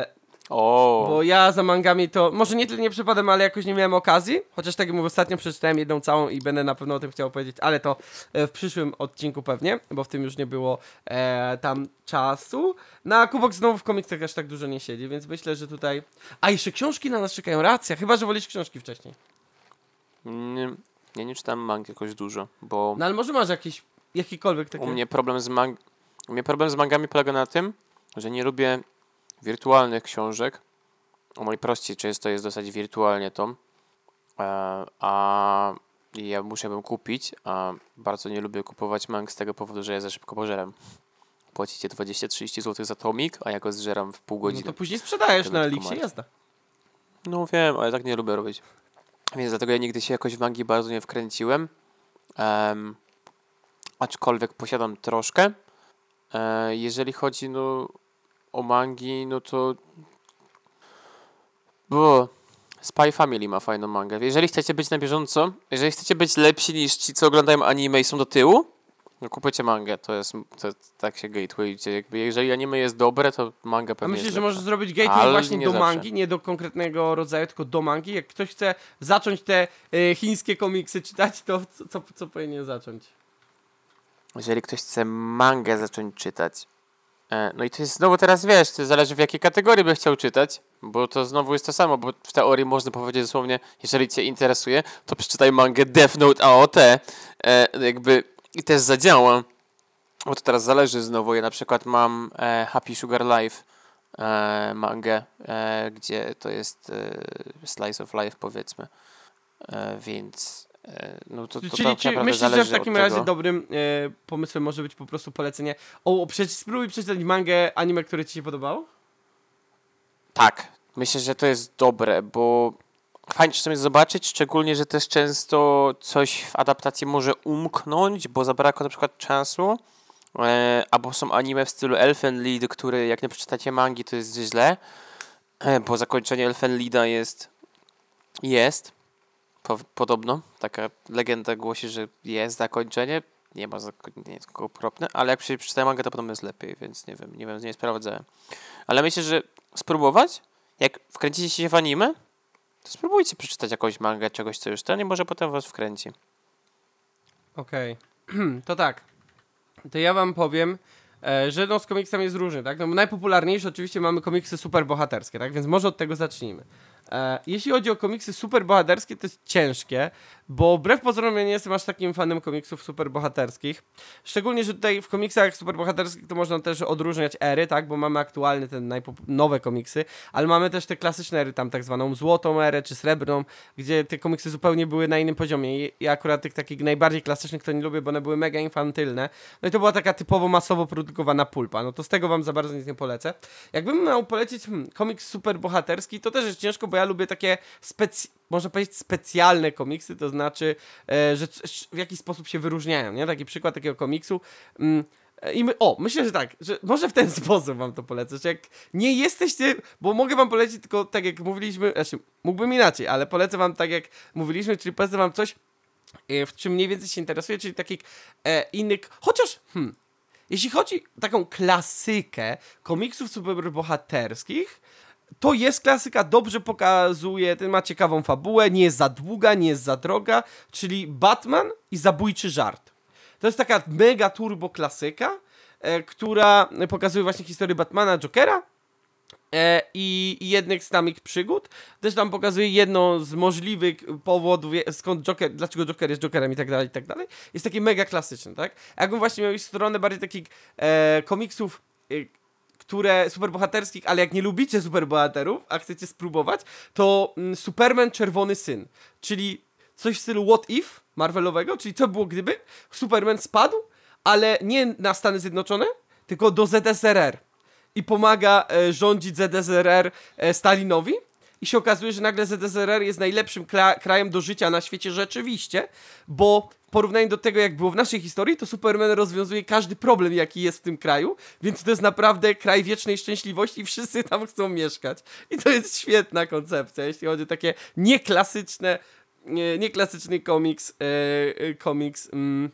O. Bo ja za mangami to, może nie tyle nie przepadam, ale jakoś nie miałem okazji, chociaż tak jak mówię, ostatnio przeczytałem jedną całą i będę na pewno o tym chciał opowiedzieć, ale to e, w przyszłym odcinku pewnie, bo w tym już nie było e, tam czasu. Na Kubok znowu w komiksach aż tak dużo nie siedzi, więc myślę, że tutaj... A jeszcze książki na nas czekają, racja, chyba że wolisz książki wcześniej. Nie, ja nie czytam mang jakoś dużo, bo No ale może masz jakieś, jakikolwiek takie... u mnie problem z mang... u mnie problem z mangami polega na tym, że nie lubię wirtualnych książek. O najprościej często jest dostać wirtualnie tą, e, a ja muszę ją kupić, a bardzo nie lubię kupować mang z tego powodu, że ja za szybko pożeram. Płacicie dwadzieścia trzydzieści złotych za tomik, a ja go zżeram w pół godziny. No to później sprzedajesz Tego na tylko Elixie, martwi. jazda. No wiem, ale tak nie lubię robić. Więc dlatego ja nigdy się jakoś w mangi bardzo nie wkręciłem. Um, aczkolwiek posiadam troszkę. E, jeżeli chodzi no, o mangi, no to... Bo Spy Family ma fajną mangę. Jeżeli chcecie być na bieżąco, jeżeli chcecie być lepsi niż ci, co oglądają anime i są do tyłu, no kupujcie mangę. To jest, to, tak się gatewaycie. Jakby jeżeli anime jest dobre, to manga A pewnie myślisz, jest że lepsza. możesz zrobić gateway Ale właśnie nie do zawsze. mangi, nie do konkretnego rodzaju, tylko do mangi? Jak ktoś chce zacząć te y, chińskie komiksy czytać, to co, co, co powinien zacząć? Jeżeli ktoś chce mangę zacząć czytać, e, no i to jest znowu teraz, wiesz, to zależy w jakiej kategorii by chciał czytać, bo to znowu jest to samo, bo w teorii można powiedzieć dosłownie, jeżeli cię interesuje, to przeczytaj mangę Death Note A O T, e, jakby i też zadziała, bo to teraz zależy znowu. Ja na przykład mam e, Happy Sugar Life e, mangę, e, gdzie to jest e, slice of life, powiedzmy, e, więc e, no to, to, to Czyli tak czy naprawdę myślisz, że zależy w takim od razie tego. dobrym e, pomysłem może być po prostu polecenie? O, przecież spróbuj przeczytać mangę, anime, które ci się podobało? Tak, myślę, że to jest dobre, bo fajnie czasem jest zobaczyć, szczególnie, że też często coś w adaptacji może umknąć, bo zabrakło na przykład czasu, e, albo są anime w stylu Elfen Lied, które jak nie przeczytacie mangi, to jest źle, e, bo zakończenie Elfen Lieda jest, jest, po, podobno, taka legenda głosi, że jest zakończenie, nie ma, zako- nie jest okropne, ale jak się przeczyta mangę, to podobno jest lepiej, więc nie wiem, nie wiem, nie sprawdzałem. Ale myślę, że spróbować, jak wkręcicie się w anime, to spróbujcie przeczytać jakąś mangę, czegoś, co już ten i może potem was wkręci. Okej, to tak. To ja wam powiem, e, że no z komiksami jest różnie, tak? No najpopularniejsze oczywiście mamy komiksy superbohaterskie, tak? Więc może od tego zacznijmy. E, jeśli chodzi o komiksy superbohaterskie, to jest ciężkie, bo wbrew pozorom ja nie jestem aż takim fanem komiksów superbohaterskich. Szczególnie, że tutaj w komiksach superbohaterskich to można też odróżniać ery, tak? Bo mamy aktualne te najpop- nowe komiksy, ale mamy też te klasyczne ery, tam tak zwaną złotą erę czy srebrną, gdzie te komiksy zupełnie były na innym poziomie. I ja akurat tych takich najbardziej klasycznych to nie lubię, bo one były mega infantylne. No i to była taka typowo masowo produkowana pulpa. No to z tego wam za bardzo nic nie polecę. Jakbym miał polecić hmm, komiks superbohaterski, to też jest ciężko, bo ja lubię takie spec- można powiedzieć specjalne komiksy, to znaczy, e, że c- w jakiś sposób się wyróżniają, nie? Taki przykład takiego komiksu. Mm, i my, o, myślę, że tak, że może w ten sposób wam to polecę, że jak nie jesteście, bo mogę wam polecić tylko tak jak mówiliśmy, znaczy mógłbym inaczej, ale polecę wam tak jak mówiliśmy, czyli polecę wam coś, e, w czym mniej więcej się interesuje, czyli takich e, innych, chociaż, hmm, jeśli chodzi o taką klasykę komiksów superbohaterskich, to jest klasyka, dobrze pokazuje, ten ma ciekawą fabułę, nie jest za długa, nie jest za droga, czyli Batman i zabójczy żart. To jest taka mega turbo klasyka, e, która pokazuje właśnie historię Batmana, Jokera e, i, i jednych z tam ich przygód. Też tam pokazuje jedno z możliwych powodów, je- skąd Joker, dlaczego Joker jest Jokerem i tak dalej, i tak dalej. Jest taki mega klasyczny, tak? A jakbym właśnie miał iść w stronę bardziej takich e, komiksów, e, które superbohaterskich, ale jak nie lubicie superbohaterów, a chcecie spróbować, to mm, Superman Czerwony Syn, czyli coś w stylu What If Marvelowego, czyli co było gdyby Superman spadł, ale nie na Stany Zjednoczone, tylko do Z S R R i pomaga e, rządzić Z S R R e, Stalinowi i się okazuje, że nagle Z S R R jest najlepszym kla- krajem do życia na świecie rzeczywiście, bo w porównaniu do tego, jak było w naszej historii, to Superman rozwiązuje każdy problem, jaki jest w tym kraju, więc to jest naprawdę kraj wiecznej szczęśliwości i wszyscy tam chcą mieszkać. I to jest świetna koncepcja, jeśli chodzi o takie nieklasyczne, nie, nieklasyczny komiks, e, e, komiks mm,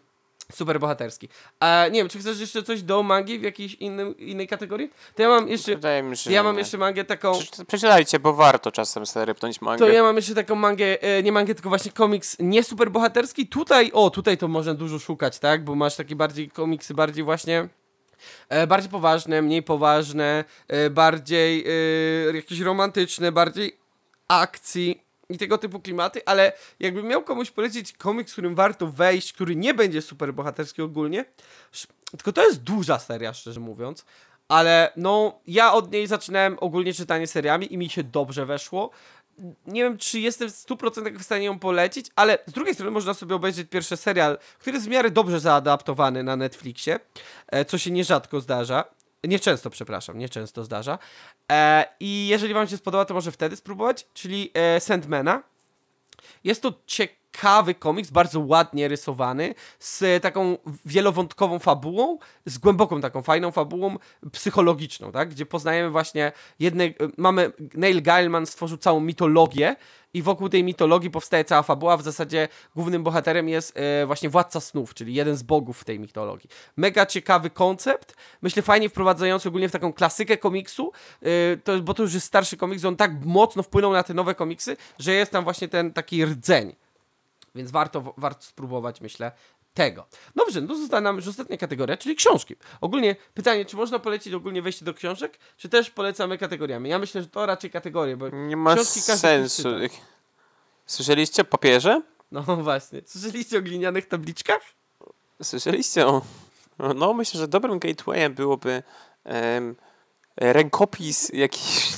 Super bohaterski. A nie wiem, czy chcesz jeszcze coś do mangi w jakiejś innym, innej kategorii? To ja mam jeszcze... Wydaje mi się, Ja że mam nie. jeszcze mangę taką... Przeczy- Przeczytajcie, bo warto czasem sobie rypnąć mangę. To ja mam jeszcze taką mangę, e, nie mangę, tylko właśnie komiks nie super bohaterski. Tutaj, o, tutaj to można dużo szukać, tak? Bo masz takie bardziej komiksy, bardziej właśnie... E, bardziej poważne, mniej poważne, e, bardziej e, jakieś romantyczne, bardziej akcji i tego typu klimaty, ale jakbym miał komuś polecić komiks, w którym warto wejść, który nie będzie super bohaterski ogólnie, sz- tylko to jest duża seria, szczerze mówiąc, ale no, ja od niej zaczynałem ogólnie czytanie seriami i mi się dobrze weszło. Nie wiem, czy jestem w stu procentach w stanie ją polecić, ale z drugiej strony można sobie obejrzeć pierwszy serial, który jest w miarę dobrze zaadaptowany na Netflixie, e, co się nierzadko zdarza. Nieczęsto, przepraszam, nieczęsto zdarza. E, I jeżeli wam się spodoba, to może wtedy spróbować, czyli e, Sandmana. Jest to ciekawy komiks, bardzo ładnie rysowany, z taką wielowątkową fabułą, z głęboką taką fajną fabułą psychologiczną, tak? Gdzie poznajemy właśnie jedne, mamy, Neil Gaiman stworzył całą mitologię i wokół tej mitologii powstaje cała fabuła. W zasadzie głównym bohaterem jest e, właśnie Władca Snów, czyli jeden z bogów w tej mitologii. Mega ciekawy koncept, myślę fajnie wprowadzający ogólnie w taką klasykę komiksu, e, to, bo to już jest starszy komiks, on tak mocno wpłynął na te nowe komiksy, że jest tam właśnie ten taki rdzeń. Więc warto, warto spróbować, myślę, tego. Dobrze, no to została nam już ostatnia kategoria, czyli książki. Ogólnie pytanie, czy można polecić ogólnie wejście do książek, czy też polecamy kategoriami? Ja myślę, że to raczej kategorie, bo Nie ma książki każdy sensu. czyta. Słyszeliście o papierze? No właśnie. Słyszeliście o glinianych tabliczkach? Słyszeliście o... No, myślę, że dobrym gatewayem byłoby em, rękopis jakiś...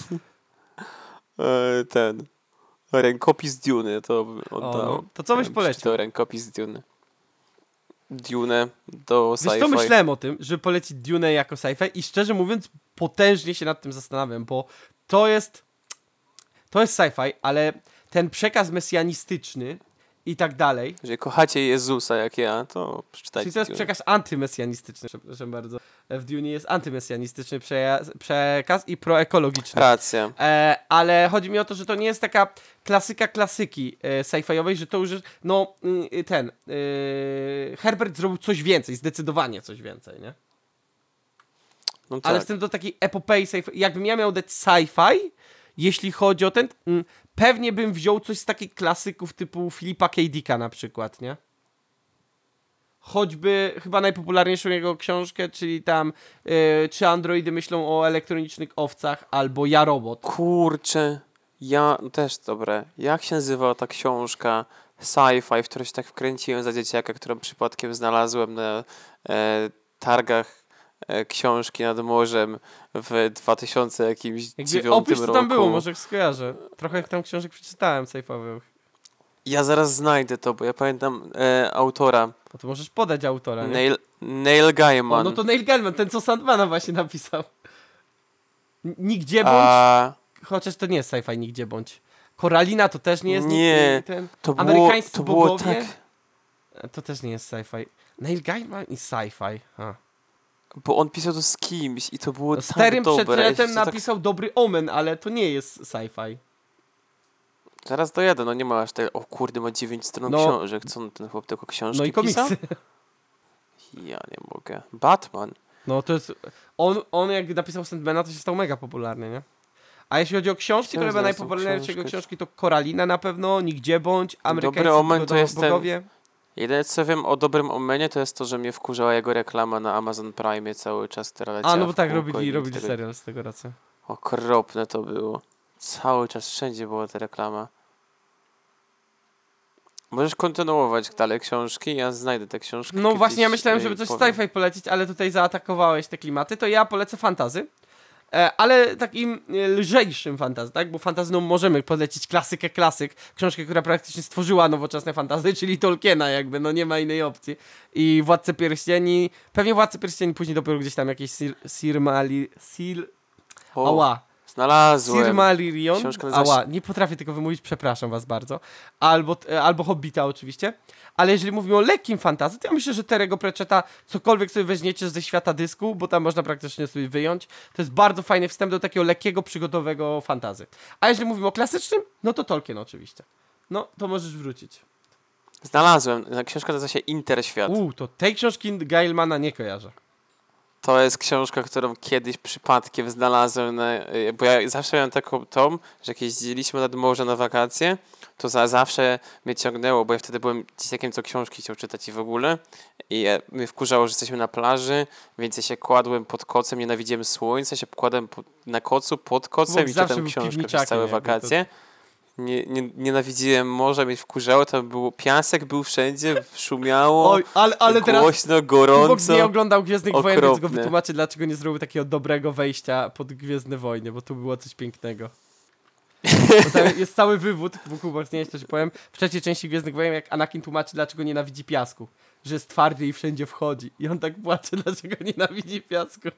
e, ten... Rękopis Duny, to bym oddał. no. To co byś Bym polecił? przeczytał rękopis Duny. Dune do Wiesz sci-fi. co, myślałem o tym, żeby polecić Dune jako sci-fi i szczerze mówiąc potężnie się nad tym zastanawiam, bo to jest to jest sci-fi, ale ten przekaz mesjanistyczny i tak dalej, Jeżeli kochacie Jezusa jak ja, to przeczytajcie czyli to jest Dune. przekaz antymesjanistyczny, przepraszam bardzo, w Dune jest antymesjanistyczny przeja- przekaz i proekologiczny. Racja. E, ale chodzi mi o to, że to nie jest taka klasyka klasyki e, sci-fiowej, że to już jest, no y, ten, y, Herbert zrobił coś więcej, zdecydowanie coś więcej, nie? No tak. Ale z tym do takiej epopei sci-fi, jakbym ja miał dać sci-fi, jeśli chodzi o ten, mm, pewnie bym wziął coś z takich klasyków typu Philipa K. Dicka na przykład, nie? Choćby chyba najpopularniejszą jego książkę, czyli tam y, czy androidy myślą o elektronicznych owcach, albo Ja, Robot. Kurczę, ja no też dobre. Jak się nazywała ta książka sci-fi, w którą się tak wkręciłem za dzieciaka, którą przypadkiem znalazłem na e, targach e, książki nad morzem w dwa tysiące jakimś Jakby dziewiątym opisz, co roku. tam było, może skojarzę. Trochę tam książek przeczytałem sci-fiowych. Ja zaraz znajdę to, bo ja pamiętam e, autora. No to możesz podać autora, nie? Neil, Neil Gaiman. O, no to Neil Gaiman, ten co Sandmana właśnie napisał. N- Nigdzie bądź, A, chociaż to nie jest sci-fi Nigdzie bądź. Koralina to też nie jest Nie, ni- ten to było, amerykańscy to było bogowie. tak... To też nie jest sci-fi. Neil Gaiman i sci-fi. Ha. Bo on pisał to z kimś i to było No, tak Starym dobre. przedmiotem Ja się tak- napisał Dobry Omen, ale to nie jest sci-fi. Zaraz dojadę, no nie ma aż tak... O kurde, ma dziewięć stron No. książek. Co on, ten chłop tylko książki No i pisał? komiksy. Ja nie mogę. Batman. No to jest... On, on jak napisał Sandmana, to się stał mega popularny, nie? A jeśli chodzi o książki, to Chciałem chyba znaleźć tą najpopularniejsze jego książkę. książki to Koralina na pewno, Nigdzie bądź, Amerykańscy Dobry Omen to bogo- jest ten- bogowie. Jedyne co wiem o Dobrym Omenie to jest to, że mnie wkurzała jego reklama na Amazon Prime cały czas, która leciała A, no bo w tak, kółko i robili, nikt robili tego- serial z tego racja. Okropne to było. Cały czas wszędzie była ta reklama. Możesz kontynuować dalej książki, ja znajdę te książki. No kiedyś właśnie, ja myślałem, i żeby coś powiem. sci-fi polecić, ale tutaj zaatakowałeś te klimaty, to ja polecę fantazy. E, ale takim e, lżejszym fantazy, tak? Bo fantazyną możemy polecić klasykę klasyk, książkę, która praktycznie stworzyła nowoczesne fantazy, czyli Tolkiena jakby, no nie ma innej opcji. I Władcę Pierścieni, pewnie Władcę Pierścieni później dopiero gdzieś tam jakieś Sir, Sir Mali... Sir... O, Ała. znalazłem. Silmarillion, Książka nazywa się- ała, nie potrafię tego wymówić, przepraszam was bardzo, albo, e, albo Hobbita oczywiście, ale jeżeli mówimy o lekkim fantasy, to ja myślę, że Terry'ego Pratchetta, cokolwiek sobie weźmiecie ze świata dysku, bo tam można praktycznie sobie wyjąć, to jest bardzo fajny wstęp do takiego lekkiego, przygodowego fantazy. A jeżeli mówimy o klasycznym, no to Tolkien oczywiście. No, to możesz wrócić. Znalazłem. Książka nazywa się Interświat. U, to tej książki Gailmana nie kojarzę. To jest książka, którą kiedyś przypadkiem znalazłem, na, bo ja zawsze miałem taką tą, że jak jeździliśmy nad morze na wakacje, to za zawsze mnie ciągnęło, bo ja wtedy byłem dzieciakiem, co książki chciał czytać i w ogóle. I ja, mnie wkurzało, że jesteśmy na plaży, więc ja się kładłem pod kocem, nienawidziłem słońca, się kładłem po, na kocu pod kocem Bóg i zawsze czytam był książkę przez piwniczakiem, całe jakby wakacje. Nie, nie, nienawidziłem morza, mnie wkurzało, tam było piasek, był wszędzie, szumiało, Oj, ale, ale teraz głośno, Kubok gorąco. nie oglądał Gwiezdnych Wojen, więc go okropne. wytłumaczy, dlaczego nie zrobił takiego dobrego wejścia pod Gwiezdne Wojny, bo to było coś pięknego. Bo tam jest cały wywód, bo Kubok, nie wiem, co ci powiem, w trzeciej części Gwiezdnych Wojen, jak Anakin tłumaczy, dlaczego nienawidzi piasku. Że jest twardy i wszędzie wchodzi. I on tak płacze, dlaczego nienawidzi piasku.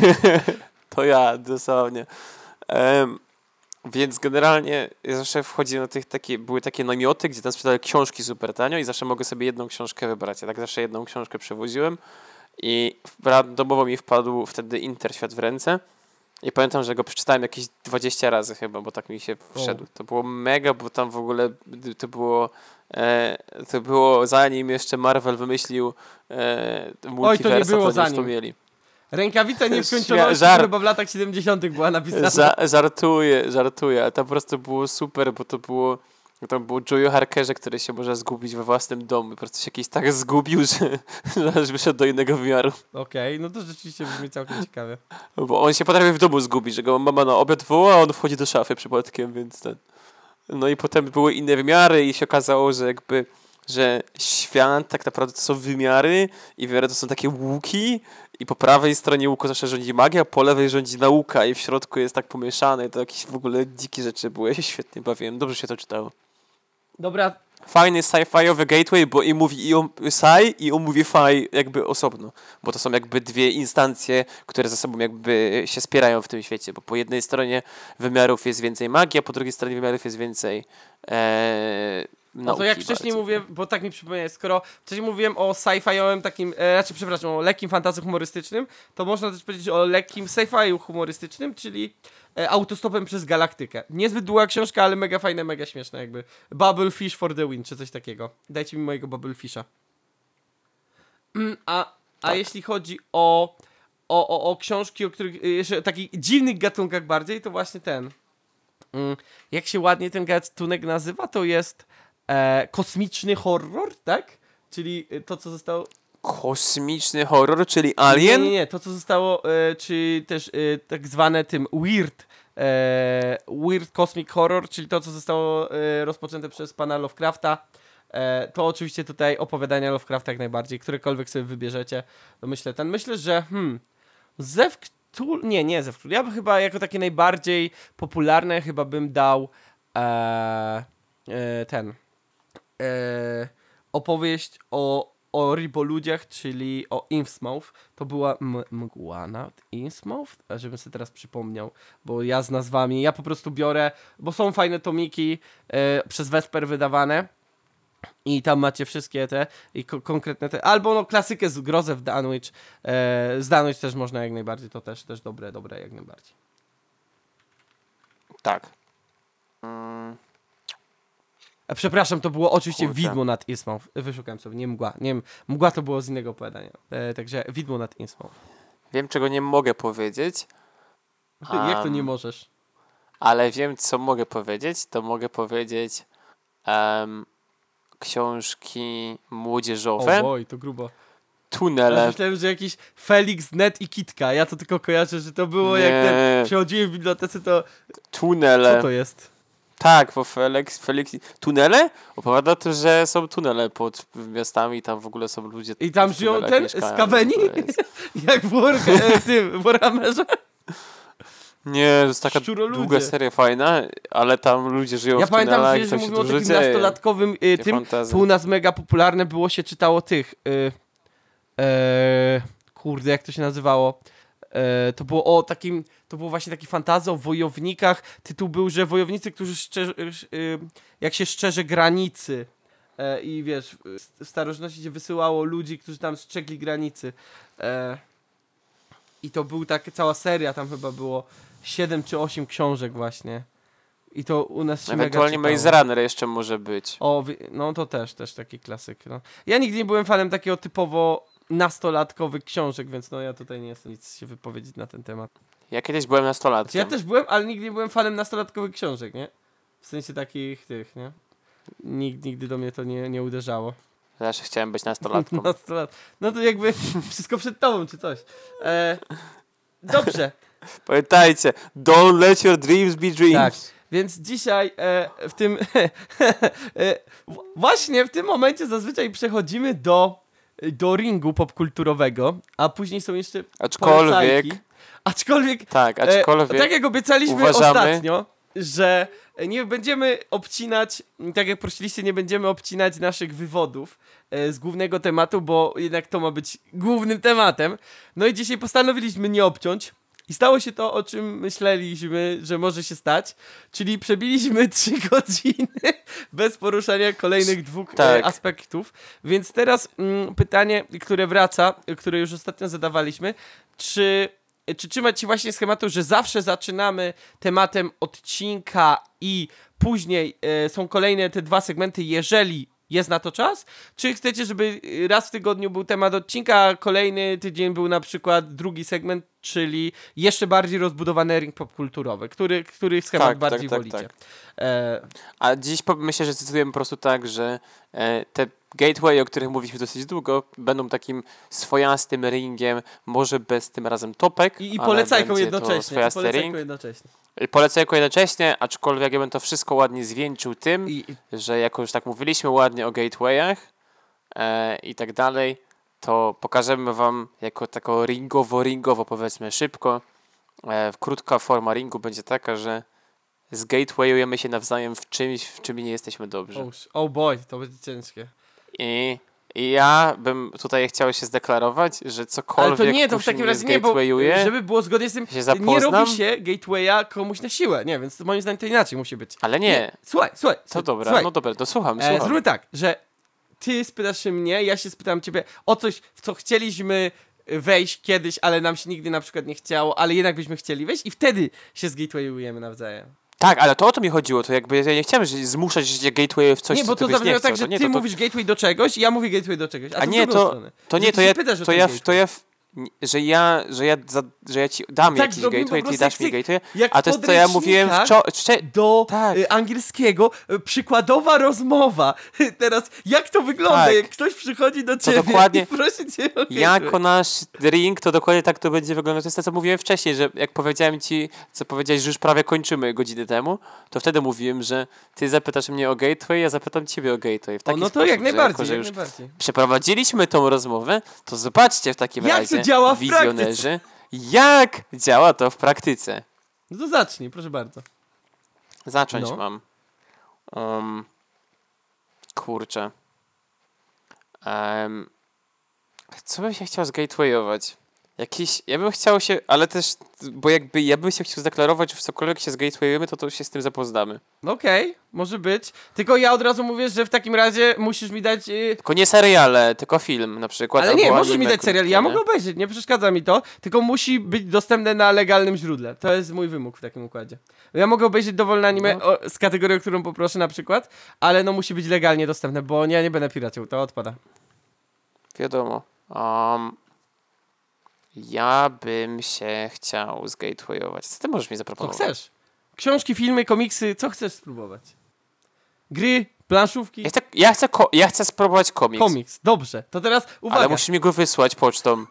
To ja, dosłownie. Um, więc generalnie ja zawsze wchodziłem na tych takie, były takie namioty, gdzie tam sprzedały książki super tanio i zawsze mogę sobie jedną książkę wybrać. Ja tak zawsze jedną książkę przewoziłem i randomowo mi wpadł wtedy Interświat w ręce i pamiętam, że go przeczytałem jakieś dwadzieścia razy chyba, bo tak mi się wszedł. O. To było mega, bo tam w ogóle to było e, to było zanim jeszcze Marvel wymyślił e, multiversa, było to już zanim. to mieli. Rękawica nieskończoności, Żart. chyba w latach siedemdziesiątych była napisana. Ża- żartuję, żartuję, ale to po prostu było super, bo to było tam było Joe'u Harkerze, który się może zgubić we własnym domu. Po prostu się jakiś tak zgubił, że, że aż wyszedł do innego wymiaru. Okej, okay, no to rzeczywiście brzmi całkiem ciekawie. Bo on się potrafi w domu zgubić, że go mama na obiad woła, a on wchodzi do szafy przypadkiem, więc ten... No i potem były inne wymiary i się okazało, że jakby że świat tak naprawdę to są wymiary i wymiary to są takie łuki i po prawej stronie łuku zawsze rządzi magia, a po lewej rządzi nauka i w środku jest tak pomieszane. To jakieś w ogóle dzikie rzeczy były. Ja się świetnie bawiłem. Dobrze się to czytało. Dobra. Fajny sci-fiowy gateway, bo i mówi i o sci i on mówi fi jakby osobno. Bo to są jakby dwie instancje, które ze sobą jakby się spierają w tym świecie. Bo po jednej stronie wymiarów jest więcej magii, a po drugiej stronie wymiarów jest więcej ee, No to jak wcześniej mówię, bo tak mi przypomina, skoro wcześniej mówiłem o sci-fiowym takim, e, raczej przepraszam, o lekkim fantasy humorystycznym, to można też powiedzieć o lekkim sci-fi humorystycznym, czyli e, autostopem przez galaktykę. Niezbyt długa książka, ale mega fajna, mega śmieszna jakby. Bubble Fish for the win, czy coś takiego. Dajcie mi mojego Bubble Fisha. Mm, a, a tak. jeśli chodzi o, o, o, o książki, o których, jeszcze o takich dziwnych gatunkach bardziej, to właśnie ten. Mm, jak się ładnie ten gatunek nazywa, to jest E, kosmiczny horror, tak? Czyli to, co zostało... Kosmiczny horror, czyli Alien? Nie, nie, nie. To, co zostało, e, czy też e, tak zwane tym weird, e, weird cosmic horror, czyli to, co zostało e, rozpoczęte przez pana Lovecrafta. E, to oczywiście tutaj opowiadania Lovecrafta jak najbardziej, którekolwiek sobie wybierzecie. To myślę, ten, myślę, że hmm, Zew Cthulhu, nie, nie Zew Cthulhu. Ja bym chyba jako takie najbardziej popularne chyba bym dał e, e, ten... E, opowieść o, o riboludziach, czyli o Innsmouth. To była m- mgła nad Innsmouth? A żebym sobie teraz przypomniał, bo ja z nazwami, ja po prostu biorę, bo są fajne tomiki e, przez Vesper wydawane i tam macie wszystkie te i ko- konkretne te, albo no klasykę z Grozę w Dunwich, e, z Dunwich też można jak najbardziej, to też, też dobre, dobre jak najbardziej. Tak. Mm. A przepraszam, to było oczywiście Kurczę. Widmo nad Innsmouth. Wyszukałem sobie, nie mgła. Nie wiem, mgła to było z innego opowiadania. E, także Widmo nad Innsmouth. Wiem, czego nie mogę powiedzieć, Um, Jak to nie Um, możesz? ale wiem, co mogę powiedzieć. To mogę powiedzieć um, książki młodzieżowe, O oj, to grubo. Ja tunele. myślałem, że jakiś Felix, Ned i Kitka. Ja to tylko kojarzę, że to było Nie. jak ten... Przechodziłem w bibliotece, to... Tunele. Co to jest? Tak, bo Felix, Felix... Tunele? Opowiada to, że są tunele pod miastami i tam w ogóle są ludzie... I tam w żyją tunelach ten mieszkają, z Kaweni? to jest- Jak w, War, e, w tym, w Warhammerze? Nie, to jest taka Szczuroludzie. długa seria fajna, ale tam ludzie żyją Ja w pamiętam, tunelach że, i że tam się mówimy o dużo takim dzieje. nastolatkowym y, tym. Fantazja. Tu u nas mega popularne było się czytało tych... Y, e, kurde, jak to się nazywało? E, to było o takim... To było właśnie taki fantazja o wojownikach. Tytuł był, że wojownicy, którzy szczerze, y, jak się szczerze granicy. E, I wiesz, w starożytności się wysyłało ludzi, którzy tam strzegli granicy. E, I to był tak cała seria, tam chyba było siedem czy osiem książek właśnie. I to u nas się Ewentualnie mega Maze czytało. Runner jeszcze może być. O, wi- no to też, też taki klasyk. No. Ja nigdy nie byłem fanem takiego typowo nastolatkowych książek, więc no ja tutaj nie jestem nic się wypowiedzieć na ten temat. Ja kiedyś byłem Znaczy, ja nastolatkiem. też byłem, ale nigdy nie byłem fanem nastolatkowych książek, nie? W sensie takich tych, nie? Nikt, nigdy do mnie to nie, nie uderzało. Zawsze chciałem być nastolatką. Nastolat... No to jakby wszystko przed tobą, czy coś. E, dobrze, Pamiętajcie, don't let your dreams be dreams. tak. Więc dzisiaj e, w tym... e, w- właśnie w tym momencie zazwyczaj przechodzimy do, do ringu popkulturowego, a później są jeszcze Aczkolwiek, polecajki. Aczkolwiek tak, E, aczkolwiek tak jak obiecaliśmy uważamy- ostatnio, że nie będziemy obcinać, tak jak prosiliście, nie będziemy obcinać naszych wywodów e, z głównego tematu, bo jednak to ma być głównym tematem. No i dzisiaj postanowiliśmy nie obciąć. I stało się to, o czym myśleliśmy, że może się stać, czyli przebiliśmy trzy godziny bez poruszania kolejnych dwóch Tak. e, aspektów. Więc teraz mm, pytanie, które wraca, które już ostatnio zadawaliśmy, czy czy trzymać się właśnie schematu, że zawsze zaczynamy tematem odcinka i później e, są kolejne te dwa segmenty, jeżeli jest na to czas? Czy chcecie, żeby raz w tygodniu był temat odcinka, a kolejny tydzień był na przykład drugi segment, czyli jeszcze bardziej rozbudowany ring popkulturowy? Który, który schemat Tak, tak, bardziej tak, wolicie? tak. E, A dziś po- myślę, że zdecydujemy po prostu tak, że e, te gateway, o których mówiliśmy dosyć długo, będą takim swojastym ringiem, może bez tym razem topek, I, i ale polecajką będzie to jednocześnie. I swojasty polecajką ring. jednocześnie. I polecajką jednocześnie, aczkolwiek ja bym to wszystko ładnie zwieńczył tym, I, że jako już tak mówiliśmy ładnie o gatewayach e, i tak dalej, to pokażemy wam jako taką ringowo-ringowo, powiedzmy szybko. E, krótka forma ringu będzie taka, że zgatewayujemy się nawzajem w czymś, w czym nie jesteśmy dobrzy. oh, oh boy, to będzie ciężkie. I, I ja bym tutaj chciał się zdeklarować, że Ale cokolwiek to nie, to w później takim mnie razie nie, bo zgatewayuje, żeby było zgodnie z tym, się nie zapoznam. robi się gatewaya komuś na siłę, nie, więc moim zdaniem to inaczej musi być. Ale nie, Słuchaj, słuchaj. to dobra, słuchaj. no dobra, to słucham, E, słucham. zróbmy tak, że ty spytasz się mnie, ja się spytam ciebie o coś, w co chcieliśmy wejść kiedyś, ale nam się nigdy na przykład nie chciało, ale jednak byśmy chcieli wejść i wtedy się zgatewayujemy nawzajem. Tak, ale to o to mi chodziło, to jakby ja nie chciałem że zmuszać że gateway w coś, nie, co bo ty to byś nie zabrzmiało chciał. tak, że to nie, ty to, to, mówisz gateway do czegoś i ja mówię gateway do czegoś, a, A to w nie, drugą to- stronę. to nie, Że to ty się ja, pytasz o to ten ja, gateway. to ja, w- że ja, że ja, za, że ja ci dam Tak, jakiś zrobimy gateway, po ty prostu dasz mi jak cyk- gateway, jak a to w jest co ja mówiłem podręcznikach wczo- do Tak. y, angielskiego y, przykładowa rozmowa. Teraz, jak to wygląda, Tak. jak ktoś przychodzi do ciebie dokładnie- i prosi cię o gateway? Jako nasz ring, to dokładnie tak to będzie wyglądać. To jest to, co mówiłem wcześniej, że jak powiedziałem ci, co powiedziałeś, że już prawie kończymy godzinę temu, to wtedy mówiłem, że ty zapytasz mnie o gateway, ja zapytam ciebie o gateway. W O, taki no to sposób, jak że najbardziej, jako, że jak już najbardziej. przeprowadziliśmy tą rozmowę, to zobaczcie w takim Jak razie, to działa w wizjonerzy, jak działa to w praktyce. No to zacznij, proszę bardzo. Zacząć No. mam. Um, kurczę. Um, co bym się chciał zgatewayować? Jakiś, ja bym chciał się, ale też, bo jakby ja bym się chciał zdeklarować, że w cokolwiek się zgatewayujemy, to to się z tym zapoznamy. Okej, może być. Tylko ja od razu mówię, że w takim razie musisz mi dać... Yy, Tylko nie seriale, tylko film na przykład. ale nie, albo możesz mi anime dać serial, krótkie, ja nie? mogę obejrzeć, nie przeszkadza mi to, tylko musi być dostępne na legalnym źródle. To jest mój wymóg w takim układzie. Ja mogę obejrzeć dowolne anime No. o, z kategorią, którą poproszę na przykład, ale no musi być legalnie dostępne, bo ja nie będę piracił, to odpada. Wiadomo. Um, ja bym się chciał zgatewayować. Co ty możesz mi Co zaproponować? chcesz? Książki, filmy, komiksy, co chcesz spróbować? Gry, planszówki, Ja chcę, ja, chcę ko- ja chcę spróbować komiks. komiks. Dobrze, to teraz uwaga. Ale musisz mi go wysłać pocztą.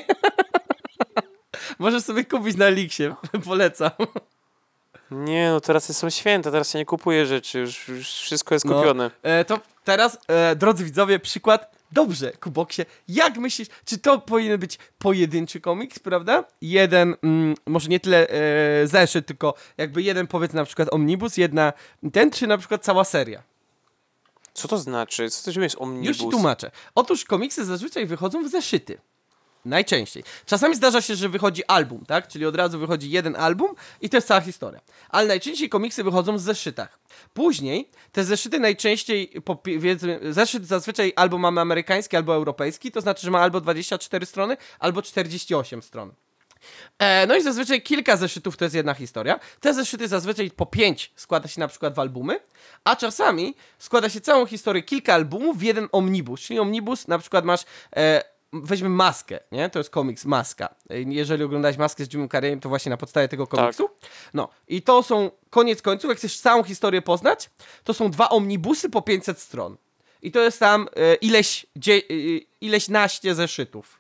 Możesz sobie kupić na Elixie, polecam. Nie, no teraz są święta, teraz się nie kupuje rzeczy, już, już wszystko jest No. kupione. E, to teraz, e, drodzy widzowie, przykład. Dobrze, Kuboksie, jak myślisz, czy to powinien być pojedynczy komiks, prawda? Jeden, mm, może nie tyle e, zeszyt, tylko jakby jeden, powiedzmy na przykład omnibus, jedna ten, czy na przykład cała seria? Co to znaczy? Co to jest omnibus? Już ci tłumaczę. Otóż komiksy zazwyczaj wychodzą w zeszyty. Najczęściej. Czasami zdarza się, że wychodzi album, tak? Czyli od razu wychodzi jeden album i to jest cała historia. Ale najczęściej komiksy wychodzą w zeszytach. Później te zeszyty najczęściej, powiedzmy, zeszyt zazwyczaj albo mamy amerykański, albo europejski, to znaczy, że ma albo dwadzieścia cztery strony, albo czterdzieści osiem stron. E, no i zazwyczaj kilka zeszytów to jest jedna historia. Te zeszyty zazwyczaj po pięć składa się na przykład w albumy, a czasami składa się całą historię, kilka albumów w jeden omnibus. Czyli omnibus na przykład masz... E, weźmy Maskę, nie? To jest komiks Maska. Jeżeli oglądałeś Maskę z Jimem Carreyem, to właśnie na podstawie tego komiksu. Tak. No i to są, koniec końców, jak chcesz całą historię poznać, to są dwa omnibusy po pięćset stron. I to jest tam e, ileś, dzie, e, ileś naście zeszytów.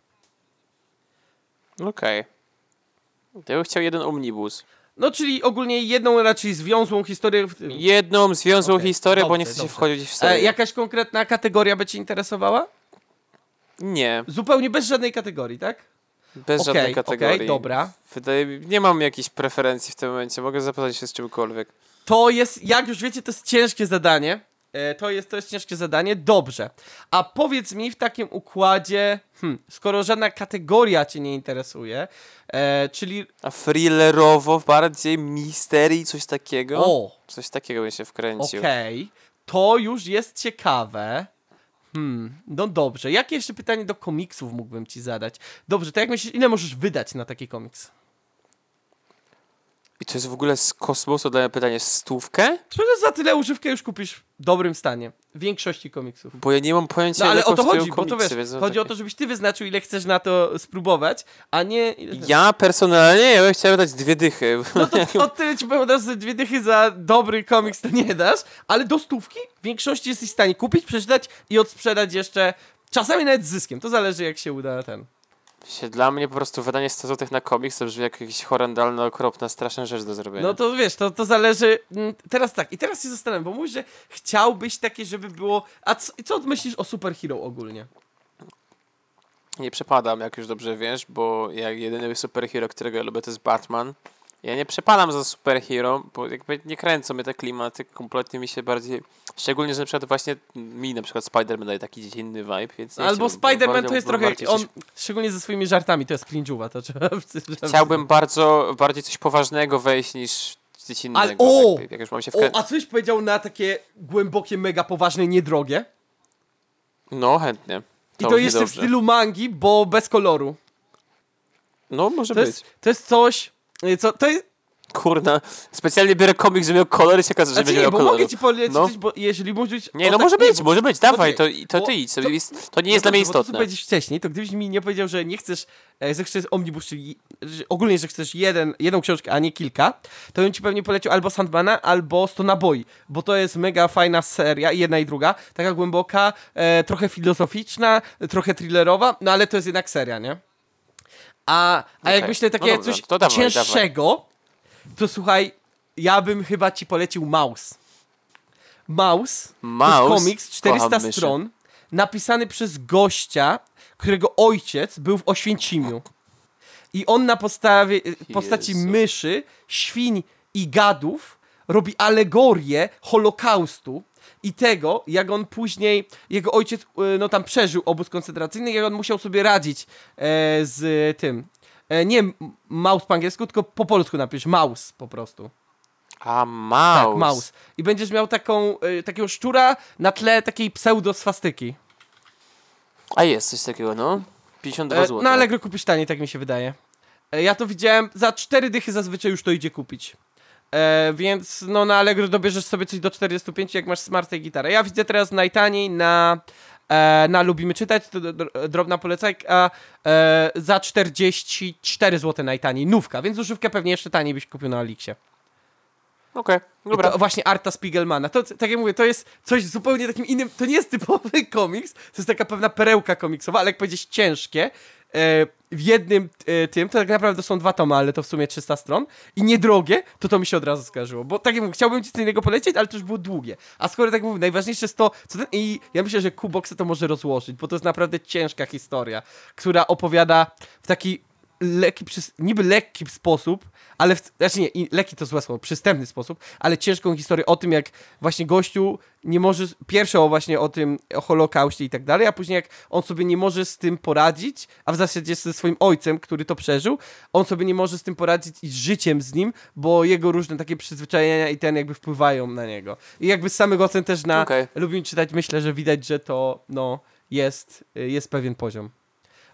Okej. Okay. Ja bym chciał jeden omnibus. No, czyli ogólnie jedną raczej związłą historię. W... Jedną związłą okay. historię, dobrze, bo nie chcę dobrze. się wchodzić w serię. E, jakaś konkretna kategoria by cię interesowała? Nie. Zupełnie bez żadnej kategorii, tak? Bez okay, żadnej kategorii. Okej, okay, dobra. Wydaje mi, nie mam jakichś preferencji w tym momencie. Mogę zapoznać się z czymkolwiek. To jest, jak już wiecie, to jest ciężkie zadanie. E, to, jest, to jest ciężkie zadanie. Dobrze. A powiedz mi w takim układzie, hmm, skoro żadna kategoria cię nie interesuje, e, czyli... A thrillerowo, bardziej misterii, coś takiego? O! Coś takiego bym się wkręcił. Okej. Okay. To już jest ciekawe. Hmm, no dobrze. Jakie jeszcze pytanie do komiksów mógłbym ci zadać? Dobrze, to jak myślisz, ile możesz wydać na taki komiks? I to jest w ogóle z kosmosu dla mnie pytanie, stówkę? To za tyle używkę już kupisz w dobrym stanie. W większości komiksów. Bo ja nie mam pojęcia, no, ale o to chodzi, komiksy, bo to wiesz, więc chodzi takie... o to, żebyś ty wyznaczył, ile chcesz na to spróbować, a nie... Ja personalnie, ja bym chciał dać dwie dychy. No to, to tyle ci powiem od razu, że dwie dychy za dobry komiks to nie dasz, ale do stówki w większości jesteś w stanie kupić, przeczytać i odsprzedać jeszcze, czasami nawet z zyskiem, to zależy jak się uda ten. Dla mnie po prostu wydanie sto złotych na komiks to brzmi jak jakaś horrendalna, okropna, straszna rzecz do zrobienia. No to wiesz, to, to zależy... Teraz tak, i teraz się zastanawiam, bo mówisz, że chciałbyś takie, żeby było... A co, co myślisz o superhero ogólnie? Nie przepadam, jak już dobrze wiesz, bo jak jedyny superhero, którego ja lubię, to jest Batman. Ja nie przepadam za superhero, bo jakby nie kręcą mnie te klimaty, kompletnie mi się bardziej... Szczególnie, że na przykład właśnie mi na przykład Spider-Man daje taki inny vibe, więc... Albo Spider-Man to jest trochę... Coś... On, szczególnie ze swoimi żartami, to jest cringe'uwa, to trzeba... Chciałbym bardzo, bardziej coś poważnego wejść niż coś innego. Ale, o! Jak, jak już mam się wkrę... o! A coś powiedział na takie głębokie, mega poważne, niedrogie? No, chętnie. To I to jeszcze dobrze. W stylu mangi, bo bez koloru. No, może to być. Jest, to jest coś... Co, to jest... Kurna, specjalnie biorę komiks, żeby miał kolor i się okaże, że znaczy będzie nie, miał bo kolor. mogę ci polecić, no. bo jeżeli mówisz... Nie, no tak, może być, nie, może być, dawaj, bo, to, to ty idź, to, to, to nie jest no dla mnie istotne. To, co powiedzieć wcześniej, to gdybyś mi nie powiedział, że nie chcesz, że chcesz omnibus, czyli że ogólnie, że chcesz jeden, jedną książkę, a nie kilka, to bym ci pewnie polecił albo Sandmana, albo sto naboi, bo to jest mega fajna seria, jedna i druga, taka głęboka, e, trochę filozoficzna, trochę thrillerowa, no ale to jest jednak seria, nie? A, a okay. jak myślę takie no dobra, coś to dawaj, cięższego, dawaj. To słuchaj, ja bym chyba ci polecił Maus. Maus, Maus? To jest komiks, czterysta stron, napisany przez gościa, którego ojciec był w Oświęcimiu. I on na podstawie, postaci Jezu. myszy, świń i gadów robi alegorię Holokaustu i tego, jak on później, jego ojciec no tam przeżył obóz koncentracyjny, jak on musiał sobie radzić e, z tym. E, nie Maus po angielsku, tylko po polsku napisz Maus po prostu. A, Maus. Tak, Maus. I będziesz miał taką, y, takiego szczura na tle takiej pseudo-swastyki. A jest coś takiego, no. pięćdziesiąt dwa złote. E, na Allegro kupisz taniej, tak mi się wydaje. E, ja to widziałem, za cztery dychy zazwyczaj już to idzie kupić. E, więc no na Allegro dobierzesz sobie coś do czterdzieści pięć, jak masz smarta i gitarę. Ja widzę teraz najtaniej na... E, na Lubimy Czytać, to drobna polecajka, e, za czterdzieści cztery złote najtaniej, nówka, więc używkę pewnie jeszcze taniej byś kupił na Aliksie. Okej, okay, dobra. To właśnie Arta Spiegelmana. To, tak jak mówię, to jest coś zupełnie takim innym, to nie jest typowy komiks, to jest taka pewna perełka komiksowa, ale jak powiedzieć ciężkie, e, w jednym e, tym, to tak naprawdę są dwa tomy, ale to w sumie trzysta stron i niedrogie, to to mi się od razu skojarzyło, bo tak jak mówię, chciałbym ci co innego polecieć, ale to już było długie. A skoro tak mówię, najważniejsze jest to, co ten, i ja myślę, że Kubox to może rozłożyć, bo to jest naprawdę ciężka historia, która opowiada w taki lekki, niby lekki sposób, ale, w, znaczy nie, lekki to złe słowo, przystępny sposób, ale ciężką historię o tym, jak właśnie gościu nie może, pierwsze o właśnie o tym, o Holokauście i tak dalej, a później jak on sobie nie może z tym poradzić, a w zasadzie ze swoim ojcem, który to przeżył, on sobie nie może z tym poradzić i z życiem z nim, bo jego różne takie przyzwyczajenia i ten jakby wpływają na niego. I jakby z samych ocen też na, okay. Lubimy czytać, myślę, że widać, że to no, jest, jest pewien poziom.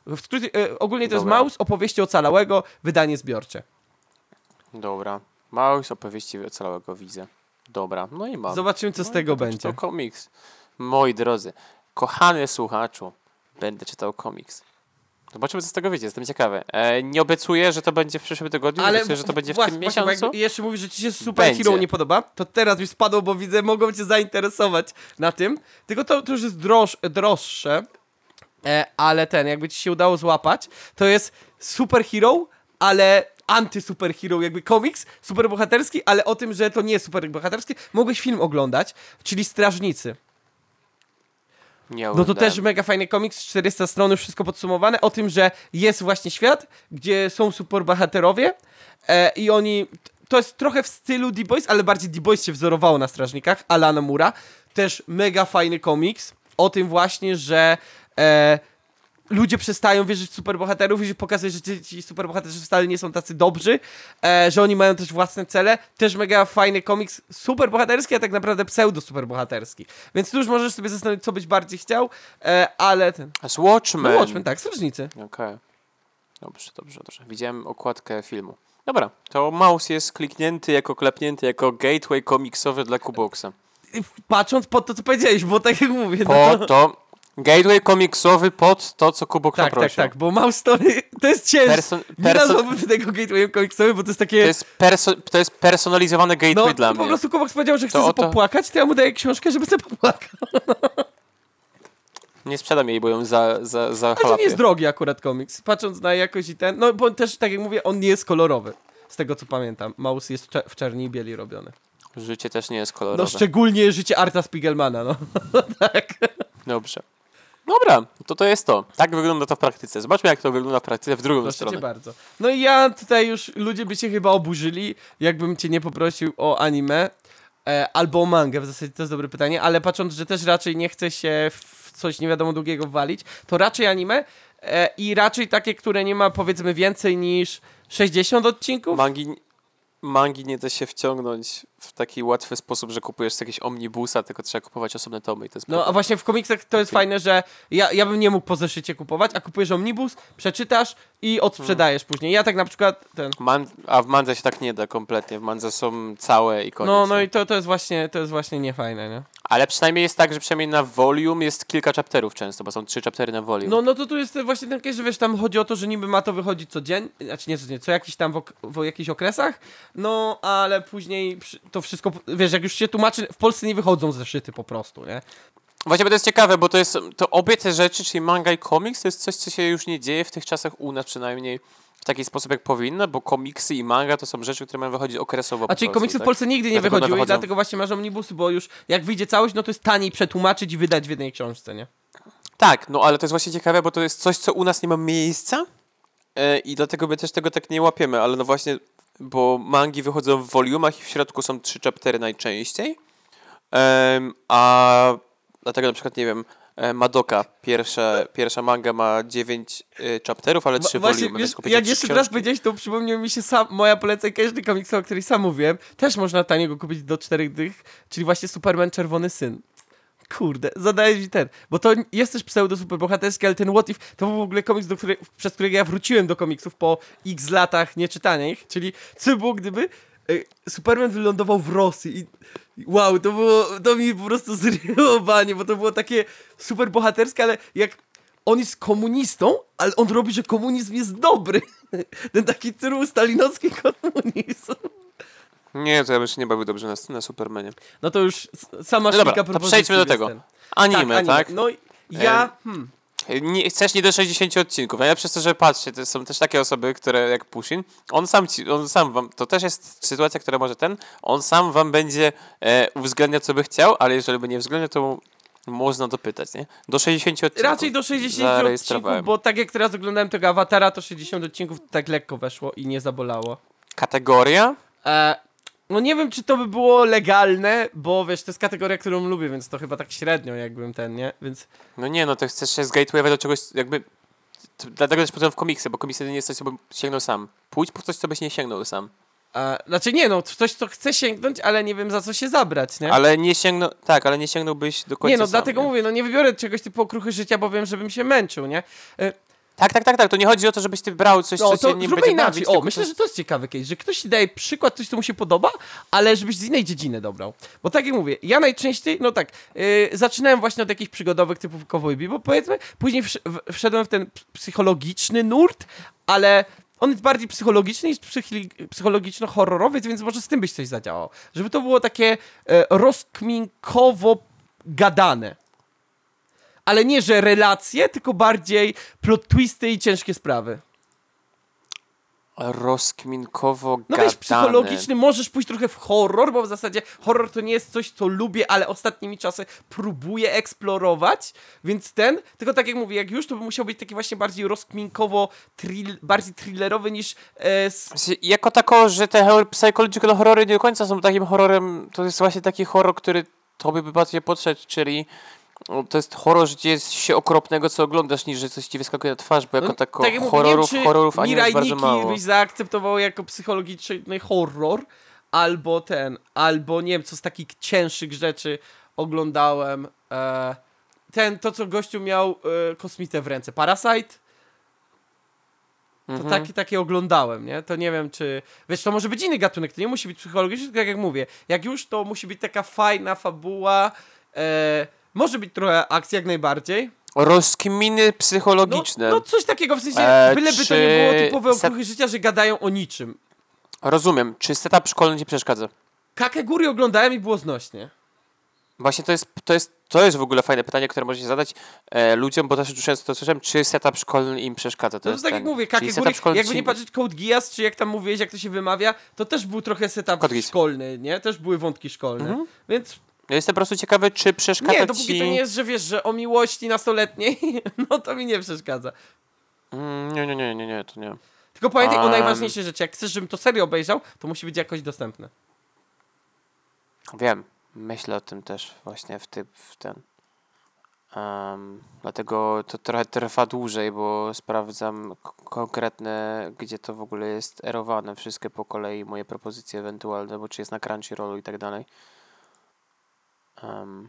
W skrócie, e, ogólnie to Dobra. jest Maus, opowieści ocalałego, wydanie zbiorcze. Dobra. Maus opowieści ocalałego widzę. Dobra, no i mam. Zobaczymy, co z No i tego będę będzie. czytał komiks. Moi drodzy, kochany słuchaczu, będę czytał komiks. Zobaczymy, co z tego wyjdzie, jestem ciekawy. E, nie obiecuję, że to będzie w przyszłym tygodniu, Ale nie obiecuję, że to będzie w właśnie, tym właśnie, bo miesiącu. jakby jeszcze mówisz, że ci się Super Będzie. Hero nie podoba, to teraz mi spadło, bo widzę, mogą cię zainteresować na tym. Tylko to, to już jest droż, droższe, e, ale ten, jakby ci się udało złapać, to jest Super Hero, ale anty-super hero, jakby komiks superbohaterski, ale o tym, że to nie jest superbohaterski, mogłeś film oglądać, czyli Strażnicy. Nie No to oglądałem. też mega fajny komiks, czterysta stron, już wszystko podsumowane, o tym, że jest właśnie świat, gdzie są superbohaterowie e, i oni... To jest trochę w stylu The Boys, ale bardziej The Boys się wzorowało na Strażnikach, Alana Mura. Też mega fajny komiks o tym właśnie, że e, ludzie przestają wierzyć w superbohaterów i że pokazuje, że ci, ci superbohaterzy wcale nie są tacy dobrzy, e, że oni mają też własne cele. Też mega fajny komiks superbohaterski, a tak naprawdę pseudo-superbohaterski. Więc tu już możesz sobie zastanowić, co byś bardziej chciał, e, ale ten... A z Watchmen. No Watchmen, tak, Strażnicy. Okej. Okay. Dobrze, dobrze, dobrze. Widziałem okładkę filmu. Dobra, to Maus jest kliknięty jako klepnięty jako gateway komiksowy dla Kuboxa. Patrząc po to, co powiedziałeś, bo tak jak mówię... Po no, to... Gateway komiksowy pod to, co Kubok tak, tak, poprosił. tak, bo Mouse Story to jest ciężkie. Perso- Nie perso- nazwałbym tego gatewayem komiksowym, bo to jest takie... To jest, perso- to jest personalizowany gateway no, dla to mnie. po prostu Kubok powiedział, że chce To sobie oto- popłakać, to ja mu daję książkę, żeby sobie popłakał. Nie sprzedam jej, bo ją za, za, za Ale to nie chlapię. jest drogi akurat komiks, patrząc na jakość i ten... No, bo też, tak jak mówię, on nie jest kolorowy. Z tego, co pamiętam. Mouse jest cze- w czerni i bieli robiony. Życie też nie jest kolorowe. No, szczególnie życie Arta Spiegelmana, no. tak. Dobrze. Dobra, to to jest to. Tak wygląda to w praktyce. Zobaczmy, jak to wygląda w praktyce w drugą Proszę cię stronę. bardzo. No i ja tutaj już, ludzie by się chyba oburzyli, jakbym cię nie poprosił o anime, e, albo o mangę, w zasadzie to jest dobre pytanie, ale patrząc, że też raczej nie chce się w coś nie wiadomo długiego walić, to raczej anime e, i raczej takie, które nie ma powiedzmy więcej niż sześćdziesiąt odcinków. Mangi, mangi nie da się wciągnąć w taki łatwy sposób, że kupujesz sobie jakiegoś omnibusa, tylko trzeba kupować osobne tomy i to jest No a problem. właśnie w komiksach to jest Okej. fajne, że ja, ja bym nie mógł po zeszycie kupować, a kupujesz omnibus, przeczytasz i odsprzedajesz później. Ja tak na przykład ten... Man, a w mandze się tak nie da kompletnie. W mandze są całe i koniec. No, no nie? i to, to jest właśnie to jest właśnie niefajne, nie? Ale przynajmniej jest tak, że przynajmniej na volume jest kilka chapterów często, bo są trzy chaptery na volume. No, no to tu jest właśnie ten case, że wiesz, tam chodzi o to, że niby ma to wychodzić codziennie, znaczy nie codziennie, co jakiś tam w, ok- w jakichś okresach, no ale później przy- to wszystko, wiesz, jak już się tłumaczy, w Polsce nie wychodzą zeszyty po prostu, nie? Właśnie, bo to jest ciekawe, bo to jest, to obie te rzeczy, czyli manga i komiks, to jest coś, co się już nie dzieje w tych czasach u nas przynajmniej w taki sposób, jak powinno, bo komiksy i manga to są rzeczy, które mają wychodzić okresowo. A po czyli prostu, komiksy w tak? Polsce nigdy nie Dlatego one wychodziły i wychodzą- dlatego właśnie masz omnibusy, bo już jak wyjdzie całość, no to jest taniej przetłumaczyć i wydać w jednej książce, nie? Tak, no ale to jest właśnie ciekawe, bo to jest coś, co u nas nie ma miejsca e, i dlatego my też tego tak nie łapiemy, ale no właśnie, bo mangi wychodzą w volumach i w środku są trzy chaptery najczęściej, Em, a dlatego na przykład, nie wiem, e, Madoka, pierwsza, pierwsza manga ma dziewięć y, chapterów, ale trzy Wa- Właśnie, volumy, wiesz, więc kupicie jak trzy jeszcze książki. teraz powiedziałeś, to przypomniał mi się sam, moja polecajka jeszcze komiksowa, o której sam mówiłem. Też można taniego kupić do czterech dych, czyli właśnie Superman Czerwony Syn. Kurde, zadaję ci ten, bo to jest też pseudo-superbohaterski, ale ten What If to był w ogóle komiks, do której, przez którego ja wróciłem do komiksów po x latach nieczytania ich, czyli co by było, gdyby y, Superman wylądował w Rosji i i wow, to było, to mi po prostu zryło banie, bo to było takie superbohaterskie, ale jak on jest komunistą, ale on robi, że komunizm jest dobry. Ten taki tyru stalinowski komunizm. Nie, to ja bym się nie bawił dobrze na, na Supermanie. No to już s- sama No dobra, szpilka to propozycji przejdźmy do jest tego. ten. Anime, tak? No i ja... Hmm. Nie, chcesz nie do sześćdziesięciu odcinków. Najlepsze jest to, że patrzcie, to są też takie osoby, które jak Pushin, on sam ci, on sam wam, to też jest sytuacja, która może ten, on sam wam będzie e, uwzględniał, co by chciał, ale jeżeli by nie uwzględniał, to można dopytać, nie? Do sześćdziesięciu odcinków. Raczej do sześćdziesięciu odcinków, zarejestrowałem. bo tak jak teraz oglądałem tego Awatara, to sześćdziesiąt odcinków tak lekko weszło i nie zabolało. Kategoria? E, no nie wiem, czy to by było legalne, bo wiesz, to jest kategoria, którą lubię, więc to chyba tak średnio jakbym ten, nie? Więc... No nie, no to chcesz się zgatewayować do czegoś, jakby, to, dlatego też potem w komiksy, bo komiksy nie jest coś, co bym sięgnął sam. Pójdź po coś, co byś nie sięgnął sam. A, znaczy nie no, coś co chcę sięgnąć, ale nie wiem za co się zabrać, nie? Ale nie sięgnął, tak, ale nie sięgnąłbyś do końca Nie no, sam, dlatego nie? mówię, no nie wybiorę czegoś typu okruchy życia, bo wiem, żebym się męczył, nie? E, Tak, tak, tak, tak. To nie chodzi o to, żebyś ty brał coś, No, co to cię nie zróbmy będzie inaczej. bawić. O, tylko myślę, to- że to jest ciekawy case, że ktoś ci daje przykład, coś, co mu się podoba, ale żebyś z innej dziedziny dobrał. Bo tak jak mówię, ja najczęściej, no tak, yy, zaczynałem właśnie od jakichś przygodowych typów Cowboy Bebop, powiedzmy, później wsz w wszedłem w ten psychologiczny nurt, ale on jest bardziej psychologiczny niż psychi- psychologiczno-horrorowy, więc może z tym byś coś zadziałał. Żeby to było takie e, rozkminkowo gadane. Ale nie, że relacje, tylko bardziej plot twisty i ciężkie sprawy. Rozkminkowo No wiesz, psychologiczny, możesz pójść trochę w horror, bo w zasadzie horror to nie jest coś, co lubię, ale ostatnimi czasy próbuję eksplorować, więc ten, tylko tak jak mówię, jak już, to by musiał być taki właśnie bardziej rozkminkowo, thrill, bardziej thrillerowy niż... E, s- Znaczy, jako tako, że te horror- psychological horrory nie do końca są takim horrorem, to jest właśnie taki horror, który tobie by bardziej podszedł, czyli no, to jest horror, że dzieje się okropnego, co oglądasz, niż że coś ci wyskakuje na twarz, bo jako no, tako tak jak mówię, horrorów, nie wiem, czy horrorów anime Mirai jest bardzo Nikki mało. byś zaakceptował jako psychologiczny horror, albo ten, albo nie wiem, co z takich cięższych rzeczy oglądałem. E, ten, to co gościu miał e, kosmitę w ręce, Parasite? To Mhm. takie, takie oglądałem, nie? To nie wiem, czy... Wiesz, to może być inny gatunek, to nie musi być psychologiczny, tylko tak jak mówię, jak już, to musi być taka fajna fabuła, e, może być trochę akcji jak najbardziej. Rozkminy psychologiczne. No, no coś takiego, w sensie, E, byleby to czy nie było typowe set- okruchy życia, że gadają o niczym. Rozumiem. Czy setup szkolny ci przeszkadza? Kakeguri oglądałem i było znośnie. Właśnie to jest, to jest, to jest w ogóle fajne pytanie, które możecie zadać e, ludziom, bo też już często to słyszałem, czy setup szkolny im przeszkadza. To No jest to tak jak ten. mówię, Czyli Kakeguri, setup szkolny jakby ci- nie patrzeć Code Geass, czy jak tam mówiłeś, jak to się wymawia, to też był trochę setup Code Geass. szkolny, nie? Też były wątki szkolne. Mhm. Więc Ja jestem po prostu ciekawy, czy przeszkadza nie, dopóki ci... to nie jest, że wiesz, że o miłości nastoletniej, no to mi nie przeszkadza. Mm, nie, nie, nie, nie, nie, to nie. Tylko pamiętaj o Um. najważniejszej rzeczy. Jak chcesz, żebym to serio obejrzał, to musi być jakoś dostępne. Wiem. Myślę o tym też właśnie w, ty, w ten... Um, dlatego to trochę trwa dłużej, bo sprawdzam k- konkretne, gdzie to w ogóle jest erowane, wszystkie po kolei moje propozycje ewentualne, bo czy jest na Crunchyrollu i tak dalej. Um,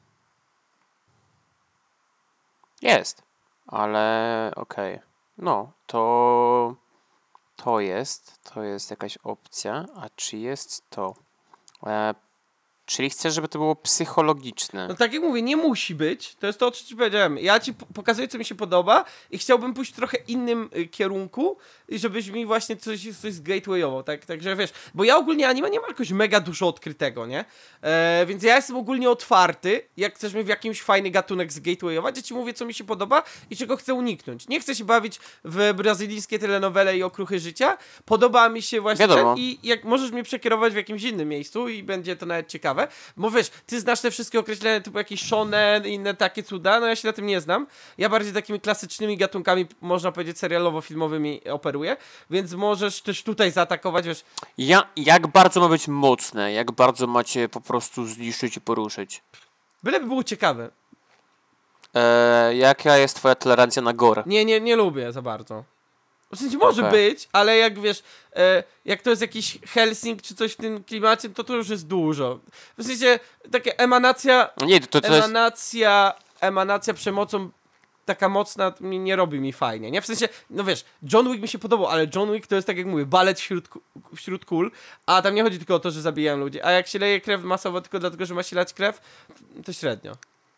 jest, ale okej. No, to to jest, to jest jakaś opcja, a czy jest to? E, czyli chcesz, żeby to było psychologiczne. No tak jak mówię, nie musi być. To jest to, o czym ci powiedziałem. Ja ci p- pokazuję, co mi się podoba i chciałbym pójść w trochę innym y, kierunku i żebyś mi właśnie coś, coś zgatewayował, tak? Także wiesz, bo ja ogólnie anime nie mam jakoś mega dużo odkrytego, nie? E, więc ja jestem ogólnie otwarty, jak chcesz mi w jakimś fajny gatunek zgatewayować, ja ci mówię, co mi się podoba i czego chcę uniknąć. Nie chcę się bawić w brazylijskie telenowele i okruchy życia. Podoba mi się właśnie Wiadomo. ten i jak możesz mnie przekierować w jakimś innym miejscu i będzie to nawet ciekawe, bo wiesz, ty znasz te wszystkie określenia typu jakiś shonen i inne takie cuda, no ja się na tym nie znam. Ja bardziej takimi klasycznymi gatunkami, można powiedzieć, serialowo-filmowymi operuję, więc możesz też tutaj zaatakować, wiesz, Ja, jak bardzo ma być mocne? Jak bardzo macie po prostu zniszczyć i poruszyć? byleby było ciekawe. E, jaka jest twoja tolerancja na gore? Nie, nie, nie lubię za bardzo. W sensie może Okej. być, ale jak wiesz, e, jak to jest jakiś Helsing czy coś w tym klimacie, to to już jest dużo. W sensie taka emanacja, Nie, to, to jest... emanacja, emanacja przemocą taka mocna mi nie robi mi fajnie, nie? W sensie, no wiesz, John Wick mi się podobał, ale John Wick to jest tak jak mówię, balet wśród, ku- wśród kul, a tam nie chodzi tylko o to, że zabijają ludzi, a jak się leje krew masowo tylko dlatego, że ma się lać krew, to średnio.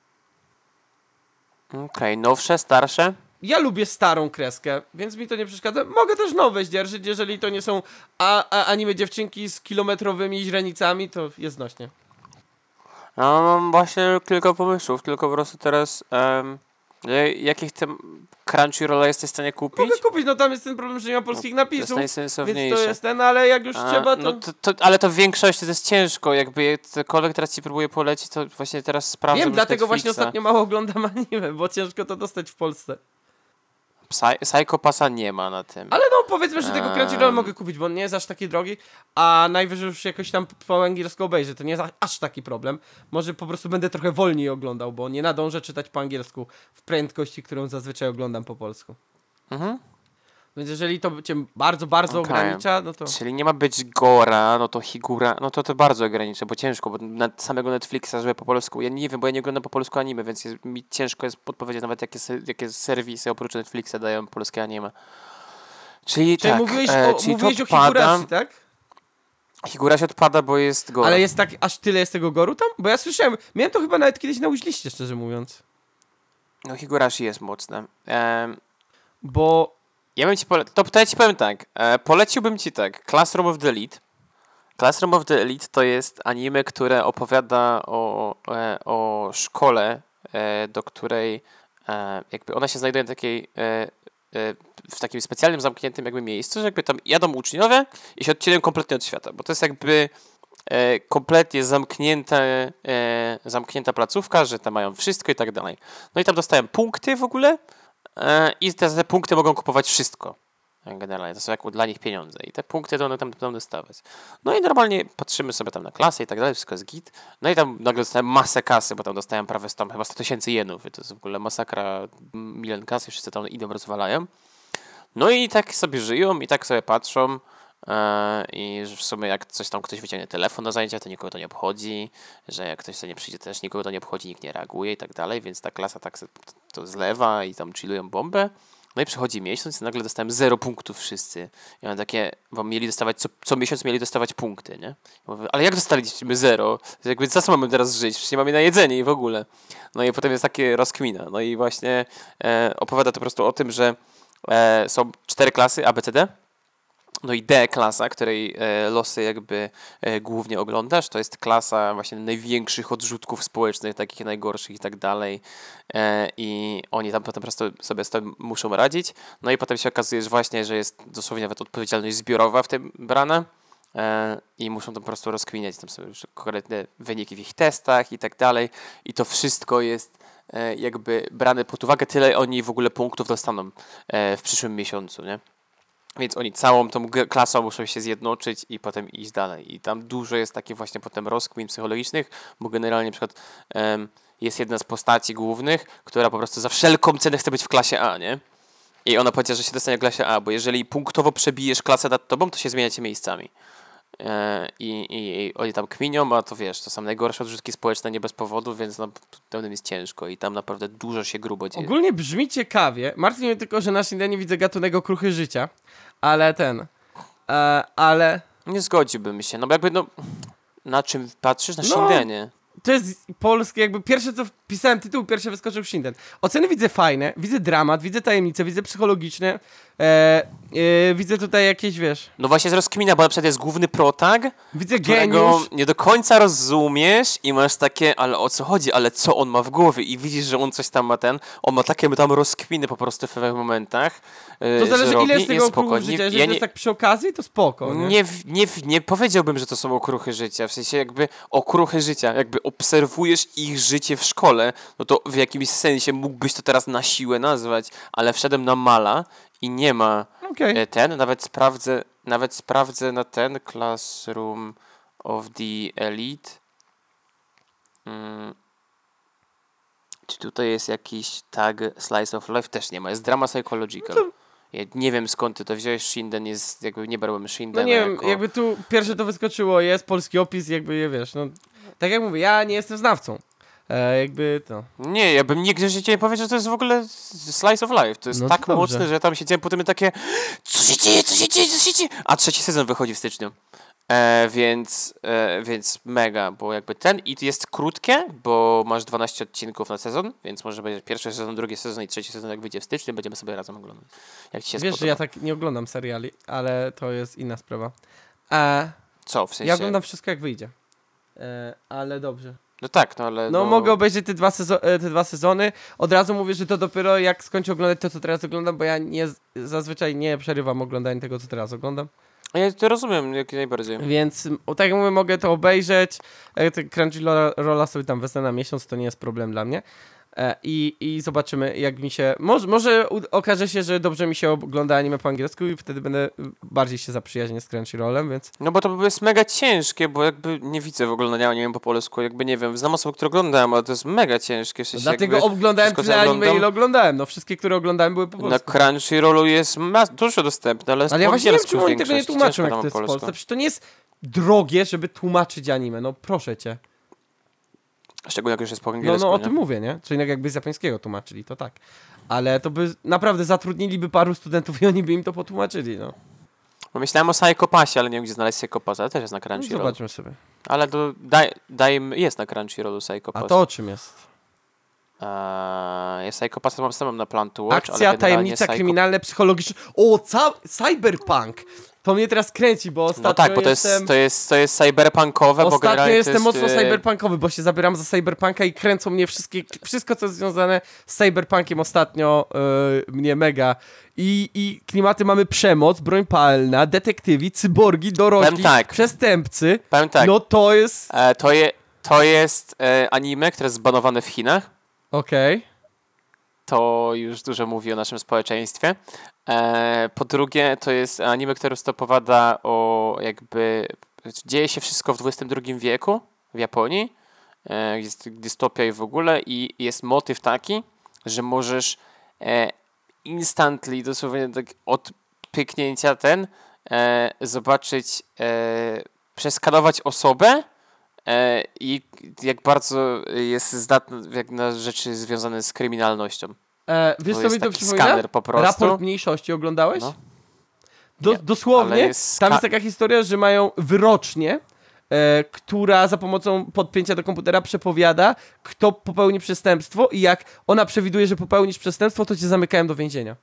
Okej, nowsze, starsze? Ja lubię starą kreskę, więc mi to nie przeszkadza. Mogę też nowe zdzierżyć, jeżeli to nie są a, a, anime dziewczynki z kilometrowymi źrenicami, to jest znośnie. Ja mam właśnie kilka pomysłów, tylko po prostu teraz... Um, jakich tym Crunchyrolla jesteś w stanie kupić? Mogę kupić, no tam jest ten problem, że nie ma polskich To jest napisów, najsensowniejsze. więc to jest ten, ale jak już A, trzeba, to... No to, to, ale to w większości to jest ciężko, jakby cokolwiek teraz ci próbuję polecić, to właśnie teraz sprawdzam Wiem, już dlatego właśnie Netflixa. ostatnio mało oglądam anime, bo ciężko to dostać w Polsce. Psy- Psycho Passa nie ma na tym. Ale no powiedzmy, że tego Ehm. Crunchyroll mogę kupić, bo on nie jest aż taki drogi, a najwyżej już jakoś tam po angielsku obejrzę, to nie jest aż taki problem. Może po prostu będę trochę wolniej oglądał, bo nie nadążę czytać po angielsku w prędkości, którą zazwyczaj oglądam po polsku. Mhm. Więc jeżeli to cię bardzo, bardzo Okej. ogranicza, no to... Czyli nie ma być Gora, no to Higura, no to to bardzo ograniczę, bo ciężko, bo na samego Netflixa, żeby po polsku, ja nie wiem, bo ja nie oglądam po polsku anime, więc jest, mi ciężko jest podpowiedzieć nawet jakie, se, jakie serwisy oprócz Netflixa dają polskie anime. Czyli, Czyli tak, mówiłeś e, o, czyli mówiłeś to o odpada, Higurashi, tak? Higurashi odpada, bo jest Gora. Ale jest tak, aż tyle jest tego goru tam? Bo ja słyszałem, miałem to chyba nawet kiedyś na wishliście, szczerze mówiąc. No Higurashi jest mocne. Ehm, Bo... ja bym ci pole... to, to ja ci powiem tak, e, poleciłbym ci tak, Classroom of the Elite. Classroom of the Elite to jest anime, które opowiada o, e, o szkole, e, do której e, jakby ona się znajduje w takiej e, e, w takim specjalnym, zamkniętym jakby miejscu, że jakby tam jadą uczniowie i się odcielają kompletnie od świata, bo to jest jakby e, kompletnie zamknięta, e, zamknięta placówka, że tam mają wszystko i tak dalej. No i tam dostają punkty w ogóle e, i te, te punkty mogą kupować wszystko. Generalnie to są jak dla nich pieniądze i te punkty to one tam będą dostawać. No i normalnie patrzymy sobie tam na klasę i tak dalej, wszystko jest git. No i tam nagle dostałem masę kasy, bo tam dostałem prawie tam chyba sto tysięcy jenów i to jest w ogóle masakra, milion kasy, wszyscy tam idą, rozwalają. No i tak sobie żyją i tak sobie patrzą e, i że w sumie jak coś tam ktoś wyciągnie telefon na zajęcia, to nikogo to nie obchodzi, że jak ktoś sobie nie przyjdzie, też nikogo to nie obchodzi, nikt nie reaguje i tak dalej, więc ta klasa tak sobie to zlewa i tam chillują bombę. No i przychodzi miesiąc i nagle dostałem zero punktów wszyscy. I mam takie, bo mieli dostawać, co, co miesiąc mieli dostawać punkty, nie? I mówię, ale jak dostaliśmy zero? Jakby za co mamy teraz żyć? Przecież nie mamy na jedzenie i w ogóle. No i potem jest takie rozkmina. No i właśnie e, opowiada to po prostu o tym, że e, są cztery klasy A, B, C, D. No i D klasa, której e, losy jakby e, głównie oglądasz, to jest klasa właśnie największych odrzutków społecznych, takich najgorszych i tak dalej. E, I oni tam potem po prostu sobie z tym muszą radzić. No i potem się okazuje, że właśnie, że jest dosłownie nawet odpowiedzialność zbiorowa w tym brana. E, I muszą to po prostu rozkminiać, tam są już konkretne wyniki w ich testach i tak dalej. I to wszystko jest e, jakby brane pod uwagę, tyle oni w ogóle punktów dostaną e, w przyszłym miesiącu, nie? Więc oni całą tą klasą muszą się zjednoczyć i potem iść dalej. I tam dużo jest takich właśnie potem rozkmin psychologicznych, bo generalnie na przykład um, jest jedna z postaci głównych, która po prostu za wszelką cenę chce być w klasie A, nie? I ona powiedziała, że się dostanie w klasie A, bo jeżeli punktowo przebijesz klasę nad tobą, to się zmieniacie miejscami. E, i, i, I oni tam kminią, a to wiesz, to są najgorsze odrzutki społeczne nie bez powodu, więc no, pełnym jest ciężko i tam naprawdę dużo się grubo dzieje. Ogólnie brzmi ciekawie. Martwi mnie tylko, że na Shindenie widzę gatunek okruchy życia, ale ten, e, ale... Nie zgodziłbym się, no bo jakby no, na czym patrzysz? Na No, Shindenie. To jest polskie, jakby pierwsze co wpisałem tytuł, pierwsze wyskoczył Shinden. Oceny widzę fajne, widzę dramat, widzę tajemnice, widzę psychologiczne, e, e, widzę tutaj jakieś, wiesz... No właśnie z rozkmina, bo na przykład jest główny protag, Widzę którego geniusz. nie do końca rozumiesz i masz takie, ale o co chodzi, ale co on ma w głowie i widzisz, że on coś tam ma ten, on ma takie tam rozkminy po prostu w pewnych momentach. To zależy że ile robi, z tego okruchu spoko. życia, Nie, jeżeli ja to nie, jest tak przy okazji, to spoko, nie? nie, nie, nie powiedziałbym, że to są okruchy życia, w sensie jakby okruchy życia, jakby obserwujesz ich życie w szkole, no to w jakimś sensie mógłbyś to teraz na siłę nazwać, ale wszedłem na Mala i nie ma Okej. e, ten, nawet sprawdzę, nawet sprawdzę na ten Classroom of the Elite. Hmm. Czy tutaj jest jakiś tag Slice of Life? Też nie ma, jest Drama Psychological. No to- Ja nie wiem skąd ty to wziąłeś, Shinden jest, jakby nie brałem Shindena No nie wiem, jako... jakby tu pierwsze to wyskoczyło, jest polski opis, jakby je wiesz, no... Tak jak mówię, ja nie jestem znawcą. E, jakby to... Nie, ja bym nigdy w życiu nie powiedział, że to jest w ogóle Slice of Life. To jest No to tak dobrze. mocne, że ja tam siedziałem potem takie co się dzieje, co się dzieje, co się dzieje? A trzeci sezon wychodzi w styczniu. E, więc, e, więc mega, bo jakby ten i jest krótkie, bo masz dwanaście odcinków na sezon, więc może będzie pierwszy sezon, drugi sezon i trzeci sezon jak wyjdzie w styczniu, będziemy sobie razem oglądać. Jak ci się Wiesz, spodoba. że ja tak nie oglądam seriali, ale to jest inna sprawa. E, Co, w sensie? ja oglądam wszystko jak wyjdzie. E, ale dobrze. No tak, no ale... No, No, mogę obejrzeć te dwa, sezo- e, te dwa sezony. Od razu mówię, że to dopiero jak skończę oglądać to, co teraz oglądam, bo ja nie, zazwyczaj nie przerywam oglądania tego, co teraz oglądam. Ja to rozumiem jak najbardziej. Więc o, tak jak mówię, mogę to obejrzeć. E, te Crunchyrolla sobie tam wezmę na miesiąc, to nie jest problem dla mnie. E, i, I zobaczymy, jak mi się... Może, może u, okaże się, że dobrze mi się ogląda anime po angielsku i wtedy będę bardziej się zaprzyjaźnię z Crunchyrollem, więc... No bo to jest mega ciężkie, bo jakby nie widzę w oglądania anime po polsku, jakby nie wiem, znam osoby, które oglądają, ale to jest mega ciężkie. W sensie Dlatego jakby oglądałem wszystko, tyle co anime, oglądam, ile oglądałem. No wszystkie, które oglądałem, były po na polsku. Crunchrollu jest ma- dużo dostępne, ale jest Ale ja po właśnie nie wiem, angielsku czemu oni tego nie większość, tłumaczą, ciężko jak tam to jest po w polsku. Polsce. Przecież to nie jest drogie, żeby tłumaczyć anime, no proszę cię. Szczególnie jak już jest po No, angielsku, no o nie? tym mówię, nie? Co innego jakby z japońskiego tłumaczyli, to tak. Ale to by naprawdę zatrudniliby paru studentów i oni by im to potłumaczyli, no. Bo myślałem o Psycho Passie, ale nie wiem, gdzie znaleźć Psycho Pass, ale też jest na no Crunchyrollu. zobaczmy sobie. Ale to daj, daj, jest na Crunchyrollu Psycho A Pass. to o czym jest? Eee, jest Psycho Pass, mam samym na Plan to Watch, ale Akcja, generalnie tajemnica, Psycho... kryminalne, psychologiczne. O, ca- cyberpunk! To mnie teraz kręci, bo ostatnio No tak, bo to jest, jestem... to jest, to jest cyberpunkowe, bo Ostatnio generalnie jestem to jest, mocno e, cyberpunkowy, bo się zabieram za cyberpunka i kręcą mnie wszystkie, wszystko, co jest związane z cyberpunkiem ostatnio yy, mnie mega. I, I klimaty mamy przemoc, broń palna, detektywi, cyborgi, dorośli, Powiem tak. przestępcy. Powiem tak, No to jest... e, to, je, to jest e, anime, które jest zbanowane w Chinach. Okej. To już dużo mówi o naszym społeczeństwie. E, po drugie, to jest anime, które opowiada o jakby... Dzieje się wszystko w dwudziestym drugim wieku w Japonii. E, jest dystopia i w ogóle. I jest motyw taki, że możesz e, instantly, dosłownie tak od pyknięcia ten, e, zobaczyć, e, przeskanować osobę e, i jak bardzo jest zdatny jak na rzeczy związane z kryminalnością. E, Wiesz, To co jest mi to taki przypomina? skaner po prostu. Raport mniejszości oglądałeś? No. Do, Nie, dosłownie, ale jest tam ska- jest taka historia, że mają wyrocznie, e, która za pomocą podpięcia do komputera przepowiada, kto popełni przestępstwo i jak ona przewiduje, że popełnisz przestępstwo, to cię zamykają do więzienia.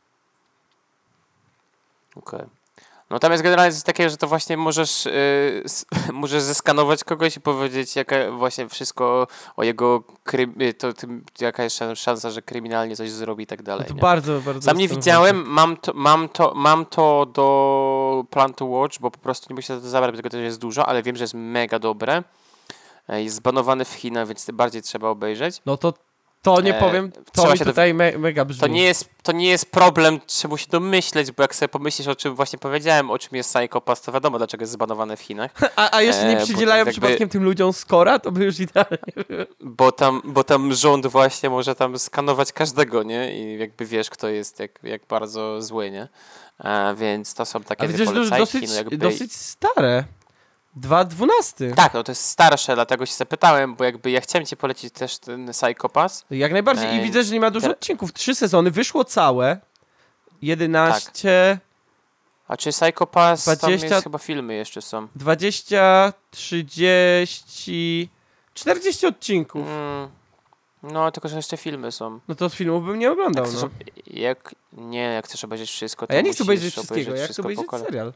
Okej. No tam jest generalnie coś takiego, że to właśnie możesz, yy, s- możesz zeskanować kogoś i powiedzieć jaka właśnie wszystko o jego krym, y, to tym, jaka jest szan- szansa, że kryminalnie coś zrobi i tak No dalej. to nie? bardzo, bardzo... Sam nie jestem widziałem, mam to, mam, to, mam to do Plan to Watch, bo po prostu nie muszę to zabrać, bo tego też jest dużo, ale wiem, że jest mega dobre. E, Jest zbanowany w Chinach, więc tym bardziej trzeba obejrzeć. No to, to nie E, powiem, to trzeba mi się do- tutaj me, mega brzmi. To nie jest, to nie jest problem, trzeba się domyśleć, bo jak sobie pomyślisz, o czym właśnie powiedziałem, o czym jest Psycho Pass, to wiadomo, dlaczego jest zbanowane w Chinach. A, a jeszcze e, nie bo przydzielają jakby- przypadkiem tym ludziom skora, to by już idealnie... Bo tam, bo tam rząd właśnie może tam skanować każdego, nie? I jakby wiesz, kto jest jak, jak bardzo zły, nie? A więc to są takie A widzisz, to już polecajki, dosyć, no jakby... dosyć stare. dwa dwunasty. Tak, no to jest starsze, dlatego się zapytałem, bo jakby ja chciałem ci polecić też ten Psycho Pass. Jak najbardziej. I Ej, widzę, że nie ma dużo te- odcinków. Trzy sezony, wyszło całe. jedenaście, A czy Psycho Pass, tam dwadzieścia jest chyba filmy jeszcze są. dwadzieścia, trzydzieści, czterdzieści odcinków. Mm, no, tylko że jeszcze filmy są. No to z filmów bym nie oglądał, Jak chcesz, no. ob- jak, nie, jak chcesz obejrzeć wszystko, to A ja nie chcę musisz obejrzeć wszystkiego, ja chcę wszystko po obejrzeć kolei. serial.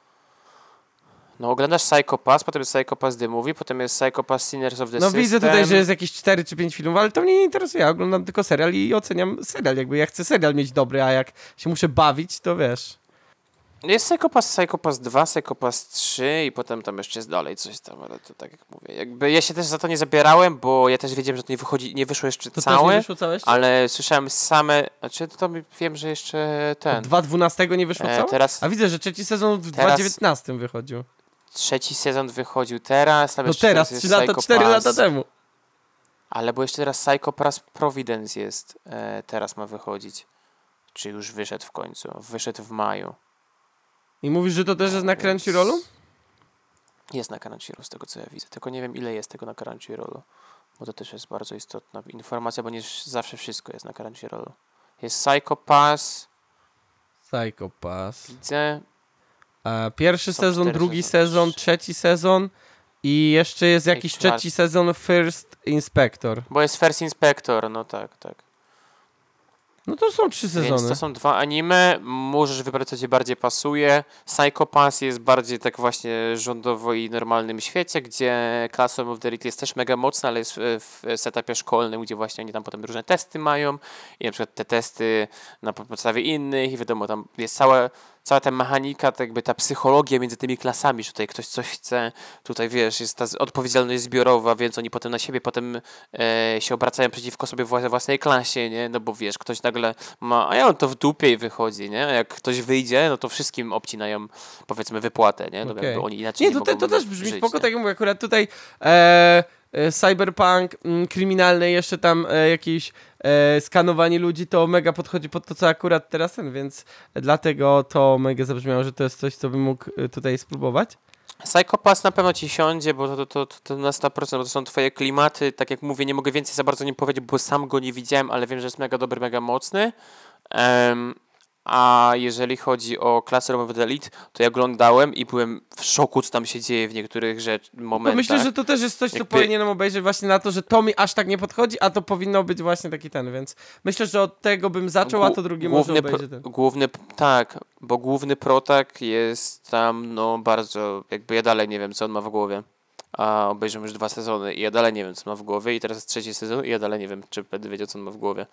No oglądasz Psycho Pass, potem jest Psycho Pass The Movie, potem jest Psycho Pass Sinners of the No System. widzę tutaj, że jest jakieś cztery czy pięć filmów, ale to mnie nie interesuje. Ja oglądam tylko serial i oceniam serial. Jakby ja chcę serial mieć dobry, a jak się muszę bawić, to wiesz. Jest Psycho Pass, Psycho Pass dwa, Psycho Pass trzy i potem tam jeszcze jest dalej coś tam, ale to tak jak mówię. Jakby ja się też za to nie zabierałem, bo ja też wiedziałem, że to nie wychodzi, nie wyszło jeszcze To też całe, nie wyszło całe jeszcze? ale słyszałem same, znaczy to tam wiem, że jeszcze ten. dwa dwunastego nie wyszło E, całe? teraz- A widzę, że trzeci sezon w teraz- dwa dziewiętnastym wychodził. Trzeci sezon wychodził teraz, tam No jeszcze teraz, jest trzy lata, Psycho cztery Pass, lata temu. Ale bo jeszcze teraz Psycho Pass Providence jest, e, teraz ma wychodzić. Czy już wyszedł w końcu? Wyszedł w maju. I mówisz, że to też jest na Więc- Crunchyrollu? Jest na Crunchyroll z tego co ja widzę, tylko nie wiem ile jest tego na Crunchyrollu, bo to też jest bardzo istotna informacja, bo nie zawsze wszystko jest na Crunchyrollu. Jest Psycho Pass, Psycho Pass. widzę, A pierwszy Są sezon, cztery drugi sezony. sezon, trzeci sezon i jeszcze jest jakiś czwarty. trzeci sezon First Inspector. bo jest First Inspector, no tak, tak. No to są trzy Więc sezony. to są dwa anime, możesz wybrać co ci bardziej pasuje. Psycho Pass jest bardziej tak właśnie rządowo i normalnym świecie, gdzie Classroom of the Elite jest też mega mocna, ale jest w, w setupie szkolnym, gdzie właśnie oni tam potem różne testy mają i na przykład te testy na podstawie innych i wiadomo, tam jest całe, cała ta mechanika, tak jakby ta psychologia między tymi klasami, że tutaj ktoś coś chce, tutaj wiesz, jest ta z- odpowiedzialność zbiorowa, więc oni potem na siebie potem e, się obracają przeciwko sobie we własnej klasie, nie? No bo wiesz, ktoś nagle ma, a ja on to w dupie i wychodzi, nie? A jak ktoś wyjdzie, no to wszystkim obcinają, powiedzmy, wypłatę, nie? No Okej. jakby oni inaczej Nie, nie to, te, mogą to też brzmi żyć, spoko, nie? tak jak mówię, akurat tutaj e, e, cyberpunk, m, kryminalne, jeszcze tam e, jakieś e, skanowanie ludzi, to mega podchodzi pod to, co akurat teraz ten, więc dlatego to mega zabrzmiało, że to jest coś, co bym mógł e, tutaj spróbować. Psychopass na pewno ci siądzie, bo to, to, to, to na sto procent, bo to są twoje klimaty. Tak jak mówię, nie mogę więcej za bardzo nie powiedzieć, bo sam go nie widziałem, ale wiem, że jest mega dobry, mega mocny. Em, a jeżeli chodzi o klasę Roman Elite, to ja oglądałem i byłem w szoku, co tam się dzieje w niektórych rzecz, To momentach. myślę, że to też jest coś, co Jakby- powinienem obejrzeć właśnie na to, że to mi aż tak nie podchodzi, a to powinno być właśnie taki ten, więc myślę, że od tego bym zaczął, a to drugie może główny, obejrzę pro, ten. główny, tak, bo główny protak jest tam, no bardzo, jakby ja dalej nie wiem, co on ma w głowie. A obejrzałem już dwa sezony i ja dalej nie wiem, co ma w głowie i teraz jest trzeci sezon i ja dalej nie wiem, czy będę wiedział, co on ma w głowie.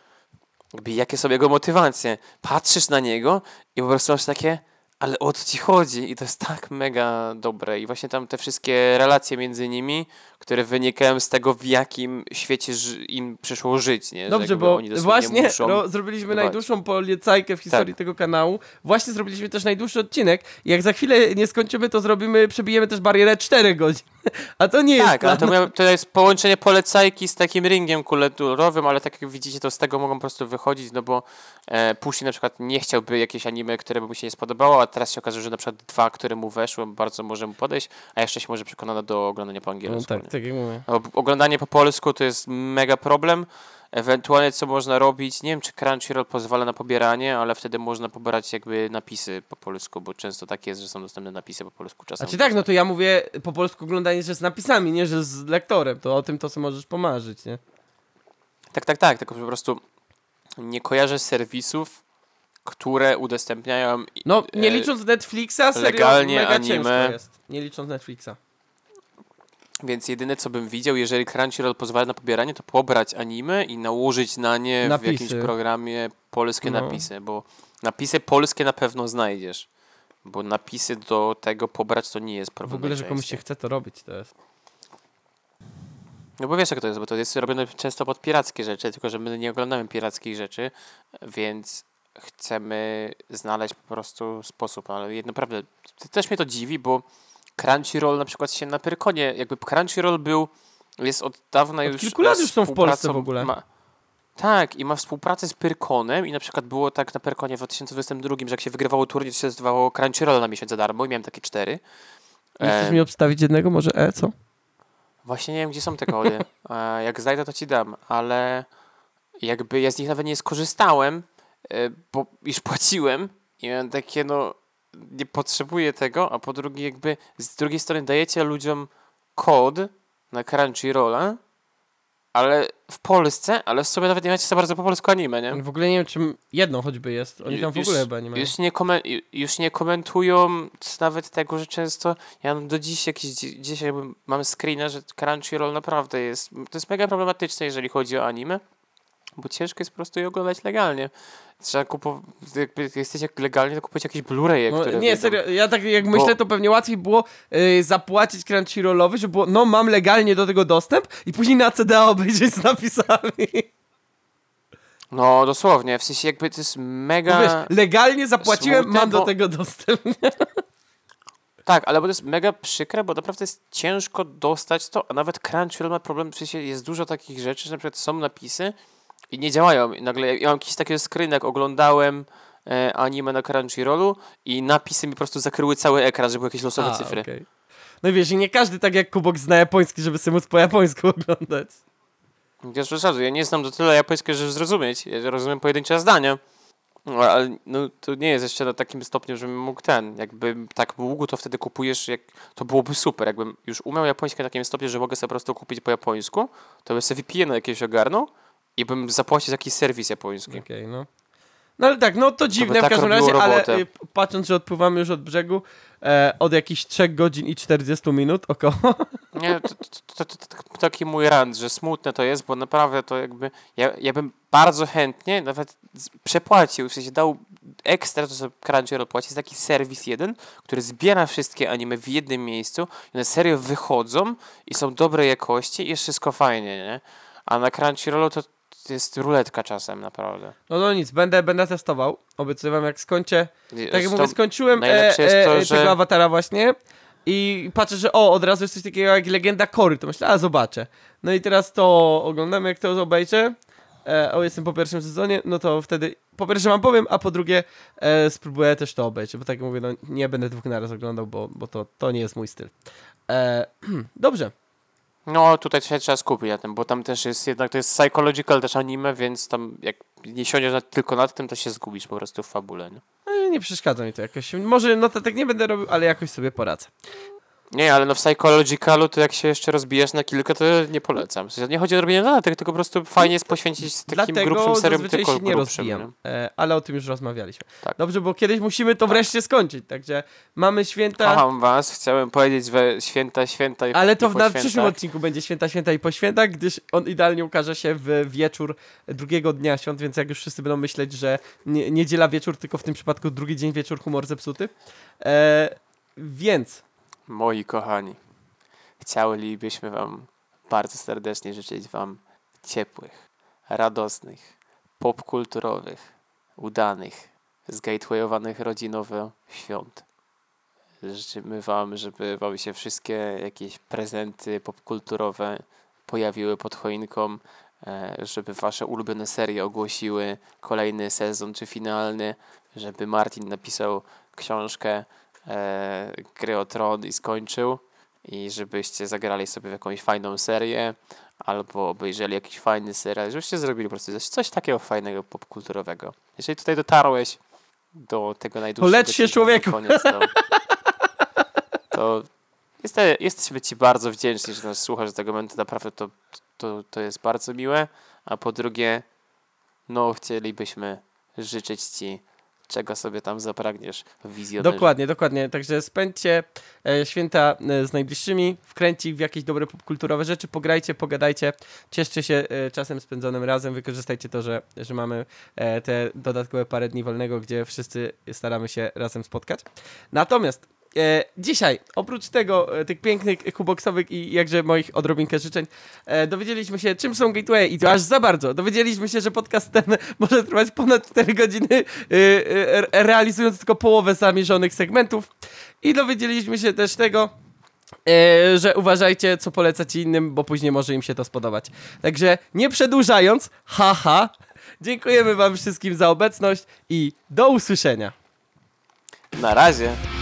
Jakby jakie są jego motywacje. Patrzysz na niego i po prostu masz takie, ale o co ci chodzi? I to jest tak mega dobre. I właśnie tam te wszystkie relacje między nimi, które wynikają z tego, w jakim świecie ży- im przyszło żyć, nie? Że Dobrze, jakby bo oni dosłownie właśnie muszą... ro, zrobiliśmy dbać. najdłuższą polecajkę w historii Tak. tego kanału. Właśnie zrobiliśmy też najdłuższy odcinek. I jak za chwilę nie skończymy, to zrobimy, przebijemy też barierę cztery godzin. A to nie jest Tak, ale to, plan. miał, to jest połączenie polecajki z takim ringiem kulturowym, ale tak jak widzicie, to z tego mogą po prostu wychodzić, no bo e, Pushi na przykład nie chciałby jakieś anime, które by mu się nie spodobało, a teraz się okazuje, że na przykład dwa, które mu weszły, bardzo może mu podejść, a jeszcze się może przekonać do oglądania po No angielsku. tak, nie? tak jak mówię. No, bo oglądanie po polsku to jest mega problem. Ewentualnie co można robić, nie wiem czy Crunchyroll pozwala na pobieranie, ale wtedy można pobierać jakby napisy po polsku, bo często tak jest, że są dostępne napisy po polsku A czasem. czy tak, no to ja mówię po polsku oglądanie, że z napisami, nie, że z lektorem. To o tym to, co możesz pomarzyć, nie? Tak, tak, tak, tylko po prostu nie kojarzę serwisów, które udostępniają i- No, nie e, licząc Netflixa, serio legalnie mega anime. ciężko jest. Nie licząc Netflixa. Więc jedyne co bym widział, jeżeli Crunchyroll pozwala na pobieranie, to pobrać anime i nałożyć na nie w Napisy. jakimś programie polskie No. napisy, bo napisy polskie na pewno znajdziesz. Bo napisy do tego pobrać to nie jest W problem. ogóle, że komuś się najczęściej. chce to robić, to jest. No bo wiesz jak to jest, bo to jest robione często pod pirackie rzeczy, tylko że my nie oglądamy pirackich rzeczy, więc chcemy znaleźć po prostu sposób, ale jedno naprawdę, też mnie to dziwi, bo Crunchyroll na przykład się na Pyrkonie, jakby Crunchyroll był, jest od dawna Od już... kilku lat już są w Polsce współpracą- w ogóle. Ma, tak, i ma współpracę z Pyrkonem i na przykład było tak na Pyrkonie w dwa tysiące dwudziestym drugim, że jak się wygrywało turniej, to się zdawało Crunchyroll na miesiąc za darmo i miałem takie cztery. Nie chcesz Em, mi obstawić jednego, może E, co? Właśnie nie wiem, gdzie są te kody. E, Jak znajdę, to ci dam, ale jakby ja z nich nawet nie skorzystałem, e, bo już płaciłem i miałem takie, no, nie potrzebuję tego, a po drugie jakby z drugiej strony dajecie ludziom kod na Crunchyrolla, ale w Polsce, ale w sobie nawet nie macie za bardzo po polsku anime, nie? W ogóle nie wiem, czym jedno choćby jest. Oni tam w Już- ogóle chyba nie mają. Już nie, komen- ju- już nie komentują nawet tego, że często ja mam do dziś jakiś, dzi- dzisiaj jakby mam screena, że Crunchyroll naprawdę jest, to jest mega problematyczne, jeżeli chodzi o anime, bo ciężko jest po prostu je oglądać legalnie. Trzeba kupować, jakby jesteście legalnie, to kupować jakieś Blu-raye, No, które nie, wyjdą. serio, ja tak jak Bo- myślę, to pewnie łatwiej było y, zapłacić Crunchyrollowi, żeby było, no mam legalnie do tego dostęp i później na C D A obejrzeć z napisami. No dosłownie, w sensie jakby to jest mega... Bo wiesz, legalnie zapłaciłem, smutne, mam do bo- tego dostęp. Tak, ale bo to jest mega przykre, bo naprawdę jest ciężko dostać to, a nawet Crunchyroll ma problem, w sensie jest dużo takich rzeczy, że na przykład są napisy i nie działają. I nagle ja mam jakiś taki screen, jak oglądałem e, anime na Crunchyrollu i napisy mi po prostu zakryły cały ekran, że były jakieś losowe A, cyfry. okej. No i wiesz, i nie każdy tak jak Kubok zna japoński, żeby sobie móc po japońsku oglądać. Wiesz, przesadzę, ja nie znam do tyle japońskiego, żeby zrozumieć. Ja rozumiem pojedyncze zdania. No, ale no, to nie jest jeszcze na takim stopniu, żebym mógł ten, jakby tak mógł, to wtedy kupujesz, jak, to byłoby super, jakbym już umiał japoński na takim stopniu, że mogę sobie po prostu kupić po japońsku, to bym sobie V P N jakiegoś ogarnął i bym zapłacił za jakiś serwis japoński. Okej, no. No ale tak, no to dziwne by w tak każdym robiło razie, ale robotę. y, patrząc, że odpływamy już od brzegu, e, od jakichś trzech godzin i czterdziestu minut około. Nie, to, to, to, to, to taki mój rant, że smutne to jest, bo naprawdę to jakby, ja, ja bym bardzo chętnie nawet z- przepłacił, w sensie dał ekstra, to co Crunchyroll płaci, jest taki serwis jeden, który zbiera wszystkie anime w jednym miejscu i one serio wychodzą i są dobrej jakości i jest wszystko fajnie, nie? A na Crunchyrollu to jest ruletka czasem, naprawdę. No no nic, będę, będę testował. Obiecuję wam, jak skończę. Tak jak To mówię, skończyłem e, najlepsze jest e, to, tego że- awatara właśnie i patrzę, że o, od razu jest coś takiego jak Legenda Korry, to myślę, a zobaczę. No i teraz to oglądamy, jak to obejrzę. E, o, jestem po pierwszym sezonie, no to wtedy po pierwsze wam powiem, a po drugie e, spróbuję też to obejrzeć, bo tak jak mówię, no nie będę dwóch naraz oglądał, bo, bo to, to nie jest mój styl. E, dobrze. No, tutaj się trzeba skupić na tym, bo tam też jest jednak, to jest psychological też anime, więc tam jak nie siądziesz na, tylko nad tym, to się zgubisz po prostu w fabule, nie? No, nie przeszkadza mi to jakoś. Może notatek nie będę robił, ale jakoś sobie poradzę. Nie, ale no w psychologicalu to jak się jeszcze rozbijesz na kilka, to nie polecam. W sensie nie chodzi o robienie notatek, tylko po prostu fajnie jest poświęcić takim Dlatego grubszym seriom zazwyczaj tylko się nie grubszym, rozbijam, e, ale o tym już rozmawialiśmy. Tak. Dobrze, bo kiedyś musimy to wreszcie skończyć, także mamy święta, Kocham was, chciałem powiedzieć we święta, święta i ale i to w po na świętach. przyszłym odcinku będzie święta, święta i po świętach, gdyż on idealnie ukaże się w wieczór drugiego dnia świąt, więc jak już wszyscy będą myśleć, że nie, niedziela wieczór, tylko w tym przypadku drugi dzień wieczór, humor zepsuty. E, więc Moi kochani, chcielibyśmy wam bardzo serdecznie życzyć wam ciepłych, radosnych, popkulturowych, udanych, zgatwayowanych rodzinowo świąt. Życzymy wam, żeby wam się wszystkie jakieś prezenty popkulturowe pojawiły pod choinką, e, żeby wasze ulubione serie ogłosiły kolejny sezon czy finalny, żeby Martin napisał książkę e, Gry o Tron i skończył i żebyście zagrali sobie w jakąś fajną serię albo obejrzeli jakiś fajny serial, żebyście zrobili po prostu coś, coś takiego fajnego, popkulturowego. Jeżeli tutaj dotarłeś do tego najdłuższego... lecz się, odcinka, człowieku. na koniec, to, to jeste, jesteśmy ci bardzo wdzięczni, że nas słuchasz do tego momentu, naprawdę to, to, to jest bardzo miłe, a po drugie, no chcielibyśmy życzyć ci, czego sobie tam zapragniesz w wizjonerze. dokładnie, dokładnie. Także spędźcie e, święta e, z najbliższymi, wkręci w jakieś dobre popkulturowe rzeczy, pograjcie, pogadajcie, cieszcie się e, czasem spędzonym razem, wykorzystajcie to, że, że mamy e, te dodatkowe parę dni wolnego, gdzie wszyscy staramy się razem spotkać. Natomiast e, dzisiaj, oprócz tego, e, tych pięknych kuboksowych i jakże moich odrobinkę życzeń, e, dowiedzieliśmy się, czym są gateway i to aż za bardzo. Dowiedzieliśmy się, że podcast ten może trwać ponad cztery godziny, e, e, realizując tylko połowę zamierzonych segmentów. I dowiedzieliśmy się też tego, e, że uważajcie, co polecacie innym, bo później może im się to spodobać. Także nie przedłużając, haha, dziękujemy wam wszystkim za obecność i do usłyszenia. Na razie.